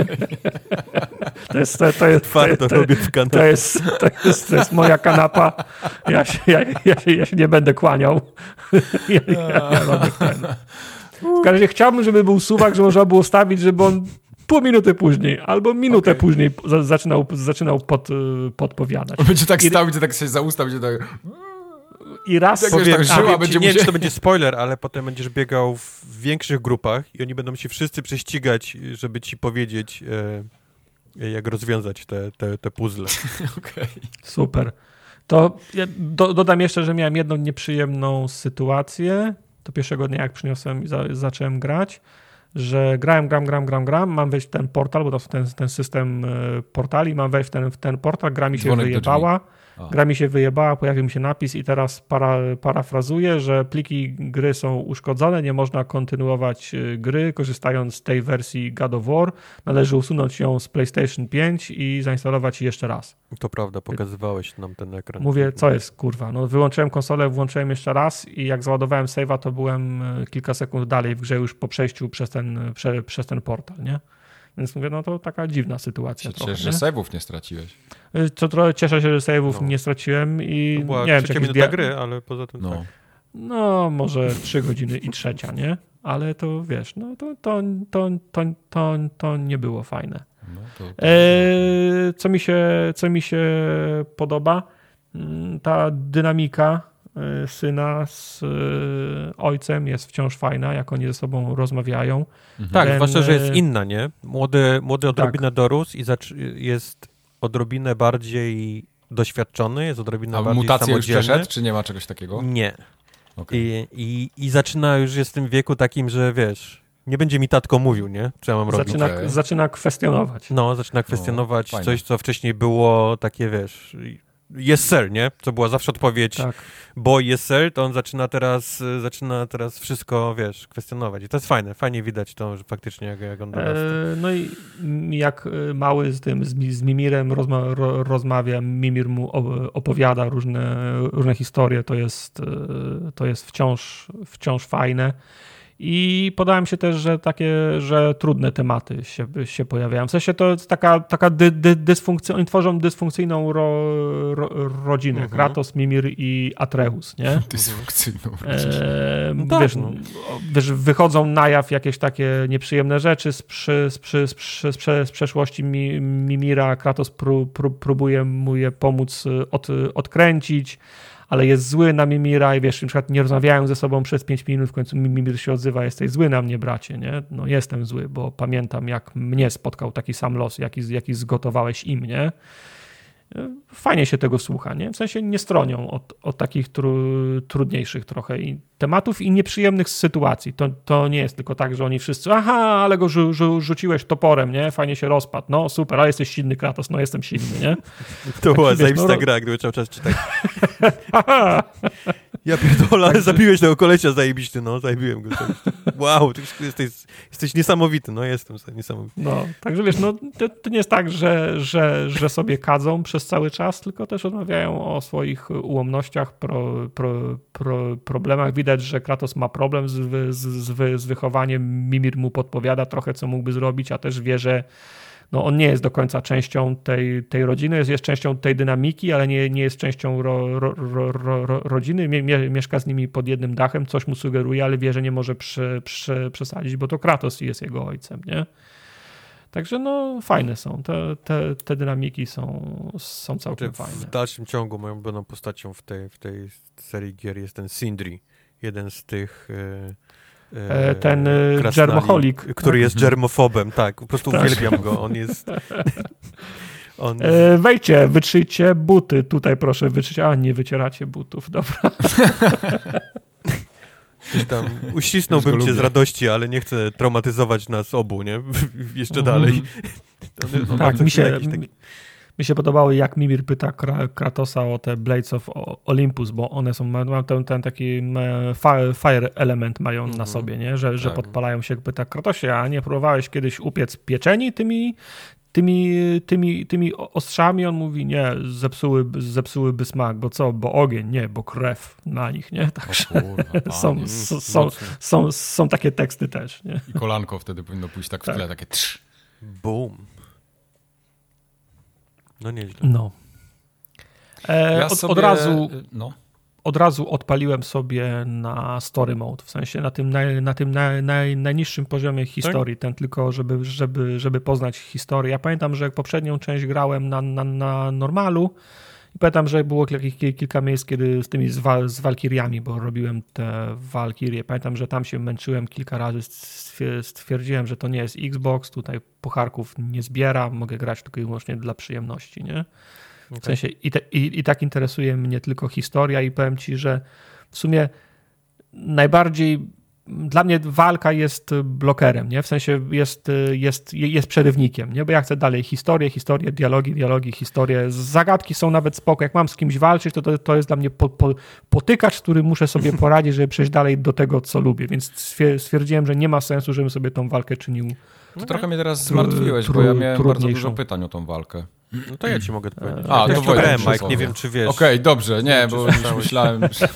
[SPEAKER 2] To jest, to, to jest, to,
[SPEAKER 3] Twardo
[SPEAKER 2] to,
[SPEAKER 3] robię w kanapę.
[SPEAKER 2] to, jest, to, jest, to jest moja kanapa. Ja się, ja, ja, się, ja się nie będę kłaniał. Ja, ja, ja robię ten. W każdym razie chciałbym, żeby był suwak, że można było stawić, żeby on pół minuty później albo minutę
[SPEAKER 1] Okay.
[SPEAKER 2] później za- zaczynał, zaczynał pod, podpowiadać.
[SPEAKER 1] On będzie tak
[SPEAKER 2] I-
[SPEAKER 1] stał i ty tak się za usta będzie tak...
[SPEAKER 2] I raz
[SPEAKER 1] Jak
[SPEAKER 2] powiem,
[SPEAKER 1] wiesz, tak
[SPEAKER 2] a,
[SPEAKER 1] żyła
[SPEAKER 3] Powiem
[SPEAKER 1] będzie
[SPEAKER 3] ci, nie wiem,
[SPEAKER 1] musiał-
[SPEAKER 3] czy to będzie spoiler, ale potem będziesz biegał w większych grupach i oni będą się wszyscy prześcigać, żeby ci powiedzieć, e, jak rozwiązać te, te, te puzzle.
[SPEAKER 1] Okej.
[SPEAKER 2] super. To ja do, dodam jeszcze, że miałem jedną nieprzyjemną sytuację. To pierwszego dnia, jak przyniosłem i za, zacząłem grać, że grałem, gram, gram, gram, gram, mam wejść w ten portal, bo to jest ten, ten system portali, mam wejść w ten, w ten portal, gra mi się Dzwonek wyjebała. Gra mi się wyjebała, pojawił mi się napis i teraz para, parafrazuję, że pliki gry są uszkodzone, nie można kontynuować gry korzystając z tej wersji God of War. Należy usunąć ją z PlayStation pięć i zainstalować jeszcze raz.
[SPEAKER 3] To prawda, pokazywałeś nam ten ekran.
[SPEAKER 2] Mówię, co jest kurwa. No, wyłączyłem konsolę, włączyłem jeszcze raz i jak załadowałem save'a, to byłem kilka sekund dalej w grze już po przejściu przez ten, prze, przez ten portal, nie? Więc mówię, no to taka dziwna sytuacja.
[SPEAKER 1] Cieszę się, że save'ów nie straciłeś.
[SPEAKER 2] To trochę cieszę się, że save'ów no. nie straciłem i
[SPEAKER 3] to była
[SPEAKER 2] nie wiem,
[SPEAKER 3] trzecia minuta dia- gry, ale poza tym
[SPEAKER 1] no.
[SPEAKER 3] tak.
[SPEAKER 2] No, może trzy godziny i trzecia, nie? Ale to wiesz, no to, to, to, to, to, to nie było fajne. No, to, to... E, co, mi się, co mi się podoba, ta dynamika syna z ojcem jest wciąż fajna, jak oni ze sobą rozmawiają.
[SPEAKER 3] Mhm. Tak, Ten, zwłaszcza, że jest inna, nie? Młody, młody odrobinę tak. dorósł i zac- jest odrobinę bardziej doświadczony, jest odrobinę
[SPEAKER 1] A
[SPEAKER 3] bardziej
[SPEAKER 1] mutację
[SPEAKER 3] samodzielny.
[SPEAKER 1] już przeszedł, czy nie ma czegoś takiego?
[SPEAKER 3] Nie.
[SPEAKER 1] Okay.
[SPEAKER 3] I, i, I zaczyna już jest w tym wieku takim, że wiesz, nie będzie mi tatko mówił, nie? Co ja mam robić.
[SPEAKER 2] Zaczyna,
[SPEAKER 1] okay.
[SPEAKER 2] zaczyna kwestionować.
[SPEAKER 3] No, zaczyna kwestionować no, coś, co wcześniej było takie, wiesz... Yes sir, nie? Co była zawsze odpowiedź, tak. bo yes sir, to on zaczyna teraz zaczyna teraz wszystko, wiesz, kwestionować. I to jest fajne, fajnie widać to, że faktycznie jak, jak on dorasta.
[SPEAKER 2] E, no i jak mały z tym, z, z Mimirem rozma, ro, rozmawia, Mimir mu opowiada różne, różne historie, to jest, to jest wciąż, wciąż fajne. I podałem się też, że takie, że trudne tematy się, się pojawiają. W sensie to jest taka, taka dy, dy, dysfunkcja, oni tworzą dysfunkcyjną ro, ro, rodzinę. Mhm. Kratos, Mimir i Atreus, nie?
[SPEAKER 1] Dysfunkcyjną rodzinę.
[SPEAKER 2] E, no tak, wiesz, no. wiesz, wychodzą na jaw jakieś takie nieprzyjemne rzeczy z, przy, z, przy, z, przy, z, prze, z przeszłości mi, Mimira. Kratos pró, pró, próbuje mu je pomóc od, odkręcić, ale jest zły na Mimira i wiesz, na przykład nie rozmawiają ze sobą przez pięć minut, w końcu Mimir się odzywa, jesteś zły na mnie, bracie, nie? No jestem zły, bo pamiętam, jak mnie spotkał taki sam los, jaki, jaki zgotowałeś im, nie? Fajnie się tego słucha, nie? W sensie nie stronią od, od takich tru, trudniejszych trochę i tematów i nieprzyjemnych sytuacji. To, to nie jest tylko tak, że oni wszyscy, aha, ale go rzu, rzu, rzuciłeś toporem, nie? Fajnie się rozpadł. No super, ale jesteś silny, Kratos, no jestem silny, nie?
[SPEAKER 3] To była tak, zajebista no, gra, gdyby cały czas czytać. Ja pierdolę, ale zabiłeś tego kolesia zajebiście, no, zajebiłem go. Wow, ty jesteś, jesteś niesamowity, no jestem niesamowity.
[SPEAKER 2] No, także wiesz, no to, to nie jest tak, że, że, że sobie kadzą przez cały czas, tylko też rozmawiają o swoich ułomnościach, pro, pro, pro, problemach. Widać, że Kratos ma problem z, z, z, z wychowaniem, Mimir mu podpowiada trochę, co mógłby zrobić, a też wie, że no on nie jest do końca częścią tej, tej rodziny, jest, jest częścią tej dynamiki, ale nie, nie jest częścią ro, ro, ro, ro, ro, rodziny, Mie, mieszka z nimi pod jednym dachem, coś mu sugeruje, ale wie, że nie może przy, przy, przesadzić, bo to Kratos jest jego ojcem, nie? Także no fajne są, te, te, te dynamiki są, są całkiem
[SPEAKER 3] w,
[SPEAKER 2] fajne.
[SPEAKER 3] W dalszym ciągu moją ulubioną postacią w tej, w tej serii gier jest ten Sindri, jeden z tych... Yy...
[SPEAKER 2] Ten germoholik,
[SPEAKER 3] który tak? jest germofobem, tak, po prostu tak. uwielbiam go, on jest... on...
[SPEAKER 2] E, wejdźcie, wytrzyjcie buty, tutaj proszę wytrzyjcie, a nie wycieracie butów, dobra.
[SPEAKER 3] Tam uścisnąłbym cię z radości, ale nie chcę traumatyzować nas obu, nie? Jeszcze mm. dalej.
[SPEAKER 2] To, tak, mi się... Taki... Mi się podobało, jak Mimir pyta Kratosa o te Blades of Olympus, bo one są, mają ten, ten taki fire element mają mm-hmm. na sobie, nie? Że, tak. że podpalają się. Pyta Kratosie, a nie próbowałeś kiedyś upiec pieczeni tymi, tymi, tymi, tymi ostrzami? On mówi, nie, zepsułyby, zepsułyby smak, bo co? Bo ogień, nie, bo krew na nich, nie? Także kurwa, są, są, są, są, są takie teksty też, nie?
[SPEAKER 1] I kolanko wtedy powinno pójść tak w tle, tak. takie trz.
[SPEAKER 3] Boom. No nieźle.
[SPEAKER 2] No. E,
[SPEAKER 1] ja
[SPEAKER 2] od,
[SPEAKER 1] sobie,
[SPEAKER 2] od razu
[SPEAKER 1] no.
[SPEAKER 2] od razu odpaliłem sobie na story mode, w sensie na tym, naj, na tym naj, naj, najniższym poziomie historii, tak? ten tylko, żeby, żeby, żeby poznać historię. Ja pamiętam, że poprzednią część grałem na, na, na normalu i pamiętam, że było kilka, kilka miejsc, kiedy z tymi z, wal, z walkiriami, bo robiłem te walkirie. Pamiętam, że tam się męczyłem kilka razy, stwierdziłem, że to nie jest Xbox, tutaj pucharków nie zbieram, mogę grać tylko i wyłącznie dla przyjemności, nie? Okay. W sensie i, te, i, i tak interesuje mnie tylko historia i powiem ci, że w sumie najbardziej dla mnie walka jest blokerem, nie? W sensie jest, jest, jest przerywnikiem, nie? Bo ja chcę dalej historię, historię, dialogi, dialogi, historię. Zagadki są nawet spoko. Jak mam z kimś walczyć, to to, to jest dla mnie po, po, potykacz, który muszę sobie poradzić, żeby przejść dalej do tego, co lubię. Więc stwierdziłem, że nie ma sensu, żebym sobie tą walkę czynił.
[SPEAKER 1] To okay. Trochę mnie teraz zmartwiłeś, tru, bo ja miałem bardzo dużo pytań o tą walkę.
[SPEAKER 3] No to ja ci mogę odpowiedzieć.
[SPEAKER 1] A,
[SPEAKER 3] ja
[SPEAKER 1] to
[SPEAKER 3] grałem, Mike, nie wiem, czy wiesz.
[SPEAKER 1] Okej, okay, dobrze, nie, bo już myślałem... Że...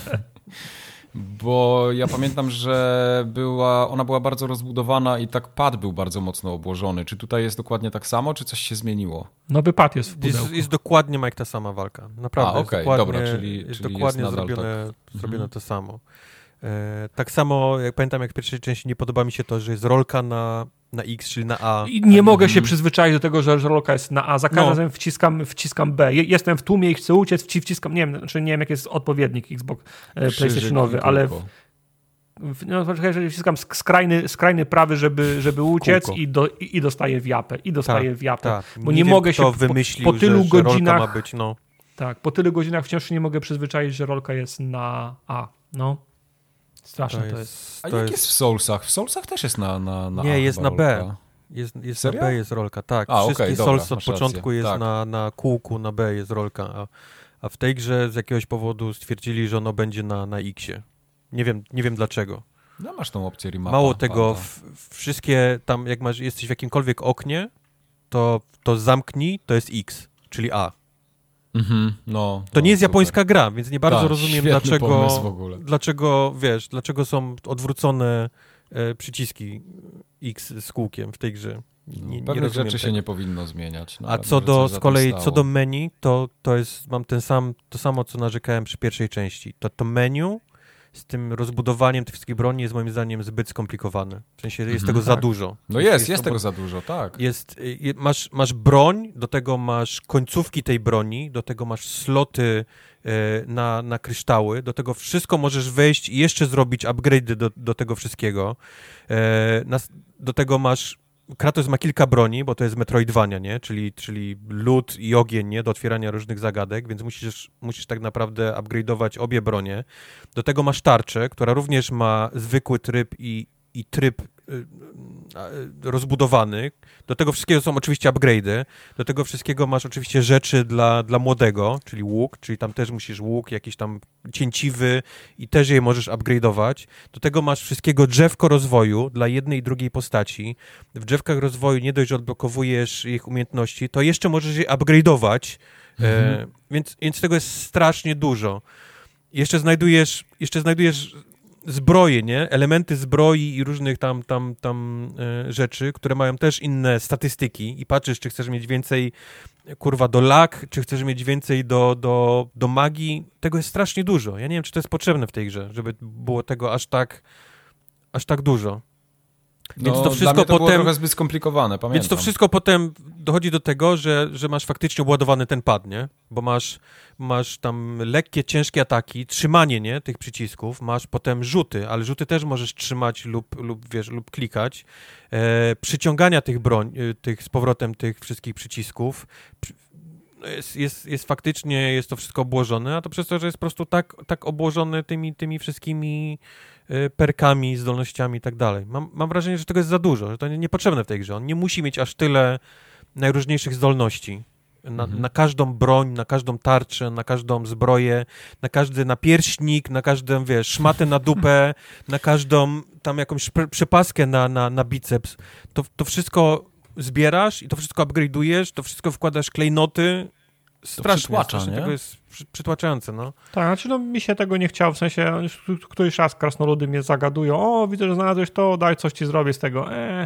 [SPEAKER 1] Bo ja pamiętam, że była, ona była bardzo rozbudowana i tak pad był bardzo mocno obłożony. Czy tutaj jest dokładnie tak samo, czy coś się zmieniło?
[SPEAKER 2] Nowy pad jest w pudełku.
[SPEAKER 3] Jest, jest dokładnie, Mike, ta sama walka. Naprawdę.
[SPEAKER 1] A, okej,
[SPEAKER 3] okay,
[SPEAKER 1] dobra, czyli
[SPEAKER 3] jest
[SPEAKER 1] czyli
[SPEAKER 3] dokładnie
[SPEAKER 1] jest
[SPEAKER 3] zrobione,
[SPEAKER 1] tak.
[SPEAKER 3] zrobione
[SPEAKER 1] mhm.
[SPEAKER 3] to samo. E, tak samo, jak pamiętam, jak w pierwszej części nie podoba mi się to, że jest rolka na, na X, czyli na A.
[SPEAKER 2] I nie mogę hmm. się przyzwyczaić do tego, że rolka jest na A. Za każdym no. razem wciskam, wciskam B. Jestem w tłumie i chcę uciec, wciskam, nie wiem, znaczy nie wiem, jak jest odpowiednik Xbox PlayStationowy, ale w, no, jeżeli wciskam skrajny, skrajny prawy, żeby, żeby uciec i, do, i, i dostaję w japę. I dostaję
[SPEAKER 3] tak,
[SPEAKER 2] w japę.
[SPEAKER 3] Tak.
[SPEAKER 2] Bo
[SPEAKER 3] nie,
[SPEAKER 2] nie
[SPEAKER 3] wiem,
[SPEAKER 2] mogę się
[SPEAKER 3] wymyślił,
[SPEAKER 2] po, po tylu
[SPEAKER 3] że, że
[SPEAKER 2] godzinach.
[SPEAKER 3] Ma być, no.
[SPEAKER 2] Tak, po tylu godzinach wciąż nie mogę przyzwyczaić, że rolka jest na A. No. Straszne to jest. To jest.
[SPEAKER 1] A to jak jest... jest w Soulsach? W Soulsach też jest na, na, na
[SPEAKER 3] nie,
[SPEAKER 1] A. Nie,
[SPEAKER 3] jest na B. Jest, jest na B jest rolka, tak.
[SPEAKER 1] A,
[SPEAKER 3] Wszystkie
[SPEAKER 1] okay,
[SPEAKER 3] Souls
[SPEAKER 1] dobra,
[SPEAKER 3] od początku
[SPEAKER 1] rację.
[SPEAKER 3] jest
[SPEAKER 1] tak.
[SPEAKER 3] na, na kółku, na B jest rolka, a, a w tej grze z jakiegoś powodu stwierdzili, że ono będzie na, na X-ie. Nie wiem, nie wiem dlaczego.
[SPEAKER 1] No masz tą opcję remapa.
[SPEAKER 3] Mało tego, w, wszystkie tam, jak masz, jesteś w jakimkolwiek oknie, to, to zamknij, to jest X, czyli A.
[SPEAKER 1] Mhm, no,
[SPEAKER 3] to
[SPEAKER 1] no,
[SPEAKER 3] nie jest
[SPEAKER 1] super.
[SPEAKER 3] japońska gra, więc nie bardzo
[SPEAKER 1] tak,
[SPEAKER 3] rozumiem, dlaczego,
[SPEAKER 1] w ogóle.
[SPEAKER 3] dlaczego, wiesz, dlaczego są odwrócone e, przyciski X z kółkiem w tej grze. Nie,
[SPEAKER 1] no, pewnych rzeczy
[SPEAKER 3] tego.
[SPEAKER 1] się nie powinno zmieniać.
[SPEAKER 3] A co do, z kolei, co do menu, to, to jest, mam ten sam, to samo, co narzekałem przy pierwszej części. To, to menu z tym rozbudowaniem tych wszystkich broni jest moim zdaniem zbyt skomplikowane. W sensie jest mm-hmm, tego tak. za dużo.
[SPEAKER 1] No jest, jest, jest tego za dużo, tak.
[SPEAKER 3] Jest, masz, masz broń, do tego masz końcówki tej broni, do tego masz sloty e, na, na kryształy, do tego wszystko możesz wejść i jeszcze zrobić upgrade'y do, do tego wszystkiego. E, na, do tego masz Kratos ma kilka broni, bo to jest Metroidvania, nie? Czyli, czyli lód i ogień, nie? Do otwierania różnych zagadek, więc musisz, musisz tak naprawdę upgrade'ować obie bronie. Do tego masz tarczę, która również ma zwykły tryb i, i tryb y, y, rozbudowany. Do tego wszystkiego są oczywiście upgrade'y. Do tego wszystkiego masz oczywiście rzeczy dla, dla młodego, czyli łuk, czyli tam też musisz łuk, jakieś tam cięciwy i też je możesz upgrade'ować. Do tego masz wszystkiego drzewko rozwoju dla jednej i drugiej postaci. W drzewkach rozwoju nie dość, że odblokowujesz ich umiejętności, to jeszcze możesz je upgrade'ować, mhm. e, więc, więc tego jest strasznie dużo. Jeszcze znajdujesz, jeszcze znajdujesz zbroje, nie? Elementy zbroi i różnych tam, tam, tam e, rzeczy, które mają też inne statystyki i patrzysz, czy chcesz mieć więcej, kurwa, do lak, czy chcesz mieć więcej do, do, do magii. Tego jest strasznie dużo. Ja nie wiem, czy to jest potrzebne w tej grze, żeby było tego aż tak, aż tak dużo.
[SPEAKER 1] Więc no, to wszystko dla mnie to potem było trochę zbyt skomplikowane, pamiętam.
[SPEAKER 3] Więc to wszystko potem dochodzi do tego, że, że masz faktycznie obładowany ten pad, nie? Bo masz, masz tam lekkie, ciężkie ataki, trzymanie, nie? Tych przycisków, masz potem rzuty, ale rzuty też możesz trzymać lub, lub wiesz, lub klikać. E, przyciągania tych broń, tych z powrotem tych wszystkich przycisków. Jest, jest, jest faktycznie, jest to wszystko obłożone, a to przez to, że jest po prostu tak, tak obłożone tymi, tymi wszystkimi perkami, zdolnościami i tak dalej. Mam, mam wrażenie, że tego jest za dużo, że to niepotrzebne w tej grze. On nie musi mieć aż tyle najróżniejszych zdolności. Na, mhm. na każdą broń, na każdą tarczę, na każdą zbroję, na każdy napierśnik, na każdą, wiesz, szmatę na dupę, na każdą tam jakąś przepaskę na, na, na biceps. To, to wszystko zbierasz i to wszystko upgrade'ujesz, to wszystko wkładasz klejnoty. Strasznie,
[SPEAKER 1] przytłacza,
[SPEAKER 3] strasznie
[SPEAKER 1] nie?
[SPEAKER 3] Tego jest przy, przytłaczające, no.
[SPEAKER 2] Tak, znaczy no mi się tego nie chciało, w sensie któryś raz krasnoludy mnie zagadują, o, widzę, że znalazłeś to, daj, coś ci zrobię z tego, eee.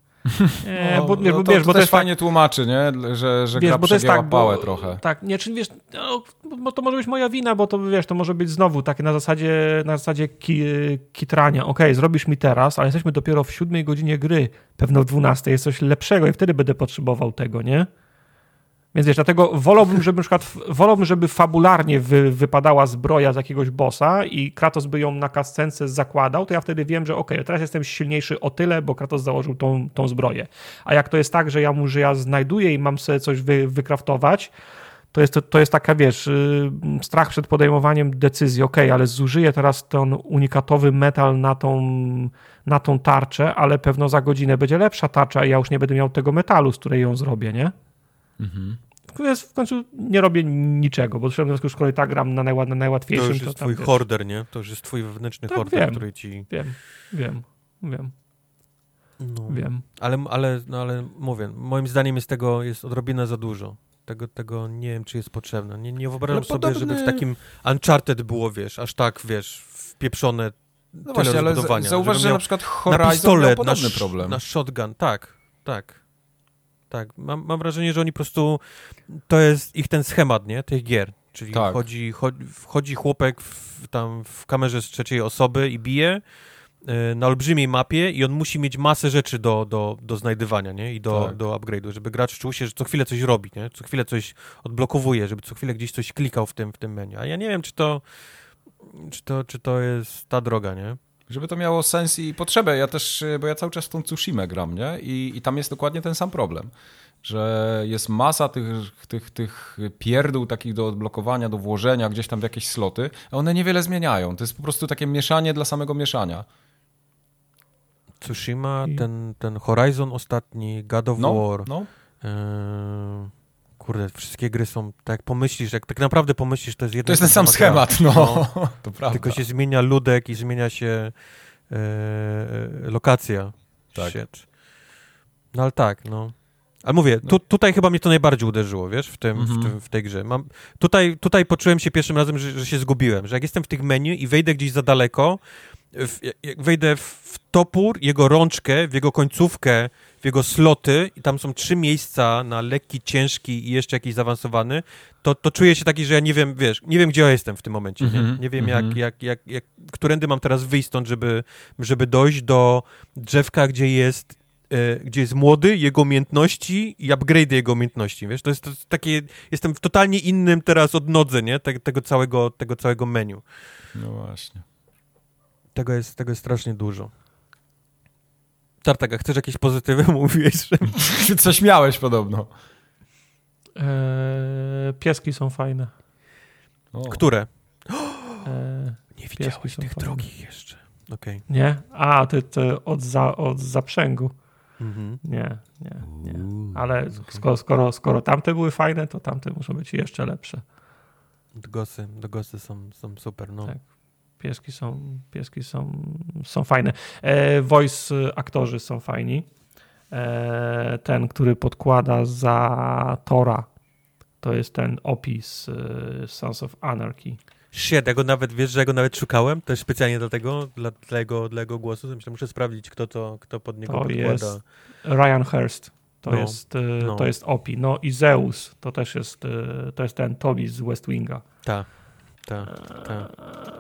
[SPEAKER 1] eee no, bo, wiesz, no to, wiesz, to bo to jest fajnie tak, tłumaczy, nie? Że, że wiesz, gra przegięła tak, pałę bo, trochę. Tak, nie, czy wiesz, no, bo to może być moja wina, bo to wiesz, to może być znowu takie na zasadzie, na zasadzie ki, kitrania, okej, okay, zrobisz mi teraz, ale jesteśmy dopiero w siódmej godzinie gry, pewno w dwunastej jest coś lepszego i wtedy będę potrzebował tego, nie? Więc wiesz, dlatego wolałbym, żeby na przykład, wolałbym, żeby fabularnie wy, wypadała zbroja z jakiegoś bossa i Kratos by ją na cutscence zakładał, to ja wtedy wiem, że okej, okay, teraz jestem silniejszy o tyle, bo Kratos założył tą, tą zbroję. A jak to jest tak, że ja mu, że ja znajduję i mam sobie coś wy, wykraftować,
[SPEAKER 2] to jest, to, to jest taka, wiesz, yy, strach przed podejmowaniem decyzji, okej, okay, ale zużyję teraz ten unikatowy metal na tą, na tą tarczę, ale pewno za godzinę będzie lepsza tarcza i ja już nie będę miał tego metalu, z której ją zrobię, nie? Mhm. W końcu nie robię niczego, bo w już kolei tak gram na, najła, na najłatwiejszym.
[SPEAKER 3] To już jest
[SPEAKER 2] to tam,
[SPEAKER 3] twój
[SPEAKER 2] wiesz,
[SPEAKER 3] horder, nie? To już jest twój wewnętrzny
[SPEAKER 2] tak,
[SPEAKER 3] horder,
[SPEAKER 2] wiem,
[SPEAKER 3] który ci...
[SPEAKER 2] Wiem, wiem, wiem.
[SPEAKER 3] No.
[SPEAKER 2] Wiem.
[SPEAKER 3] Ale, ale, no, ale mówię, moim zdaniem jest tego jest odrobinę za dużo. Tego, tego nie wiem, czy jest potrzebne. Nie, nie wyobrażam no, sobie, podobny... żeby w takim Uncharted było, wiesz, aż tak, wiesz, wpieprzone
[SPEAKER 1] no
[SPEAKER 3] tyle
[SPEAKER 1] właśnie, ale
[SPEAKER 3] rozbudowania.
[SPEAKER 1] zauważ, że na przykład Horizon
[SPEAKER 3] na pistolet,
[SPEAKER 1] miał podobny
[SPEAKER 3] na
[SPEAKER 1] problem.
[SPEAKER 3] Na shotgun, tak, tak. Tak, mam, mam wrażenie, że oni po prostu, to jest ich ten schemat, nie, tych gier. Czyli tak. chodzi, chodzi, wchodzi chłopek w, tam w kamerze z trzeciej osoby i bije na olbrzymiej mapie i on musi mieć masę rzeczy do, do, do znajdywania, nie? I do, tak. do upgrade'u, żeby gracz czuł się, że co chwilę coś robi, nie? Co chwilę coś odblokowuje, żeby co chwilę gdzieś coś klikał w tym, w tym menu. A ja nie wiem, czy to, czy to, czy to jest ta droga, nie?
[SPEAKER 1] Żeby to miało sens i potrzebę. Ja też, bo ja cały czas w tą Tsushimę gram, nie? I, i tam jest dokładnie ten sam problem, że jest masa tych, tych, tych pierdół takich do odblokowania, do włożenia gdzieś tam w jakieś sloty, a one niewiele zmieniają. To jest po prostu takie mieszanie dla samego mieszania.
[SPEAKER 3] Tsushima, ten, ten Horizon ostatni, God of
[SPEAKER 1] no,
[SPEAKER 3] War.
[SPEAKER 1] No.
[SPEAKER 3] Yy, kurde, wszystkie gry są, tak jak pomyślisz, jak tak naprawdę pomyślisz, to jest jedno.
[SPEAKER 1] To jest ten sam schemat, no. no. To prawda.
[SPEAKER 3] Tylko się zmienia ludek i zmienia się yy, lokacja.
[SPEAKER 1] Tak.
[SPEAKER 3] Shit. No ale tak, no. Ale mówię, tu, tutaj chyba mnie to najbardziej uderzyło, wiesz, w, tym, mm-hmm. w, tym, w tej grze. Mam, tutaj, tutaj poczułem się pierwszym razem, że, że się zgubiłem, że jak jestem w tych menu i wejdę gdzieś za daleko, w, jak wejdę w topór, jego rączkę, w jego końcówkę, w jego sloty i tam są trzy miejsca na lekki, ciężki i jeszcze jakiś zaawansowany, to, to czuję się taki, że ja nie wiem, wiesz, nie wiem, gdzie ja jestem w tym momencie, mm-hmm. nie? Nie wiem, mm-hmm. jak, jak, jak, jak, którędy mam teraz wyjść stąd, żeby, żeby dojść do drzewka, gdzie jest gdzie jest młody, jego umiejętności i upgrade jego umiejętności, wiesz, to jest, to jest takie, jestem w totalnie innym teraz odnodze, nie, Te, tego, całego, tego całego menu.
[SPEAKER 1] No właśnie.
[SPEAKER 3] Tego jest, tego jest strasznie dużo. Tartak, a chcesz jakieś pozytywy? Mówiłeś, że...
[SPEAKER 1] Coś miałeś podobno.
[SPEAKER 2] Eee, pieski są fajne.
[SPEAKER 3] O. Które?
[SPEAKER 2] Eee,
[SPEAKER 3] Nie widziałeś tych fajne. Drogich jeszcze. Okay.
[SPEAKER 2] Nie? A, ty, ty od, za, od zaprzęgu.
[SPEAKER 3] Mm-hmm.
[SPEAKER 2] Nie, nie, nie. Ale skoro, skoro, skoro tamte były fajne, to tamte muszą być jeszcze lepsze.
[SPEAKER 3] Dogosy, dogosy są, są super, no.
[SPEAKER 2] Tak. Pieski są, pieski są, są fajne. E, voice aktorzy są fajni. E, ten, który podkłada za Tora, to jest ten opis y, Sons of Anarchy.
[SPEAKER 3] Shit, ja go nawet, wiesz, że ja go nawet szukałem, też specjalnie dlatego, dla, dla, jego, dla jego głosu, myślę, muszę sprawdzić, kto to, kto pod niego
[SPEAKER 2] to
[SPEAKER 3] podkłada.
[SPEAKER 2] Jest Ryan Hurst, to, no, jest, no. to jest Opi. No i Zeus, to też jest, to jest ten Toby z West Winga.
[SPEAKER 3] Tak, tak, tak.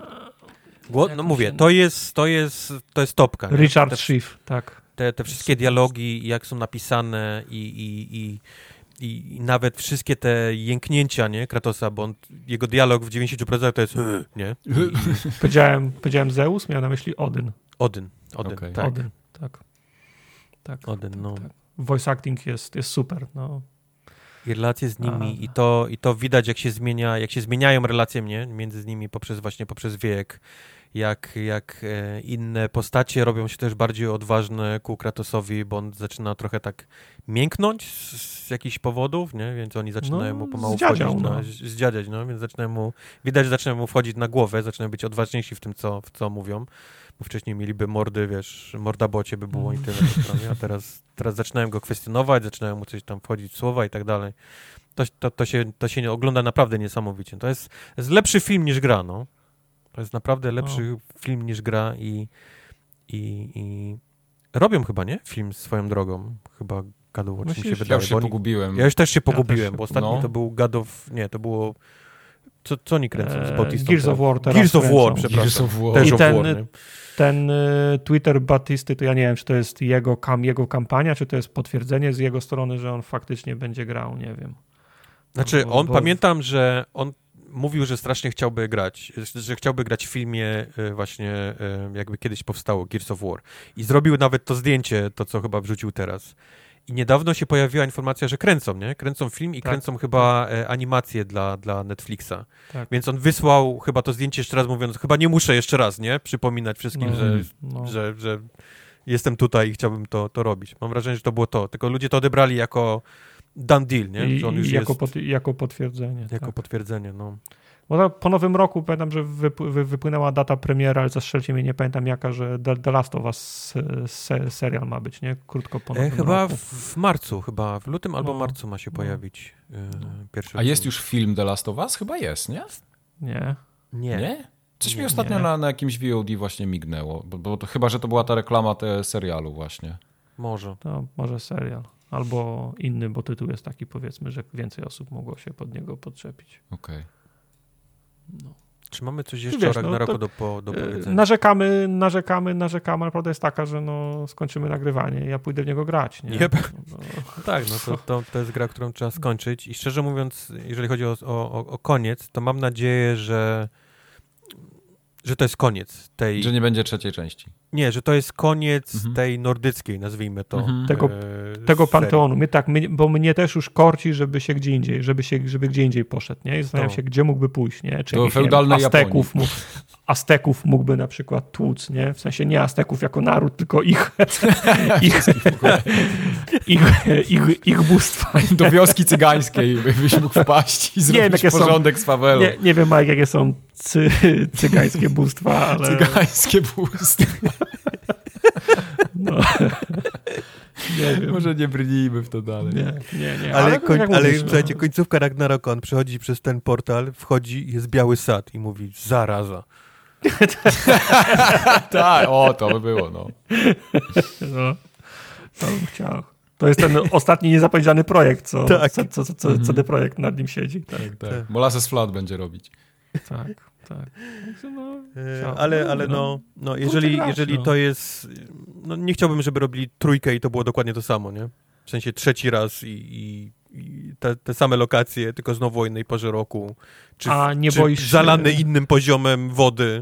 [SPEAKER 3] No mówię, to jest, to jest, to jest topka.
[SPEAKER 2] Richard
[SPEAKER 3] te,
[SPEAKER 2] Schiff, tak.
[SPEAKER 3] Te, te wszystkie dialogi, jak są napisane i, i, i I, I nawet wszystkie te jęknięcia, nie, Kratosa, bo on, jego dialog w dziewięćdziesięciu procentach to jest nie? I, i...
[SPEAKER 2] Powiedziałem, powiedziałem Zeus, miałem na myśli Odyn.
[SPEAKER 3] Odyn, Odyn,
[SPEAKER 2] okay.
[SPEAKER 3] tak.
[SPEAKER 2] Odyn, tak. tak.
[SPEAKER 3] Odyn, no. Tak.
[SPEAKER 2] Voice acting jest, jest super, no.
[SPEAKER 3] I relacje z nimi i to, i to widać, jak się zmienia, jak się zmieniają relacje mnie między nimi poprzez właśnie poprzez wiek, jak, jak e, inne postacie robią się też bardziej odważne ku Kratosowi, bo on zaczyna trochę tak mięknąć z, z jakichś powodów, nie? Więc oni zaczynają no, mu pomału
[SPEAKER 2] zdziadział,
[SPEAKER 3] wchodzić,
[SPEAKER 2] no.
[SPEAKER 3] na, zdziadziać, no, więc zaczynają mu, widać, że zaczynają mu wchodzić na głowę, zaczynają być odważniejsi w tym, co, w co mówią, bo wcześniej mieliby mordy, wiesz, mordabocie by było mm. i tyle, a teraz, teraz zaczynają go kwestionować, zaczynają mu coś tam wchodzić w słowa i tak dalej. To, to, to, się, to się ogląda naprawdę niesamowicie. To jest, to jest lepszy film niż gra, no. To jest naprawdę lepszy o. film niż gra i, i, i robią chyba, nie? Film swoją drogą. Chyba God of War, mi się wydaje.
[SPEAKER 1] Ja już się oni... pogubiłem.
[SPEAKER 3] Ja już też się pogubiłem, ja też, bo ostatni
[SPEAKER 1] no.
[SPEAKER 3] to był God of... Nie, to było... Co, co oni kręcą z Batistą?
[SPEAKER 2] Gears of War teraz
[SPEAKER 3] Gears of
[SPEAKER 2] kręcą.
[SPEAKER 3] War, przepraszam. Gears
[SPEAKER 1] of War.
[SPEAKER 3] Też
[SPEAKER 2] I
[SPEAKER 3] of
[SPEAKER 2] ten,
[SPEAKER 3] War,
[SPEAKER 2] ten y, Twitter Batisty, to ja nie wiem, czy to jest jego, kam, jego kampania, czy to jest potwierdzenie z jego strony, że on faktycznie będzie grał, nie wiem.
[SPEAKER 3] Znaczy,
[SPEAKER 2] bo,
[SPEAKER 3] on,
[SPEAKER 2] bo...
[SPEAKER 3] pamiętam, że on mówił, że strasznie chciałby grać, że chciałby grać w filmie właśnie, jakby kiedyś powstało Gears of War. I zrobił nawet to zdjęcie, to co chyba wrzucił teraz. I niedawno się pojawiła informacja, że kręcą, nie? Kręcą film i
[SPEAKER 2] tak.
[SPEAKER 3] kręcą chyba e, animację dla, dla Netflixa.
[SPEAKER 2] Tak.
[SPEAKER 3] Więc on wysłał chyba to zdjęcie jeszcze raz, mówiąc, chyba nie muszę jeszcze raz, nie? Przypominać wszystkim,
[SPEAKER 2] No,
[SPEAKER 3] że,
[SPEAKER 2] no.
[SPEAKER 3] że, że jestem tutaj i chciałbym to, to robić. Mam wrażenie, że to było to. Tylko ludzie to odebrali jako done deal, nie?
[SPEAKER 2] I,
[SPEAKER 3] Że on już
[SPEAKER 2] i jako,
[SPEAKER 3] jest
[SPEAKER 2] pot, jako potwierdzenie.
[SPEAKER 3] jako
[SPEAKER 2] tak.
[SPEAKER 3] potwierdzenie, no.
[SPEAKER 2] Bo po nowym roku pamiętam, że wyp- wy- wypłynęła data premiera, ale zastrzelcie mnie, nie pamiętam jaka, że The, The Last of Us se- serial ma być, nie? Krótko po nowym
[SPEAKER 3] E, chyba
[SPEAKER 2] roku.
[SPEAKER 3] w, w marcu, chyba w lutym albo
[SPEAKER 2] No,
[SPEAKER 3] marcu ma się
[SPEAKER 2] no.
[SPEAKER 3] pojawić e, pierwszy
[SPEAKER 1] A jest
[SPEAKER 3] odcinek.
[SPEAKER 1] już film The Last of Us? Chyba jest, nie?
[SPEAKER 2] Nie.
[SPEAKER 3] Nie.
[SPEAKER 1] Nie? Coś
[SPEAKER 3] Nie,
[SPEAKER 1] mi ostatnio
[SPEAKER 2] nie.
[SPEAKER 1] na, na jakimś V O D właśnie mignęło, bo, bo to, chyba, że to była ta reklama te serialu właśnie.
[SPEAKER 3] Może.
[SPEAKER 2] To może serial. Albo inny, bo tytuł jest taki, powiedzmy, że więcej osób mogło się pod niego podczepić.
[SPEAKER 1] Okej.
[SPEAKER 2] No.
[SPEAKER 3] Czy mamy coś jeszcze
[SPEAKER 2] Wiesz,
[SPEAKER 3] o Ragnaroku
[SPEAKER 2] no to,
[SPEAKER 3] do, po, do
[SPEAKER 2] E,
[SPEAKER 3] powiedzenia?
[SPEAKER 2] Narzekamy, narzekamy, narzekamy, ale prawda jest taka, że no, skończymy nagrywanie i ja pójdę w niego grać. Nie?
[SPEAKER 3] Yep.
[SPEAKER 2] No,
[SPEAKER 3] No tak, no to, to, to jest gra, którą trzeba skończyć i szczerze mówiąc, jeżeli chodzi o, o, o koniec, to mam nadzieję, że że to jest koniec tej...
[SPEAKER 1] Że nie będzie trzeciej części.
[SPEAKER 3] Nie, że to jest koniec
[SPEAKER 1] Mhm.
[SPEAKER 3] tej nordyckiej, nazwijmy to.
[SPEAKER 1] Mhm.
[SPEAKER 2] Tego-
[SPEAKER 3] e,
[SPEAKER 2] tego
[SPEAKER 3] serii.
[SPEAKER 2] panteonu. Mnie tak, mnie, bo mnie też już korci, żeby się gdzie indziej, żeby się, żeby gdzie indziej poszedł, nie? I zastanawiam
[SPEAKER 3] To.
[SPEAKER 2] się, gdzie mógłby pójść, nie? Czy
[SPEAKER 1] Do
[SPEAKER 2] jakichś, nie wiem,
[SPEAKER 1] feudalnej
[SPEAKER 2] Azteków, mógł, Azteków mógłby na przykład tłuc, nie? W sensie nie Azteków jako naród, tylko ich ich, ich, ich, ich bóstwa.
[SPEAKER 1] Do wioski cygańskiej byś mógł wpaść i zrobić
[SPEAKER 2] jakie są-
[SPEAKER 1] porządek z fawelą.
[SPEAKER 2] Nie, nie wiem, Mike, jakie są cy, cygańskie bóstwa, ale...
[SPEAKER 1] Cygańskie bóstwa.
[SPEAKER 2] No. Nie wiem.
[SPEAKER 1] Może nie brnijmy w to dalej.
[SPEAKER 2] Nie, nie, nie.
[SPEAKER 3] Ale,
[SPEAKER 2] tak
[SPEAKER 3] koń,
[SPEAKER 2] jak
[SPEAKER 3] ale
[SPEAKER 2] mówisz,
[SPEAKER 3] słuchajcie,
[SPEAKER 2] no.
[SPEAKER 3] końcówka Ragnaroka, on przychodzi przez ten portal, wchodzi, jest biały sad i mówi zaraza.
[SPEAKER 1] Tak, o, to by było, no.
[SPEAKER 2] No, to bym chciał. To jest ten ostatni niezapowiedziany projekt, co,
[SPEAKER 3] Tak.
[SPEAKER 2] co, co, co, co C D Projekt nad nim siedzi. Tak,
[SPEAKER 1] Tak, tak. Molasses Flood będzie robić.
[SPEAKER 2] tak. tak. No,
[SPEAKER 3] E,
[SPEAKER 2] chciałbym.
[SPEAKER 3] ale, ale no, no jeżeli,
[SPEAKER 2] grać,
[SPEAKER 3] jeżeli
[SPEAKER 2] no.
[SPEAKER 3] to jest... No nie chciałbym, żeby robili trójkę i to było dokładnie to samo, nie? W sensie trzeci raz i, i, i te, te same lokacje, tylko znowu o innej porze roku. Czy,
[SPEAKER 2] A nie
[SPEAKER 3] czy
[SPEAKER 2] boisz się-
[SPEAKER 3] zalane innym poziomem wody.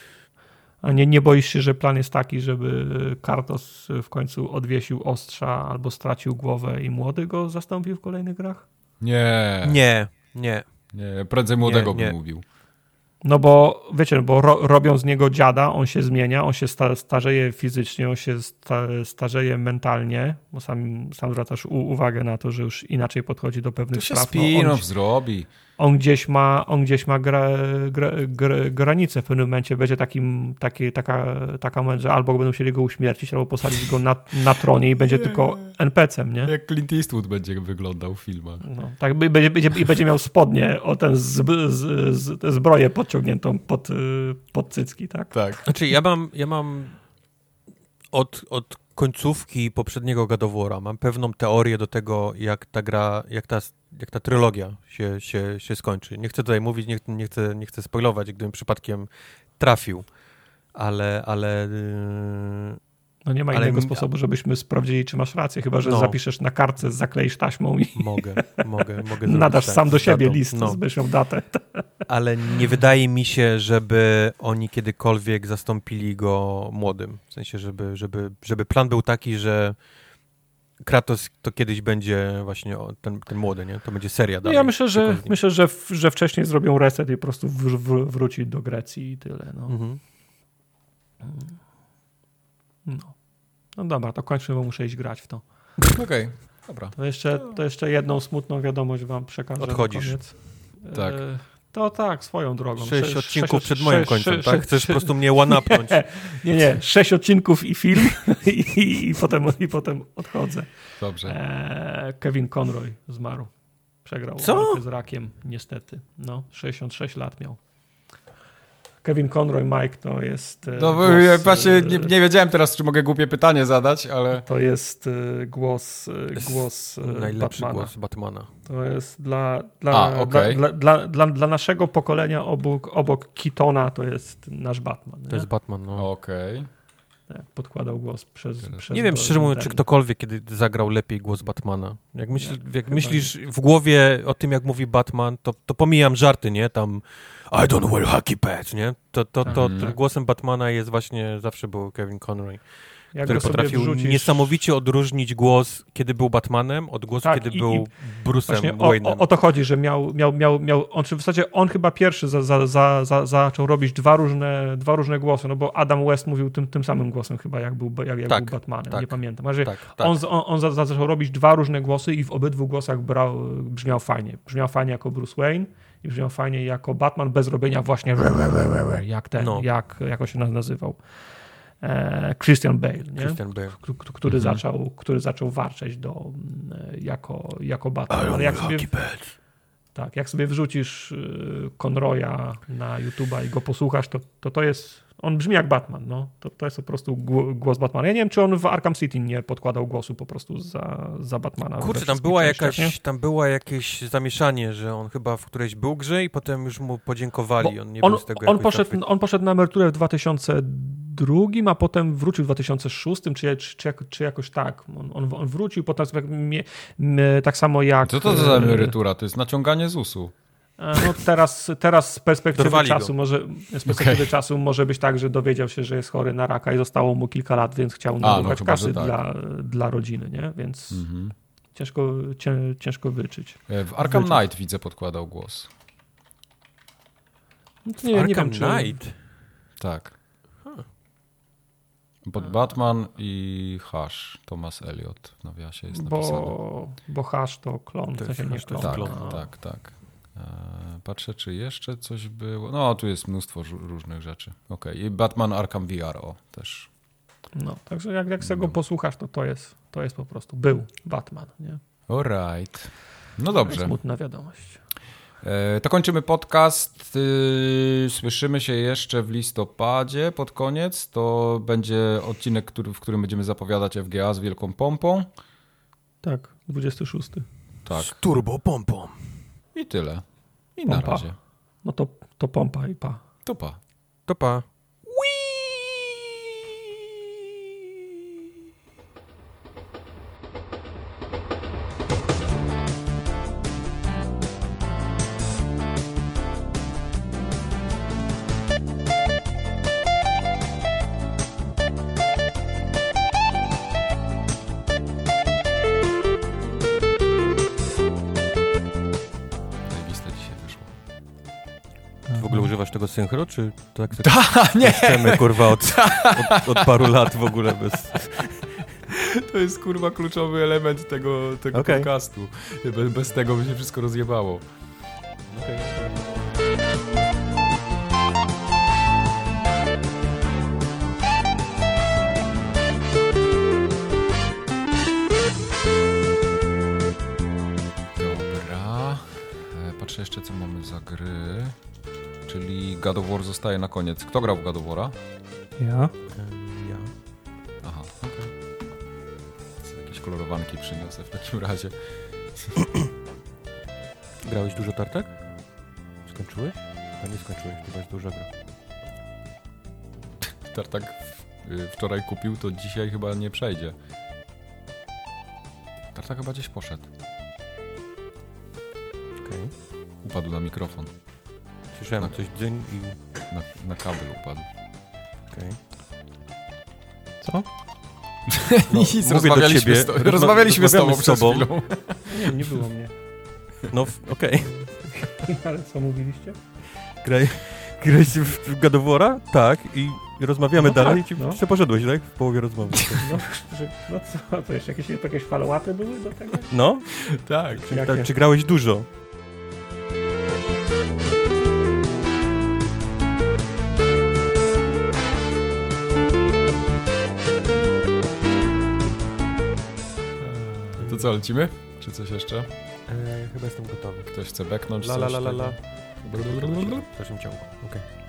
[SPEAKER 2] A nie, nie boisz się, że plan jest taki, żeby Kartos w końcu odwiesił ostrza albo stracił głowę i młody go zastąpił w kolejnych grach?
[SPEAKER 1] Nie.
[SPEAKER 3] Nie, nie.
[SPEAKER 1] Nie, prędzej młodego
[SPEAKER 3] Nie, nie.
[SPEAKER 1] bym mówił.
[SPEAKER 2] No bo wiecie, bo ro, robią z niego dziada, on się zmienia, on się sta, starzeje fizycznie, on się sta, starzeje mentalnie, bo sam, sam zwracasz u, uwagę na to, że już inaczej podchodzi do
[SPEAKER 1] To
[SPEAKER 2] pewnych
[SPEAKER 1] się
[SPEAKER 2] spraw. No,
[SPEAKER 1] spin-off
[SPEAKER 2] on,
[SPEAKER 1] zrobi.
[SPEAKER 2] on gdzieś ma, on gdzieś ma gra, gra, gra, granicę w pewnym momencie, będzie takim, taki, taka, taka moment, że albo będą musieli go uśmiercić, albo posadzić go na, na tronie i będzie tylko en pe ce em, nie?
[SPEAKER 1] Jak Clint Eastwood będzie wyglądał w filmach.
[SPEAKER 2] No, tak, by- będzie, będzie, i będzie miał spodnie o tę z, z, z, tę zbroję podciągniętą pod, y, pod cycki, tak?
[SPEAKER 1] Tak.
[SPEAKER 3] Znaczy ja mam, ja mam od, od końcówki poprzedniego God of War'a mam pewną teorię do tego, jak ta gra, jak ta, jak ta trylogia się, się, się skończy. Nie chcę tutaj mówić, nie, nie, chcę, nie chcę spoilować, gdybym przypadkiem trafił, ale, ale yy,
[SPEAKER 2] No nie ma
[SPEAKER 3] Ale
[SPEAKER 2] innego
[SPEAKER 3] mi-
[SPEAKER 2] sposobu, żebyśmy sprawdzili, czy masz rację, chyba że
[SPEAKER 3] No.
[SPEAKER 2] zapiszesz na kartce, zakleisz taśmą i
[SPEAKER 3] mogę, mogę, mogę zrobić
[SPEAKER 2] nadasz
[SPEAKER 3] tak,
[SPEAKER 2] sam do
[SPEAKER 3] z
[SPEAKER 2] siebie
[SPEAKER 3] datą.
[SPEAKER 2] list,
[SPEAKER 3] No.
[SPEAKER 2] z będziesz miał datę.
[SPEAKER 3] Ale nie wydaje mi się, żeby oni kiedykolwiek zastąpili go młodym. W sensie, żeby, żeby, żeby plan był taki, że Kratos to kiedyś będzie właśnie o, ten, ten młody, nie? To będzie seria
[SPEAKER 2] No
[SPEAKER 3] dalej.
[SPEAKER 2] ja myślę, że,
[SPEAKER 3] Tylko z nim.
[SPEAKER 2] myślę że, w, że wcześniej zrobią reset i po prostu w, w, wróci do Grecji i tyle. No.
[SPEAKER 3] Mhm.
[SPEAKER 2] No. no dobra, to kończmy, bo muszę iść grać w to.
[SPEAKER 1] Okej, dobra.
[SPEAKER 2] To jeszcze, to jeszcze jedną smutną wiadomość wam przekażę.
[SPEAKER 3] Odchodzisz.
[SPEAKER 2] Na koniec.
[SPEAKER 1] Tak.
[SPEAKER 2] E, to tak, swoją drogą.
[SPEAKER 3] Sześć
[SPEAKER 2] Sze-
[SPEAKER 3] odcinków
[SPEAKER 2] sześć-
[SPEAKER 3] przed moim
[SPEAKER 2] sześć-
[SPEAKER 3] końcem,
[SPEAKER 2] sześć-
[SPEAKER 3] tak? Chcesz
[SPEAKER 2] sześć-
[SPEAKER 3] po prostu mnie one-upnąć.
[SPEAKER 2] Nie, nie, sześć odcinków i film i, i, i, potem, i potem odchodzę.
[SPEAKER 1] Dobrze.
[SPEAKER 2] Eee, Kevin Conroy zmarł. Przegrał
[SPEAKER 3] Co?
[SPEAKER 2] walkę z rakiem, niestety. No, sześćdziesiąt sześć lat miał. Kevin Conroy, Mike, to jest... e,
[SPEAKER 1] No
[SPEAKER 2] głos,
[SPEAKER 1] ja właśnie
[SPEAKER 2] e,
[SPEAKER 1] nie, nie wiedziałem teraz, czy mogę głupie pytanie zadać, ale...
[SPEAKER 2] To jest e, głos, e, głos e,
[SPEAKER 3] Najlepszy
[SPEAKER 2] Batmana.
[SPEAKER 3] głos Batmana.
[SPEAKER 2] To jest dla, dla,
[SPEAKER 1] A, okej.
[SPEAKER 2] dla, dla, dla, dla, dla naszego pokolenia obok, obok Keatona to jest nasz Batman.
[SPEAKER 3] To
[SPEAKER 2] nie?
[SPEAKER 3] jest Batman, no.
[SPEAKER 1] Okej.
[SPEAKER 2] Tak, podkładał głos przez... przez
[SPEAKER 3] Nie wiem, szczerze mówiąc,
[SPEAKER 2] ten-
[SPEAKER 3] czy ktokolwiek kiedy zagrał lepiej głos Batmana. Jak, myśl, jak
[SPEAKER 2] chyba
[SPEAKER 3] myślisz w głowie o tym, jak mówi Batman, to, to pomijam żarty, nie? Tam I don't wear hockey pads, nie? To, to, to,
[SPEAKER 1] Mhm.
[SPEAKER 3] to głosem Batmana jest właśnie, zawsze był Kevin Conroy,
[SPEAKER 2] Jak
[SPEAKER 3] który
[SPEAKER 2] go sobie
[SPEAKER 3] potrafił
[SPEAKER 2] wrzucisz...
[SPEAKER 3] niesamowicie odróżnić głos, kiedy był Batmanem, od głosu,
[SPEAKER 2] Tak,
[SPEAKER 3] kiedy
[SPEAKER 2] i-
[SPEAKER 3] był
[SPEAKER 2] i
[SPEAKER 3] Bruce'em
[SPEAKER 2] Właśnie o,
[SPEAKER 3] Wayne'em.
[SPEAKER 2] o, o to chodzi, że miał, miał, miał, miał on, czy w zasadzie on chyba pierwszy za, za, za, za, zaczął robić dwa różne, dwa różne głosy, no bo Adam West mówił tym, tym samym głosem chyba, jak był, jak, jak
[SPEAKER 3] Tak,
[SPEAKER 2] był Batmanem,
[SPEAKER 3] tak.
[SPEAKER 2] nie pamiętam. Ale
[SPEAKER 3] Tak, tak.
[SPEAKER 2] on, on, on za, za, zaczął robić dwa różne głosy i w obydwu głosach brał, brzmiał fajnie. Brzmiał fajnie jako Bruce Wayne i brzmiał fajnie jako Batman, bez robienia właśnie jak ten,
[SPEAKER 3] No.
[SPEAKER 2] jak, jak on się nazywał. E, Christian Bale, nie?
[SPEAKER 3] Christian Bale.
[SPEAKER 2] K- k- który,
[SPEAKER 1] Mhm.
[SPEAKER 2] zaczął, który zaczął warczeć do, mm, jako, jako Batman. Ale jak sobie, tak, jak sobie wrzucisz y, Conroya na YouTube'a i go posłuchasz, to, to to jest, on brzmi jak Batman, no. To, to jest po prostu gło- głos Batmana. Ja nie wiem, czy on w Arkham City nie podkładał głosu po prostu za, za Batmana. we
[SPEAKER 3] Kurczę, tam
[SPEAKER 2] wszystkich
[SPEAKER 3] była
[SPEAKER 2] częściach, nie?
[SPEAKER 3] jakaś, tam była jakieś zamieszanie, że on chyba w którejś był grze i potem już mu podziękowali.
[SPEAKER 2] Bo
[SPEAKER 3] On nie
[SPEAKER 2] on,
[SPEAKER 3] był z tego
[SPEAKER 2] on,
[SPEAKER 3] jakoś
[SPEAKER 2] poszedł,
[SPEAKER 3] zachwycony.
[SPEAKER 2] on poszedł na emeryturę w dwa tysiące drugim, a potem wrócił w dwa tysiące szóstym, czy, czy, czy, jak- czy jakoś tak. On, on, on wrócił, potem jak mie- mie- tak samo jak...
[SPEAKER 1] Co to za
[SPEAKER 2] e,
[SPEAKER 1] emerytura? To jest naciąganie z usu.
[SPEAKER 2] No teraz, teraz z perspektywy
[SPEAKER 3] Dorwali go.
[SPEAKER 2] czasu może z perspektywy
[SPEAKER 1] Okej.
[SPEAKER 2] czasu może być tak, że dowiedział się, że jest chory na raka i zostało mu kilka lat, więc chciał
[SPEAKER 1] no
[SPEAKER 2] nabywać
[SPEAKER 1] chyba,
[SPEAKER 2] kasy
[SPEAKER 1] że tak.
[SPEAKER 2] dla, dla rodziny, nie? Więc
[SPEAKER 1] Mhm.
[SPEAKER 2] ciężko, cię, ciężko wyczyć.
[SPEAKER 1] E, W Arkham
[SPEAKER 2] Wyczyć.
[SPEAKER 1] Knight widzę podkładał głos.
[SPEAKER 2] No to nie, nie
[SPEAKER 3] Arkham
[SPEAKER 2] wiem, czy...
[SPEAKER 3] Knight.
[SPEAKER 1] Tak. Pod Batman i Hush. Thomas Elliot w nawiasie jest napisane.
[SPEAKER 2] Bo, bo hasz to klon,
[SPEAKER 3] To
[SPEAKER 2] w
[SPEAKER 3] jest
[SPEAKER 2] sensie nie
[SPEAKER 3] hash, to
[SPEAKER 2] klon.
[SPEAKER 3] jest
[SPEAKER 1] Tak,
[SPEAKER 3] klon.
[SPEAKER 2] no.
[SPEAKER 1] tak, tak. E, patrzę, czy jeszcze coś było. No, tu jest mnóstwo żu- różnych rzeczy. Okej. I Batman Arkham V R, o, też.
[SPEAKER 2] No, także jak, jak sobie go posłuchasz, to to jest, to jest po prostu, był Batman, nie?
[SPEAKER 1] Alright. No dobrze.
[SPEAKER 2] Smutna wiadomość.
[SPEAKER 1] E, to kończymy podcast. Y, Słyszymy się jeszcze w listopadzie pod koniec. To będzie odcinek, który, w którym będziemy zapowiadać F G A z wielką pompą.
[SPEAKER 2] Tak, dwudziesty szósty.
[SPEAKER 1] Tak.
[SPEAKER 3] Z turbo pompą.
[SPEAKER 1] I tyle. I na
[SPEAKER 2] Pompa.
[SPEAKER 1] razie.
[SPEAKER 2] No to, to pompa i pa.
[SPEAKER 1] To pa.
[SPEAKER 3] To pa.
[SPEAKER 1] Zajebiste dzisiaj wyszło.
[SPEAKER 3] W ogóle używasz tego synchro, czy tak tak
[SPEAKER 1] Ta, nie!
[SPEAKER 3] chcemy, kurwa, od, od, od paru lat w ogóle bez...
[SPEAKER 1] To jest kurwa kluczowy element tego, tego
[SPEAKER 3] Okej.
[SPEAKER 1] podcastu. Bez, bez tego by się wszystko rozjebało. Dobra. E, Patrzę jeszcze, co mamy za gry. Czyli God of War zostaje na koniec. Kto grał w God of War'a?
[SPEAKER 2] Ja?
[SPEAKER 3] Ja.
[SPEAKER 1] Aha, okej. Okay. Jakieś kolorowanki przyniosę w takim razie.
[SPEAKER 3] Grałeś dużo tartak? Skończyłeś? A nie skończyłeś, chyba jest duża gra.
[SPEAKER 1] Tartak y, wczoraj kupił, to dzisiaj chyba nie przejdzie. Tartak chyba gdzieś poszedł.
[SPEAKER 3] Okej.
[SPEAKER 1] Upadł na mikrofon.
[SPEAKER 3] Słyszałem
[SPEAKER 1] Tak.
[SPEAKER 3] coś dzyń i...
[SPEAKER 1] Na, na kabel upadł.
[SPEAKER 3] Okej.
[SPEAKER 2] Co?
[SPEAKER 1] Nic,
[SPEAKER 3] mówię do
[SPEAKER 1] rozmawialiśmy,
[SPEAKER 3] ciebie.
[SPEAKER 1] z, to,
[SPEAKER 3] Rozma-
[SPEAKER 1] rozmawialiśmy z tobą
[SPEAKER 3] rozmawiamy z
[SPEAKER 1] przed
[SPEAKER 3] tobą.
[SPEAKER 1] chwilą.
[SPEAKER 2] Nie, nie było mnie.
[SPEAKER 3] No, w- okej.
[SPEAKER 2] Ale co mówiliście?
[SPEAKER 3] Graj, grałeś w God of War'a? Tak. I rozmawiamy
[SPEAKER 2] No
[SPEAKER 3] dalej
[SPEAKER 2] tak,
[SPEAKER 3] i ci
[SPEAKER 2] no.
[SPEAKER 3] jeszcze poszedłeś, tak? W połowie rozmowy.
[SPEAKER 2] No, że, no co, to jeszcze jakieś, jakieś follow-upy były do tego?
[SPEAKER 3] No?
[SPEAKER 1] Tak.
[SPEAKER 3] Czy,
[SPEAKER 2] Jakie?
[SPEAKER 3] tak, czy grałeś dużo?
[SPEAKER 1] To co, lecimy? Czy coś jeszcze?
[SPEAKER 3] E, chyba jestem gotowy.
[SPEAKER 1] Ktoś chce beknąć
[SPEAKER 3] La
[SPEAKER 1] coś?
[SPEAKER 3] la la la la.
[SPEAKER 1] tego?
[SPEAKER 3] W dalszym ciągu. Okej.